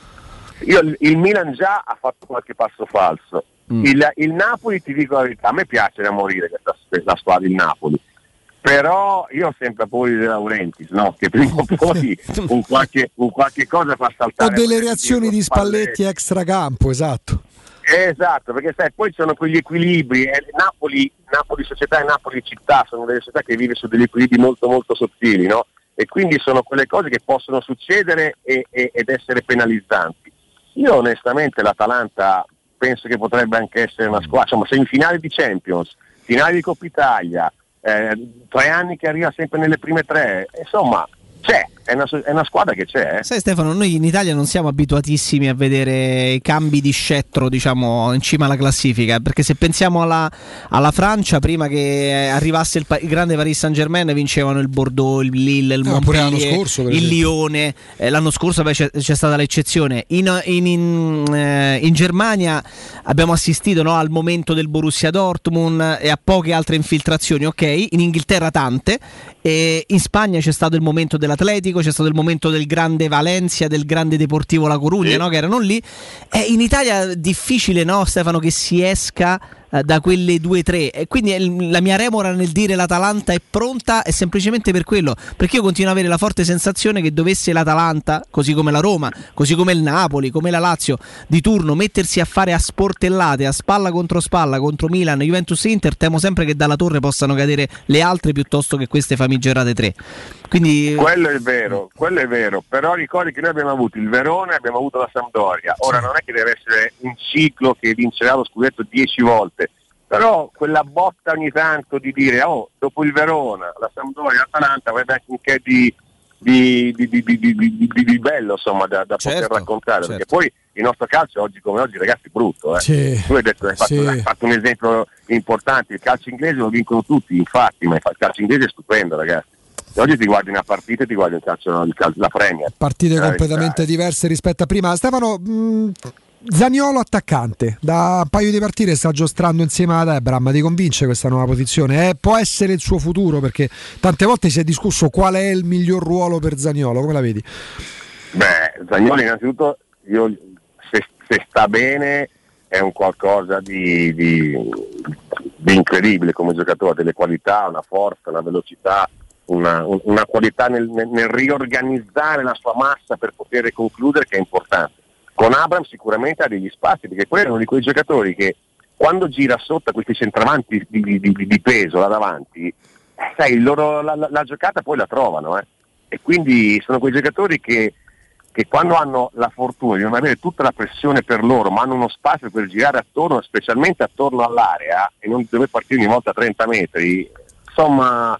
Il Milan già ha fatto qualche passo falso. Il Napoli, ti dico la verità, a me piace da morire la squadra del Napoli, però io ho sempre paura di De Laurentiis, no? Che prima o poi un qualche cosa fa saltare. O delle reazioni di Spalletti extracampo, esatto. Esatto, perché sai, poi ci sono quegli equilibri. Napoli società e Napoli città sono delle società che vivono su degli equilibri molto molto sottili, no? E quindi sono quelle cose che possono succedere ed essere penalizzanti. Io onestamente l'Atalanta penso che potrebbe anche essere una squadra, insomma, semifinali di Champions, finali di Coppa Italia, 3 anni che arriva sempre nelle prime 3, insomma c'è, è una squadra che c'è. Sai Stefano, noi in Italia non siamo abituatissimi a vedere cambi di scettro, diciamo, in cima alla classifica, perché se pensiamo alla Francia, prima che arrivasse il grande Paris Saint-Germain, vincevano il Bordeaux, il Lille, il Montpellier, l'anno scorso, il Lione, l'anno scorso poi c'è stata l'eccezione. In Germania abbiamo assistito, no, al momento del Borussia Dortmund e a poche altre infiltrazioni, ok? In Inghilterra tante, e in Spagna c'è stato il momento dell'Atletico, c'è stato il momento del grande Valencia, del grande Deportivo La Corugna, sì, no, che erano lì. In Italia è difficile, no, Stefano, che si esca da quelle 2-3, e quindi la mia remora nel dire l'Atalanta è pronta è semplicemente per quello, perché io continuo ad avere la forte sensazione che dovesse l'Atalanta, così come la Roma, così come il Napoli, come la Lazio di turno, mettersi a fare a sportellate, a spalla contro Milan, Juventus e Inter, temo sempre che dalla torre possano cadere le altre piuttosto che queste famigerate 3. Quindi quello è vero, però ricordi che noi abbiamo avuto il Verona e abbiamo avuto la Sampdoria. Ora non è che deve essere un ciclo che vincerà lo scudetto 10 volte, però quella botta ogni tanto di dire dopo il Verona, la Sampdoria, l'Atalanta avrebbe anche un che di bello, insomma, da poter raccontare, perché poi il nostro calcio oggi come oggi, ragazzi, è brutto. Sì, tu hai fatto un esempio importante, il calcio inglese lo vincono tutti, infatti, ma il calcio inglese è stupendo, ragazzi. Oggi ti guardi una partita e ti guardi la Premier. Partite completamente diverse rispetto a prima. Stefano, Zaniolo attaccante, da un paio di partite sta giostrando insieme ad Ebram, ti convince questa nuova posizione? Può essere il suo futuro, perché tante volte si è discusso qual è il miglior ruolo per Zaniolo, come la vedi? Beh, Zaniolo innanzitutto, se sta bene è un qualcosa di incredibile come giocatore, delle qualità, una forza, una velocità, una qualità nel riorganizzare la sua massa per poter concludere, che è importante. Con Abraham sicuramente ha degli spazi, perché quelli erano di quei giocatori che quando gira sotto questi centravanti di peso là davanti, sai, la giocata poi la trovano, e quindi sono quei giocatori che quando hanno la fortuna di non avere tutta la pressione per loro, ma hanno uno spazio per girare attorno, specialmente attorno all'area, e non dover partire ogni volta a 30 metri, insomma,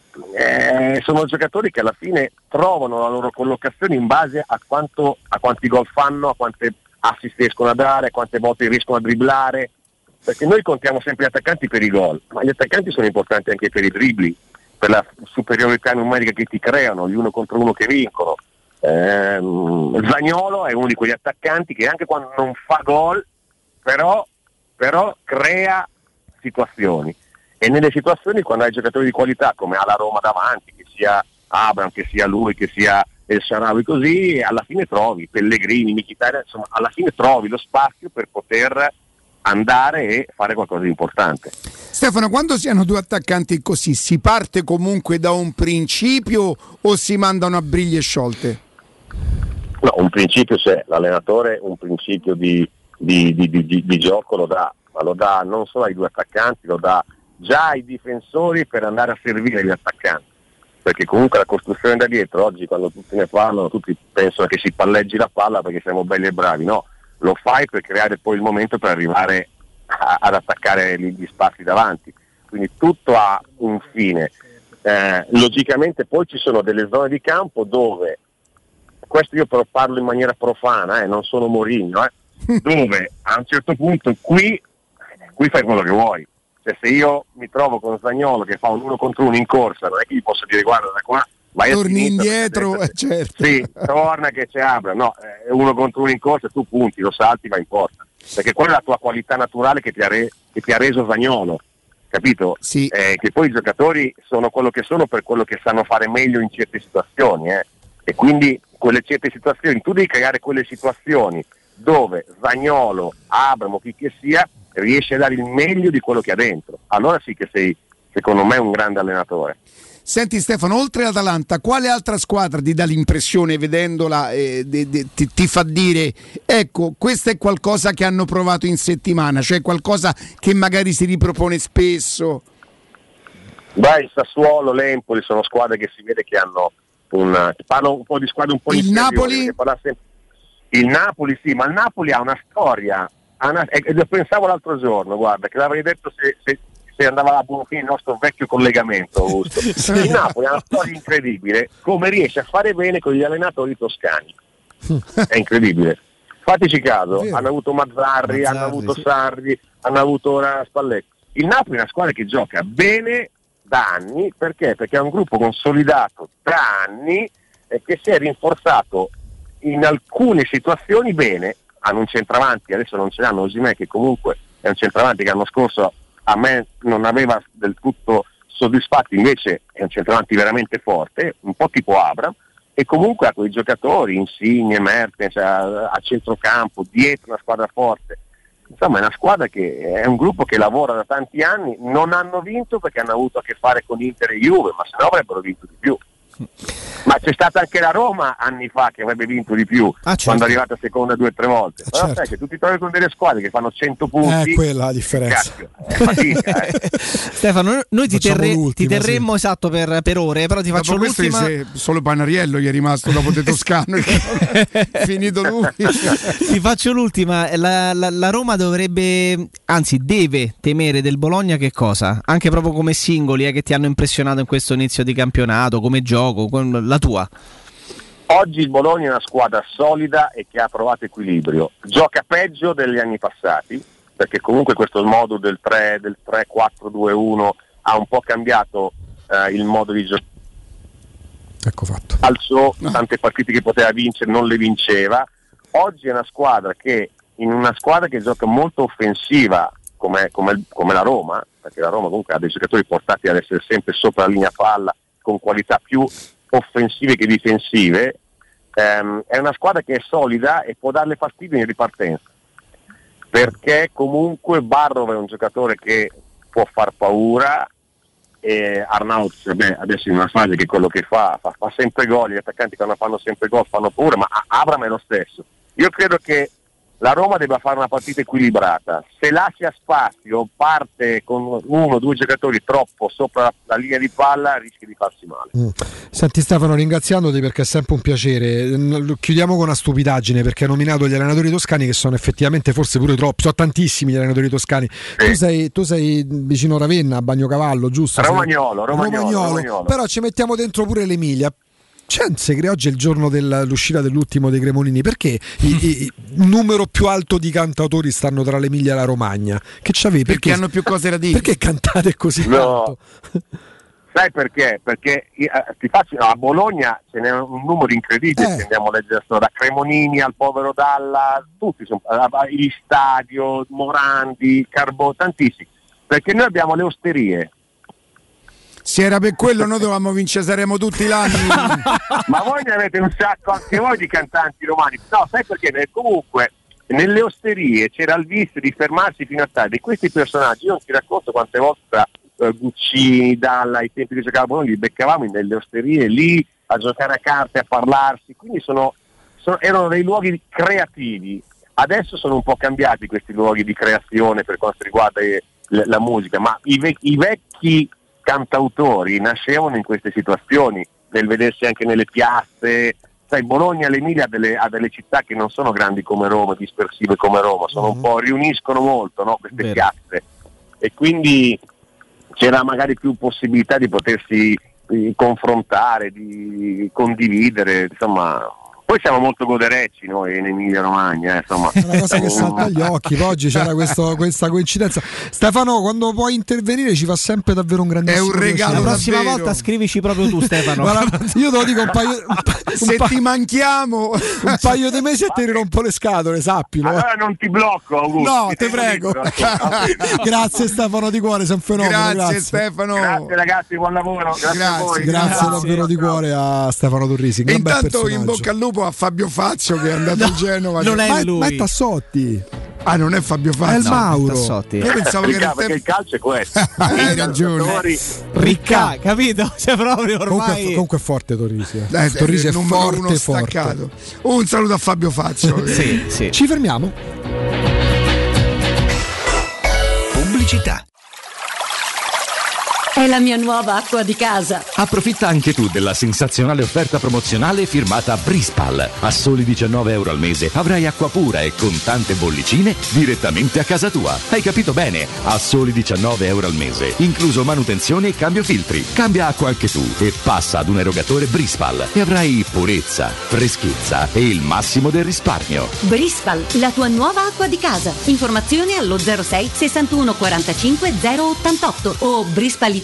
sono giocatori che alla fine trovano la loro collocazione in base a quanti gol fanno, a quante assist riescono a dare, a quante volte riescono a dribblare, perché noi contiamo sempre gli attaccanti per i gol, ma gli attaccanti sono importanti anche per i dribbli, per la superiorità numerica che ti creano, gli uno contro uno che vincono. Zaniolo è uno di quegli attaccanti che anche quando non fa gol però crea situazioni, e nelle situazioni, quando hai giocatori di qualità come ha la Roma davanti, che sia Abraham, che sia lui, che sia El Shaarawy, così alla fine trovi Pellegrini, Mkhitaryan, insomma alla fine trovi lo spazio per poter andare e fare qualcosa di importante. Stefano, quando si hanno due attaccanti così, si parte comunque da un principio o si mandano a briglie sciolte? No, un principio c'è, l'allenatore un principio di gioco lo dà, ma lo dà non solo ai due attaccanti, lo dà già ai difensori per andare a servire gli attaccanti, perché comunque la costruzione da dietro oggi, quando tutti ne parlano, tutti pensano che si palleggi la palla perché siamo belli e bravi. No, lo fai per creare poi il momento per arrivare ad attaccare gli spazi davanti, quindi tutto ha un fine. Logicamente poi ci sono delle zone di campo dove, questo io però parlo in maniera profana, non sono Mourinho, dove a un certo punto qui fai quello che vuoi. Cioè, se io mi trovo con Zaniolo che fa un 1 contro 1 in corsa, non è che gli posso dire guarda da qua vai torni indietro, certo. Sì, torna che c'è Abram. No, 1 contro 1 in corsa, tu punti, lo salti, vai in porta, perché quella è la tua qualità naturale che ti ha reso Zaniolo, capito? Sì. Che poi i giocatori sono quello che sono per quello che sanno fare meglio in certe situazioni, e quindi quelle certe situazioni tu devi creare quelle situazioni dove Zaniolo, Abram o chi che sia riesce a dare il meglio di quello che ha dentro, allora sì che sei, secondo me, un grande allenatore. Senti Stefano, oltre l'Atalanta, quale altra squadra ti dà l'impressione, vedendola, ti fa dire ecco, questo è qualcosa che hanno provato in settimana, cioè qualcosa che magari si ripropone spesso? Beh, il Sassuolo, l'Empoli sono squadre che si vede che hanno parlo un po' di squadre un po' il Napoli? Il Napoli sì, ma il Napoli ha una storia. Io pensavo l'altro giorno, guarda, che l'avrei detto se andava a buon fine il nostro vecchio collegamento, Augusto. Il Napoli ha una storia incredibile, come riesce a fare bene con gli allenatori toscani. È incredibile. Fateci caso, hanno avuto Mazzarri, hanno avuto Sarri, hanno avuto ora Spalletti. Il Napoli è una squadra che gioca bene da anni, perché? Perché è un gruppo consolidato da anni e che si è rinforzato in alcune situazioni bene. Hanno un centravanti, adesso non ce l'hanno, Osimhen, che comunque è un centravanti che l'anno scorso a me non aveva del tutto soddisfatto, invece è un centravanti veramente forte, un po' tipo Abram, e comunque ha quei giocatori, Insigne, Mertens, a centrocampo, dietro una squadra forte. Insomma è una squadra che è un gruppo che lavora da tanti anni, non hanno vinto perché hanno avuto a che fare con Inter e Juve, ma se no avrebbero vinto di più. Ma c'è stata anche la Roma anni fa che avrebbe vinto di più, certo, quando è arrivata seconda 2 o 3 volte. Però certo, sai che tu ti trovi con delle squadre che fanno 100 punti, quella la differenza. Fatica, Stefano, noi ti terremmo, sì, esatto, per ore, però ti faccio l'ultima. Solo Panariello gli è rimasto dopo De Toscano. Finito lui. Ti faccio l'ultima. La Roma dovrebbe, anzi deve temere del Bologna che cosa? Anche proprio come singoli che ti hanno impressionato in questo inizio di campionato, come gioco, la tua. Oggi il Bologna è una squadra solida e che ha trovato equilibrio. Gioca peggio degli anni passati, perché comunque questo modo del 3-4-2-1 ha un po' cambiato il modo di giocare. Ecco fatto. Alzò tante partite che poteva vincere, non le vinceva. Oggi è una squadra che, in una squadra che gioca molto offensiva come la Roma, perché la Roma comunque ha dei giocatori portati ad essere sempre sopra la linea palla, con qualità più offensive che difensive, è una squadra che è solida e può darle fastidio in ripartenza, perché comunque Barrow è un giocatore che può far paura, e Arnauts adesso in una fase che quello che fa sempre gol, gli attaccanti quando fanno sempre gol fanno paura, ma Abram è lo stesso. Io credo che la Roma debba fare una partita equilibrata. Se lascia spazio, parte con 1 o 2 giocatori troppo sopra la linea di palla, rischi di farsi male. Senti Stefano, ringraziandoti perché è sempre un piacere. Chiudiamo con una stupidaggine, perché hai nominato gli allenatori toscani, che sono effettivamente forse pure troppi, sono tantissimi gli allenatori toscani. Sì. Tu sei vicino Ravenna, a Bagnocavallo, giusto? Romagnolo. Però ci mettiamo dentro pure l'Emilia. C'è un segreto, oggi è il giorno dell'uscita dell'ultimo dei Cremonini, perché il numero più alto di cantatori stanno tra l'Emilia e la Romagna? Che c'avevi? Perché hanno più cose da dire. Perché cantate così tanto? Sai perché? Perché a Bologna ce n'è un numero incredibile, se andiamo a leggere da Cremonini al povero Dalla, tutti sono gli Stadio, Morandi, Carbò, tantissimi, perché noi abbiamo le osterie. Se era per quello noi dovevamo vincere, saremmo tutti l'anno. Ma voi ne avete un sacco anche voi di cantanti romani. No, sai perché? Comunque nelle osterie c'era il vizio di fermarsi fino a tardi. Questi personaggi, io non ti racconto quante volte Guccini, Dalla, ai tempi che giocavamo noi, li beccavamo nelle osterie lì a giocare a carte, a parlarsi, quindi erano dei luoghi creativi. Adesso sono un po' cambiati questi luoghi di creazione per quanto riguarda la musica, ma i vecchi cantautori nascevano in queste situazioni, nel vedersi anche nelle piazze. Sai, Bologna e l'Emilia ha delle città che non sono grandi come Roma, dispersive come Roma, sono un po', riuniscono molto, no, queste piazze, e quindi c'era magari più possibilità di potersi confrontare, di condividere, insomma. Poi siamo molto goderecci noi in Emilia Romagna, insomma. È una cosa che salta agli occhi. Oggi c'era questa coincidenza. Stefano, quando puoi intervenire ci fa sempre davvero un grandissimo È un regalo. La prossima davvero. volta scrivici proprio tu, Stefano. Io te lo dico se ti manchiamo un paio di mesi e ti rirompo le scatole, sappilo. Allora non ti blocco, Augusto. No, te prego. Grazie Stefano di cuore, sei un fenomeno. Grazie Stefano. Grazie ragazzi, buon lavoro. Grazie a voi. Grazie davvero di cuore a Stefano Torrisi. E intanto in bocca al lupo a Fabio Fazio che è andato a Genova. Non è lui. Ma è Tassotti. Ah, non è Fabio Fazio. È il Mauro. Io pensavo che era perché il calcio è questo. Hai ragione. Ricca, capito? Cioè proprio ormai. Comunque è forte Torrisi. Torrisi è numero forte, staccato. Un saluto a Fabio Fazio. Sì. Ci fermiamo. Pubblicità. È la mia nuova acqua di casa. Approfitta anche tu della sensazionale offerta promozionale firmata Brispal. A soli €19 al mese avrai acqua pura e con tante bollicine direttamente a casa tua. Hai capito bene? A soli €19 al mese, incluso manutenzione e cambio filtri. Cambia acqua anche tu e passa ad un erogatore Brispal e avrai purezza, freschezza e il massimo del risparmio. Brispal, la tua nuova acqua di casa. Informazioni allo 06 61 45 088 o brispalitalia.it.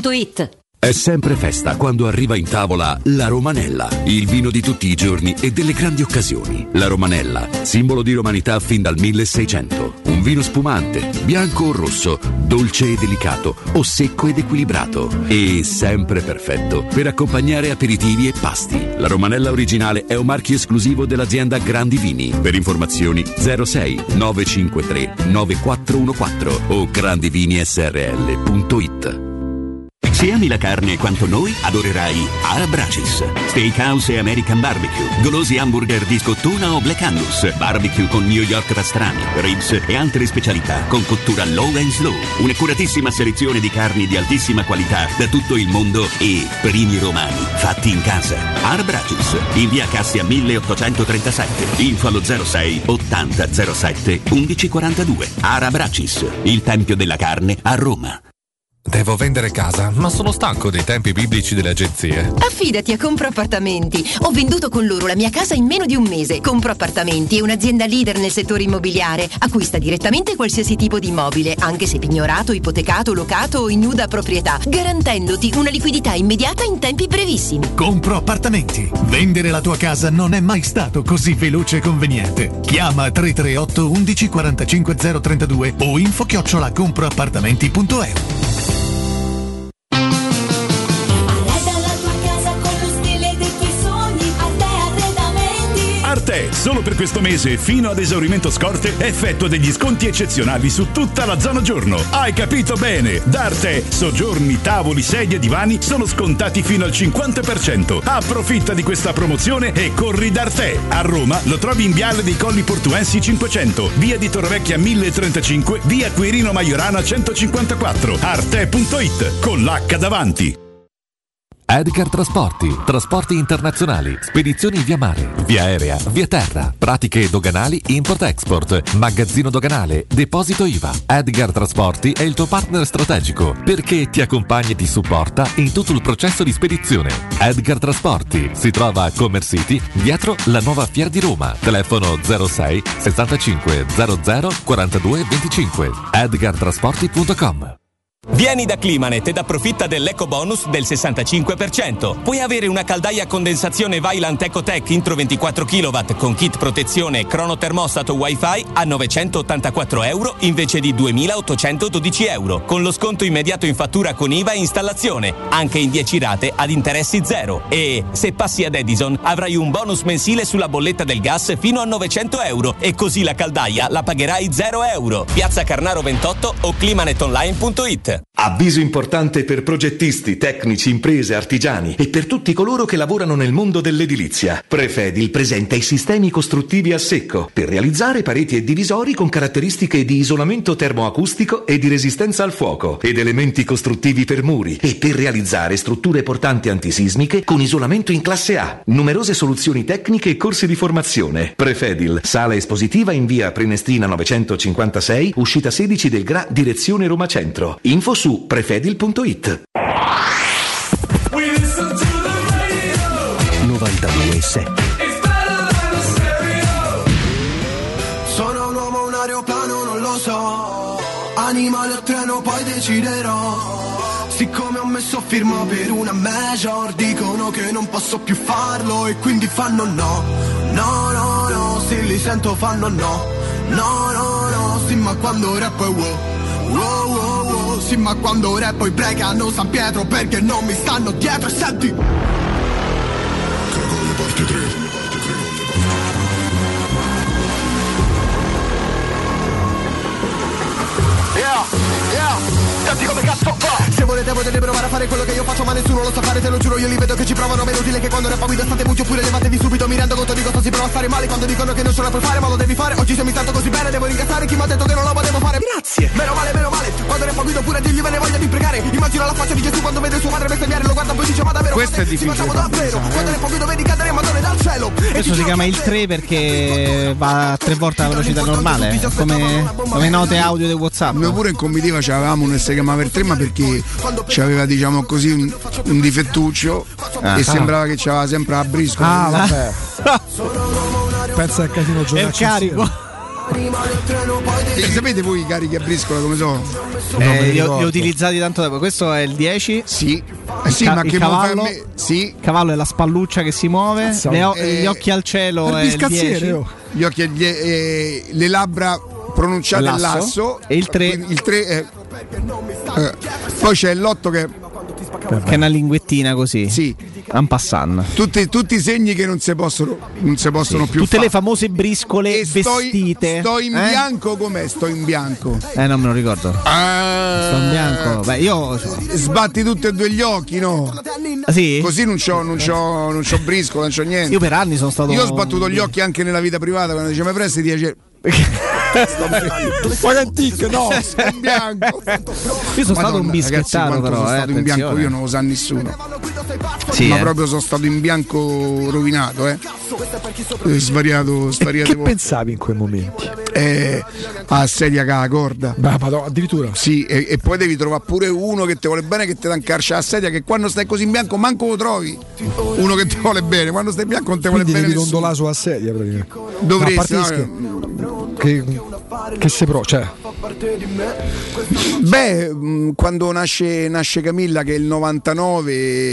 È sempre festa quando arriva in tavola la Romanella, il vino di tutti i giorni e delle grandi occasioni. La Romanella, simbolo di romanità fin dal 1600. Un vino spumante, bianco o rosso, dolce e delicato o secco ed equilibrato. E sempre perfetto per accompagnare aperitivi e pasti. La Romanella originale è un marchio esclusivo dell'azienda Grandi Vini. Per informazioni 06 953 9414 o grandivinisrl.it. Se ami la carne quanto noi, adorerai Arabracis. Steakhouse e American Barbecue, golosi hamburger di scottuna o Black Angus, barbecue con New York pastrami, ribs e altre specialità con cottura low and slow. Un'accuratissima selezione di carni di altissima qualità da tutto il mondo e primi romani fatti in casa. Arabracis, in via Cassia 1837, info allo 06 80 07 1142. Arabracis, il tempio della carne a Roma. Devo vendere casa, ma sono stanco dei tempi biblici delle agenzie. Affidati a Compro Appartamenti. Ho venduto con loro la mia casa in meno di un mese. Compro Appartamenti è un'azienda leader nel settore immobiliare. Acquista direttamente qualsiasi tipo di immobile, anche se pignorato, ipotecato, locato o in nuda proprietà, garantendoti una liquidità immediata in tempi brevissimi. Compro Appartamenti. Vendere la tua casa non è mai stato così veloce e conveniente. Chiama 338 11 45 032 o info@comproappartamenti.eu. Arte, solo per questo mese fino ad esaurimento scorte effettua degli sconti eccezionali su tutta la zona giorno. Hai capito bene? Da Arte, soggiorni, tavoli, sedie e divani sono scontati fino al 50%. Approfitta di questa promozione e corri da Arte. A Roma lo trovi in Viale dei Colli Portuensi 500, via di Torrevecchia 1035, via Quirino Maiorana 154. Arte.it con l'H davanti. Edgar trasporti internazionali, spedizioni via mare, via aerea, via terra, pratiche doganali import-export, magazzino doganale, deposito IVA. Edgar Trasporti è il tuo partner strategico perché ti accompagna e ti supporta in tutto il processo di spedizione. Edgar Trasporti si trova a Commerce City, dietro la nuova Fiera di Roma. Telefono 06 65 00 42 25. edgartrasporti.com. Vieni da Climanet ed approfitta dell'eco bonus del 65%. Puoi avere una caldaia a condensazione Vaillant EcoTech Intro 24 kW con kit protezione e cronotermostato Wi-Fi a €984 invece di €2.812, con lo sconto immediato in fattura con IVA e installazione, anche in 10 rate ad interessi zero. E se passi ad Edison avrai un bonus mensile sulla bolletta del gas fino a €900 e così la caldaia la pagherai €0. Piazza Carnaro 28 o climanetonline.it. Avviso importante per progettisti, tecnici, imprese, artigiani e per tutti coloro che lavorano nel mondo dell'edilizia. Prefedil presenta i sistemi costruttivi a secco per realizzare pareti e divisori con caratteristiche di isolamento termoacustico e di resistenza al fuoco ed elementi costruttivi per muri e per realizzare strutture portanti antisismiche con isolamento in classe A. Numerose soluzioni tecniche e corsi di formazione. Prefedil, sala espositiva in via Prenestina 956, uscita 16 del GRA, direzione Roma Centro. Info su prefedil.it. 92.7 Animale a treno poi deciderò. Siccome ho messo firma per una major, dicono che non posso più farlo e quindi fanno no. No, no, no, se li sento fanno no. No, no, no, sì ma quando rap è wow. Wow, wow, wow, sì ma quando rap poi pregano San Pietro perché non mi stanno dietro e senti. Cagone parte 3. Senti come cazzo va. Se volete potete provare a fare quello che io faccio, ma nessuno lo sa fare, te lo giuro, io li vedo che ci provano. Meno utile che quando rap guida state muti oppure levatevi subito. Mi rendo conto di cosa si prova a stare male quando dicono che non ce la puoi fare, ma lo devi fare. Oggi se mi sento così bene devo ringraziare chi mi ha detto che non lo potevo fare. Grazie. Meno male, quando rap guida pure gli viene voglia di pregare. Immagino la faccia di Gesù quando vede suo padre bestemmiare, lo guarda poi dice ma davvero questo è difficile, ci facciamo davvero. Quando rap guida vedi cadere madone dal cielo. Questo si chiama il 3 perché va a 3 volte la velocità normale, come note audio di WhatsApp. Noi pure in comitiva c'avevamo un si chiamava il 3, ma perché c'aveva diciamo così un difettuccio e sembrava che c'aveva sempre la briscola. Vabbè. Pensa al casino è il carico. E sapete voi i carichi a briscola come sono? Li ho utilizzati tanto tempo. Questo è il 10. Sì. Sì, ma che cavallo, sì. Il cavallo è la spalluccia che si muove, gli occhi al cielo è il 10. Gli occhi le labbra pronunciate l'asso e il 3. Il 3 è poi c'è l'8 che è una linguettina così. Sì. En passant. Tutti i segni che non si possono più tutte fare. Le famose briscole vestite. Sto in bianco, com'è? Sto in bianco. Non me lo ricordo. Sto in bianco. Beh, io sbatti tutti e due gli occhi, no? Sì. Così non c'ho briscola, non c'ho niente. Io per anni sono stato. Io ho sbattuto gli occhi anche nella vita privata quando dice: "Ma presti 10". No, sto in bianco. Io sono stato un bischettato, ragazzi, però sono stato in bianco, io non lo sa nessuno. Sì, ma proprio sono stato in bianco rovinato, svariato. Che pensavi in quei momenti? A sedia con la corda. Addirittura? Sì, e poi devi trovare pure uno che ti vuole bene, che ti dà in carcia la sedia, che quando stai così in bianco manco lo trovi. Uno che ti vuole bene, quando stai in bianco non ti vuole bene. Devi dondolare sulla sedia praticamente. Dovresti. Che se pro, cioè. Beh, quando nasce Camilla, che è il 99,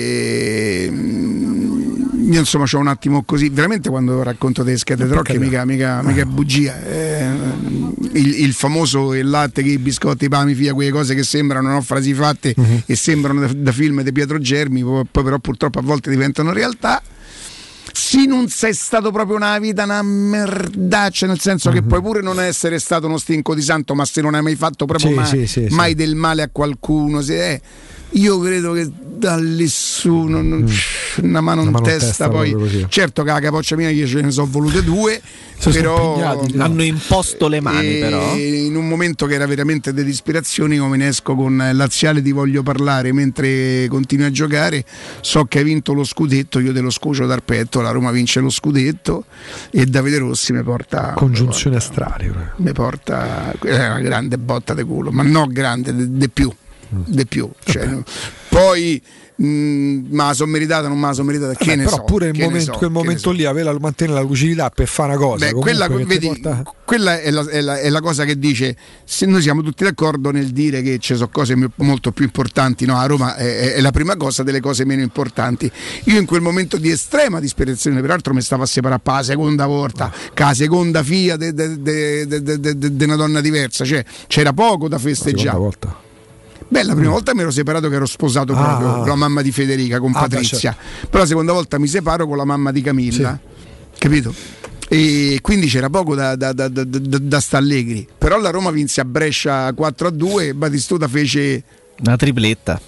io insomma c'ho un attimo così, veramente quando racconto delle schede trocche mica è bugia. Il famoso il latte, che i biscotti, i pani, fia, quelle cose che sembrano frasi fatte e sembrano da film di Pietro Germi, poi però purtroppo a volte diventano realtà. Sì, non sei stato proprio una vita una merdaccia, nel senso che puoi pure non essere stato uno stinco di santo, ma se non hai mai fatto proprio mai del male a qualcuno, io credo che da lì su una mano in testa poi certo che la capoccia mia io ce ne so volute 2, però hanno imposto le mani, però in un momento che era veramente dell'ispirazione io me ne esco con Laziale Ti voglio parlare mentre continui a giocare, so che hai vinto lo scudetto, io te lo scucio dal petto, la Roma vince lo scudetto e Davide Rossi mi porta congiunzione astrale, mi porta una grande botta di culo, ma no grande, di più, cioè, poi ma sono meritata, non me la sono meritata, che ne però so, pure quel momento lì mantenere la lucidità per fare una cosa. Quella è la cosa che dice, se noi siamo tutti d'accordo nel dire che ci sono cose molto più importanti, no? A Roma è la prima cosa delle cose meno importanti. Io in quel momento di estrema disperazione, peraltro mi stavo a separare per la seconda volta, la seconda figlia di una donna diversa, cioè c'era poco da festeggiare. Beh, la prima volta mi ero separato che ero sposato proprio con la mamma di Federica, con Patrizia. Certo. Però la seconda volta mi separo con la mamma di Camilla, capito? E quindi c'era poco da sta allegri. Però la Roma vinse a Brescia 4-2 e Batistuta fece una tripletta.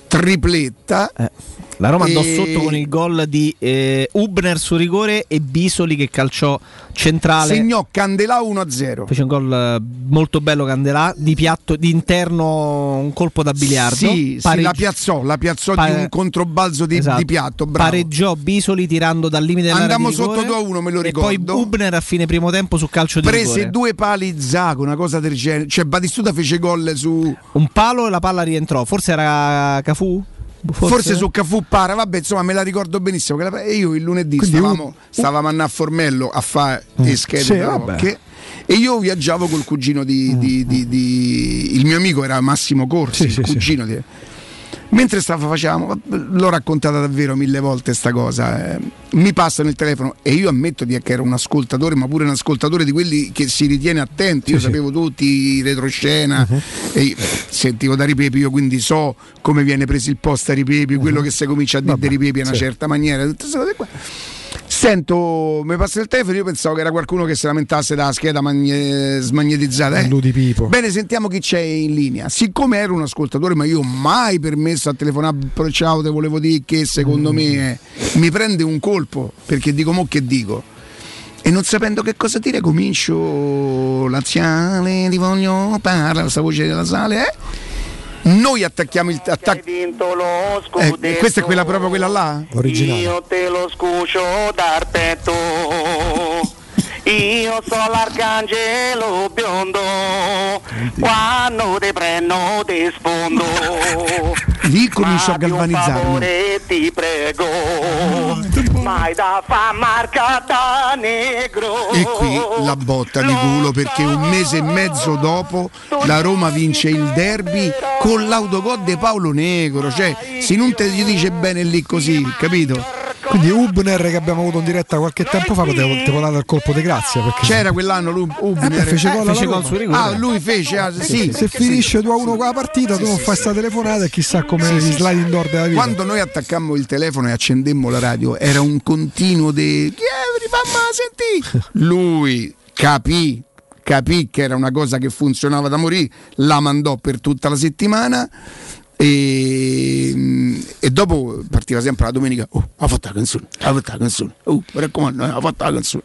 La Roma andò sotto con il gol di Hubner su rigore e Bisoli che calciò centrale. Segnò Candelà 1-0. Fece un gol molto bello Candelà, di piatto, di interno un colpo da biliardo. Sì, la piazzò di un controbalzo di piatto. Bravo. Pareggiò Bisoli tirando dal limite dell'area di rigore. Andammo sotto 2-1, me lo ricordo. E poi Hubner a fine primo tempo su calcio di rigore. Prese 2 pali Zago, una cosa del genere. Cioè Batistuta fece gol su un palo e la palla rientrò. Forse era Cafù? Forse su Cafù para, vabbè, insomma me la ricordo benissimo. E io il lunedì stavamo andando a Formello a fare le schede e io viaggiavo col cugino il mio amico era Massimo Corsi, il cugino di... Mentre facevamo, l'ho raccontata davvero 1000 volte sta cosa, mi passano il telefono e io ammetto che ero un ascoltatore, ma pure un ascoltatore di quelli che si ritiene attenti. Io sapevo tutti i retroscena e sentivo da Ripepi, io quindi so come viene preso il post a Ripepi, quello che si comincia a dire di Ripepi in una certa maniera, tutte queste cose qua. Sento, mi passa il telefono, io pensavo che era qualcuno che si lamentasse dalla scheda smagnetizzata. Bene, sentiamo chi c'è in linea. Siccome ero un ascoltatore, ma io mai permesso a telefonare, ciao, te volevo dire che secondo me mi prende un colpo, perché dico mo che dico. E non sapendo che cosa dire, comincio laziale, ti voglio parlare, questa voce della sale, Noi attacchiamo il questa è quella proprio quella là? Originale. Io te lo scucio dal petto. Io sono l'arcangelo biondo. Quando te prendo te sfondo. Lì comincio a galvanizzarmi. Ti prego. Mai da fa marca da negro. E qui la botta di culo, perché un mese e mezzo dopo la Roma vince il derby con l'autogol di Paolo Negro. Cioè, se non te gli dice bene lì così, capito? Quindi Hubner, che abbiamo avuto in diretta qualche tempo fa, poteva dare il colpo di grazia, perché c'era quell'anno Hubner fece gol su rigore. Lui fece sì. Se finisce 2-1 con la partita, tu non fai sta telefonata e chissà come gli sliding door della vita. Quando noi attaccammo il telefono e accendemmo la radio, era un continuo di fammi sentì. Lui capì che era una cosa che funzionava da morire, la mandò per tutta la settimana. E dopo partiva sempre la domenica, ha fatto la canzone, mi raccomando, ha fatto la canzone,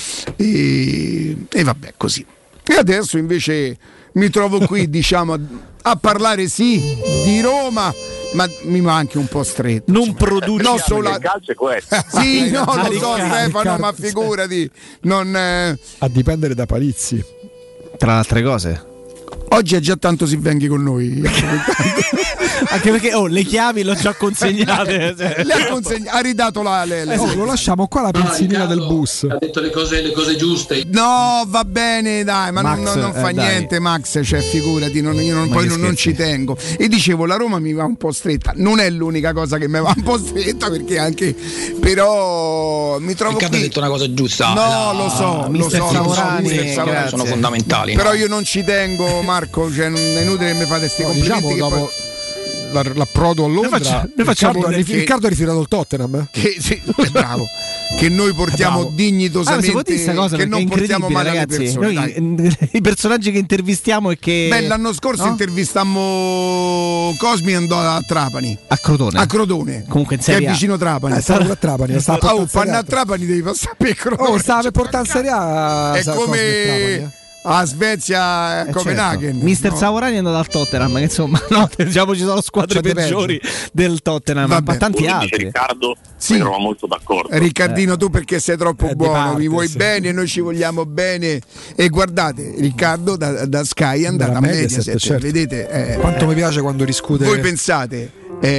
e vabbè, così. E adesso invece mi trovo qui, diciamo, a parlare di Roma, ma mi manca un po' stretto. Non produce, no, solo il calcio è questo. Sì, no, lo so, Stefano, ma figurati, non a dipendere da Palizzi, tra le altre cose. Oggi è già tanto si venghi con noi. Anche perché le chiavi l'ho già consegnate. Ha ridato lo lasciamo qua la pensilina del bus. Ha detto le cose giuste. No, va bene, dai, ma Max, non fa niente, Max, cioè figurati, io non ci tengo. E dicevo, la Roma mi va un po' stretta. Non è l'unica cosa che mi va un po' stretta, perché anche però mi trovo qui. Ha detto una cosa giusta. No, lo so, sono fondamentali. Però io non ci tengo, Marco, cioè non è inutile che mi fate questi complimenti, diciamo, dopo l'approdo a Londra, Riccardo ha rifiutato il Tottenham, bravo, che noi portiamo dignitosamente, che non portiamo male, ragazzi, alle persone. Noi, i personaggi che intervistiamo e che l'anno scorso intervistammo Cosmi e andò a Trapani, a Crotone, comunque in Serie A, che è vicino Trapani, stava a Trapani, a Trapani devi passare per Crotone, stava per portare in Serie A, è come a Svezia, a Copenaghen. Certo. Mister Savorani è andato al Tottenham, che insomma, diciamo, ci sono squadre peggiori del Tottenham, ma tanti altri. Riccardo, eravamo molto d'accordo. Riccardino, tu perché sei troppo buono, mi vuoi bene, noi ci vogliamo bene. E guardate, Riccardo da Sky è andato a Mediaset, certo. Vedete quanto mi piace quando discute. Voi pensate,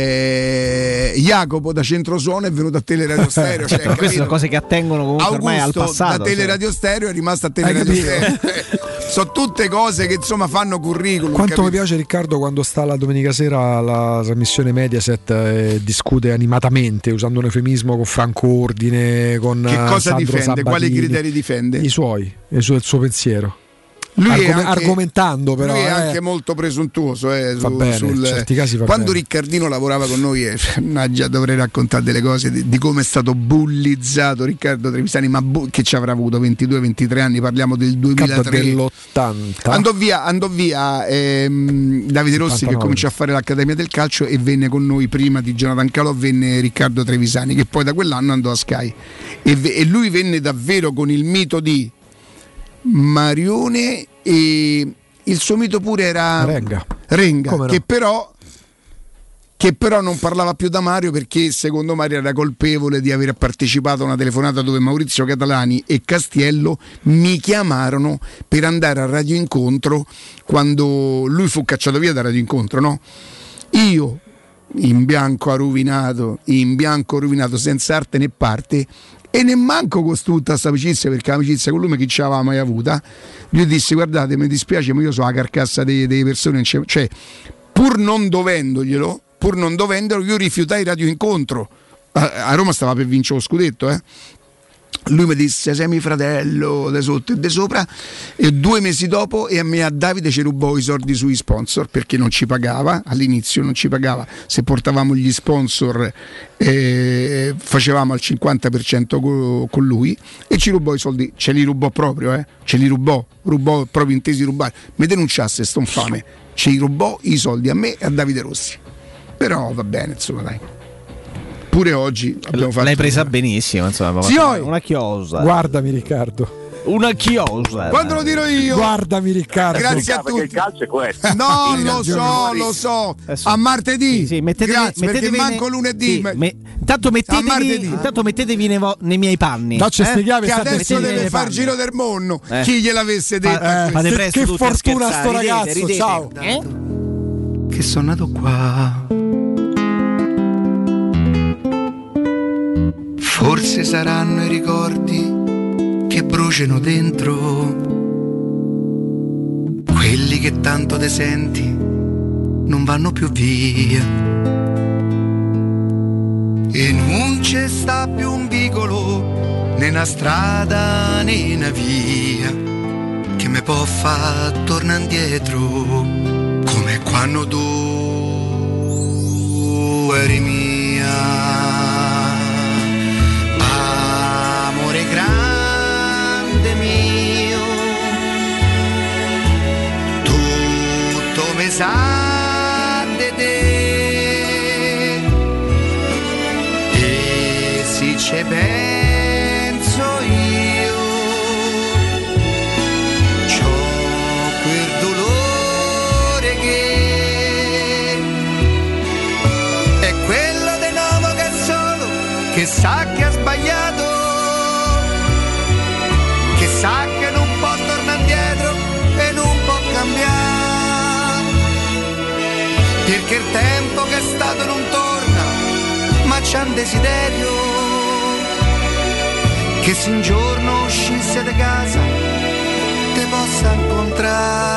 Jacopo da Centrosuono è venuto a Teleradio Stereo, cioè, queste sono cose che attengono comunque Augusto ormai al passato. Da Teleradio Stereo è rimasto a Teleradio Stereo. Sono tutte cose che insomma fanno curriculum. Quanto mi piace Riccardo quando sta la domenica sera alla trasmissione Mediaset e discute animatamente, usando un eufemismo con Franco Ordine, con che cosa Sandro difende? Sabatini, quali criteri difende? I suoi, il suo pensiero. Lui argomentando, però lui è anche molto presuntuoso, in certi casi quando Riccardino lavorava con noi, già dovrei raccontare delle cose di come è stato bullizzato Riccardo Trevisani, ma che ci avrà avuto 22-23 anni, parliamo del 2003, dell'80. Andò via Davide Rossi, 89. Che cominciò a fare l'Accademia del Calcio, e venne con noi prima di Jonathan Calò, venne Riccardo Trevisani, che poi da quell'anno andò a Sky, e lui venne davvero con il mito di Marione, e il suo mito pure era Renga, no? che però non parlava più da Mario, perché secondo Mario era colpevole di aver partecipato a una telefonata dove Maurizio Catalani e Castiello mi chiamarono per andare a Radio Incontro quando lui fu cacciato via da Radio Incontro, no? Io in bianco rovinato, senza arte né parte, e nemmanco con tutta questa amicizia, perché l'amicizia con lui ma chi ce l'aveva mai avuta. Io dissi guardate, mi dispiace ma io sono la carcassa delle persone, cioè pur non dovendolo io rifiutai Radio Incontro. A Roma stava per vincere lo scudetto, Lui mi disse sei mio fratello da sotto e da sopra, e 2 mesi dopo e a me a Davide ci rubò i soldi sui sponsor perché non ci pagava, all'inizio non ci pagava, se portavamo gli sponsor facevamo al 50% con lui, e ci rubò i soldi, ce li rubò proprio, ce li rubò proprio intesi rubare, mi denunciasse sto infame, ci rubò i soldi a me e a Davide Rossi, però va bene, insomma, dai. Pure oggi abbiamo fatto. L'hai presa benissimo, insomma. Sì, una chiosa. Guardami, Riccardo. Una chiosa. Quando lo dirò io? Guardami, Riccardo. Grazie a tutti. Il calcio è questo. No, lo so. A martedì. Sì, grazie, perché manco lunedì. Intanto mettetevi nei miei panni. Che adesso deve far giro del mondo. Chi gliel'avesse detto? Che fortuna sto ragazzo. Ridete. Ciao. Che sono nato qua. Forse saranno i ricordi che bruciano dentro, quelli che tanto te senti non vanno più via, e non c'è sta più un vicolo né una strada né una via che me può far tornare indietro come quando tu eri mia. Grande mio, tutto mi sa di te, e se ci penso io, c'ho quel dolore che è quello di nuovo che solo che sa che ha sbagliato, sa che non può tornare indietro e non può cambiare, perché il tempo che è stato non torna, ma c'è un desiderio che se un giorno uscisse da casa te possa incontrare.